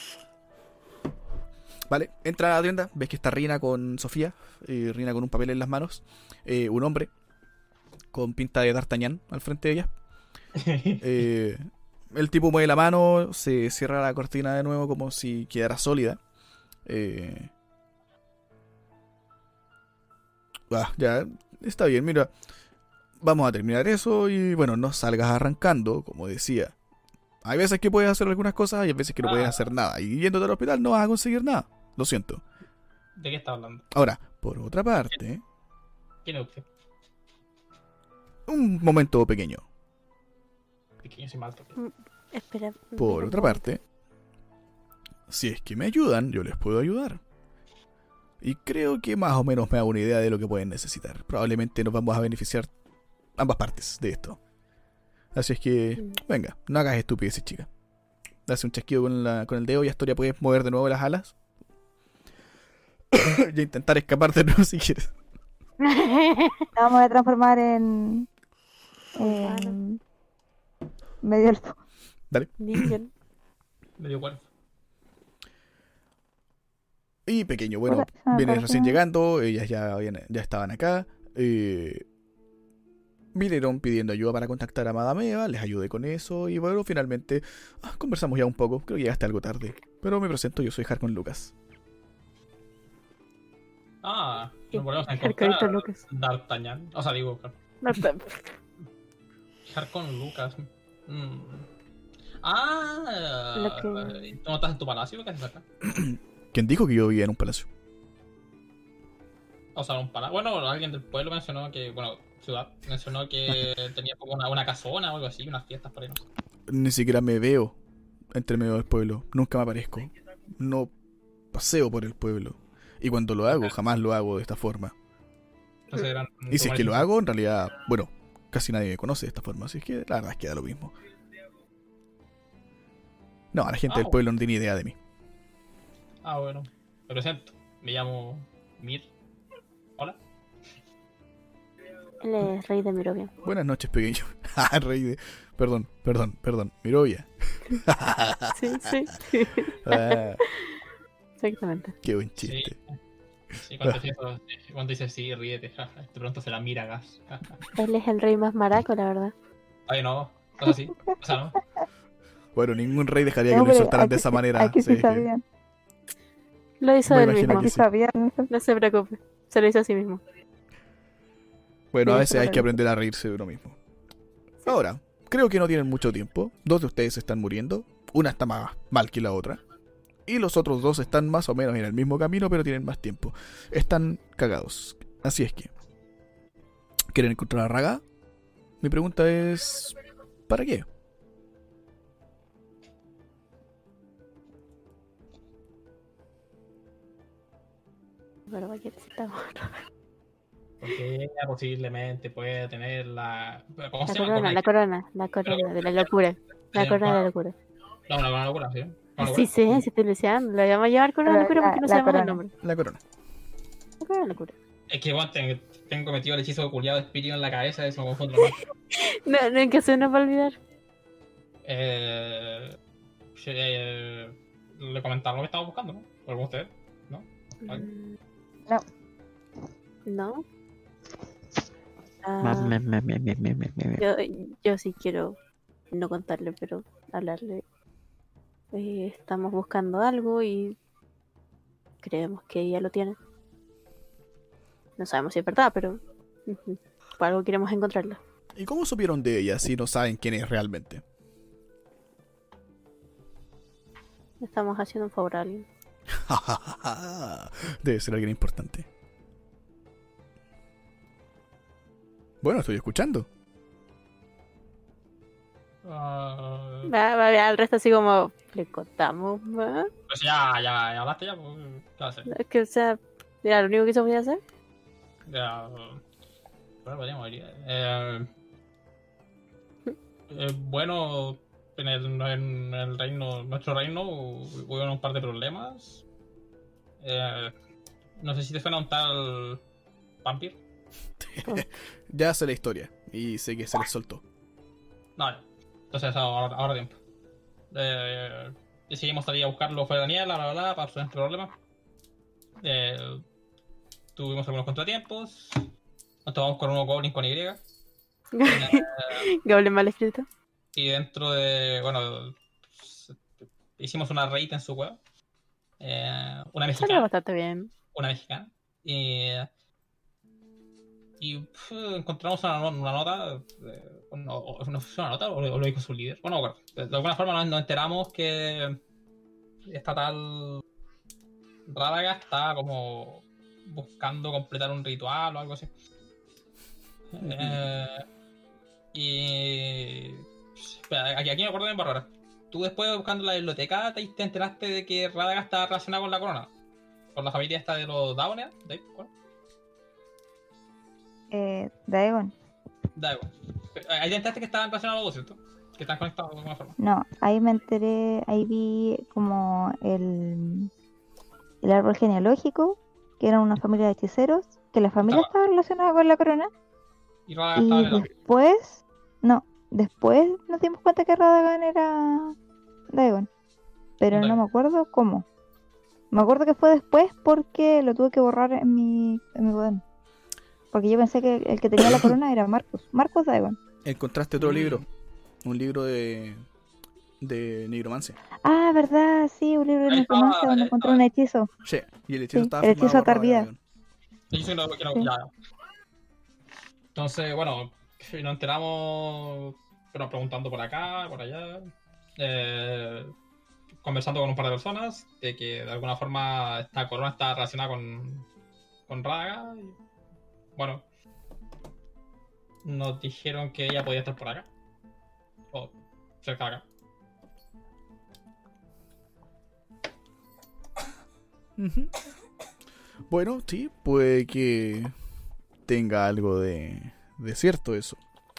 [SPEAKER 1] Vale, entra a la tienda, ves que está Rina con Sofía, eh, Rina con un papel en las manos, eh, un hombre con pinta de D'Artagnan al frente de ella. Eh, el tipo mueve la mano, se cierra la cortina de nuevo como si quedara sólida. Eh, ah, ya, está bien, mira. Vamos a terminar eso y bueno, no salgas arrancando, como decía. Hay veces que puedes hacer algunas cosas y hay veces que no
[SPEAKER 2] Ah.
[SPEAKER 1] puedes hacer nada. Y yéndote al hospital no vas a conseguir nada. Lo siento.
[SPEAKER 2] ¿De qué está hablando?
[SPEAKER 1] Ahora, por otra parte,
[SPEAKER 2] ¿Quién es usted?
[SPEAKER 1] un momento pequeño.
[SPEAKER 2] Pequeño y malto.
[SPEAKER 6] Espera.
[SPEAKER 1] Por
[SPEAKER 6] mira,
[SPEAKER 1] otra parte, si es que me ayudan, yo les puedo ayudar. Y creo que más o menos me hago una idea de lo que pueden necesitar. Probablemente nos vamos a beneficiar ambas partes de esto. Así es que,
[SPEAKER 6] Mm.
[SPEAKER 1] venga, no hagas estupideces, chica. Hace un chasquido con, la, con el dedo y Astoria puedes mover de nuevo las alas. Y intentar escapar de nuevo si quieres.
[SPEAKER 3] La vamos a transformar en. en. medio elfo.
[SPEAKER 6] Ninja.
[SPEAKER 2] Medio cuerpo.
[SPEAKER 1] Y pequeño, bueno,
[SPEAKER 3] Hola, se me
[SPEAKER 1] vienes
[SPEAKER 3] parece-
[SPEAKER 1] recién llegando, ellas ya, habían- ya estaban acá. Eh, vinieron pidiendo ayuda para contactar a Madame Eva, les ayudé con eso y bueno, finalmente ah, conversamos ya un poco. Creo que llegaste algo tarde, pero me presento, yo soy Harkon Lucas.
[SPEAKER 2] Ah, nos volvemos a
[SPEAKER 6] Harcarito
[SPEAKER 2] encontrar.
[SPEAKER 6] Lucas.
[SPEAKER 2] D'Artagnan. O sea, digo, claro.
[SPEAKER 6] No está-
[SPEAKER 2] Harkon Lucas. Mm. Ah,
[SPEAKER 6] Lo que-
[SPEAKER 2] ¿tú no estás en tu palacio? ¿Qué haces acá?
[SPEAKER 1] ¿Quién dijo que yo vivía en un palacio?
[SPEAKER 2] causaron para. Bueno, alguien del pueblo mencionó que, bueno, ciudad, mencionó que tenía como una, una casona o algo así, unas fiestas por ahí, no sé.
[SPEAKER 1] Ni siquiera me veo entre medio del pueblo. Nunca me aparezco. No paseo por el pueblo. Y cuando lo hago, jamás lo hago de esta forma.
[SPEAKER 2] Entonces eran.
[SPEAKER 1] Y si es que lo hago, en realidad, bueno, casi nadie me conoce de esta forma. Así es que la verdad es que da lo mismo. No, la gente
[SPEAKER 2] Ah,
[SPEAKER 1] del pueblo no tiene idea de mí.
[SPEAKER 2] Ah, bueno. Me presento. Me llamo Mir. Hola.
[SPEAKER 6] Él es rey de Mirovia.
[SPEAKER 1] Buenas noches, pequeño. Ah, rey de... Perdón, perdón, perdón. Mirovia.
[SPEAKER 6] Sí, sí.
[SPEAKER 1] Ah,
[SPEAKER 6] Exactamente.
[SPEAKER 1] qué buen chiste.
[SPEAKER 2] Sí, cuando dice eso, sí, cuando dice sí, ríete. De pronto se la mira gas.
[SPEAKER 6] Él es el rey más maraco, la verdad.
[SPEAKER 2] Ay, no. Cosas así. O sea, ¿no?
[SPEAKER 1] Bueno, ningún rey dejaría que
[SPEAKER 3] No,
[SPEAKER 1] lo
[SPEAKER 3] pero
[SPEAKER 1] insultaran
[SPEAKER 3] aquí
[SPEAKER 1] de esa
[SPEAKER 3] sí-
[SPEAKER 1] manera.
[SPEAKER 3] Aquí sí
[SPEAKER 1] que-
[SPEAKER 3] sabían.
[SPEAKER 6] Lo hizo
[SPEAKER 1] Me
[SPEAKER 6] él
[SPEAKER 1] imagino
[SPEAKER 6] mismo.
[SPEAKER 1] que
[SPEAKER 3] Aquí
[SPEAKER 1] sí.
[SPEAKER 3] sabían. eso.
[SPEAKER 6] No se preocupe. Se lo hizo a sí mismo.
[SPEAKER 1] Bueno, a
[SPEAKER 6] Sí,
[SPEAKER 1] veces
[SPEAKER 6] eso
[SPEAKER 1] hay
[SPEAKER 6] lo
[SPEAKER 1] que
[SPEAKER 6] digo.
[SPEAKER 1] aprender a reírse de uno mismo. Ahora, creo que no tienen mucho tiempo. Dos de ustedes están muriendo. Una está más mal que la otra. Y los otros dos están más o menos en el mismo camino, pero tienen más tiempo. Están cagados. Así es que... ¿Quieren encontrar a Raga? Mi pregunta es... ¿Para qué?
[SPEAKER 6] Pero vaya que sí está bueno.
[SPEAKER 2] Porque ella posiblemente puede tener la. ¿Cómo
[SPEAKER 6] La
[SPEAKER 2] se llama?
[SPEAKER 6] corona, la corona, la corona de la locura. La
[SPEAKER 2] Sí,
[SPEAKER 6] corona de la
[SPEAKER 2] bueno.
[SPEAKER 6] locura.
[SPEAKER 2] No, una, una locura, ¿sí? Una
[SPEAKER 6] Sí,
[SPEAKER 2] locura.
[SPEAKER 6] sí, sí estoy diciendo. Lo vamos a llevar corona de
[SPEAKER 3] La-
[SPEAKER 6] locura
[SPEAKER 3] la-
[SPEAKER 6] porque no
[SPEAKER 3] la
[SPEAKER 6] sabemos el
[SPEAKER 3] corona.
[SPEAKER 6] nombre.
[SPEAKER 1] La corona.
[SPEAKER 6] La corona de locura.
[SPEAKER 2] Es que igual tengo, tengo metido el hechizo culiado de espíritu en la cabeza, eso me confunde más.
[SPEAKER 6] No, no hay que hacer nada para olvidar.
[SPEAKER 2] Eh, sí, eh, le comentaron lo que estaba buscando, ¿no? ¿Algún de ustedes? ¿No? Vale.
[SPEAKER 6] Mm,
[SPEAKER 3] No.
[SPEAKER 6] No.
[SPEAKER 4] Ma-
[SPEAKER 6] Ah,
[SPEAKER 4] me- me- me- me- me- me- me-
[SPEAKER 6] yo, yo sí quiero no contarle, pero hablarle. Eh, estamos buscando algo y creemos que ella lo tiene. No sabemos si es verdad, pero ujú, por algo queremos encontrarla.
[SPEAKER 1] ¿Y cómo supieron de ella si no saben quién es realmente?
[SPEAKER 6] Estamos haciendo un favor a alguien.
[SPEAKER 1] Debe ser alguien importante. Bueno, estoy escuchando.
[SPEAKER 2] Ah,
[SPEAKER 6] Va, va, va, al resto así como le contamos más.
[SPEAKER 2] pues ya, ya, ya hablaste ya, pues, ¿qué vas a hacer?
[SPEAKER 6] Es que, o sea, era lo único que se podía hacer.
[SPEAKER 2] Ya, bueno, podríamos ir. Eh, eh, bueno, en el, en el reino, nuestro reino hubo un par de problemas. Eh, no sé si te suena un tal Vampir.
[SPEAKER 1] Ya sé la historia y sé que se les soltó.
[SPEAKER 2] No, ya. Entonces ahora, ahora tiempo. Eh, decidimos salir a buscarlo fuera de Daniela, bla, bla, bla, para resolver este problema. Eh, tuvimos algunos contratiempos. Nos tomamos con unos goblins con Y. Eh,
[SPEAKER 6] Goblin mal escrito.
[SPEAKER 2] y dentro de. Bueno, hicimos una raid en su cueva. Eh, una
[SPEAKER 6] Salió
[SPEAKER 2] mexicana.
[SPEAKER 6] bastante bien.
[SPEAKER 2] Una mexicana. Y. Y pf, encontramos una, no- una nota. eh, no, o- ¿No fue una nota o lo, o lo dijo su líder? Bueno, bueno, de de alguna forma nos, nos enteramos que esta tal Rádaga estaba como buscando completar un ritual o algo así. Eh, y. Espera, aquí, aquí me acuerdo de Bárbara. Tú después buscando en la biblioteca te, te enteraste de que Rádaga estaba relacionada con la corona. Con la familia esta de los Daoner. ¿De cuál?
[SPEAKER 3] Eh, Daegon.
[SPEAKER 2] Da igual. Ahí te enteraste que estaban relacionados los dos, ¿cierto? Que están conectados de alguna forma.
[SPEAKER 3] No, ahí me enteré, ahí vi como el, el árbol genealógico, que era una familia de hechiceros, que la familia
[SPEAKER 2] Estaba-
[SPEAKER 3] estaba relacionada con la corona,
[SPEAKER 2] Y Rádaga estaba
[SPEAKER 3] y
[SPEAKER 2] en el árbol.
[SPEAKER 3] después, no, después nos dimos cuenta que Radagon era Daegon, pero no
[SPEAKER 2] Daegon.
[SPEAKER 3] me acuerdo cómo. Me acuerdo que fue después porque lo tuve que borrar en mi, en mi cuaderno. Porque yo pensé que el que tenía la corona era Marcus, Marcus Daegon.
[SPEAKER 1] ¿Encontraste otro
[SPEAKER 2] Mm.
[SPEAKER 1] libro? Un libro de... de nigromancia.
[SPEAKER 3] Ah, verdad, sí, un libro de
[SPEAKER 2] Ahí estaba,
[SPEAKER 3] necromancia donde
[SPEAKER 2] ahí
[SPEAKER 3] encontré
[SPEAKER 2] estaba.
[SPEAKER 3] un hechizo.
[SPEAKER 1] Sí, y el hechizo
[SPEAKER 3] Sí,
[SPEAKER 1] estaba
[SPEAKER 3] el
[SPEAKER 1] firmado
[SPEAKER 3] hechizo
[SPEAKER 1] por Rádaga
[SPEAKER 3] Tarbida.
[SPEAKER 1] Dragón.
[SPEAKER 2] Y yo no, que no-
[SPEAKER 3] Sí.
[SPEAKER 2] ya. Entonces, bueno, nos enteramos, pero preguntando por acá, por allá, eh, conversando con un par de personas, de que de alguna forma esta corona está relacionada con, con Raga. Y, bueno, nos dijeron que ella podía estar por acá. O cerca de acá.
[SPEAKER 1] Ujú. Bueno, sí, puede que tenga algo de, de cierto eso.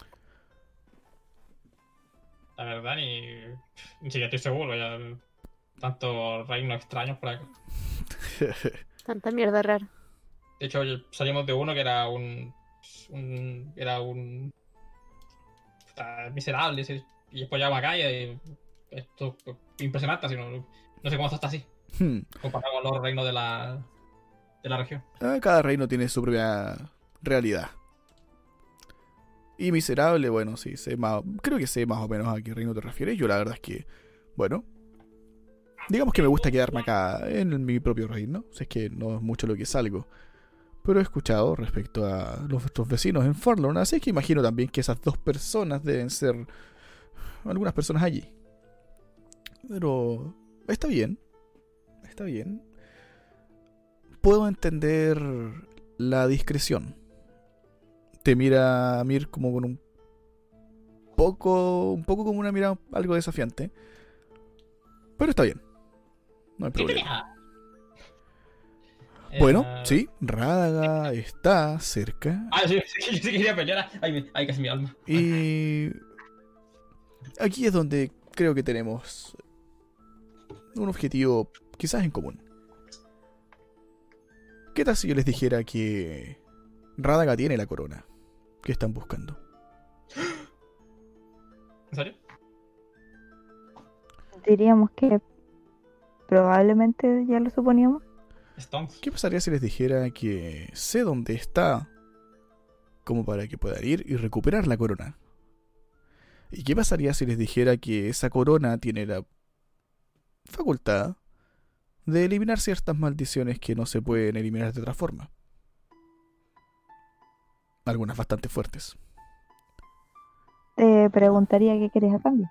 [SPEAKER 2] La verdad, ni, ni siquiera estoy seguro. Ya tantos reinos extraños por acá.
[SPEAKER 6] Tanta mierda rara.
[SPEAKER 2] De hecho, salimos de uno que era un. un era un. Puta, miserable. ¿Sí? Y después llegamos acá y. Esto es impresionante. Así, no, no sé cómo esto está así.
[SPEAKER 1] Hmm.
[SPEAKER 2] Comparado con los reinos de la. de la región.
[SPEAKER 1] Ah, cada reino tiene su propia realidad. Y miserable, bueno, sí, sé más, creo que sé más o menos a qué reino te refieres. Yo la verdad es que, bueno, digamos que me gusta quedarme acá en mi propio reino. O sea, es que no es mucho lo que salgo. Pero he escuchado respecto a los, nuestros vecinos en Forlorn, así que imagino también que esas dos personas deben ser algunas personas allí. Pero está bien, está bien. Puedo entender la discreción. Te mira a Mir como con un poco, un poco como una mirada algo desafiante. Pero está bien. No hay
[SPEAKER 2] ¿Qué
[SPEAKER 1] problema.
[SPEAKER 2] tenía?
[SPEAKER 1] Bueno,
[SPEAKER 2] Eh,
[SPEAKER 1] sí, Rádaga está cerca.
[SPEAKER 2] Ah, sí, sí, yo sí quería pelear. Ay, me- ay, casi mi alma.
[SPEAKER 1] Y aquí es donde creo que tenemos un objetivo quizás en común. ¿Qué tal si yo les dijera que Rádaga tiene la corona que están buscando?
[SPEAKER 2] ¿En serio?
[SPEAKER 3] Diríamos que probablemente ya lo suponíamos.
[SPEAKER 2] Stones.
[SPEAKER 1] ¿Qué pasaría si les dijera que sé dónde está como para que puedan ir y recuperar la corona? ¿Y qué pasaría si les dijera que esa corona tiene la facultad de eliminar ciertas maldiciones que no se pueden eliminar de otra forma? Algunas bastante fuertes.
[SPEAKER 3] Te preguntaría qué querés a cambio.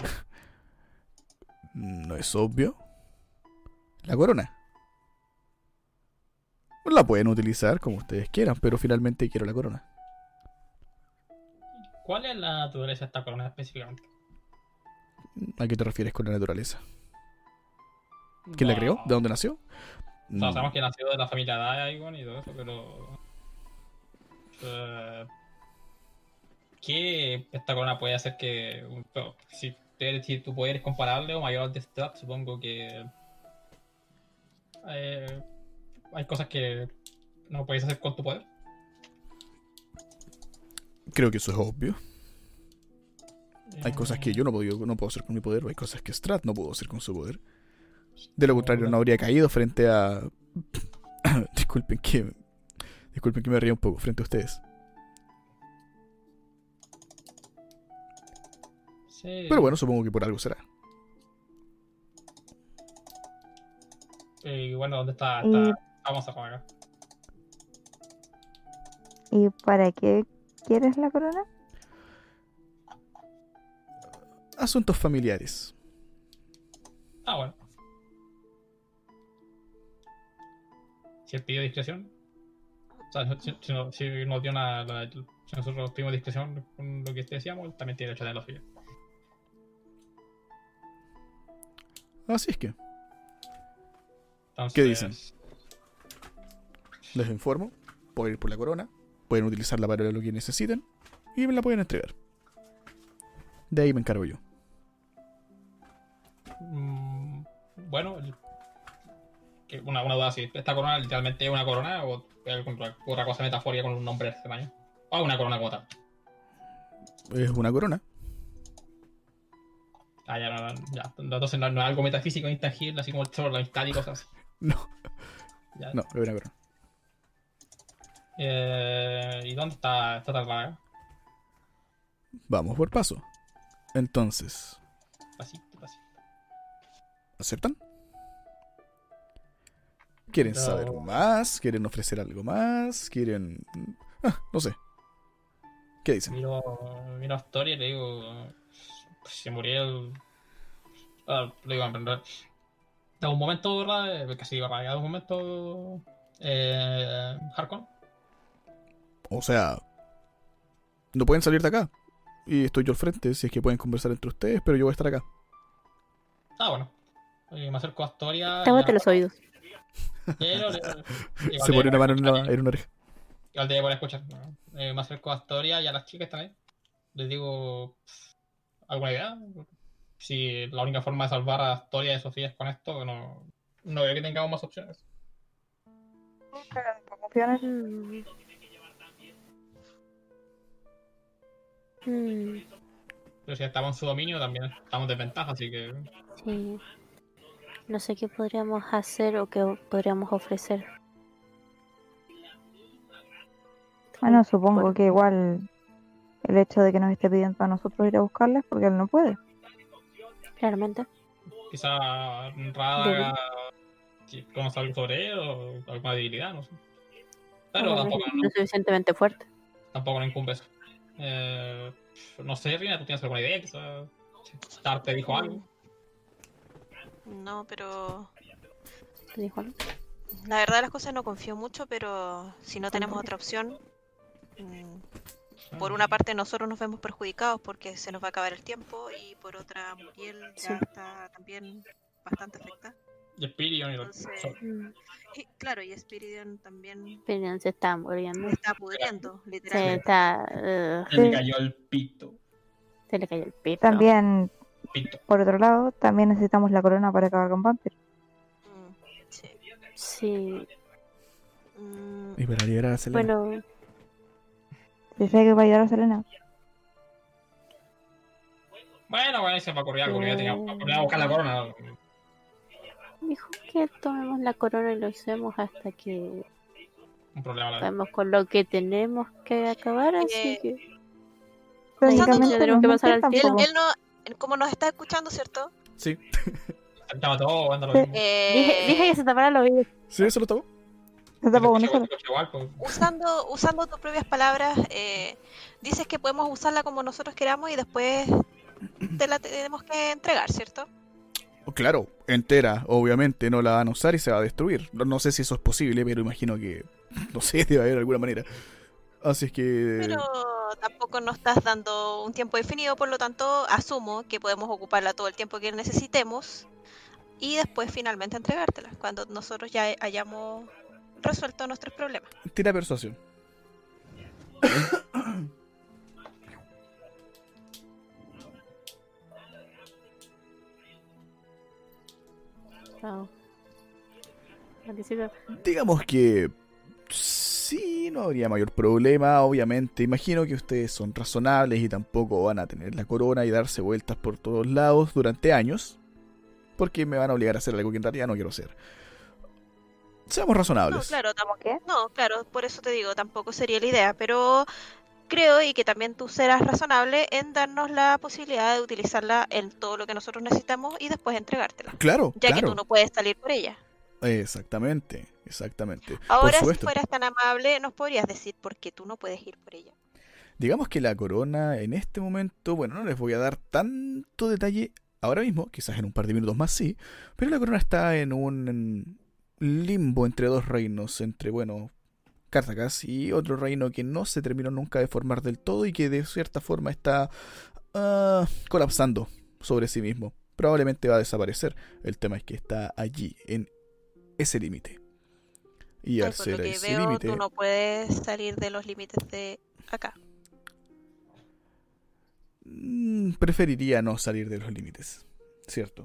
[SPEAKER 1] ¿No es obvio? La corona. La pueden utilizar como ustedes quieran, pero finalmente quiero la corona.
[SPEAKER 2] ¿Cuál es la naturaleza de esta corona específicamente?
[SPEAKER 1] ¿A qué te refieres con la naturaleza? ¿Quién la creó? ¿De dónde nació?
[SPEAKER 2] O sea, sabemos que nació de la familia Dagon y todo eso, pero. eh, ¿Qué esta corona puede hacer que. un- pero Si, te- si tu poder es comparable o mayor al de Strat, supongo que. eh, hay cosas que no puedes hacer con tu poder.
[SPEAKER 1] Creo que eso es obvio. Hay cosas que
[SPEAKER 2] Eh,
[SPEAKER 1] yo no puedo, no puedo hacer con mi poder, o hay cosas que Strat no pudo hacer con su poder. De lo contrario, no habría caído frente a... disculpen que... Disculpen que me ría un poco frente a ustedes.
[SPEAKER 2] Sí.
[SPEAKER 1] Pero bueno, supongo que por algo será.
[SPEAKER 2] Y bueno, ¿dónde está?
[SPEAKER 3] Y-
[SPEAKER 2] está... Vamos a jugar acá.
[SPEAKER 3] ¿Y para qué quieres la corona?
[SPEAKER 1] Asuntos familiares.
[SPEAKER 2] Ah, bueno. Si él pidió discreción. O sea, si, si, no- si nos dio una. La, si nosotros pedimos discreción con lo que decíamos, él también tiene derecho a tener lo suyo.
[SPEAKER 1] Así es que,
[SPEAKER 2] Entonces,
[SPEAKER 1] ¿Qué dicen? les informo. Pueden ir por la corona. Pueden utilizarla para lo que necesiten. Y me la pueden entregar. De ahí me encargo yo.
[SPEAKER 2] mm, bueno, el- que una, una duda si esta corona literalmente es una corona o es alguna otra cosa metafórica con un nombre extraño. O una corona como tal.
[SPEAKER 1] Es una corona.
[SPEAKER 2] Ah, ya, no, no, ya. Entonces no, no es algo metafísico, intangible, así como sobre la amistad y cosas así.
[SPEAKER 1] No,
[SPEAKER 2] Ya.
[SPEAKER 1] no, es una corona.
[SPEAKER 2] Eh, ¿Y dónde está esta tarraga?
[SPEAKER 1] Vamos por paso. Entonces,
[SPEAKER 2] Pasito, pasito.
[SPEAKER 1] ¿aceptan? ¿Quieren
[SPEAKER 2] No.
[SPEAKER 1] saber más? ¿Quieren ofrecer algo más? ¿Quieren...? Ah, no sé. ¿Qué dicen?
[SPEAKER 2] Miro, miro a Astoria y le digo, pues, si Muriel... Ah, le digo, en realidad, da un momento, ¿verdad? Eh, Casi digo, da un momento... Eh, Harkon.
[SPEAKER 1] O sea, no pueden salir de acá. Y estoy yo al frente, si es que pueden conversar entre ustedes, pero yo voy a estar acá.
[SPEAKER 2] Ah, bueno. Eh, me acerco a Astoria.
[SPEAKER 6] Tápate
[SPEAKER 2] ya-
[SPEAKER 6] los oídos.
[SPEAKER 2] Quiero- igual
[SPEAKER 1] Se
[SPEAKER 2] debe
[SPEAKER 1] pone una
[SPEAKER 2] poder
[SPEAKER 1] mano en, la,
[SPEAKER 2] escuchar,
[SPEAKER 1] en una oreja.
[SPEAKER 2] igual debe poder escuchar. Eh, me acerco a Astoria y a las chicas también. Les digo, pff, ¿alguna idea? Si la única forma de salvar a Astoria y a Sofía es con esto, no, no veo que tengamos más opciones.
[SPEAKER 3] Confío en él.
[SPEAKER 6] Mm. Mm,
[SPEAKER 2] Pero si estamos en su dominio, también estamos en desventaja, así que
[SPEAKER 6] sí. No sé qué podríamos hacer o qué podríamos ofrecer.
[SPEAKER 3] Bueno, supongo que igual el hecho de que nos esté pidiendo a nosotros ir a buscarles porque él no puede.
[SPEAKER 6] Claramente.
[SPEAKER 2] quizá Rada si conoce algo sobre él o alguna debilidad, no sé. Pero
[SPEAKER 6] O
[SPEAKER 2] tampoco,
[SPEAKER 6] no es suficientemente fuerte.
[SPEAKER 2] tampoco nos incumbe eso. Eh, no sé, Rina, ¿tú tienes alguna idea? Quizá Star te dijo algo.
[SPEAKER 5] No, pero
[SPEAKER 6] ¿Te dijo algo?
[SPEAKER 5] la verdad de las cosas no confío mucho, pero si no tenemos otra opción, mm, por una parte nosotros nos vemos perjudicados porque se nos va a acabar el tiempo y por otra Muriel ya
[SPEAKER 6] Sí.
[SPEAKER 5] está también bastante afectada.
[SPEAKER 2] Y Spirion y lo-
[SPEAKER 5] Entonces-
[SPEAKER 2] so-
[SPEAKER 6] Mm.
[SPEAKER 5] Y claro, y Spiridion también
[SPEAKER 6] Pero se está muriendo.
[SPEAKER 5] se está pudriendo,
[SPEAKER 6] Se
[SPEAKER 5] literalmente.
[SPEAKER 6] está. uh,
[SPEAKER 2] Se le cayó el pito.
[SPEAKER 6] se le cayó el pito.
[SPEAKER 3] También,
[SPEAKER 2] Pito.
[SPEAKER 3] por otro lado, también necesitamos la corona para acabar con Vampir.
[SPEAKER 5] Mm, sí.
[SPEAKER 6] Sí.
[SPEAKER 5] Mm,
[SPEAKER 1] Y para liberar a Selena.
[SPEAKER 6] Bueno,
[SPEAKER 3] Si sé que va a ayudar a Selena.
[SPEAKER 2] Bueno, bueno, ahí se me ocurrió algo, que ya tenía ocurrió a buscar la corona.
[SPEAKER 6] dijo que tomemos la corona y lo usemos hasta que
[SPEAKER 2] Un problema la vez.
[SPEAKER 6] acabemos con lo que tenemos que acabar, así
[SPEAKER 5] Eh,
[SPEAKER 6] que.
[SPEAKER 3] Técnicamente
[SPEAKER 6] tenemos que
[SPEAKER 3] no es
[SPEAKER 6] pasar al
[SPEAKER 3] mentir
[SPEAKER 5] él,
[SPEAKER 3] tampoco.
[SPEAKER 5] él no, él como nos está escuchando, ¿cierto?
[SPEAKER 1] Sí.
[SPEAKER 2] Estaba todo, anda lo
[SPEAKER 3] Sí.
[SPEAKER 2] mismo.
[SPEAKER 5] Eh,
[SPEAKER 6] Dije, dije que se tapara los oídos.
[SPEAKER 1] ¿Sí? ¿Eso lo tomó?
[SPEAKER 3] Se tapa uno
[SPEAKER 2] Escuché-
[SPEAKER 3] solo.
[SPEAKER 2] escuché igual, pues.
[SPEAKER 5] usando, usando tus propias palabras, eh, dices que podemos usarla como nosotros queramos y después te la tenemos que entregar, ¿cierto?
[SPEAKER 1] Claro, entera, obviamente, no la van a usar y se va a destruir. No, no sé si eso es posible, pero imagino que, no sé, debe haber alguna manera. Así es que...
[SPEAKER 5] Pero tampoco nos estás dando un tiempo definido, por lo tanto, asumo que podemos ocuparla todo el tiempo que necesitemos y después finalmente entregártela, cuando nosotros ya hayamos resuelto nuestros problemas.
[SPEAKER 1] Tira persuasión.
[SPEAKER 6] Chao. Anticipa.
[SPEAKER 1] Digamos que... Sí, no habría mayor problema, obviamente. Imagino que ustedes son razonables y tampoco van a tener la corona y darse vueltas por todos lados durante años. Porque me van a obligar a hacer algo que en realidad no quiero hacer. Seamos
[SPEAKER 5] No,
[SPEAKER 1] razonables.
[SPEAKER 5] claro, tam-
[SPEAKER 3] ¿Qué?
[SPEAKER 5] no, claro, por eso te digo, tampoco sería la idea, pero creo y que también tú serás razonable en darnos la posibilidad de utilizarla en todo lo que nosotros necesitamos y después entregártela,
[SPEAKER 1] Claro,
[SPEAKER 5] ya que
[SPEAKER 1] claro.
[SPEAKER 5] tú no puedes salir por ella.
[SPEAKER 1] Exactamente, exactamente.
[SPEAKER 5] Ahora,
[SPEAKER 1] por
[SPEAKER 5] si
[SPEAKER 1] supuesto.
[SPEAKER 5] fueras tan amable, ¿nos podrías decir por qué tú no puedes ir por ella?
[SPEAKER 1] Digamos que la corona en este momento, bueno, no les voy a dar tanto detalle ahora mismo, quizás en un par de minutos más sí, pero la corona está en un limbo entre dos reinos, entre, bueno, Cartagas y otro reino que no se terminó nunca de formar del todo y que de cierta forma está ah, colapsando sobre sí mismo. Probablemente va a desaparecer. El tema es que está allí, en ese límite. Y
[SPEAKER 5] Ay,
[SPEAKER 1] al
[SPEAKER 5] por lo
[SPEAKER 1] ser
[SPEAKER 5] que
[SPEAKER 1] ese
[SPEAKER 5] veo,
[SPEAKER 1] límite...
[SPEAKER 5] tú no puedes salir de los límites de acá.
[SPEAKER 1] Mm, preferiría no salir de los límites, ¿cierto?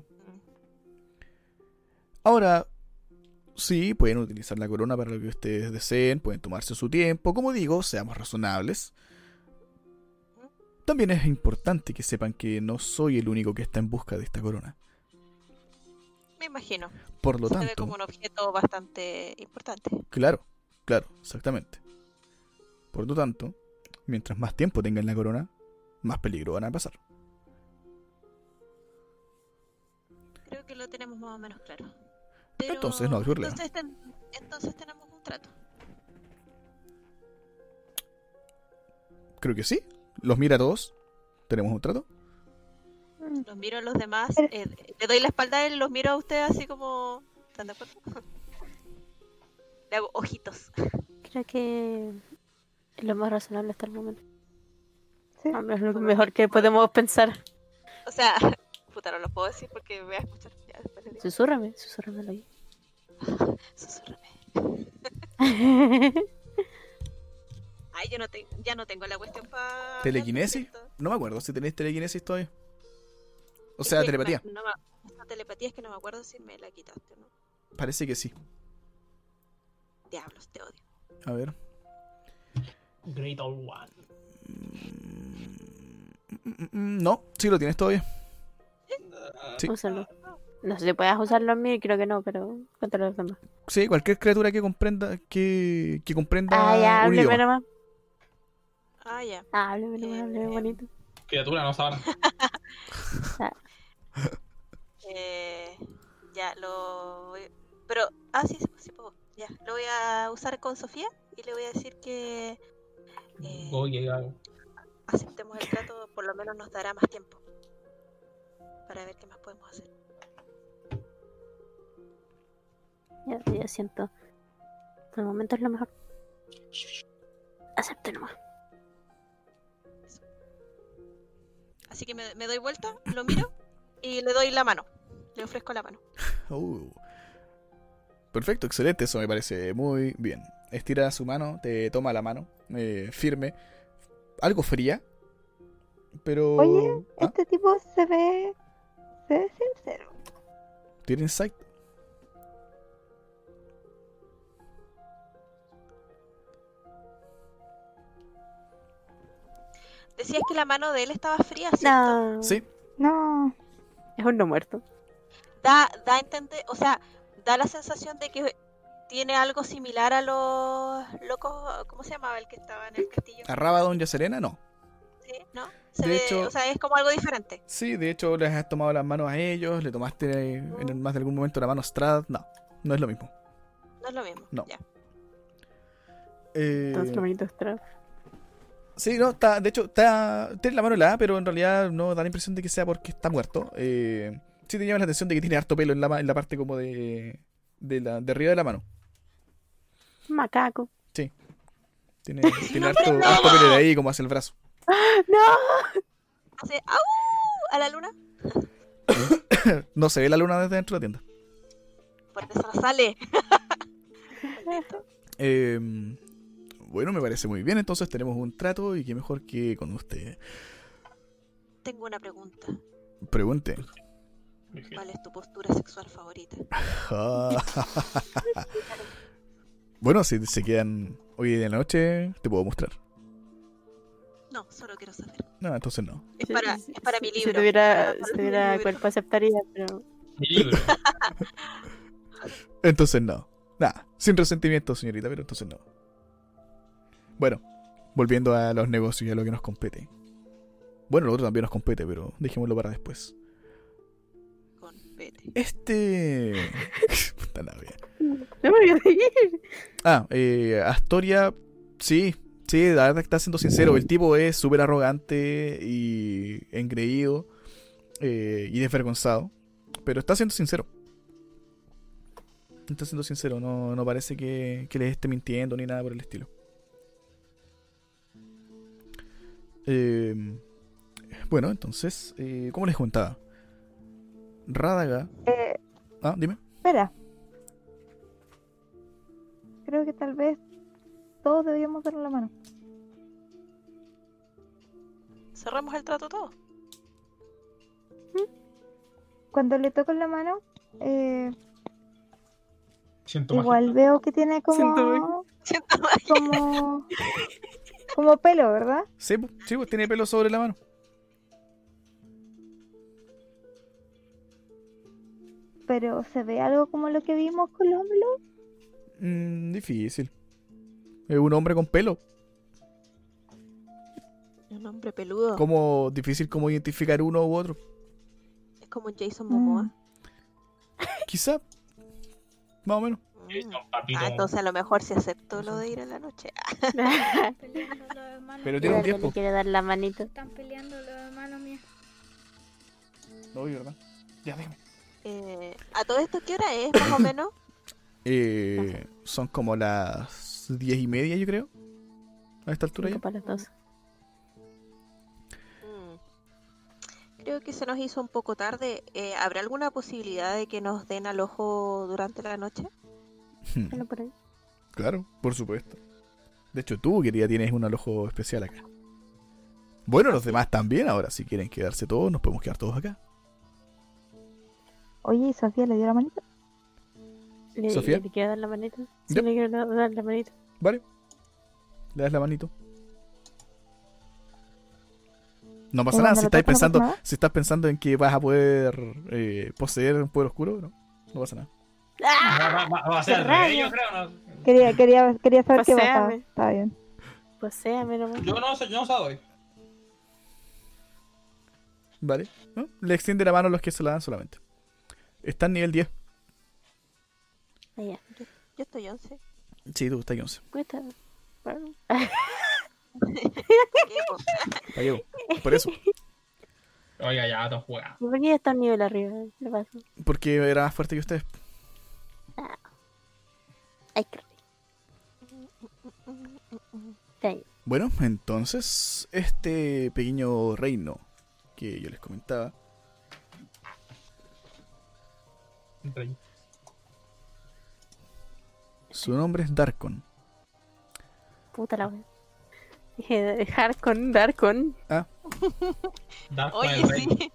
[SPEAKER 1] Ahora, sí, pueden utilizar la corona para lo que ustedes deseen, pueden tomarse su tiempo, como digo, seamos razonables. También es importante que sepan que no soy el único que está en busca de esta corona.
[SPEAKER 5] Me imagino.
[SPEAKER 1] Por lo
[SPEAKER 5] Se ve
[SPEAKER 1] tanto,
[SPEAKER 5] como un objeto bastante importante.
[SPEAKER 1] claro, claro, exactamente. Por lo tanto, mientras más tiempo tengan la corona, más peligro van a pasar.
[SPEAKER 5] Creo que lo tenemos más o menos claro. Pero,
[SPEAKER 1] Entonces no hay problema.
[SPEAKER 5] Entonces, ten- entonces tenemos un trato.
[SPEAKER 1] Creo que sí. Los mira a todos. ¿Tenemos un trato?
[SPEAKER 5] Los miro a los demás, eh, le doy la espalda a él, los miro a ustedes así como... ¿Están de acuerdo? Le hago ojitos.
[SPEAKER 6] Creo que es lo más razonable hasta el momento.
[SPEAKER 3] Sí.
[SPEAKER 6] Al menos lo mejor que podemos pensar.
[SPEAKER 5] O sea, puta, no lo puedo decir porque me voy a escuchar. Ya, después le digo.
[SPEAKER 6] Susúrrame, susúrramelo ahí.
[SPEAKER 5] Susúrrame. Ay, yo no tengo, ya no tengo la cuestión para...
[SPEAKER 1] ¿Telequinesis? No me acuerdo si tenéis telequinesis todavía. O sea, telepatía.
[SPEAKER 5] No, no, esa telepatía es que no me acuerdo si me la quitaste o no.
[SPEAKER 1] Parece que sí.
[SPEAKER 5] Diablos, te odio.
[SPEAKER 1] A ver.
[SPEAKER 2] Great Old One.
[SPEAKER 1] Mm, mm, mm, No, sí lo tienes todavía. Sí.
[SPEAKER 6] Úsalo. No sé si puedes usarlo en mí, creo que no, pero cuéntalo a los demás.
[SPEAKER 1] Sí, cualquier criatura que comprenda que, que comprenda
[SPEAKER 6] Ah, ya,
[SPEAKER 1] un
[SPEAKER 6] hábleme
[SPEAKER 1] idioma.
[SPEAKER 6] nomás.
[SPEAKER 5] Ah, ya.
[SPEAKER 6] Ah, hábleme nomás, hábleme bonito.
[SPEAKER 2] Criatura, no sabrá.
[SPEAKER 5] Eh, ya, lo voy... Pero, ah, sí, sí, sí puedo. Ya, lo voy a usar con Sofía y le voy a decir que eh,
[SPEAKER 2] Oye, algo.
[SPEAKER 5] aceptemos el trato, por lo menos nos dará más tiempo para ver qué más podemos hacer.
[SPEAKER 6] Ya, ya siento. Por el momento es lo mejor. Acepte nomás.
[SPEAKER 5] Así que me, me doy vuelta, lo miro y le doy la mano. Le ofrezco la mano.
[SPEAKER 1] Uh. Perfecto, excelente, eso me parece muy bien. Estira su mano, te toma la mano, eh, firme, algo fría, pero...
[SPEAKER 3] Oye,
[SPEAKER 1] ¿Ah?
[SPEAKER 3] este tipo se ve. Se ve sincero.
[SPEAKER 1] ¿Tiene insight?
[SPEAKER 5] Decías que la mano de él estaba fría, ¿cierto?
[SPEAKER 6] No.
[SPEAKER 1] Sí,
[SPEAKER 3] No.
[SPEAKER 6] Es un no muerto.
[SPEAKER 5] Da, da a entender, o sea, da la sensación de que tiene algo similar a los locos, ¿cómo se llamaba el que estaba en el castillo?
[SPEAKER 1] a Rabadon y a Serena no.
[SPEAKER 5] ¿Sí? ¿No? Se
[SPEAKER 1] De
[SPEAKER 5] ve,
[SPEAKER 1] hecho-
[SPEAKER 5] o sea, es como algo diferente.
[SPEAKER 1] Sí, de hecho les has tomado las manos a ellos, le tomaste en más de algún momento la mano a Strad, no, no es lo mismo.
[SPEAKER 5] No es lo mismo.
[SPEAKER 1] No.
[SPEAKER 5] Ya.
[SPEAKER 1] Eh,
[SPEAKER 6] Entonces lo bonito es tra-
[SPEAKER 1] Sí, no, está, de hecho, está, tiene la mano helada, pero en realidad no da la impresión de que sea porque está muerto. Eh, sí te llama la atención de que tiene harto pelo en la, ma- en la parte como de, de, la, de arriba de la mano.
[SPEAKER 6] Macaco.
[SPEAKER 1] Tiene, tiene harto, harto pelo de ahí como hacia el brazo.
[SPEAKER 6] ¡No!
[SPEAKER 5] Hace ¡au! A la luna.
[SPEAKER 1] No se ve la luna desde dentro de la tienda.
[SPEAKER 5] Por eso no sale.
[SPEAKER 1] Eh, bueno, me parece muy bien, entonces tenemos un trato y qué mejor que con usted.
[SPEAKER 5] Tengo una pregunta.
[SPEAKER 1] Pregunte.
[SPEAKER 5] ¿Cuál es tu postura sexual favorita?
[SPEAKER 1] Bueno, si se quedan hoy de la noche, te puedo mostrar.
[SPEAKER 5] No, solo quiero saber.
[SPEAKER 1] No, entonces no.
[SPEAKER 5] Es para, es para mi libro.
[SPEAKER 6] Si tuviera,
[SPEAKER 5] Para-
[SPEAKER 6] si
[SPEAKER 5] para
[SPEAKER 6] tuviera
[SPEAKER 5] mi libro.
[SPEAKER 6] cuerpo aceptaría, pero...
[SPEAKER 2] Mi libro.
[SPEAKER 1] Entonces no. Nada, sin resentimiento, señorita, pero entonces no. Bueno, volviendo a los negocios y a lo que nos compete. Bueno, lo otro también nos compete, pero dejémoslo para después.
[SPEAKER 5] Con Pete.
[SPEAKER 1] Este... Puta la wea.
[SPEAKER 6] No me voy a reír.
[SPEAKER 1] Ah, eh, Astoria, sí, sí, la verdad que está siendo sincero. El tipo es súper arrogante y engreído eh, y desvergonzado, pero está siendo sincero. Está siendo sincero, no, no parece que, que les esté mintiendo ni nada por el estilo. Eh, bueno, entonces, eh, ¿cómo les contaba? Rádaga...
[SPEAKER 3] Eh,
[SPEAKER 1] Ah, dime.
[SPEAKER 3] espera. Creo que tal vez todos deberíamos darle la mano.
[SPEAKER 5] Cerramos el trato todo.
[SPEAKER 3] Cuando le toco la mano, eh,
[SPEAKER 2] Siento
[SPEAKER 3] igual
[SPEAKER 2] magia.
[SPEAKER 3] veo que tiene
[SPEAKER 6] Siento
[SPEAKER 3] como,
[SPEAKER 5] Siento mal.
[SPEAKER 3] como, como pelo, ¿verdad?
[SPEAKER 1] Sí, pues, sí, pues tiene pelo sobre la mano.
[SPEAKER 3] Pero se ve algo como lo que vimos con los hombres.
[SPEAKER 1] Mm, difícil. Es un hombre con pelo.
[SPEAKER 5] Un hombre peludo.
[SPEAKER 1] Como difícil como identificar uno u otro.
[SPEAKER 5] Es como un Jason Momoa.
[SPEAKER 3] Mm.
[SPEAKER 1] Quizá. Más o menos.
[SPEAKER 2] Jason,
[SPEAKER 5] Mm.
[SPEAKER 2] papito.
[SPEAKER 5] Ah, entonces a lo mejor sí acepto lo de ir en la noche.
[SPEAKER 7] Peleando los hermanos.
[SPEAKER 1] Pero
[SPEAKER 6] Y
[SPEAKER 1] tiene un
[SPEAKER 6] Verde
[SPEAKER 1] tiempo.
[SPEAKER 6] le quiere dar la manito.
[SPEAKER 7] Están peleando los hermanos míos.
[SPEAKER 1] No, ¿verdad? Ya, déjame.
[SPEAKER 5] Eh, ¿A todo esto qué hora es, más o menos?
[SPEAKER 1] Eh, son como las diez y media, yo creo. A esta altura ya.
[SPEAKER 6] Cinco para las doce.
[SPEAKER 5] Mm. Creo que se nos hizo un poco tarde. Eh, ¿habrá alguna posibilidad de que nos den al ojo durante la noche?
[SPEAKER 6] Bueno, por ahí.
[SPEAKER 1] Claro, por supuesto. De hecho, tú, querida, tienes un alojo especial acá. Bueno, los demás también. Ahora, si quieren quedarse todos, nos podemos quedar todos acá.
[SPEAKER 3] Oye, ¿y Sofía le dio la manita?
[SPEAKER 6] ¿Le,
[SPEAKER 1] ¿Sofía?
[SPEAKER 6] ¿Le quiero dar la manita? Sí,
[SPEAKER 1] Ya.
[SPEAKER 6] le quiero dar la manita.
[SPEAKER 1] Vale. Le das la manito. No pasa
[SPEAKER 3] ¿Y
[SPEAKER 1] nada
[SPEAKER 3] cuando
[SPEAKER 1] si
[SPEAKER 3] lo
[SPEAKER 1] estáis
[SPEAKER 3] toca, no pasa
[SPEAKER 1] pensando,
[SPEAKER 3] nada?
[SPEAKER 1] si estás pensando en que vas a poder eh, poseer un poder oscuro, no, no pasa nada.
[SPEAKER 2] Va, va- va- va a ser
[SPEAKER 6] ¡Qué
[SPEAKER 2] al revés,
[SPEAKER 6] rabia!
[SPEAKER 2] yo creo. ¿no?
[SPEAKER 3] Quería, quería, quería saber qué pasaba.
[SPEAKER 6] Paséame.
[SPEAKER 3] Está bien.
[SPEAKER 6] Poséame nomás.
[SPEAKER 2] Yo no sé, yo no sabía.
[SPEAKER 1] Vale. ¿No? Le extiende la mano a los que se la dan solamente. Está en nivel diez.
[SPEAKER 6] Allá.
[SPEAKER 5] Yo estoy once.
[SPEAKER 1] Sí, tú estás en once.
[SPEAKER 6] Cuesta. Bueno.
[SPEAKER 5] ¿Qué, po?
[SPEAKER 1] Pa' Diego. Por eso.
[SPEAKER 2] Oiga, ya, te juega.
[SPEAKER 6] ¿Por qué está un nivel arriba? ¿Qué pasa?
[SPEAKER 1] Porque era más fuerte que ustedes.
[SPEAKER 6] Ay, qué rico. Está ahí.
[SPEAKER 1] Bueno, entonces, este pequeño reino que yo les comentaba, su nombre es Darkon.
[SPEAKER 6] Puta la wea. Dije, Harkon, Darkon.
[SPEAKER 1] Ah,
[SPEAKER 2] Dark con
[SPEAKER 5] Oye,
[SPEAKER 2] el rey.
[SPEAKER 5] sí.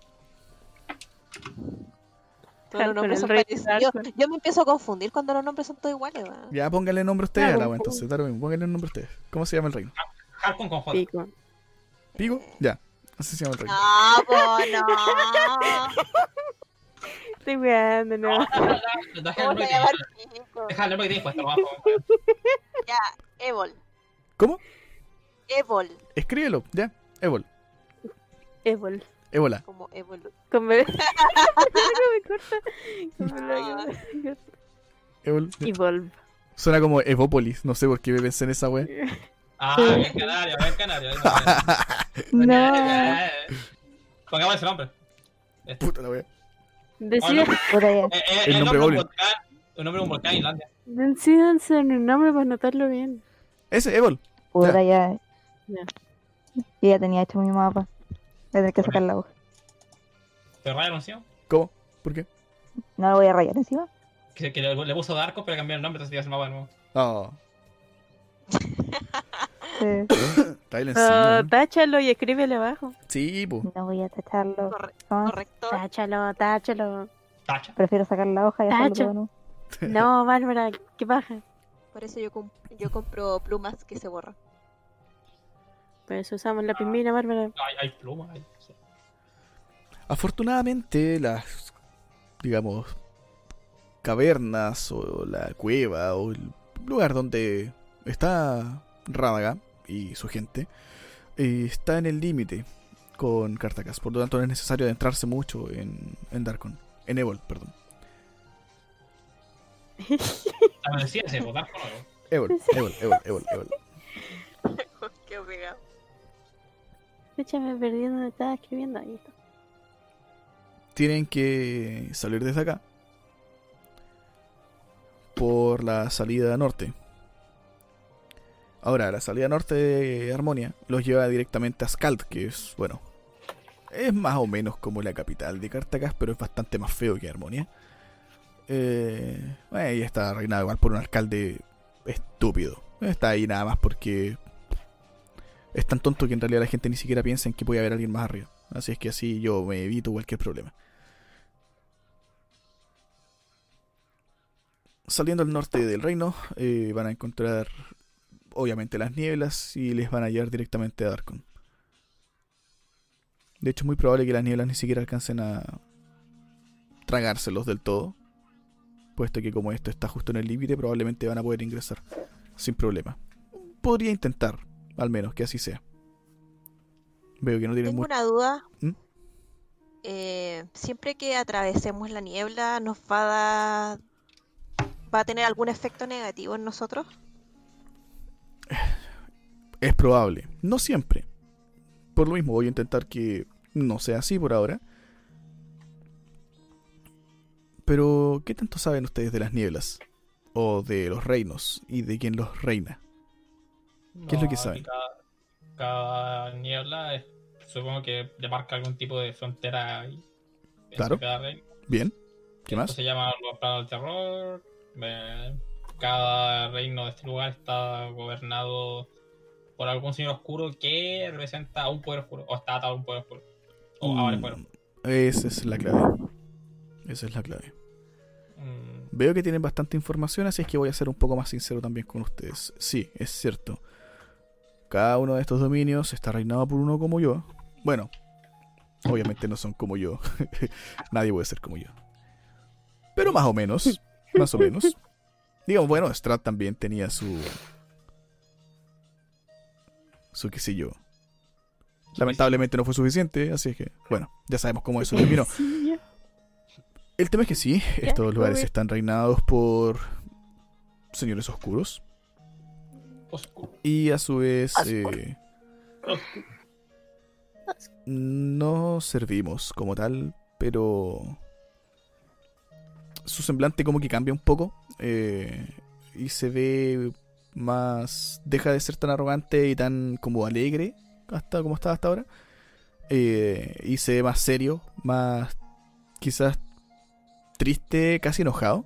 [SPEAKER 5] Todos los
[SPEAKER 6] Con
[SPEAKER 5] nombres
[SPEAKER 6] el
[SPEAKER 5] son
[SPEAKER 6] rey
[SPEAKER 5] parecidos. Yo,
[SPEAKER 6] Darkon.
[SPEAKER 5] yo me empiezo a confundir cuando los nombres son todos iguales. weón.
[SPEAKER 1] ya pónganle nombre a ustedes
[SPEAKER 6] Claro,
[SPEAKER 1] a la wea,
[SPEAKER 6] pues.
[SPEAKER 1] entonces, da lo mismo, pónganle nombre a ustedes. ¿Cómo se llama el reino?
[SPEAKER 2] Harkon con J.
[SPEAKER 6] Pico.
[SPEAKER 1] ¿Pico? Ya, así se llama el reino.
[SPEAKER 5] No, po, no.
[SPEAKER 6] Estoy weando, no.
[SPEAKER 2] Deja
[SPEAKER 5] ¿Cómo
[SPEAKER 2] el
[SPEAKER 5] se
[SPEAKER 2] nombre
[SPEAKER 5] llama
[SPEAKER 2] que
[SPEAKER 5] el chico?
[SPEAKER 2] deja el nombre que tienes puesto abajo.
[SPEAKER 5] Ya, Evol.
[SPEAKER 1] ¿Cómo?
[SPEAKER 5] Evol.
[SPEAKER 1] Escríbelo, ya. Évol.
[SPEAKER 6] Evol.
[SPEAKER 1] Ébola.
[SPEAKER 5] Como Evol.
[SPEAKER 6] Como me me corta. Como
[SPEAKER 5] Ah.
[SPEAKER 6] me corta.
[SPEAKER 1] Évol.
[SPEAKER 6] Evolve.
[SPEAKER 1] Suena como Evópolis, no sé por qué me pensé en esa wea.
[SPEAKER 2] Ah, bien canario, bien canario.
[SPEAKER 3] No.
[SPEAKER 2] Eh, Pongamos ese nombre. Este.
[SPEAKER 1] Puta la wea.
[SPEAKER 6] Decide,
[SPEAKER 3] Puta ya.
[SPEAKER 2] Eh, eh,
[SPEAKER 1] El
[SPEAKER 2] el
[SPEAKER 1] nombre
[SPEAKER 2] nombre de un
[SPEAKER 1] Goblin.
[SPEAKER 2] volcán. El nombre de un volcán en Islandia.
[SPEAKER 6] decidanse en un nombre para anotarlo bien.
[SPEAKER 1] Ese, Évol.
[SPEAKER 3] Puta ya.
[SPEAKER 6] Ya.
[SPEAKER 3] Yo ya tenía hecho mi mapa. Voy a tener que sacar la hoja.
[SPEAKER 2] ¿Te rayaron encima?
[SPEAKER 1] ¿Cómo? ¿Por qué?
[SPEAKER 3] No lo voy a rayar encima.
[SPEAKER 2] Que, que le, le puso Darko, pero cambió el nombre, entonces ya se llamaba de nuevo.
[SPEAKER 1] No.
[SPEAKER 3] Sí.
[SPEAKER 1] Traile
[SPEAKER 6] Ah,
[SPEAKER 1] encima.
[SPEAKER 6] táchalo y escríbele abajo.
[SPEAKER 1] Sí, pues.
[SPEAKER 3] No voy a tacharlo.
[SPEAKER 5] Corre-
[SPEAKER 3] No,
[SPEAKER 5] Corrector.
[SPEAKER 6] Táchalo, táchalo.
[SPEAKER 2] Tacha.
[SPEAKER 3] prefiero sacar la hoja y hacerlo
[SPEAKER 6] Tacho.
[SPEAKER 3] todo, ¿no?
[SPEAKER 6] No, Bárbara, qué paja.
[SPEAKER 5] Por eso yo, com- yo compro plumas que se borran.
[SPEAKER 6] Por eso usamos la pismina, Bárbara.
[SPEAKER 2] Hay, hay plumas. Hay...
[SPEAKER 1] Afortunadamente, las, digamos, cavernas o la cueva o el lugar donde está Rádaga y su gente eh, está en el límite con Cartacas. Por lo tanto, no es necesario adentrarse mucho en, en Darkon. En Évol, perdón.
[SPEAKER 2] La me decía ese, pues Darko no.
[SPEAKER 1] Évol, Évol, Évol, Évol, Évol.
[SPEAKER 5] Qué pegado.
[SPEAKER 6] Échame perdiendo donde estaba escribiendo. Ahí está.
[SPEAKER 1] Tienen que salir desde acá por la salida norte. Ahora, la salida norte de Harmonia los lleva directamente a Skald, que es, bueno, es más o menos como la capital de Cartacas, pero es bastante más feo que Harmonia. Eh, bueno, y está reinado igual por un alcalde estúpido. Está ahí nada más porque es tan tonto que en realidad la gente ni siquiera piensa en que puede haber alguien más arriba. Así es que así yo me evito cualquier problema. Saliendo al norte del reino, eh, van a encontrar obviamente las nieblas y les van a llevar directamente a Darkon. De hecho, es muy probable que las nieblas ni siquiera alcancen a tragárselos del todo, puesto que como esto está justo en el límite, probablemente van a poder ingresar sin problema. Podría intentar, al menos, que así sea. Veo que no tienen
[SPEAKER 5] Tengo
[SPEAKER 1] mucho...
[SPEAKER 5] una duda.
[SPEAKER 1] ¿Mm?
[SPEAKER 5] Eh, siempre que atravesemos la niebla, ¿nos va a dar... ¿Va a tener algún efecto negativo en nosotros?
[SPEAKER 1] Es probable, no siempre. Por lo mismo voy a intentar que no sea así por ahora. Pero, ¿qué tanto saben ustedes de las nieblas? o de los reinos y de quién los reina? ¿Qué es lo que
[SPEAKER 2] aquí
[SPEAKER 1] saben?
[SPEAKER 2] Cada, cada niebla es- supongo que le marca algún tipo de frontera y en
[SPEAKER 1] Claro.
[SPEAKER 2] cada reino.
[SPEAKER 1] Bien. ¿Qué
[SPEAKER 2] Esto
[SPEAKER 1] más?
[SPEAKER 2] se llama los planos del terror. Eh, cada reino de este lugar está gobernado por algún señor oscuro que representa a un poder oscuro, o está atado a un poder oscuro, o a varios poderes.
[SPEAKER 1] Mm, esa es la clave. Esa es la clave.
[SPEAKER 2] Mm,
[SPEAKER 1] Veo que tienen bastante información, así es que voy a ser un poco más sincero también con ustedes. Sí, es cierto. Cada uno de estos dominios está reinado por uno como yo. Bueno, obviamente no son como yo. Nadie puede ser como yo. Pero más o menos. Más o menos. Digamos, bueno, Strahd también tenía su... Su qué sé yo. Lamentablemente no fue suficiente, así es que, bueno, ya sabemos cómo eso terminó. El tema es que sí, estos lugares están reinados por señores oscuros.
[SPEAKER 2] oscuro.
[SPEAKER 1] Y a su vez
[SPEAKER 6] Oscuro.
[SPEAKER 1] eh, no servimos como tal, pero su semblante como que cambia un poco eh, y se ve más, deja de ser tan arrogante y tan como alegre hasta como estaba hasta ahora, eh, y se ve más serio, más quizás triste, casi enojado.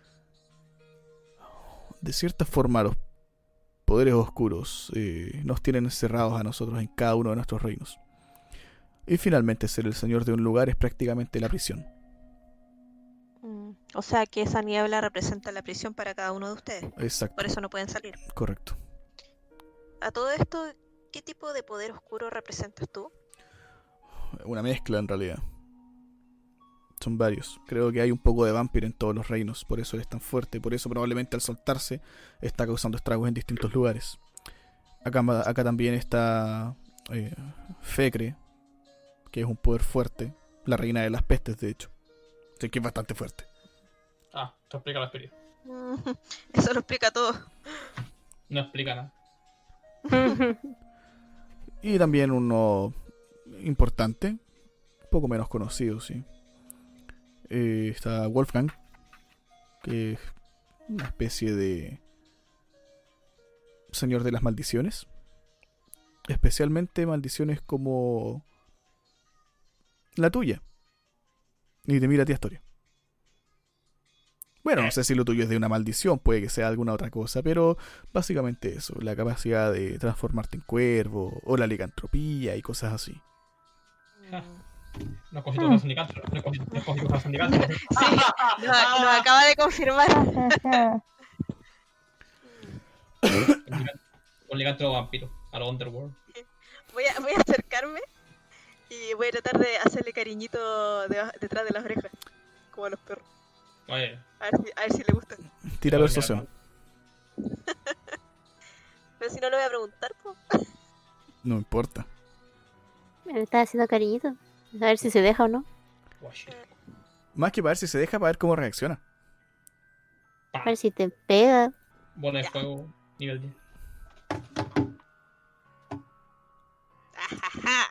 [SPEAKER 1] De cierta forma los poderes oscuros eh, nos tienen encerrados a nosotros en cada uno de nuestros reinos. Y finalmente ser el señor de un lugar es prácticamente la prisión.
[SPEAKER 5] Mm, O sea que esa niebla representa la prisión para cada uno de ustedes.
[SPEAKER 1] Exacto,
[SPEAKER 5] Por eso no pueden salir.
[SPEAKER 1] correcto.
[SPEAKER 5] A todo esto, ¿qué tipo de poder oscuro representas tú?
[SPEAKER 1] Una mezcla en realidad. Son varios. Creo que hay un poco de vampiro en todos los reinos, por eso él es tan fuerte, por eso probablemente al soltarse está causando estragos en distintos lugares. Acá, acá también está eh, Fekre, que es un poder fuerte, la reina de las pestes de hecho. Así que es bastante fuerte.
[SPEAKER 2] Ah, esto explica la experiencia.
[SPEAKER 5] Mm, Eso lo explica todo.
[SPEAKER 2] No explica nada.
[SPEAKER 1] Y también uno importante, un poco menos conocido, sí. Eh, está Wolfgang, que es una especie de señor de las maldiciones. Especialmente maldiciones como la tuya. Y te mira a ti, Astoria. Bueno, no sé si lo tuyo es de una maldición, puede que sea alguna otra cosa, pero básicamente eso, la capacidad de transformarte en cuervo, o la licantropía y cosas así.
[SPEAKER 5] Mm,
[SPEAKER 2] No cogí tu sindicato. No cogí no cogí tu sindicato.
[SPEAKER 5] Sí, nos, nos acaba de confirmar.
[SPEAKER 2] Un ligántro vampiro a lo Underworld.
[SPEAKER 5] Voy a, voy a acercarme y voy a tratar de hacerle cariñito de- detrás de las orejas, como a los perros.
[SPEAKER 2] Oye,
[SPEAKER 5] A ver si, a ver si le gusta.
[SPEAKER 1] Tira persuasión.
[SPEAKER 5] Pero si no le voy a preguntar, po.
[SPEAKER 1] No importa.
[SPEAKER 6] Me está haciendo cariñito. A ver si se deja o no.
[SPEAKER 2] oh, shit.
[SPEAKER 1] Más que para ver si se deja, para ver cómo reacciona.
[SPEAKER 6] A ver si te pega.
[SPEAKER 2] Bola de fuego, nivel diez.
[SPEAKER 5] Ajaja.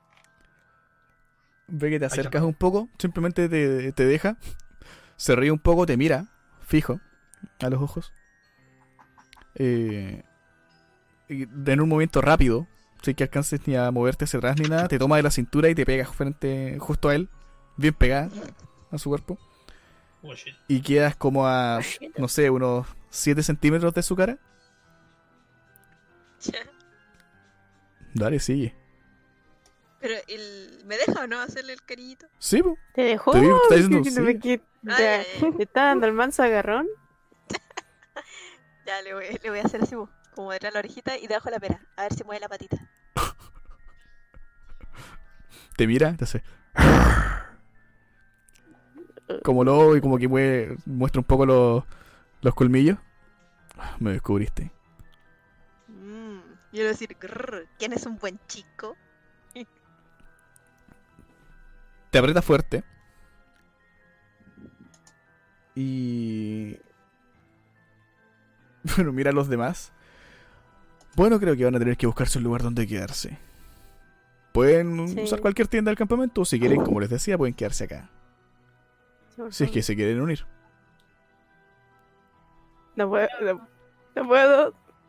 [SPEAKER 1] Ve que te
[SPEAKER 2] Ahí
[SPEAKER 1] acercas
[SPEAKER 2] está.
[SPEAKER 1] un poco, simplemente te, te deja, se ríe un poco, te mira, fijo, a los ojos. Eh, y en un movimiento rápido, sin que alcances ni a moverte hacia atrás ni nada, te toma de la cintura y te pega frente justo a él, bien pegada a su cuerpo.
[SPEAKER 2] Oh, shit.
[SPEAKER 1] Y quedas como a, no sé, unos siete centímetros de su cara.
[SPEAKER 5] Ya.
[SPEAKER 1] Dale, sigue.
[SPEAKER 5] Pero, el, ¿me deja o no hacerle el cariñito?
[SPEAKER 1] Sí, po.
[SPEAKER 6] ¿Te dejó?
[SPEAKER 1] Te digo, está diciendo
[SPEAKER 6] Que no
[SPEAKER 1] sí.
[SPEAKER 6] me qui-
[SPEAKER 5] Ay,
[SPEAKER 6] ya,
[SPEAKER 5] ay, ay.
[SPEAKER 6] ¿te está dando el manso agarrón?
[SPEAKER 5] Ya, le voy, le voy a hacer así, po, como detrás de la orejita y debajo de la pera. A ver si mueve la patita.
[SPEAKER 1] Te mira, te hace. Como lobo y como que mueve- muestra un poco los, los colmillos. Me descubriste.
[SPEAKER 5] Mm, yo le voy a decir, "Grrr, ¿quién es un buen chico?"
[SPEAKER 1] Te aprieta fuerte. Y... Bueno, mira a los demás. Bueno, creo que van a tener que buscarse un lugar donde quedarse. Pueden
[SPEAKER 6] Sí.
[SPEAKER 1] usar cualquier tienda del campamento o si quieren, como les decía, pueden quedarse acá. Si es que se quieren unir.
[SPEAKER 6] No puedo, no, no puedo.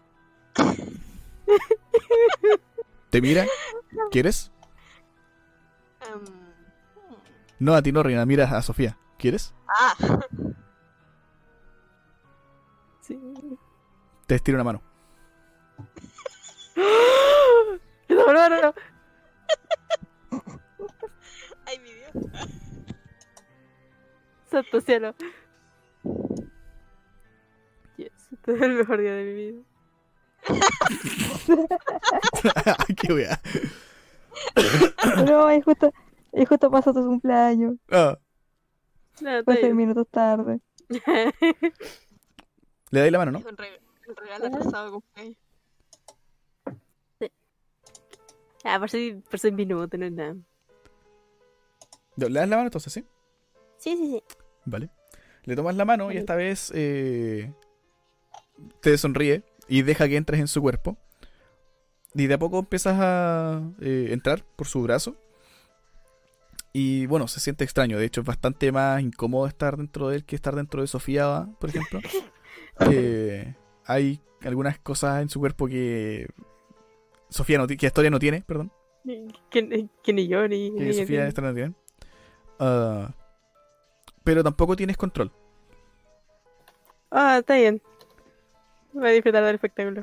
[SPEAKER 1] ¿Te mira? ¿Quieres?
[SPEAKER 5] Em,
[SPEAKER 1] No, a ti no, Reina, mira a Sofía. ¿Quieres?
[SPEAKER 5] ah,
[SPEAKER 6] Sí.
[SPEAKER 1] Te estiro una mano.
[SPEAKER 6] No, no, no, no.
[SPEAKER 5] ay, mi Dios.
[SPEAKER 6] Santo cielo. Yes, este es el mejor día de mi vida.
[SPEAKER 1] Qué wea.
[SPEAKER 3] No, es justo, es justo pasó tu cumpleaños.
[SPEAKER 1] Ah,
[SPEAKER 6] No, está
[SPEAKER 3] Fue seis
[SPEAKER 6] bien.
[SPEAKER 3] minutos tarde.
[SPEAKER 1] le dais la mano, ¿no?
[SPEAKER 5] Es un, re- un regalo atrasado de cumpleaños.
[SPEAKER 6] Ah, por seis, por seis minutos, no es nada.
[SPEAKER 1] ¿Le das la mano entonces, sí?
[SPEAKER 6] Sí, sí, sí.
[SPEAKER 1] Vale. Le tomas la mano y
[SPEAKER 6] Vale.
[SPEAKER 1] esta vez eh, te sonríe y deja que entres en su cuerpo. Y de a poco empiezas a eh, entrar por su brazo. Y bueno, se siente extraño. De hecho, es bastante más incómodo estar dentro de él que estar dentro de Sofía, por ejemplo. Eh, hay algunas cosas en su cuerpo que Sofía no ti- que Astoria no tiene, perdón.
[SPEAKER 6] Que, que ni yo ni.
[SPEAKER 1] Que
[SPEAKER 6] ni
[SPEAKER 1] Sofía
[SPEAKER 6] ni-
[SPEAKER 1] esta no tiene. Ah, pero tampoco tienes control.
[SPEAKER 6] Ah, está bien. Voy a disfrutar del espectáculo.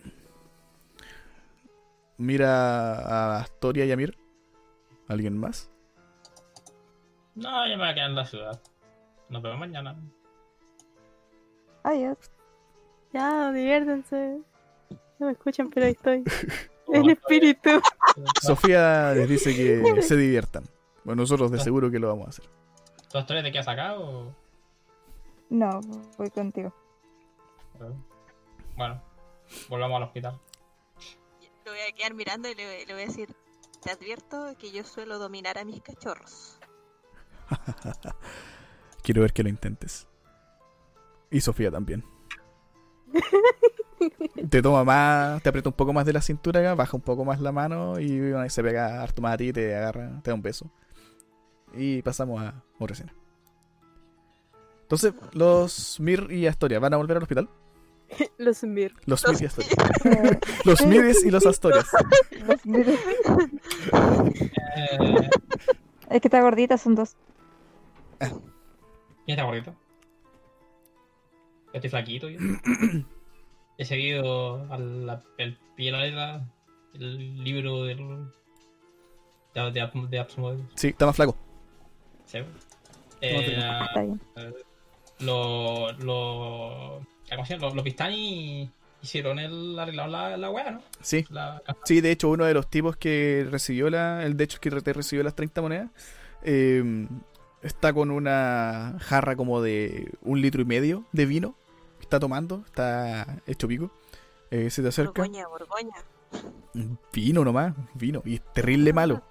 [SPEAKER 1] Mira a Astoria y a Mir. ¿Alguien más?
[SPEAKER 2] No, yo me voy a quedar en la ciudad. Nos vemos mañana.
[SPEAKER 3] Adiós.
[SPEAKER 6] Ya, diviértanse. No me escuchan, pero ahí estoy. En espíritu.
[SPEAKER 1] Sofía les dice que se diviertan. Bueno, nosotros de seguro que lo vamos a hacer.
[SPEAKER 2] ¿Tu historia te quedas acá o...?
[SPEAKER 3] No, voy contigo.
[SPEAKER 2] Bueno, volvamos al hospital.
[SPEAKER 5] Lo voy a quedar mirando y le, le voy a decir, te advierto que yo suelo dominar a mis cachorros.
[SPEAKER 1] Quiero ver que lo intentes. Y Sofía también. Te toma más, te aprieta un poco más de la cintura, baja un poco más la mano y bueno, se pega harto más a ti, te agarra, te da un beso. Y pasamos a otra escena. Entonces, los Mir y Astoria van a volver al hospital.
[SPEAKER 6] Los Mir.
[SPEAKER 1] Los Mir y Astoria.
[SPEAKER 3] Eh,
[SPEAKER 1] Los Mires y los Astorias.
[SPEAKER 3] los virus-
[SPEAKER 2] Eh,
[SPEAKER 3] Es que está gordita, son dos.
[SPEAKER 2] ¿Quién está gordito? Yo estoy flaquito. Yo. He seguido al la- el pie de la letra el libro del, de, de, de Absmodel.
[SPEAKER 1] Sí, está más flaco.
[SPEAKER 2] ¿Sí? Eh,
[SPEAKER 3] Está bien.
[SPEAKER 2] Los lo, ¿cómo se llama? Los, los Pistani hicieron el arreglaron la, la weá, ¿no?
[SPEAKER 1] Sí,
[SPEAKER 2] La,
[SPEAKER 1] sí, de hecho uno de los tipos que recibió la, el de hecho que te recibió las treinta monedas, eh, está con una jarra como de un litro y medio de vino. Está tomando, está hecho pico. Eh, se te acerca.
[SPEAKER 5] Borgoña, Borgoña.
[SPEAKER 1] Vino nomás, vino. Y es terrible malo.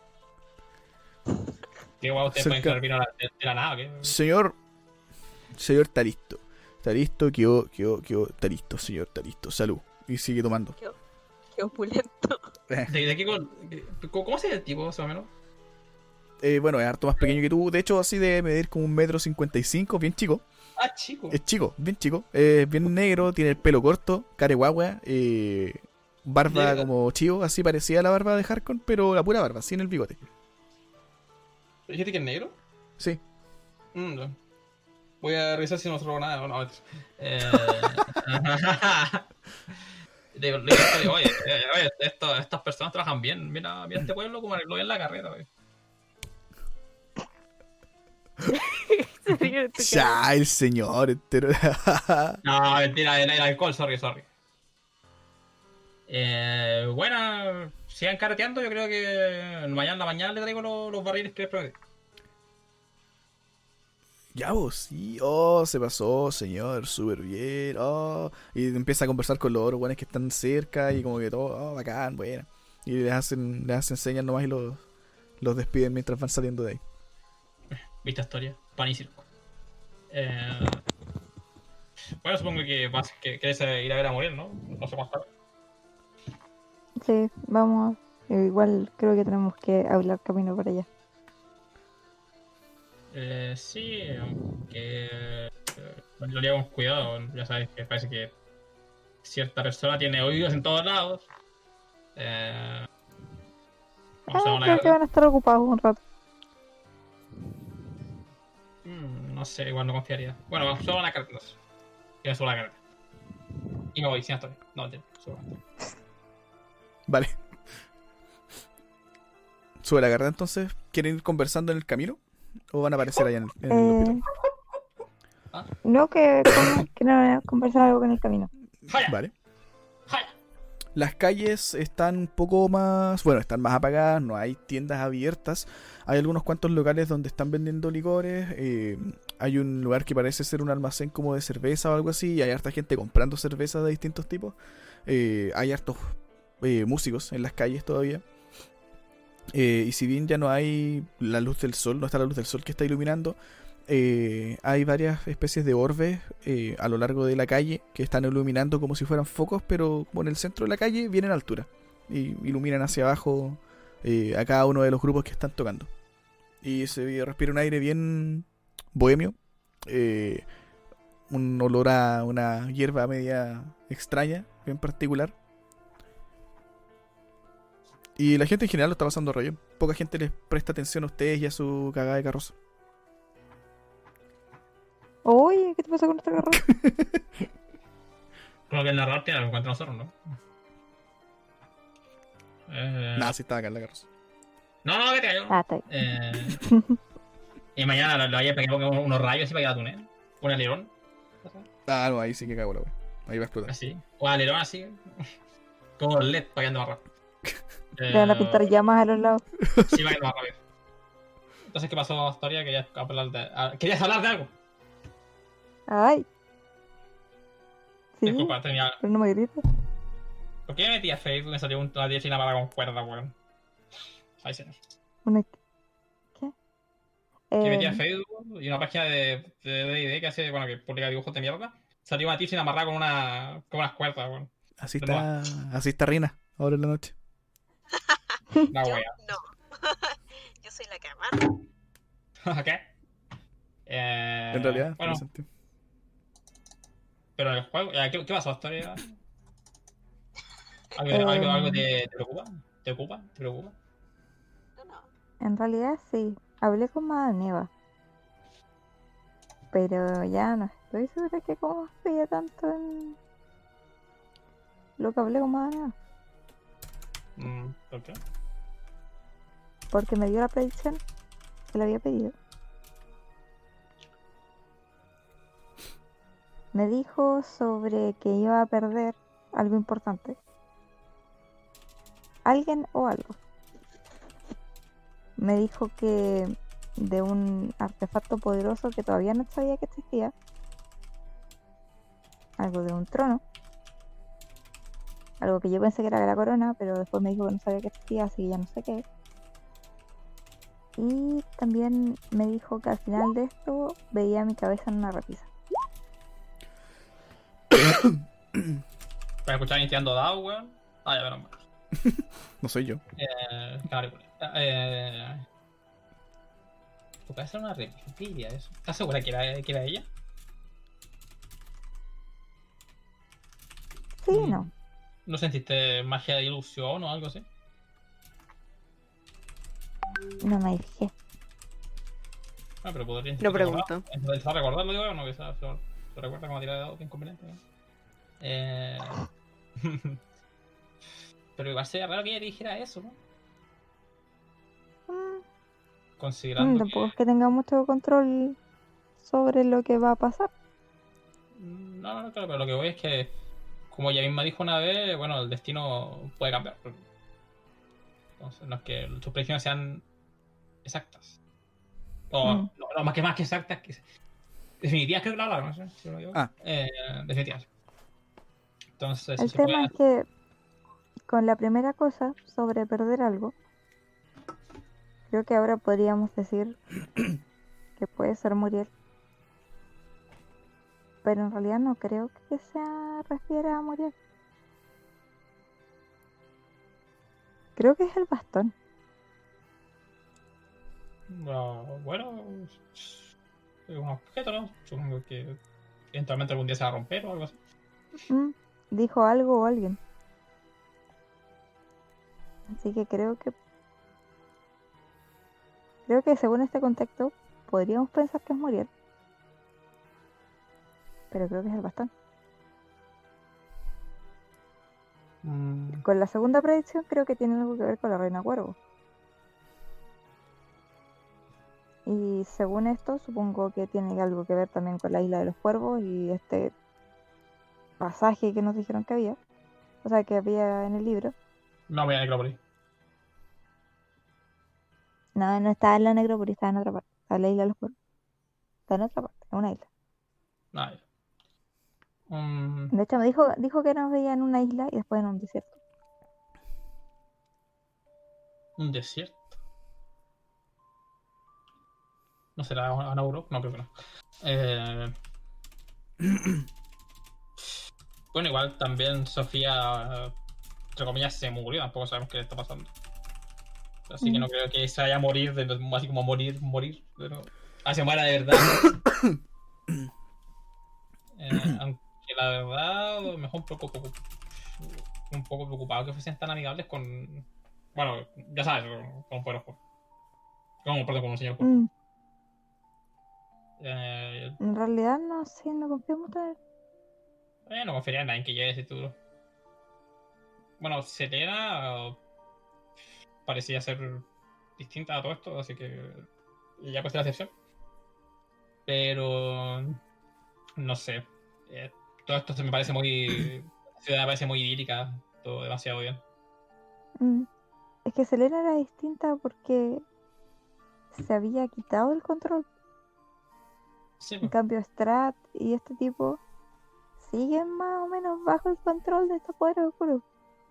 [SPEAKER 2] ¿Qué guau ustedes pueden
[SPEAKER 1] Cerca.
[SPEAKER 2] crear vino de, de la nada? ¿Qué?
[SPEAKER 1] Señor, señor está listo. Está listo, quedó, quedó, quedó, está listo, señor, está listo. Salud. Y sigue tomando.
[SPEAKER 5] Qué opulento.
[SPEAKER 2] ¿De, de qué con, ¿Cómo cómo se ve el tipo, más o menos?
[SPEAKER 1] Eh, bueno, es harto más pequeño que tú. De hecho, así de medir como un metro cincuenta y cinco, bien chico.
[SPEAKER 2] Ah, chico.
[SPEAKER 1] Es chico, bien chico. Es bien negro, tiene el pelo corto, cara de guagua, eh, barba
[SPEAKER 2] Llega.
[SPEAKER 1] como chivo, así parecía a la barba de Harkon, pero la pura barba, sin el bigote.
[SPEAKER 2] ¿Dijiste que es negro?
[SPEAKER 1] Sí.
[SPEAKER 2] Mm, no. Voy a revisar si no se robó nada o no. Eh... digo, digo, digo, oye, eh, oye esto- estas personas trabajan bien. Mira, mira este pueblo como arregló bien la carrera. Oye.
[SPEAKER 6] Se ríe de tu cara.
[SPEAKER 1] Ya, el señor entero.
[SPEAKER 2] No, mentira, el, el alcohol, sorry, sorry. Eh, buena, sigan carreteando. Yo creo que mañana en la mañana le traigo los, los barriles que les prometí.
[SPEAKER 1] Ya vos, sí. Oh, se pasó, señor, súper bien. Oh. Y empieza a conversar con los otros buenos que están cerca y como que todo, oh, bacán, bueno. Y les hacen, les hacen señas nomás y los, los despiden mientras van saliendo de ahí.
[SPEAKER 2] Vista historia, pan y circo. Eh, bueno, supongo que vas que querés ir a ver a morir, ¿no? No sé cuánto.
[SPEAKER 3] Sí, vamos. Igual creo que tenemos que hablar camino para allá.
[SPEAKER 2] Eh, sí, aunque eh, lo llevo con cuidado. Ya sabes que parece que cierta persona tiene oídos en todos lados. Eh, vamos a
[SPEAKER 3] Ah,
[SPEAKER 2] una
[SPEAKER 3] creo que
[SPEAKER 2] carga.
[SPEAKER 3] van a estar ocupados un rato.
[SPEAKER 2] Mm, no sé, igual no confiaría. Bueno, vamos a una carga. No sé. Yo subo la carga. Y me voy sin historia. No, tío, subo la carga.
[SPEAKER 1] Vale. Sube la carrera entonces. ¿Quieren ir conversando en el camino? ¿O van a aparecer allá en el, en el
[SPEAKER 3] Eh,
[SPEAKER 1] hospital?
[SPEAKER 3] no, que, como- que no conversar algo con el camino.
[SPEAKER 2] ¡Jaya!
[SPEAKER 1] Vale.
[SPEAKER 2] ¡Jaya!
[SPEAKER 1] Las calles están un poco más, bueno, están más apagadas, no hay tiendas abiertas. Hay algunos cuantos locales donde están vendiendo licores. eh, hay un lugar que parece ser un almacén como de cerveza o algo así. Y hay harta gente comprando cerveza de distintos tipos. Eh, hay hartos eh, músicos en las calles todavía. Eh, y si bien ya no hay la luz del sol, no está la luz del sol que está iluminando, eh, hay varias especies de orbes eh, a lo largo de la calle que están iluminando como si fueran focos, pero como en el centro de la calle vienen a altura y iluminan hacia abajo eh, a cada uno de los grupos que están tocando. Y se respira un aire bien bohemio, eh, un olor a una hierba media extraña, bien particular. Y la gente en general lo está pasando rollo. Poca gente les presta atención a ustedes y a su cagada de carroza.
[SPEAKER 3] Oye, ¿qué te pasa con esta carroza?
[SPEAKER 2] Creo que el narrador tiene algo contra nosotros, ¿no? Eh,
[SPEAKER 1] Nada, sí estaba acá en la carroza.
[SPEAKER 2] No, no, vete yo.
[SPEAKER 3] Ah, está ahí.
[SPEAKER 2] Eh, y mañana lo, lo vaya a pegar con unos rayos así para que la tunel. Un alerón.
[SPEAKER 1] Ah, no, ahí sí que cago la wea. Ahí va a explotar.
[SPEAKER 2] Así. O alerón así. Como el L E D para que ande más rápido.
[SPEAKER 3] Le van a pintar llamas a los lados.
[SPEAKER 2] Sí, para que ande más rápido. Entonces, ¿qué pasó, Astoria? ¿Querías hablar de, ah, ¿querías hablar de algo?
[SPEAKER 3] Ay. Sí,
[SPEAKER 2] Disculpa, tenía...
[SPEAKER 3] pero no me grites.
[SPEAKER 2] ¿Por qué me metí a Facebook y me salió una tía china para con cuerda, weón? Ay, señor.
[SPEAKER 3] Una- ¿Qué?
[SPEAKER 2] Que metí a
[SPEAKER 3] Eh,
[SPEAKER 2] Facebook y una página de de D y D que hace, bueno, que publica dibujos de mierda. Salió una tía china amarrada con una con unas cuerdas, weón.
[SPEAKER 1] Así
[SPEAKER 2] De
[SPEAKER 1] está, así está Rina, ahora en la noche.
[SPEAKER 2] La
[SPEAKER 5] Yo
[SPEAKER 2] wea.
[SPEAKER 5] no. Yo soy la que amarra.
[SPEAKER 2] ¿Qué? Eh,
[SPEAKER 1] En realidad,
[SPEAKER 2] bueno,
[SPEAKER 1] tiene sentido.
[SPEAKER 2] pero el juego, eh, ¿qué, qué pasó, Astoria? ¿Algo,
[SPEAKER 3] Eh,
[SPEAKER 2] algo, algo te, te preocupa? ¿Te ocupa? ¿Te preocupa?
[SPEAKER 5] No, no.
[SPEAKER 3] en realidad sí. Hablé con Madaneva. Pero ya no estoy segura que confíe tanto en lo que hablé con Madaneva.
[SPEAKER 2] Mm, ¿Por qué?
[SPEAKER 3] Porque me dio la predicción que le había pedido. Me dijo sobre que iba a perder algo importante. Alguien o algo. Me dijo que de un artefacto poderoso que todavía no sabía que existía. Algo de un trono. Algo que yo pensé que era la corona, pero después me dijo que no sabía que existía, así que ya no sé qué es. Y también me dijo que al final de esto veía mi cabeza en una repisa.
[SPEAKER 2] ¿Para escuchar tirando dados, weón? Ah, ya verán.
[SPEAKER 1] No soy yo.
[SPEAKER 2] Eh, claro, eh, ¿tu cabeza era una réplica? ¿Qué diría eso? ¿Estás segura que era, que era ella?
[SPEAKER 3] Sí,
[SPEAKER 2] Mm.
[SPEAKER 3] no.
[SPEAKER 2] ¿No sentiste magia de ilusión o algo así?
[SPEAKER 3] No me fijé.
[SPEAKER 2] Ah, pero podría
[SPEAKER 6] Lo pregunto.
[SPEAKER 2] Empezar a recordarlo, digo, no, que se, se, se recuerda como tirar de dados bien conveniente. ¿no? Eh... pero igual sería raro que ella dijera eso, ¿no?
[SPEAKER 3] Mm,
[SPEAKER 2] Considerando
[SPEAKER 3] mm, tampoco
[SPEAKER 2] que...
[SPEAKER 3] es que tenga mucho control sobre lo que va a pasar.
[SPEAKER 2] No, no, no, claro, pero lo que voy es que, como ella misma dijo una vez, bueno, el destino puede cambiar. Entonces, no es que sus predicciones sean exactas. O,
[SPEAKER 3] Mm.
[SPEAKER 2] no, no, más que más que exactas, que definitivas creo que la hablaron, no sé si lo digo.
[SPEAKER 1] Ah.
[SPEAKER 2] Eh, definitivas. Entonces, si
[SPEAKER 3] El
[SPEAKER 2] se
[SPEAKER 3] tema
[SPEAKER 2] puede...
[SPEAKER 3] es que con la primera cosa sobre perder algo, creo que ahora podríamos decir que puede ser Muriel. Pero en realidad no creo que se refiera a Muriel. Creo que es el bastón.
[SPEAKER 2] No, bueno, es un objeto, ¿no? Supongo que eventualmente algún día se va a romper o algo así.
[SPEAKER 3] Mm, dijo algo o alguien. Así que creo que creo que según este contexto podríamos pensar que es Muriel. Pero creo que es el bastón.
[SPEAKER 2] Mm,
[SPEAKER 3] Con la segunda predicción creo que tiene algo que ver con la reina cuervo. Y según esto supongo que tiene algo que ver también con la isla de los cuervos y este pasaje que nos dijeron que había. O sea, que había en el libro.
[SPEAKER 2] no voy a Necrópolis.
[SPEAKER 3] No, no estaba en la Necrópolis, estaba en otra parte. Estaba en la isla de los cuervos. Está en otra parte, en una isla.
[SPEAKER 2] Nada. Mm,
[SPEAKER 3] De hecho, me dijo, dijo que nos veía en una isla y después en un desierto.
[SPEAKER 2] un desierto. ¿No será Anauro? No, creo que no. Eh... bueno, igual también Sofía, entre comillas, se murió. Tampoco sabemos qué le está pasando. Así que no creo que se vaya a morir, de, así como morir, morir. Pero... Ah, se muera de verdad. eh, aunque la verdad, me dejó un poco, poco, un poco preocupado que fuesen tan amigables con... Bueno, ya sabes, con un poder oscuro. Como, perdón, con un señor oscuro.
[SPEAKER 3] Mm,
[SPEAKER 2] Eh,
[SPEAKER 3] en realidad no sé, no confío mucho en él.
[SPEAKER 2] eh, no confiaría en nadie que lleve ese título. Bueno, Selena uh, parecía ser distinta a todo esto, así que ya pues la excepción. Pero no sé. Eh, todo esto se me parece muy. La ciudad me parece muy idílica, todo demasiado bien.
[SPEAKER 3] Mm, Es que Selena era distinta porque se había quitado el control.
[SPEAKER 2] Sí,
[SPEAKER 3] En
[SPEAKER 2] pues.
[SPEAKER 3] cambio, Strat y este tipo siguen más o menos bajo el control de estos poderes oscuros.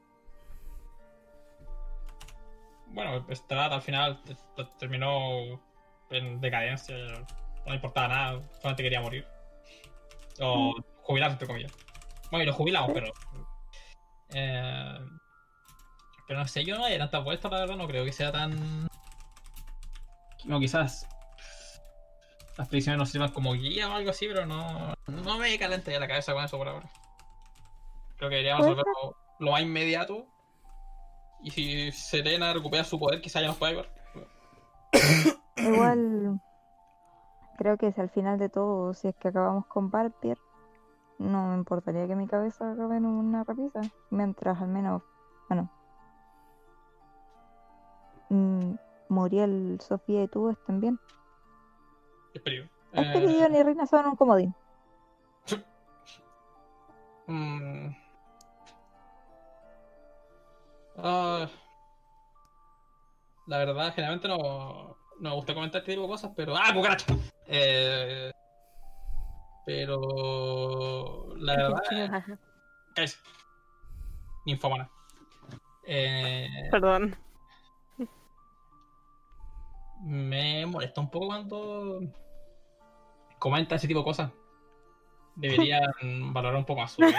[SPEAKER 2] Bueno, Strat al final te- te- terminó en decadencia. No le importaba nada, solamente quería morir. O jubilarse, entre comillas. Bueno, y lo jubilamos,
[SPEAKER 3] Sí.
[SPEAKER 2] pero. Eh, pero no sé, yo no hay tantas vueltas, la verdad, no creo que sea tan. No, quizás las predicciones nos sirvan como guía o algo así, pero no, no me calenta ya la cabeza con eso por ahora. Creo que deberíamos
[SPEAKER 3] Puede
[SPEAKER 2] resolverlo lo más inmediato. Y si Serena recupera su poder, quizás ya nos pueda ayudar.
[SPEAKER 3] Igual creo que si al final de todo, si es que acabamos con Barpier, no me importaría que mi cabeza acabe en una repisa. Mientras al menos, bueno, mm, Muriel, Sofía y tú estén bien.
[SPEAKER 2] Es peligro.
[SPEAKER 3] Este
[SPEAKER 2] Eh,
[SPEAKER 3] video ni Reina son un comodín.
[SPEAKER 2] mm, ah, la verdad, generalmente no, no me gusta comentar este tipo de cosas, pero. ¡Ah, cucaracha! Eh, pero. La verdad. Cállese. Ninfómana. Eh,
[SPEAKER 6] Perdón.
[SPEAKER 2] me molesta un poco cuando comenta ese tipo de cosas. Deberían valorar un poco más su vida.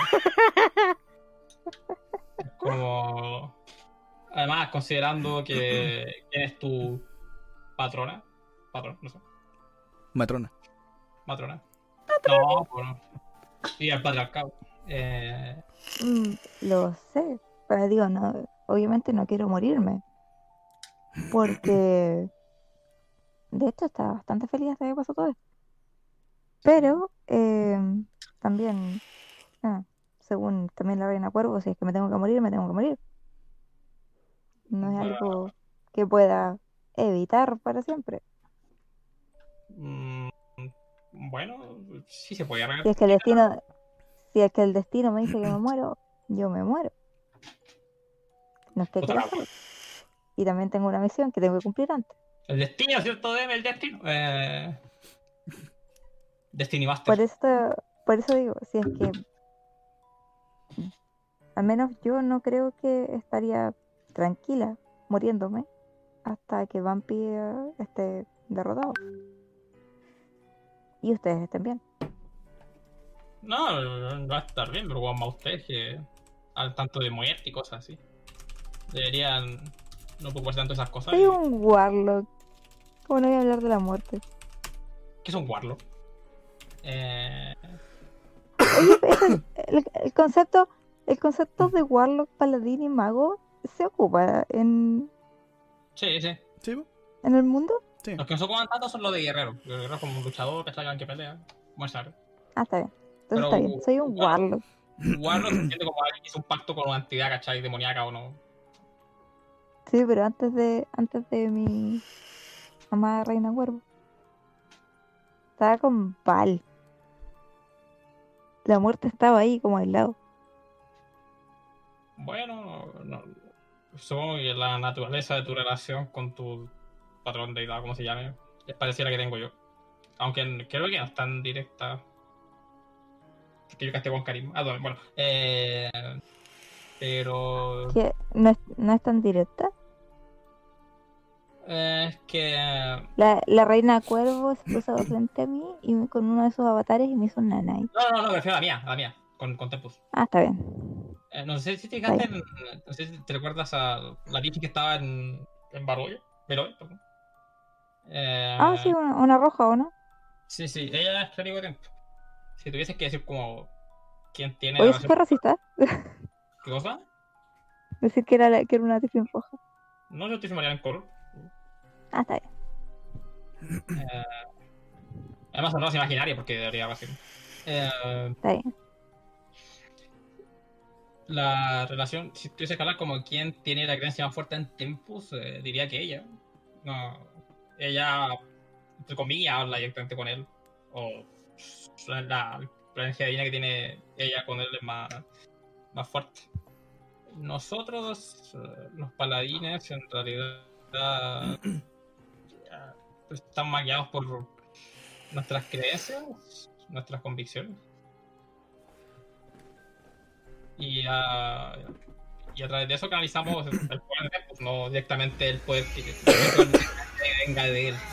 [SPEAKER 2] Como. Además, considerando que quién es tu patrona. Patrón, no sé.
[SPEAKER 1] Matrona.
[SPEAKER 2] Matrona. No, pues no. Y al patriarcado. Eh,
[SPEAKER 3] Mm, lo sé, pero digo, no, obviamente no quiero morirme. Porque de hecho estaba bastante feliz hasta que pasó todo esto. Pero eh, también, ah, según también la reina cuervo, si es que me tengo que morir, me tengo que morir. No es
[SPEAKER 2] Bueno.
[SPEAKER 3] algo que pueda evitar para siempre.
[SPEAKER 2] mm, bueno, sí se puede arreglar.
[SPEAKER 3] Si es que el destino, si es que el destino me dice que me muero, yo me muero. No es que quiera hacerlo. Y también tengo una misión que tengo que cumplir antes.
[SPEAKER 2] El destino, ¿cierto? Deme el destino. Eh... Destiny Master.
[SPEAKER 3] Por eso, por eso digo, si es que al menos yo no creo que estaría tranquila muriéndome hasta que Vampire esté derrotado. Y ustedes estén bien.
[SPEAKER 2] No, no va a estar bien, pero como a ustedes que al tanto de muerte y cosas así. Deberían no preocuparse tanto de esas cosas.
[SPEAKER 3] Soy
[SPEAKER 2] y-
[SPEAKER 3] un Warlock. ¿Cómo no voy a hablar de la muerte?
[SPEAKER 2] ¿Qué es un Warlock? Eh...
[SPEAKER 3] Oye, ese- el, el concepto, el concepto de Warlock, Paladín y Mago se ocupa en,
[SPEAKER 2] Sí, sí.
[SPEAKER 1] ¿Sí? po?
[SPEAKER 3] en el mundo.
[SPEAKER 1] Sí.
[SPEAKER 2] Los que no se ocupan tanto son los de guerrero. Los guerreros como un luchador, ¿cachai? Alguien que pelea. Bueno, sabe.
[SPEAKER 3] Ah, está bien. Entonces
[SPEAKER 2] Pero,
[SPEAKER 3] está bien. Soy un
[SPEAKER 2] claro.
[SPEAKER 3] Warlock.
[SPEAKER 2] Warlock se entiende como alguien que hizo un pacto con una entidad, ¿cachai? Demoníaca o no.
[SPEAKER 3] Sí, pero antes de, antes de mi amada Reina Cuervo. Estaba con Val. La muerte estaba ahí como al lado.
[SPEAKER 2] Bueno, no, supongo que la naturaleza de tu relación con tu patrón de edad, como se llame, es parecida a la que tengo yo. Aunque creo que no es tan directa. Que yo casté con carisma. Ah, bueno, eh, pero
[SPEAKER 3] Que no es, no es tan directa.
[SPEAKER 2] eh, es que
[SPEAKER 3] La, la Reina Cuervo se puso frente a mí y me- con uno de sus avatares y me hizo un nanay.
[SPEAKER 2] no, no, no, me refiero a la mía, a la mía, con, con Tempus.
[SPEAKER 3] Ah, está bien.
[SPEAKER 2] Eh, no sé si te fijaste, en, no sé si te recuerdas a la bici que estaba en, en Baroya, Veloy, perdón. Eh,
[SPEAKER 3] Ah, sí, una, una roja, ¿o no?
[SPEAKER 2] sí, sí, ella es clérigo de tiempo. Si tuvieses que decir como quién tiene
[SPEAKER 3] Oye,
[SPEAKER 2] la
[SPEAKER 3] eso fue racista.
[SPEAKER 2] ¿Qué cosa?
[SPEAKER 3] Decir que era, la- que era una tiflin roja.
[SPEAKER 2] No, yo estoy Mariana en color.
[SPEAKER 3] Ah, está bien.
[SPEAKER 2] Eh, además, no es imaginaria porque debería haber sido. Eh,
[SPEAKER 3] Está bien.
[SPEAKER 2] la relación, si tuviese que hablar como quién tiene la creencia más fuerte en Tempus, eh, diría que ella. No, ella, entre comillas, habla directamente con él. O la, la creencia divina que tiene ella con él es más, más fuerte. Nosotros, eh, los paladines, en realidad, eh, están más guiados por nuestras creencias, nuestras convicciones. Y, a y a través de eso canalizamos el poder de Tempus, no directamente el poder que, que venga de él.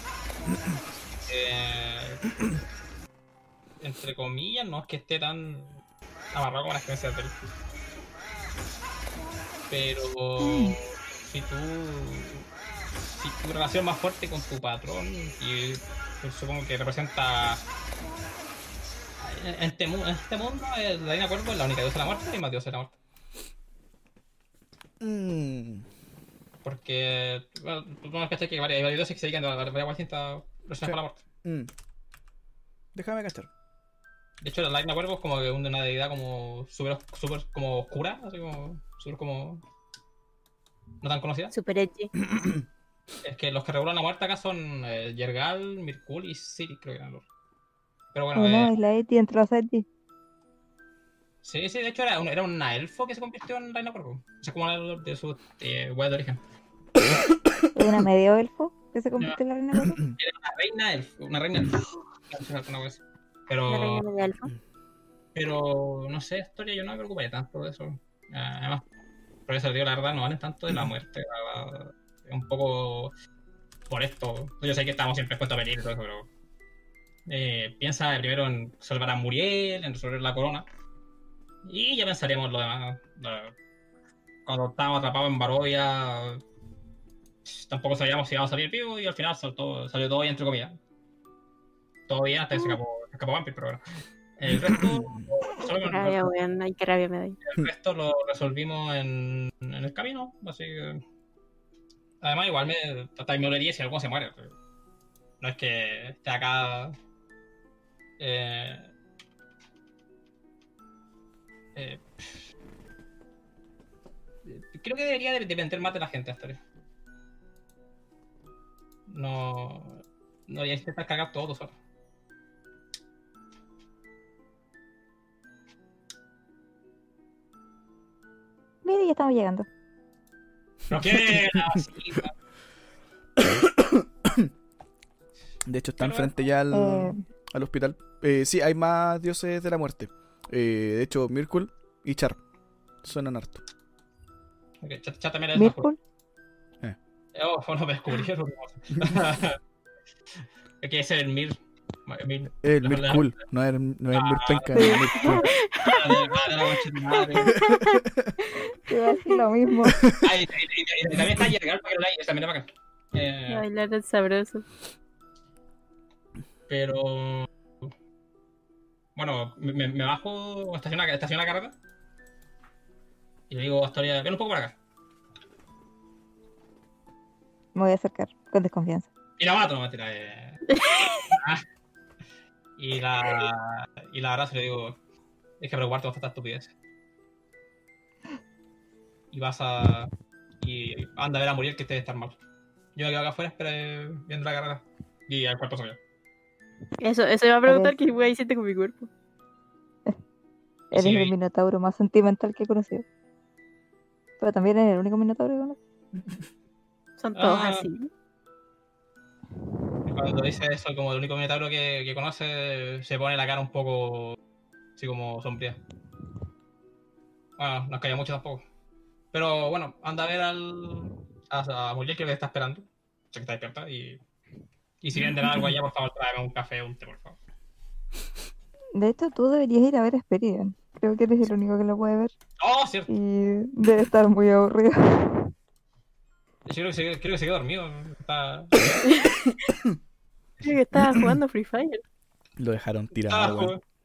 [SPEAKER 2] Eh, entre comillas, no es que esté tan amarrado con las creencias de él. Pero si tú si tu relación más fuerte con tu patrón, y pues, supongo que representa en este, mu- en este mundo, eh, la Reina Cuervo es la única diosa de la muerte y más diosa de la muerte.
[SPEAKER 1] Mm.
[SPEAKER 2] Porque, bueno, tú no cachas que hay varias, hay varios dioses que se dedican a varias distintas relaciones
[SPEAKER 1] Sí.
[SPEAKER 2] con la muerte.
[SPEAKER 1] Mm. Déjame cachar.
[SPEAKER 2] De hecho, la Reina Cuervo es como que una deidad como súper super como oscura, así como súper como no tan conocida.
[SPEAKER 6] Super edgy.
[SPEAKER 2] Es que los que regulan la muerte acá son eh, Yergal, Mirkul y Siri, creo que eran los. Pero bueno,
[SPEAKER 3] O no,
[SPEAKER 2] eh,
[SPEAKER 3] es la Eti entre los Eti.
[SPEAKER 2] sí, sí, de hecho era, un- era una elfo que se convirtió en Reina Cuervo. O sea, como la de su eh, web de origen.
[SPEAKER 3] Es una medio elfo que se convirtió en la Reina Cuervo.
[SPEAKER 2] Era una reina elfo, una reina elfo. No sé, alguna vez. Pero,
[SPEAKER 6] La reina media alfa.
[SPEAKER 2] pero no sé, historia, yo no me preocuparía tanto de eso. Eh, además, por eso digo, la verdad, no valen tanto de la muerte. La verdad, es un poco por esto. Yo sé que estamos siempre expuestos a peligro y todo eso, pero eh, piensa primero en salvar a Muriel, en resolver la corona. Y ya pensaríamos lo demás. La- Cuando estábamos atrapados en Barovia, tampoco sabíamos si íbamos a salir vivos y al final saltó, salió todo bien, entre comillas. Todo bien hasta que se escapó, se escapó Vampir, pero bueno. El resto, solo
[SPEAKER 6] Qué
[SPEAKER 2] con-
[SPEAKER 6] rabia, weón. Ay, qué rabia me doy.
[SPEAKER 2] el resto lo resolvimos en, en el camino, así que... Además, igual me, hasta me dolería si alguno se muere. Pero no es que esté acá... Eh, eh, creo que debería de- depender más de la gente hasta ahora. No... No debería intentar cagar todo tú solo.
[SPEAKER 3] Mire, ya estamos llegando.
[SPEAKER 2] ¿Pero qué? Así,
[SPEAKER 1] De hecho, están
[SPEAKER 2] Pero-
[SPEAKER 1] frente ya al,
[SPEAKER 3] Eh,
[SPEAKER 1] al hospital. Eh, sí, hay más dioses de la muerte. Eh, de hecho, Mirkul y Char suenan harto.
[SPEAKER 2] ok, chat, chat también es
[SPEAKER 3] Mirkul.
[SPEAKER 2] Oh, no me descubrieron. Es que ese es el Mir. Mir.
[SPEAKER 1] El
[SPEAKER 2] La- la-
[SPEAKER 1] Mirkul, no es, no es
[SPEAKER 2] Ah.
[SPEAKER 1] Mirpenca, es Mirkul.
[SPEAKER 2] Ah, de verdad, de la concha de tu madre.
[SPEAKER 3] Te iba a decir lo mismo.
[SPEAKER 2] Ah, y, y- y- y también está Yergal para que lo like, también es bacán. Eh,
[SPEAKER 6] Bailar es sabroso.
[SPEAKER 2] pero. bueno, me, me- me bajo, estaciona, estaciona la carreta. Y le digo a Astoria, ven un poco para acá.
[SPEAKER 3] Me voy a acercar con desconfianza.
[SPEAKER 2] Y la mato, no mentira. Eh. Ah, y la. Y la abrazo y le digo, es que preocuparte por esta estupidez. Y vas a. Y anda a ver a Muriel que te debe estar mal. Yo me quedo acá afuera espera, viendo la carrera. Y al cuarto soy yo.
[SPEAKER 6] Eso, eso iba a preguntar
[SPEAKER 3] Ok.
[SPEAKER 6] qué wea hiciste con mi cuerpo.
[SPEAKER 2] Y
[SPEAKER 3] Eres
[SPEAKER 2] sigue
[SPEAKER 3] el
[SPEAKER 2] ahí.
[SPEAKER 3] minotauro más sentimental que he conocido. Pero también eres el único minotauro que conozco.
[SPEAKER 6] Son todos
[SPEAKER 2] Ah.
[SPEAKER 6] así.
[SPEAKER 2] Y cuando dice eso, como el único minotauro que, que conoce, se pone la cara un poco así como sombría. Bueno, no es que haya mucho tampoco. Pero bueno, anda a ver al. A, a Muriel que le está esperando. Sé que está despierta. Y, y si venden algo allá, por favor, tráeme un café o un té, por favor.
[SPEAKER 3] De hecho, tú deberías ir a ver Experian. Creo que eres el único que lo puede ver.
[SPEAKER 2] Oh, cierto.
[SPEAKER 3] Y debe estar muy aburrido.
[SPEAKER 2] Yo creo que se, creo que se quedó dormido. Está.
[SPEAKER 6] Creo que estaba jugando Free Fire.
[SPEAKER 1] Lo dejaron
[SPEAKER 2] Estaba
[SPEAKER 1] tirado, weón.
[SPEAKER 2] jugando.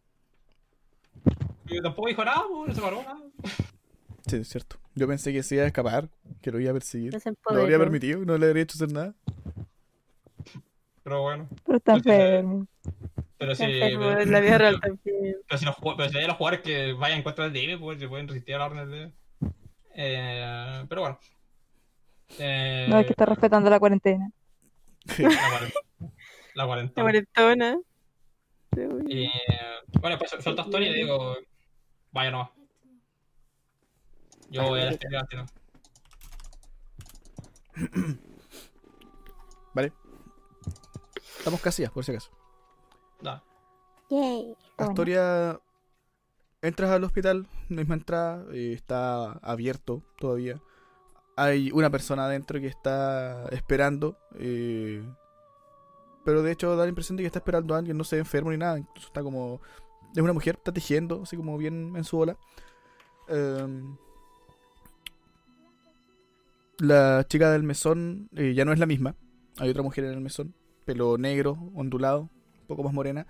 [SPEAKER 2] Y tampoco dijo nada, pues, no se paró nada.
[SPEAKER 1] Sí, es cierto. Yo pensé que se iba a escapar, que lo iba a perseguir.
[SPEAKER 6] No se
[SPEAKER 1] No lo habría
[SPEAKER 6] empoderó.
[SPEAKER 1] permitido, no le habría hecho hacer nada.
[SPEAKER 2] Pero bueno.
[SPEAKER 3] Pero está
[SPEAKER 2] Entonces,
[SPEAKER 3] enfermo.
[SPEAKER 2] Pero si,
[SPEAKER 6] Está enfermo,
[SPEAKER 2] pero,
[SPEAKER 6] en la vida real también.
[SPEAKER 2] pero si los, ju- pero si hay los jugadores que vayan en contra del D M, pues se pueden resistir a la orden del D M. Eh, pero bueno. Eh,
[SPEAKER 3] No, es que está respetando la cuarentena.
[SPEAKER 2] la cuarentena. La
[SPEAKER 6] La
[SPEAKER 2] cuarentena.
[SPEAKER 6] cuarentona.
[SPEAKER 2] Y, bueno, pues suelto a Story y le digo, vaya nomás. Yo voy a la exterior, tío.
[SPEAKER 1] Vale. Estamos casi ya, por si acaso.
[SPEAKER 2] Da.
[SPEAKER 6] Yay.
[SPEAKER 3] Está bueno.
[SPEAKER 1] Astoria, entras al hospital, misma entrada, eh, está abierto todavía. Hay una persona adentro que está esperando, eh, pero de hecho da la impresión de que está esperando a alguien, no se ve enfermo ni nada, incluso está como... Es una mujer, está tejiendo, así como bien en su ola. Em, la chica del mesón eh, ya no es la misma, hay otra mujer en el mesón, pelo negro, ondulado, un poco más morena.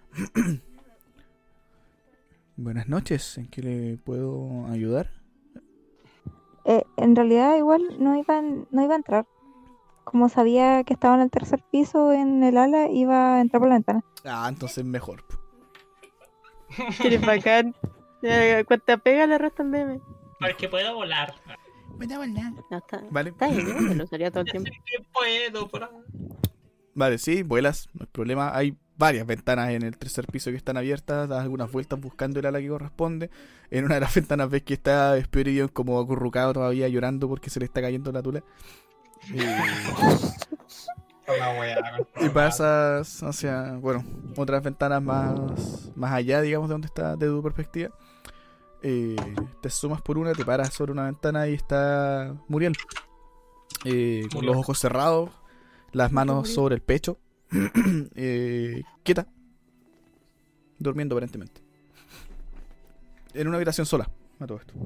[SPEAKER 1] Buenas noches, ¿en qué le puedo ayudar?
[SPEAKER 3] Eh, en realidad igual no iba, no iba a entrar. Como sabía que estaba en el tercer piso en el ala, iba a entrar por la ventana.
[SPEAKER 1] Ah, entonces mejor.
[SPEAKER 6] Eres bacán. Ya, cuando te pega le restan D M.
[SPEAKER 2] Porque puedo volar.
[SPEAKER 6] No, está,
[SPEAKER 1] Vale,
[SPEAKER 6] está bien, yo me lo usaría todo el
[SPEAKER 2] Ya
[SPEAKER 6] tiempo.
[SPEAKER 2] sé que puedo, por ahí.
[SPEAKER 1] vale, sí, vuelas, no hay problema. Hay varias ventanas en el tercer piso que están abiertas, das algunas vueltas buscando el ala que corresponde. En una de las ventanas ves que está Esperidion como acurrucado todavía llorando porque se le está cayendo la tula. Eh,
[SPEAKER 2] La wea,
[SPEAKER 1] y pasas hacia, bueno, otras ventanas más, más allá, digamos, de donde está, de tu perspectiva. Eh, te sumas por una, te paras sobre una ventana y está Muriel. Eh, con
[SPEAKER 2] Muriel.
[SPEAKER 1] los ojos cerrados, las manos
[SPEAKER 6] Muriel.
[SPEAKER 1] sobre el pecho, eh, quieta, durmiendo aparentemente. En una habitación sola, a todo esto.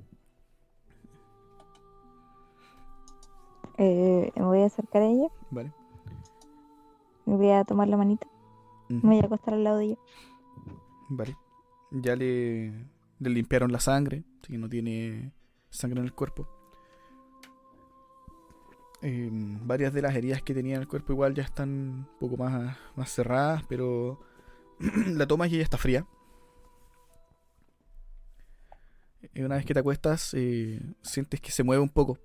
[SPEAKER 3] Eh, me voy a acercar a ella,
[SPEAKER 1] Vale.
[SPEAKER 3] me voy a tomar la manita,
[SPEAKER 1] Ujú.
[SPEAKER 3] me voy a acostar al lado de ella.
[SPEAKER 1] Vale. Ya le, le limpiaron la sangre, así que no tiene sangre en el cuerpo. Eh, varias de las heridas que tenía en el cuerpo igual ya están un poco más, más cerradas, pero la tomas y ella está fría. Y una vez que te acuestas, eh, sientes que se mueve un poco.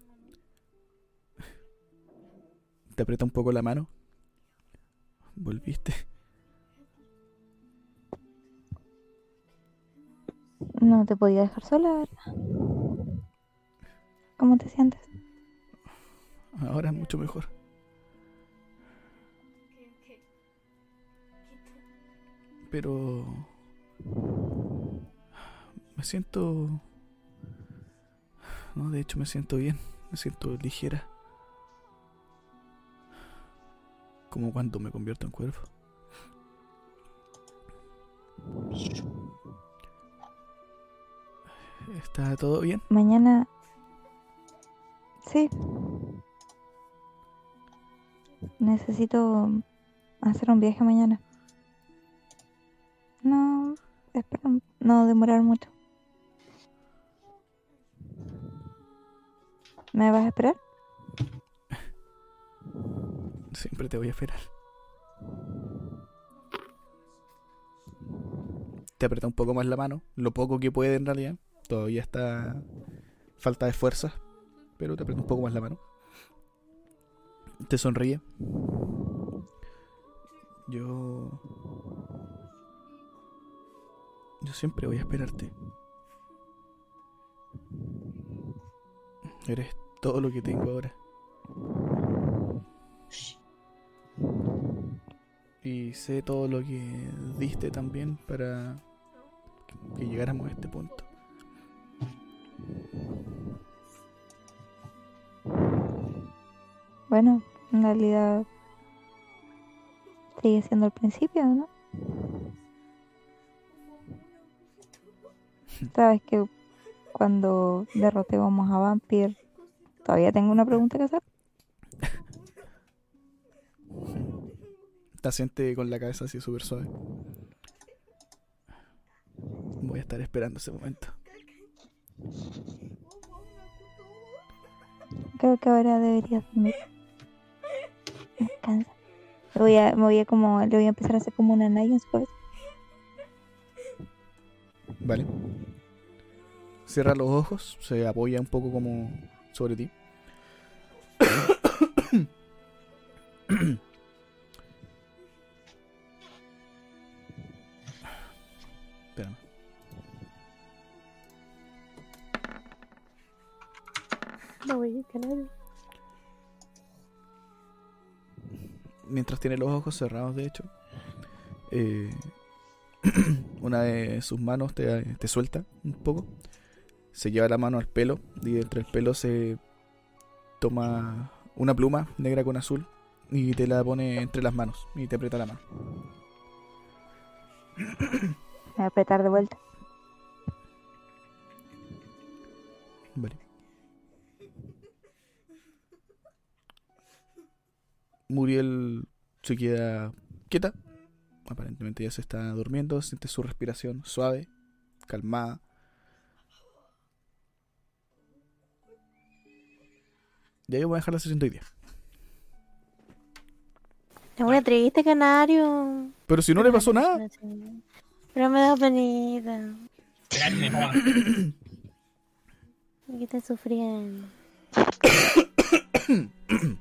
[SPEAKER 1] Te aprieta un poco la mano. Volviste.
[SPEAKER 3] No te podía dejar sola, ¿verdad? ¿Cómo te sientes?
[SPEAKER 1] Ahora es mucho mejor. Pero... Me siento... No, de hecho me siento bien. Me siento ligera. Como cuando me convierto en cuervo. ¿Está todo bien?
[SPEAKER 3] Mañana... Sí. Necesito hacer un viaje mañana. espero no demorar mucho. ¿Me vas a esperar?
[SPEAKER 1] Siempre te voy a esperar. Te aprieta un poco más la mano, lo poco que puede en realidad. Todavía está falta de fuerzas, pero te aprieta un poco más la mano. Te sonríe. Yo... Yo siempre voy a esperarte. Eres todo lo que tengo ahora. Y sé todo lo que diste también para que llegáramos a este punto.
[SPEAKER 3] Bueno, en realidad sigue siendo el principio, ¿no? Sabes que cuando derrotemos a Vampir, todavía tengo una pregunta que hacer.
[SPEAKER 1] Te asiente con la cabeza así súper suave. Voy a estar esperando ese momento.
[SPEAKER 3] Creo que ahora deberías dormir. Descansa. Me voy a, me voy a como, le voy a empezar a hacer como una naya en su cabeza.
[SPEAKER 1] Vale. Cierra los ojos, se apoya un poco como sobre ti. Espérame.
[SPEAKER 6] No voy a ganar.
[SPEAKER 1] Mientras tiene los ojos cerrados, de hecho, eh, una de sus manos te, te suelta un poco. Se lleva la mano al pelo y entre el pelo se toma una pluma negra con azul y te la pone entre las manos y te aprieta la mano.
[SPEAKER 3] Me voy a apretar de vuelta.
[SPEAKER 1] Vale. Muriel se queda quieta. Aparentemente ya se está durmiendo. Siente su respiración suave, calmada. Ya yo voy a dejar la sesión de hoy día.
[SPEAKER 6] Está muy triste, Canario.
[SPEAKER 1] Pero si no le pasó nada.
[SPEAKER 6] Pero me da penita.
[SPEAKER 2] Pegarme, joda.
[SPEAKER 6] ¿Qué estás sufriendo?